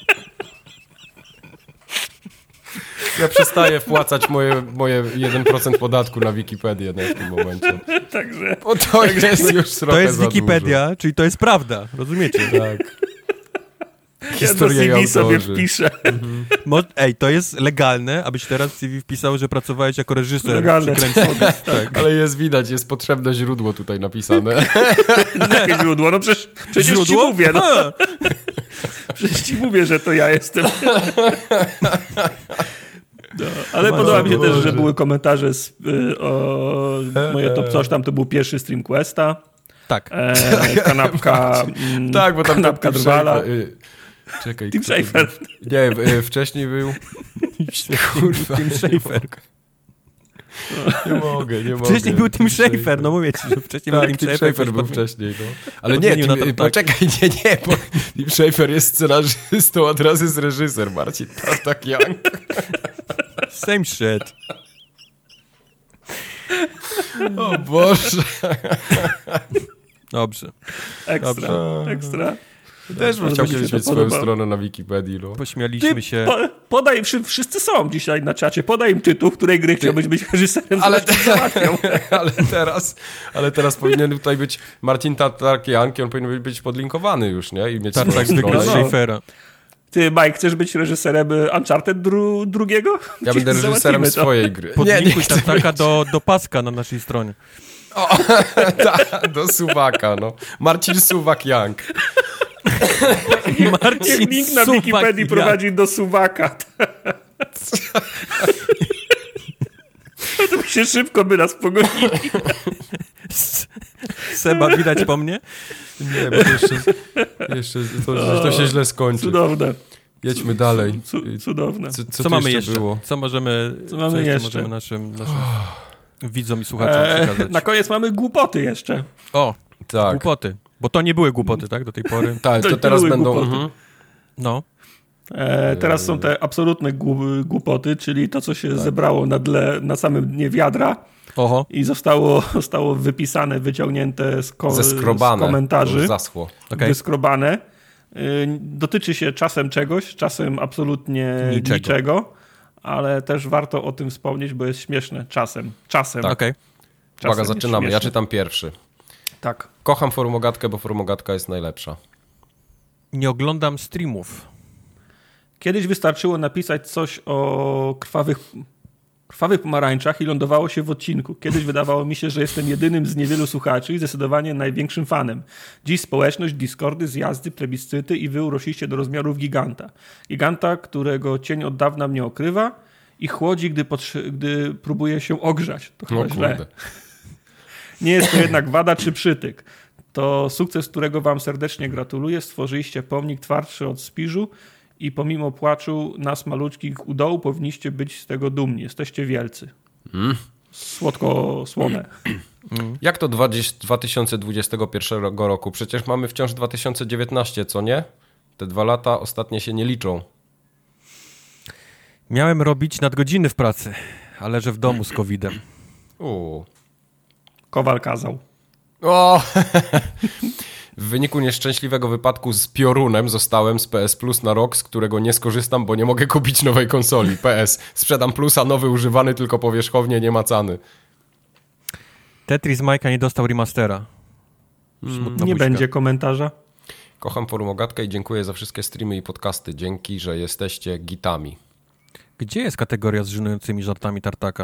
Ja przestaję wpłacać moje, moje jeden procent podatku na Wikipedię w tym momencie. Także. Bo to jest już trochę To jest za Wikipedia, dużo. czyli to jest prawda, rozumiecie? Tak. Historia ja do C V sobie wpiszę. Mhm. Mo- Ej, to jest legalne, abyś teraz w C V wpisał, że pracowałeś jako reżyser. Legalne. Tak. Tak. Ale jest widać, jest potrzebne źródło tutaj napisane. Jakie źródło? No przecież, przecież źródło? ci mówię. No. Przecież ci mówię, że to ja jestem. No, ale Boże, podoba mi się Boże. też, że były komentarze z, y, o moje top coś tam, to był pierwszy stream Questa. Tak. E, kanapka m, tak, bo tam kanapka Drwala. Y, czekaj. Tim Schafer. Nie, y, wcześniej był... Kurwa, Tim Schafer. Nie mogę, nie mogę. Wcześniej był Tim Schafer, no mówię ci, że wcześniej tak, był Tim, Tim Schafer. Schafer był wcześniej, no. Ale nie, Tim, tam, poczekaj, nie, nie, bo Tim Schafer jest scenarzystą, a teraz jest reżyser, Marcin Tartak-Young. Same shit. O Boże. Dobrze. Ekstra, Dobrze. ekstra. Też bym chciał kiedyś mieć swoją stronę na Wikipedii. No. Pośmialiśmy Ty, się. Po, podaj, wszyscy są dzisiaj na czacie, podaj im tytuł, w której gry Ty... chciałbyś być reżyserem. Ale, te, ale, teraz, ale teraz powinien tutaj być Marcin Tartak-Young i on powinien być podlinkowany już, nie? I mieć Tartak swoją stronę. Schafera. Ty, Mike, chcesz być reżyserem Uncharted dru- drugiego? Ja będę reżyserem swojej gry. Podlinkuj Tartaka do, do paska na naszej stronie. O, ta, do suwaka, no. Marcin Suwak-Young. Marcin link na Suwak Wikipedii Young. Prowadzi do suwaka. To by się szybko by nas pogonili. Seba, widać po mnie? Nie, bo to jeszcze, jeszcze to, to się źle skończy. Cudowne. Jedźmy dalej. Cudowne. Co, co, co mamy jeszcze? Było? Co możemy, co mamy co jeszcze, jeszcze? możemy naszym, naszym widzom i słuchaczom eee, przekazać? Na koniec mamy głupoty jeszcze. O, tak. Głupoty. Bo to nie były głupoty, tak? Do tej pory. Tak, to, to teraz będą... Uh-huh. No. E, teraz są te absolutne głupoty, czyli to, co się tak. zebrało na, dle, na samym dnie wiadra. Oho. I zostało, zostało wypisane, wyciągnięte z, ko- z komentarzy. Zaschło. Okay. Wyskrobane. Y, dotyczy się czasem czegoś, czasem absolutnie niczego. niczego. ale też warto o tym wspomnieć, bo jest śmieszne czasem. Czasem. Tak. Okay. Uwaga, zaczynamy. Ja czytam pierwszy. Tak. Kocham Forumogatkę, bo Forumogatka jest najlepsza. Nie oglądam streamów. Kiedyś wystarczyło napisać coś o krwawych, krwawych pomarańczach i lądowało się w odcinku. Kiedyś wydawało mi się, że jestem jedynym z niewielu słuchaczy i zdecydowanie największym fanem. Dziś społeczność, Discordy, zjazdy, plebiscyty i wy urośliście do rozmiarów giganta. Giganta, którego cień od dawna mnie okrywa i chłodzi, gdy, potrzy- gdy próbuje się ogrzać. To chyba no, źle. Kurde. Nie jest to jednak wada czy przytyk. To sukces, którego wam serdecznie gratuluję. Stworzyliście pomnik twardszy od Spiżu i pomimo płaczu nas maluczkich u dołu powinniście być z tego dumni. Jesteście wielcy. Mm. Słodko-słone. Mm. Jak to dwa tysiące dwudziestego pierwszego roku? Przecież mamy wciąż dwa tysiące dziewiętnaście, co nie? Te dwa lata ostatnie się nie liczą. Miałem robić nadgodziny w pracy, ale że w domu z kowidem. U. Kowal kazał. O! W wyniku nieszczęśliwego wypadku z piorunem zostałem z P S Plus na rok, z którego nie skorzystam, bo nie mogę kupić nowej konsoli. P S. Sprzedam Plusa, nowy używany, tylko powierzchownie niemacany. Tetris Majka nie dostał remastera. Mm, nie będzie komentarza. Kocham Forumogatkę i dziękuję za wszystkie streamy i podcasty. Dzięki, że jesteście gitami. Gdzie jest kategoria z żenującymi żartami Tartaka?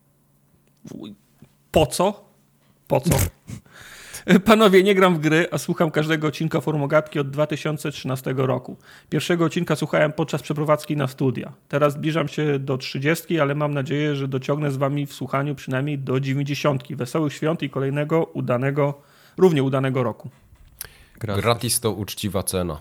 Po co? Po co? Panowie, nie gram w gry, a słucham każdego odcinka Forumogatki od dwa tysiące trzynastego roku. Pierwszego odcinka słuchałem podczas przeprowadzki na studia. Teraz zbliżam się do trzydziestki, ale mam nadzieję, że dociągnę z wami w słuchaniu przynajmniej do dziewięćdziesiątki. Wesołych świąt i kolejnego udanego, równie udanego roku. Gratis, Gratis to uczciwa cena.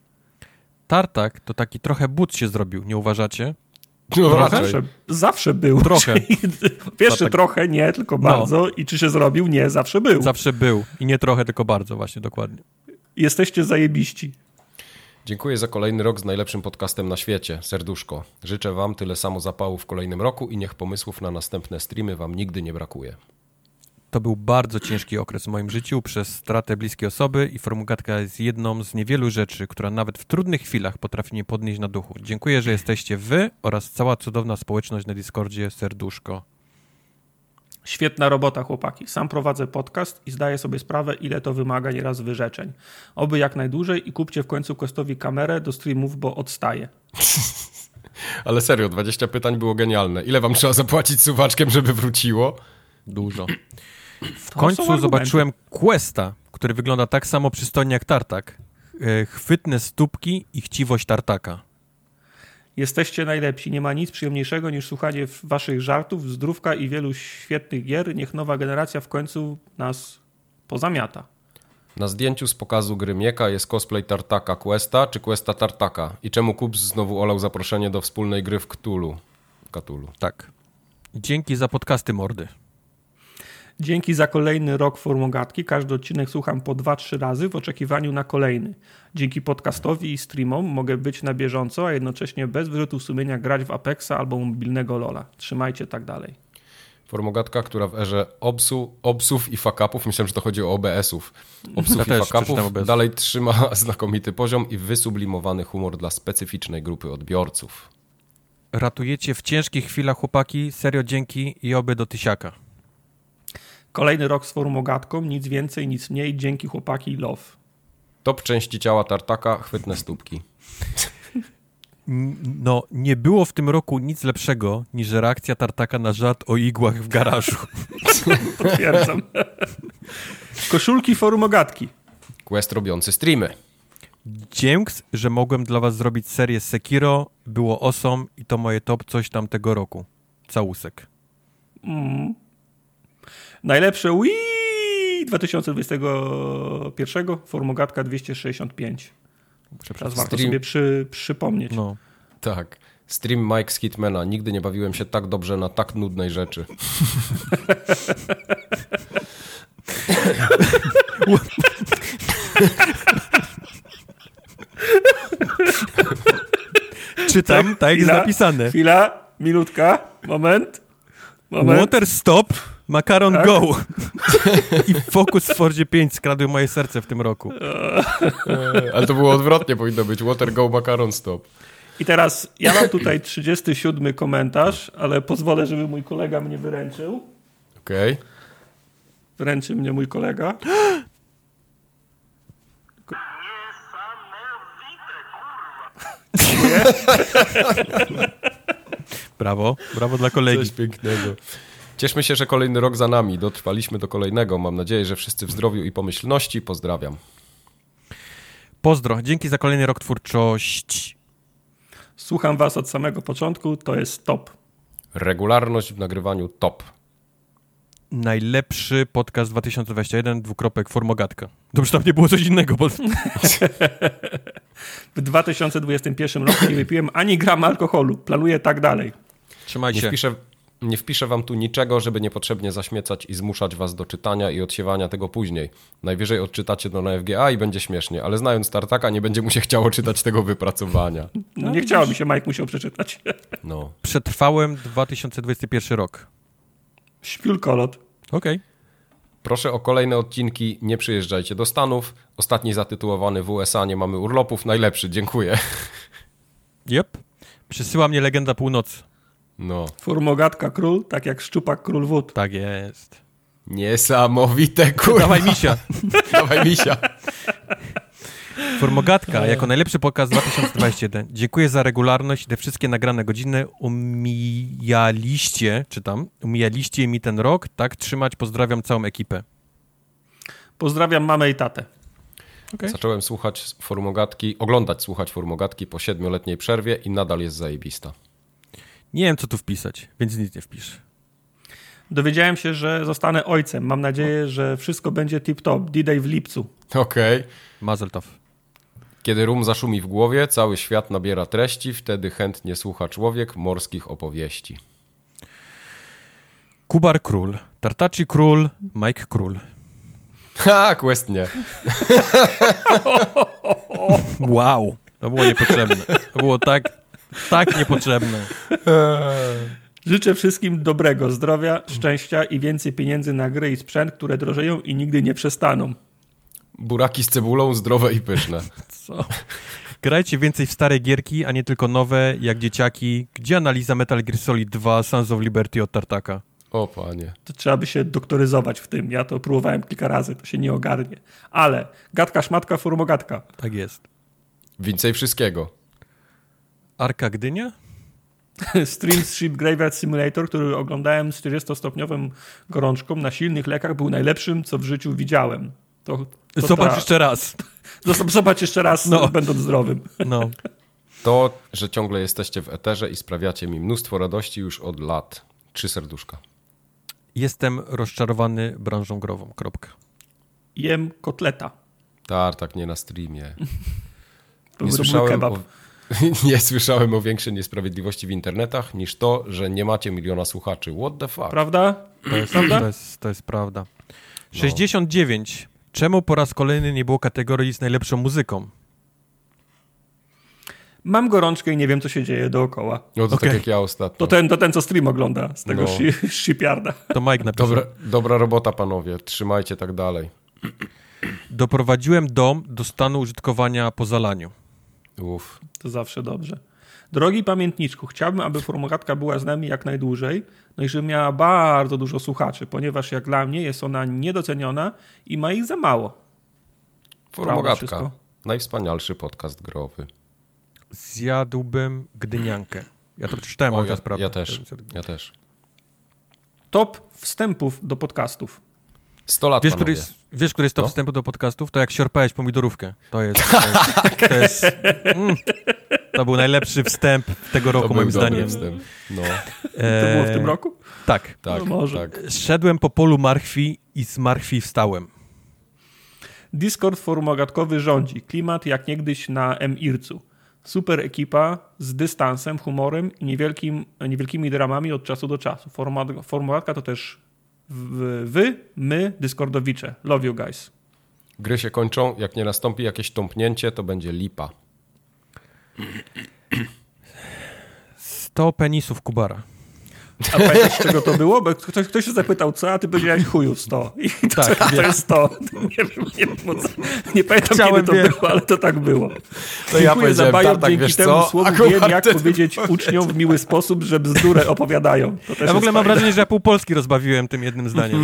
Tartak to taki trochę but się zrobił, nie uważacie? No, zawsze, zawsze był. Trochę. Pierwszy tak... trochę, nie, tylko bardzo. No. I czy się zrobił? Nie, zawsze był. Zawsze był. I nie trochę, tylko bardzo, właśnie, dokładnie. Jesteście zajebiści. Dziękuję za kolejny rok z najlepszym podcastem na świecie. Serduszko. Życzę wam tyle samo zapału w kolejnym roku i niech pomysłów na następne streamy wam nigdy nie brakuje. To był bardzo ciężki okres w moim życiu przez stratę bliskiej osoby i Forumogatka jest jedną z niewielu rzeczy, która nawet w trudnych chwilach potrafi mnie podnieść na duchu. Dziękuję, że jesteście wy oraz cała cudowna społeczność na Discordzie. Serduszko. Świetna robota, chłopaki. Sam prowadzę podcast i zdaję sobie sprawę, ile to wymaga nieraz wyrzeczeń. Oby jak najdłużej i kupcie w końcu Questowi kamerę do streamów, bo odstaje. Ale serio, dwadzieścia pytań było genialne. Ile wam trzeba zapłacić suwaczkiem, żeby wróciło? Dużo. W końcu zobaczyłem Questa, który wygląda tak samo przystojnie jak Tartak. Chwytne stópki i chciwość Tartaka. Jesteście najlepsi. Nie ma nic przyjemniejszego niż słuchanie waszych żartów, zdrówka i wielu świetnych gier. Niech nowa generacja w końcu nas pozamiata. Na zdjęciu z pokazu gry Mieka jest cosplay Tartaka Questa czy Questa Tartaka? I czemu Kups znowu olał zaproszenie do wspólnej gry w Cthulhu? Cthulhu. Tak. Dzięki za podcasty, mordy. Dzięki za kolejny rok Forumogatki. Każdy odcinek słucham po dwa trzy razy w oczekiwaniu na kolejny. Dzięki podcastowi i streamom mogę być na bieżąco, a jednocześnie bez wyrzutu sumienia grać w Apexa albo mobilnego Lola. Trzymajcie tak dalej. Forumogatka, która w erze obsu, obsów i fuck-upów, myślałem, że to chodzi o O B S-ów, obsów ja i fuck-upów, dalej trzyma znakomity poziom i wysublimowany humor dla specyficznej grupy odbiorców. Ratujecie w ciężkich chwilach, chłopaki. Serio dzięki i oby do tysiaka. Kolejny rok z Forumogatką, nic więcej, nic mniej. Dzięki, chłopaki, love. Top części ciała Tartaka, chwytne stópki. No, nie było w tym roku nic lepszego niż reakcja Tartaka na żart o igłach w garażu. Potwierdzam. Koszulki Forumogatki. Quest robiący streamy. Dzięks, że mogłem dla was zrobić serię Sekiro. Było awesome i to moje top coś tam tego roku. Całusek. Mm. Najlepsze Wii dwa tysiące dwudziestego pierwszego, Forumogatka dwieście sześćdziesiąt pięć. Teraz warto Stream... sobie przy, przypomnieć. No. Tak. Stream Mike z Hitmana. Nigdy nie bawiłem się tak dobrze na tak nudnej rzeczy. Czytam, tak, tak jest napisane. Chwila, minutka, moment. moment. Water stop, makaron tak? Go. I Focus w Fordzie pięć skradły moje serce w tym roku. Ale to było odwrotnie, powinno być. Water go, makaron stop. I teraz ja mam tutaj trzydziesty siódmy komentarz, ale pozwolę, żeby mój kolega mnie wyręczył. Okej. Okay. Wręczy mnie mój kolega. Brawo, brawo dla kolegi. Coś pięknego. Cieszmy się, że kolejny rok za nami. Dotrwaliśmy do kolejnego. Mam nadzieję, że wszyscy w zdrowiu i pomyślności. Pozdrawiam. Pozdro. Dzięki za kolejny rok twórczości. Słucham was od samego początku. To jest top. Regularność w nagrywaniu top. Najlepszy podcast dwa tysiące dwudziesty jeden, dwukropek Formogatka. Dobrze, tam nie było coś innego. Bo... W dwa tysiące dwudziestym pierwszym roku nie wypiłem ani grama alkoholu. Planuję tak dalej. Trzymaj się. Nie wpiszę, nie wpiszę wam tu niczego, żeby niepotrzebnie zaśmiecać i zmuszać was do czytania i odsiewania tego później. Najwyżej odczytacie to na F G A i będzie śmiesznie, ale znając Tartaka nie będzie mu się chciało czytać tego wypracowania. No, nie chciało mi się, Mike musiał przeczytać. No. Przetrwałem dwa tysiące dwudziesty pierwszy rok. Śpiulkolot. Okej. Okay. Proszę o kolejne odcinki, nie przyjeżdżajcie do Stanów. Ostatni zatytułowany w U S A, nie mamy urlopów. Najlepszy, dziękuję. Jep. Przysyła mnie legenda północy. No. Formogatka król, tak jak Szczupak król wód. Tak jest. Niesamowite, kurwa. Dawaj misia. Dawaj misia. Formogatka jako najlepszy podcast dwa tysiące dwudziesty jeden. Dziękuję za regularność i te wszystkie nagrane godziny. Umijaliście, czytam, umijaliście mi ten rok. Tak trzymać. Pozdrawiam całą ekipę. Pozdrawiam mamę i tatę. Okay. Zacząłem słuchać Formogatki, oglądać, słuchać Formogatki po siedmioletniej przerwie i nadal jest zajebista. Nie wiem, co tu wpisać, więc nic nie wpisz. Dowiedziałem się, że zostanę ojcem. Mam nadzieję, że wszystko będzie tip-top. D-Day w lipcu. Okej. Okay. Mazel tov. Kiedy rum zaszumi w głowie, cały świat nabiera treści, wtedy chętnie słucha człowiek morskich opowieści. Kubar król, Tartaci król, Mike król. Ha, questnie. Wow, to było niepotrzebne. To było tak, tak niepotrzebne. Życzę wszystkim dobrego, zdrowia, szczęścia i więcej pieniędzy na gry i sprzęt, które drożeją i nigdy nie przestaną. Buraki z cebulą, zdrowe i pyszne. Co? Grajcie więcej w stare gierki, a nie tylko nowe, jak dzieciaki. Gdzie analiza Metal Gear Solid dwa Sons of Liberty od Tartaka? O panie. To trzeba by się doktoryzować w tym. Ja to próbowałem kilka razy, to się nie ogarnie. Ale gadka, szmatka, formogatka. Tak jest. Więcej wszystkiego. Arka Gdynia? Stream Ship Graveyard Simulator, który oglądałem z czterdziestostopniową gorączką na silnych lekach, był najlepszym, co w życiu widziałem. To, to Zobacz ta... jeszcze raz. Zobacz jeszcze raz, no. Będąc zdrowym. No. To, że ciągle jesteście w eterze i sprawiacie mi mnóstwo radości już od lat. Trzy serduszka. Jestem rozczarowany branżą grową. Kropka. Jem kotleta. Tartak, nie na streamie. To nie, słyszałem o, nie słyszałem o większej niesprawiedliwości w internetach niż to, że nie macie miliona słuchaczy. What the fuck? Prawda? To jest prawda? To jest, to jest prawda. sześćdziesiąt dziewięć. Czemu po raz kolejny nie było kategorii z najlepszą muzyką? Mam gorączkę i nie wiem, co się dzieje dookoła. No to okay. Tak jak ja ostatnio. To ten, to ten, co stream ogląda z tego no. shipyarda. To Mike napisał. Dobra, dobra robota, panowie. Trzymajcie tak dalej. Doprowadziłem dom do stanu użytkowania po zalaniu. Uf. To zawsze dobrze. Drogi pamiętniczku, chciałbym, aby Formogatka była z nami jak najdłużej, no i żeby miała bardzo dużo słuchaczy, ponieważ jak dla mnie jest ona niedoceniona i ma ich za mało. Formogatka. Najwspanialszy podcast growy. Zjadłbym gdyniankę. Ja to przeczytałem, ale ja, to jest ja też, ja też. Top wstępów do podcastów. sto lat, wiesz, który jest, wiesz, który jest top no? wstępu do podcastów? To jak siorpałeś pomidorówkę. To jest... To, jest, to, jest, mm, to był najlepszy wstęp tego roku, moim zdaniem. Wstęp. No. E... To było w tym roku? Tak. Tak, no może. tak. Szedłem po polu marchwi i z marchwi wstałem. Discord formogatkowy rządzi. Klimat jak niegdyś na M-Ircu. Super ekipa z dystansem, humorem i niewielkim, niewielkimi dramami od czasu do czasu. Formogatka to też wy, my, Discordowicze. Love you guys. Gry się kończą. Jak nie nastąpi jakieś tąpnięcie, to będzie lipa. sto penisów Kubara. A pamiętasz, z czego to było? Bo ktoś, ktoś się zapytał, co, a ty powiedziałeś chuju sto. I to, tak, to, to jest to. Nie, wiem, nie, wiem, nie pamiętam, Chciałem kiedy to wiem. było, ale to tak było. To ja Dziękuję za bajon, tak, dzięki wiesz temu co? słowu Akurat wiem, jak powiedzieć uczniom w miły sposób, że bzdurę opowiadają. To też ja w ogóle mam fajne. wrażenie, że ja pół Polski rozbawiłem tym jednym zdaniem.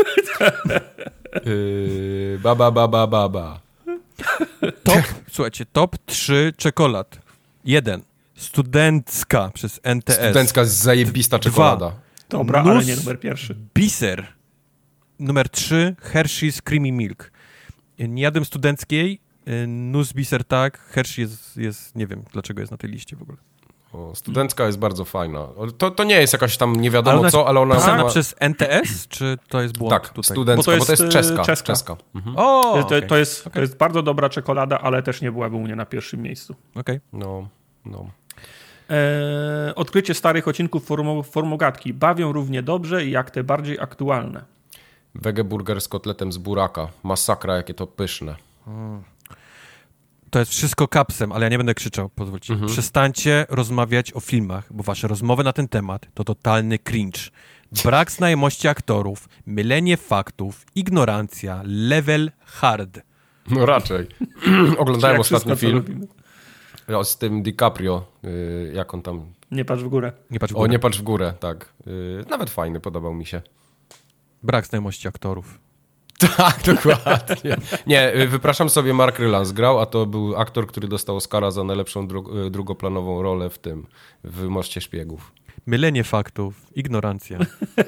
yy, ba, ba, ba, ba, ba, ba. Top, słuchajcie, top trzy czekolad. Jeden. Studencka przez N T S. Studencka jest zajebista czekolada. Dwa. Dobra, Nus ale nie numer pierwszy. Biser. Numer trzy. Hershey's Creamy Milk. Nie jadłem studenckiej. Nus Biser tak. Hershey jest, jest, nie wiem dlaczego jest na tej liście w ogóle. O, studencka jest bardzo fajna. To, to nie jest jakaś tam nie wiadomo ale ona, co, ale ona... Pisana ma... przez N T S, czy to jest błąd tak, tutaj? studencka, bo to jest, bo to jest czeska. czeska. czeska. Mhm. O, to, okay. to, jest, okay. to jest bardzo dobra czekolada, ale też nie byłaby u mnie na pierwszym miejscu. Okej. Okay. No, no. Eee, odkrycie starych odcinków formu, Formogatki. Bawią równie dobrze jak te bardziej aktualne. Wegeburger z kotletem z buraka. Masakra, jakie to pyszne. Hmm. To jest wszystko kapsem, ale ja nie będę krzyczał, pozwólcie. Mhm. Przestańcie rozmawiać o filmach, bo wasze rozmowy na ten temat to totalny cringe. Brak znajomości aktorów, mylenie faktów, ignorancja, level hard. No raczej. Oglądałem ostatni film o, z tym DiCaprio, yy, jak on tam... Nie patrz w górę. Nie patrz w górę. O, nie patrz w górę, tak. Yy, nawet fajny, podobał mi się. Brak znajomości aktorów. Tak, dokładnie. Nie, wypraszam sobie, Mark Rylance grał, a to był aktor, który dostał Oscara za najlepszą dru- drugoplanową rolę w tym, w Moście Szpiegów. Mylenie faktów, ignorancja.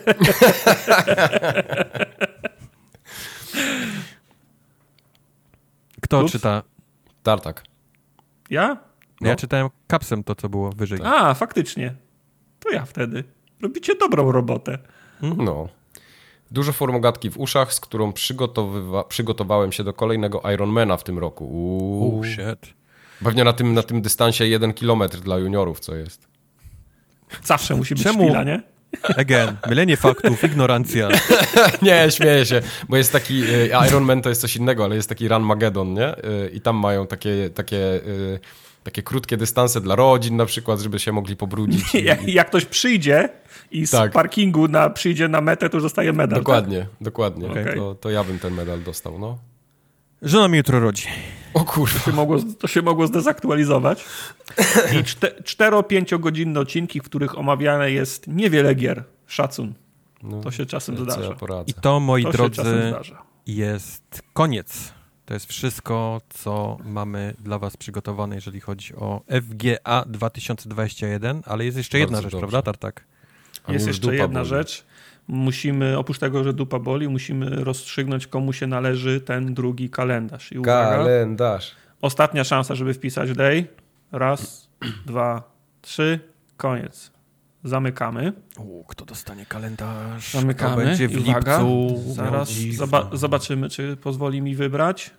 Kto Ups. czyta? Tartak. Ja? No. Ja czytałem kapsem to, co było wyżej. A, faktycznie. To ja wtedy. Robicie dobrą robotę. No. Dużo formogatki w uszach, z którą przygotowywa- przygotowałem się do kolejnego Ironmana w tym roku. Uuu. Oh, shit. Pewnie na tym, na tym dystansie jeden kilometr dla juniorów, co jest. Zawsze musi być Czemu? chwila, nie? Again, mylenie faktów, ignorancja. Nie, śmieję się, bo jest taki, Ironman to jest coś innego, ale jest taki Run Mageddon, nie? I tam mają takie, takie, takie krótkie dystanse dla rodzin na przykład, żeby się mogli pobrudzić. I... Jak, jak ktoś przyjdzie i z tak. parkingu na, przyjdzie na metę, to już dostaje medal. Dokładnie, tak? dokładnie. Okay. To, to ja bym ten medal dostał, no. Żona mi jutro rodzi. O kurwa. To się mogło, to się mogło zdezaktualizować. I czte, cztero-pięciogodzinne odcinki, w których omawiane jest niewiele gier. Szacun. No, to się czasem zdarza. Ja I to, moi to drodzy, jest koniec. To jest wszystko, co mamy dla was przygotowane, jeżeli chodzi o F G A dwa tysiące dwadzieścia jeden, ale jest jeszcze jedna Bardzo rzecz, dobrze. prawda, Tartak? A jest jeszcze jedna boli. rzecz. Musimy, oprócz tego, że dupa boli, musimy rozstrzygnąć, komu się należy ten drugi kalendarz. I uwaga, kalendarz. Ostatnia szansa, żeby wpisać day. Raz, dwa, trzy, koniec. Zamykamy. U, kto dostanie kalendarz? Zamykamy. Kto będzie w I uwaga, lipcu? zaraz zoba- zobaczymy, czy pozwoli mi wybrać.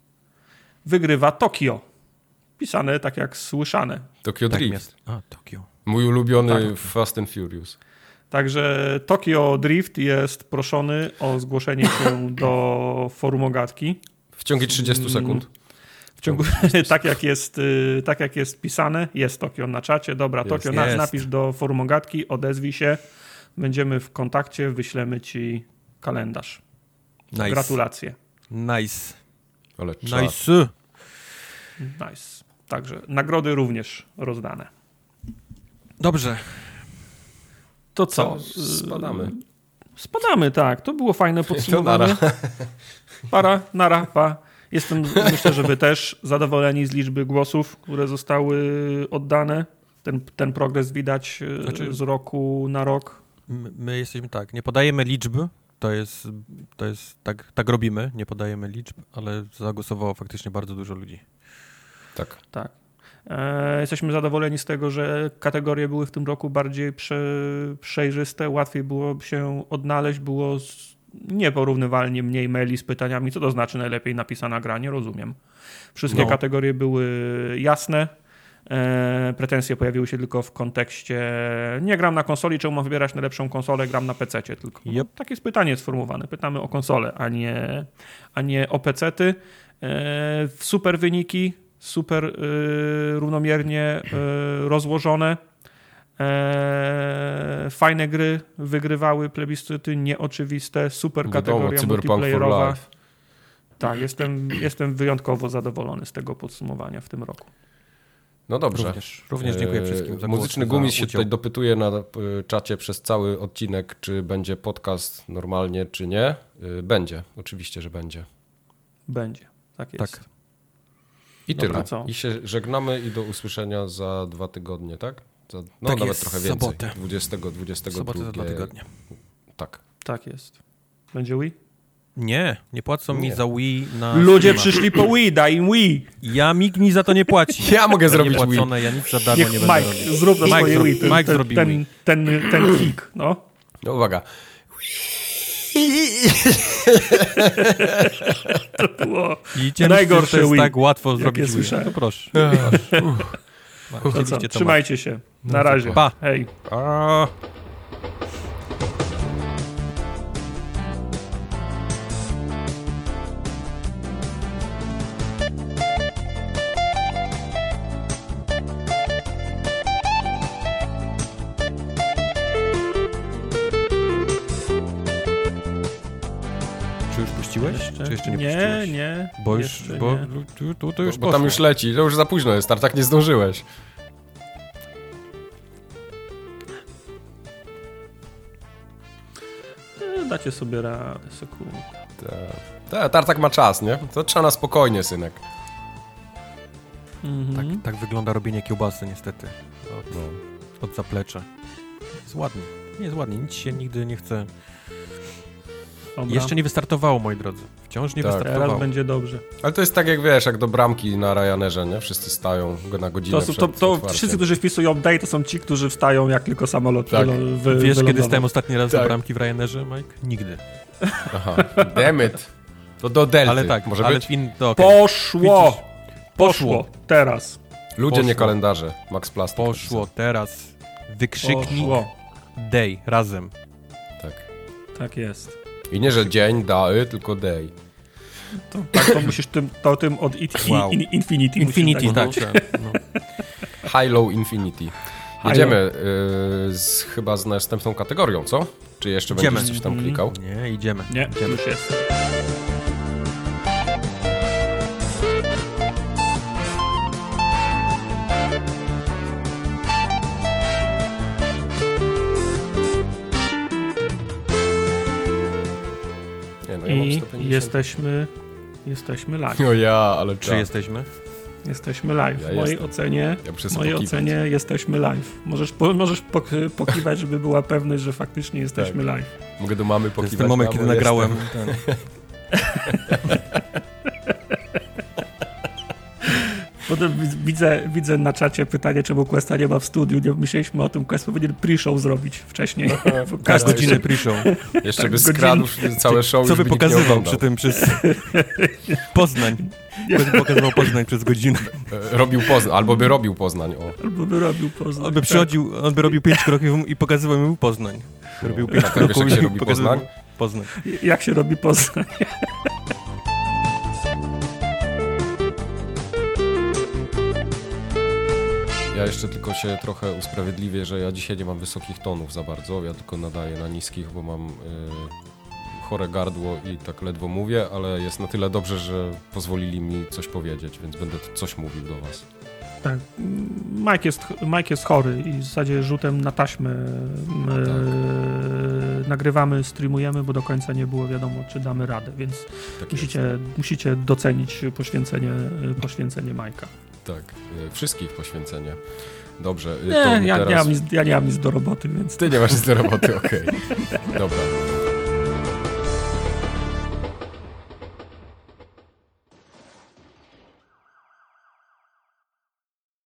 Wygrywa Tokio. Pisane tak jak słyszane. Tokio tak Drift. Jest. A, Tokio. Mój ulubiony tak. Fast and Furious. Także Tokio Drift jest proszony o zgłoszenie się do forum Ogatki. W ciągu trzydziestu sekund. W ciągu, tak, jak jest, tak jak jest pisane, jest Tokio na czacie. Dobra, jest, Tokio, na, napisz do forum Ogatki, odezwij się. Będziemy w kontakcie, wyślemy ci kalendarz. Nice. Gratulacje. Nice. Ale nice. Nice. Także nagrody również rozdane. Dobrze. To co? Spadamy. Spadamy, tak. To było fajne podsumowanie. To nara. Para, nara, pa. Jestem, myślę, że wy też zadowoleni z liczby głosów, które zostały oddane. Ten, ten progres widać znaczy, z roku na rok. My, my jesteśmy tak, nie podajemy liczby, to jest, to jest tak, tak robimy, nie podajemy liczb, ale zagłosowało faktycznie bardzo dużo ludzi. Tak. Tak. E, jesteśmy zadowoleni z tego, że kategorie były w tym roku bardziej prze, przejrzyste, łatwiej było się odnaleźć, było z, nieporównywalnie mniej maili z pytaniami, co to znaczy najlepiej napisana gra, nie rozumiem. Wszystkie no. kategorie były jasne, e, pretensje pojawiły się tylko w kontekście nie gram na konsoli, czemu mam wybierać najlepszą konsolę, gram na pececie tylko. Yep. No, takie jest pytanie sformułowane, pytamy o konsolę, a nie, a nie o pecety. E, super wyniki, super y, równomiernie y, rozłożone. Eee, fajne gry wygrywały plebiscyty, nieoczywiste, super kategoria multiplayerowa. Tak, jestem, jestem wyjątkowo zadowolony z tego podsumowania w tym roku. No dobrze. Również, również dziękuję wszystkim za Muzyczny Gumis się tutaj dopytuje na czacie przez cały odcinek, czy będzie podcast normalnie, czy nie. Będzie, oczywiście, że będzie. Będzie, tak jest. Tak. I Dobra, tyle. Co? I się żegnamy i do usłyszenia za dwa tygodnie, tak? Za, no tak nawet jest, trochę więcej. Sobotę. dwudziestego, dwudziestego Sobotę za dwa tygodnie. Tak. Tak jest. Będzie Wii? Nie, nie płacą nie. mi za Wii na... Ludzie Steamach. Przyszli po Wii, daj im Wii. Ja, nikt mi za to nie płaci. Ja mogę zrobić nie płacone, Wii. Ja nic za darmo Niech nie Mike, będę robić. Zrób na Mike swoje zro... Wii. Ten, Mike ten, zrobi ten, Wii. ten, ten, ten klik, no. No uwaga. To było I najgorsze jest Wii, tak łatwo zrobić Wii. No proszę. To co, trzymajcie się. Na razie. Pa. Hej. A. Jeszcze? Czy jeszcze nie Nie, puściłeś? nie. Bo już, bo, nie. Tu, tu, to już bo, bo tam już leci, to już za późno jest, tak, tak nie zdążyłeś. E, dacie sobie radę, sekundę. Tak, Tartak ma czas, nie? To trzeba na spokojnie, synek. Mhm. Tak, tak wygląda robienie kiełbasy niestety. Od, no. od zaplecza. Jest ładnie. Nie jest ładnie, nic się nigdy nie chce... Dobra. Jeszcze nie wystartowało, moi drodzy. Wciąż nie tak, wystartowało. Teraz będzie dobrze. Ale to jest tak jak wiesz, jak do bramki na Ryanerze, nie? Wszyscy stają na godzinę to, to, to, to wszyscy, którzy wpisują day, to są ci, którzy wstają jak tylko samolot tak. wy, Wiesz, wylądował. Kiedy stałem ostatni raz tak. na bramki w Ryanerze, Mike? Nigdy. Aha, damn it. To do Delty. Ale tak, może ale być? In, to okay. Poszło! Widzisz? Poszło. Teraz. Ludzie, Poszło. nie kalendarze. Max Plastik. Poszło, teraz. Wykrzyknik Poszło. Day, razem. Tak. Tak jest. I nie, że dzień, day, tylko day. To, tak, to musisz tym, to tym od it, wow. in, Infinity. Infinity, tak. No. High, low, Infinity. Jedziemy y, z, chyba z następną kategorią, co? Czy jeszcze idziemy. będziesz coś tam klikał? Nie, idziemy. Nie, idziemy. już jest. No ja I jesteśmy, jesteśmy live. O ja, ale czy jesteśmy? Jesteśmy live. Ja w mojej jestem. ocenie, ja w mojej ocenie jesteśmy live. Możesz, po, możesz pok pokiwać, żeby była pewność, że faktycznie jesteśmy tak. live. Mogę do mamy pokiwać. To jest ten moment, kiedy nagrałem. Potem widzę, widzę na czacie pytanie, czemu Questa nie ma w studiu. Nie myśleliśmy o tym, Quest powinien pre-show zrobić wcześniej. Każdą godzinę pre-show. Jeszcze tak, by skradł całe show. Co by pokazywał przy tym przez Poznań. Quest pokazywał Poznań przez godzinę. Robił Poznań, albo by robił Poznań. O. Albo by robił Poznań. On by przychodził, on by robił pięć kroków i pokazywał mi Poznań. Robił pięć tak, kroków wiesz, jak się robi Poznań? Poznań. Jak się robi Poznań? Ja jeszcze tylko się trochę usprawiedliwię, że ja dzisiaj nie mam wysokich tonów za bardzo, ja tylko nadaję na niskich, bo mam y, chore gardło i tak ledwo mówię, ale jest na tyle dobrze, że pozwolili mi coś powiedzieć, więc będę coś mówił do was. Tak, Mike jest, Mike jest chory i w zasadzie rzutem na taśmę my tak. nagrywamy, streamujemy, bo do końca nie było wiadomo, czy damy radę, więc tak musicie, musicie docenić poświęcenie, poświęcenie Majka. Tak, wszystkich poświęcenie. Dobrze. Nie, to ja, teraz... nie mam nic, ja nie mam nic do roboty, więc... Ty nie masz nic do roboty, okej. Okay. Dobra.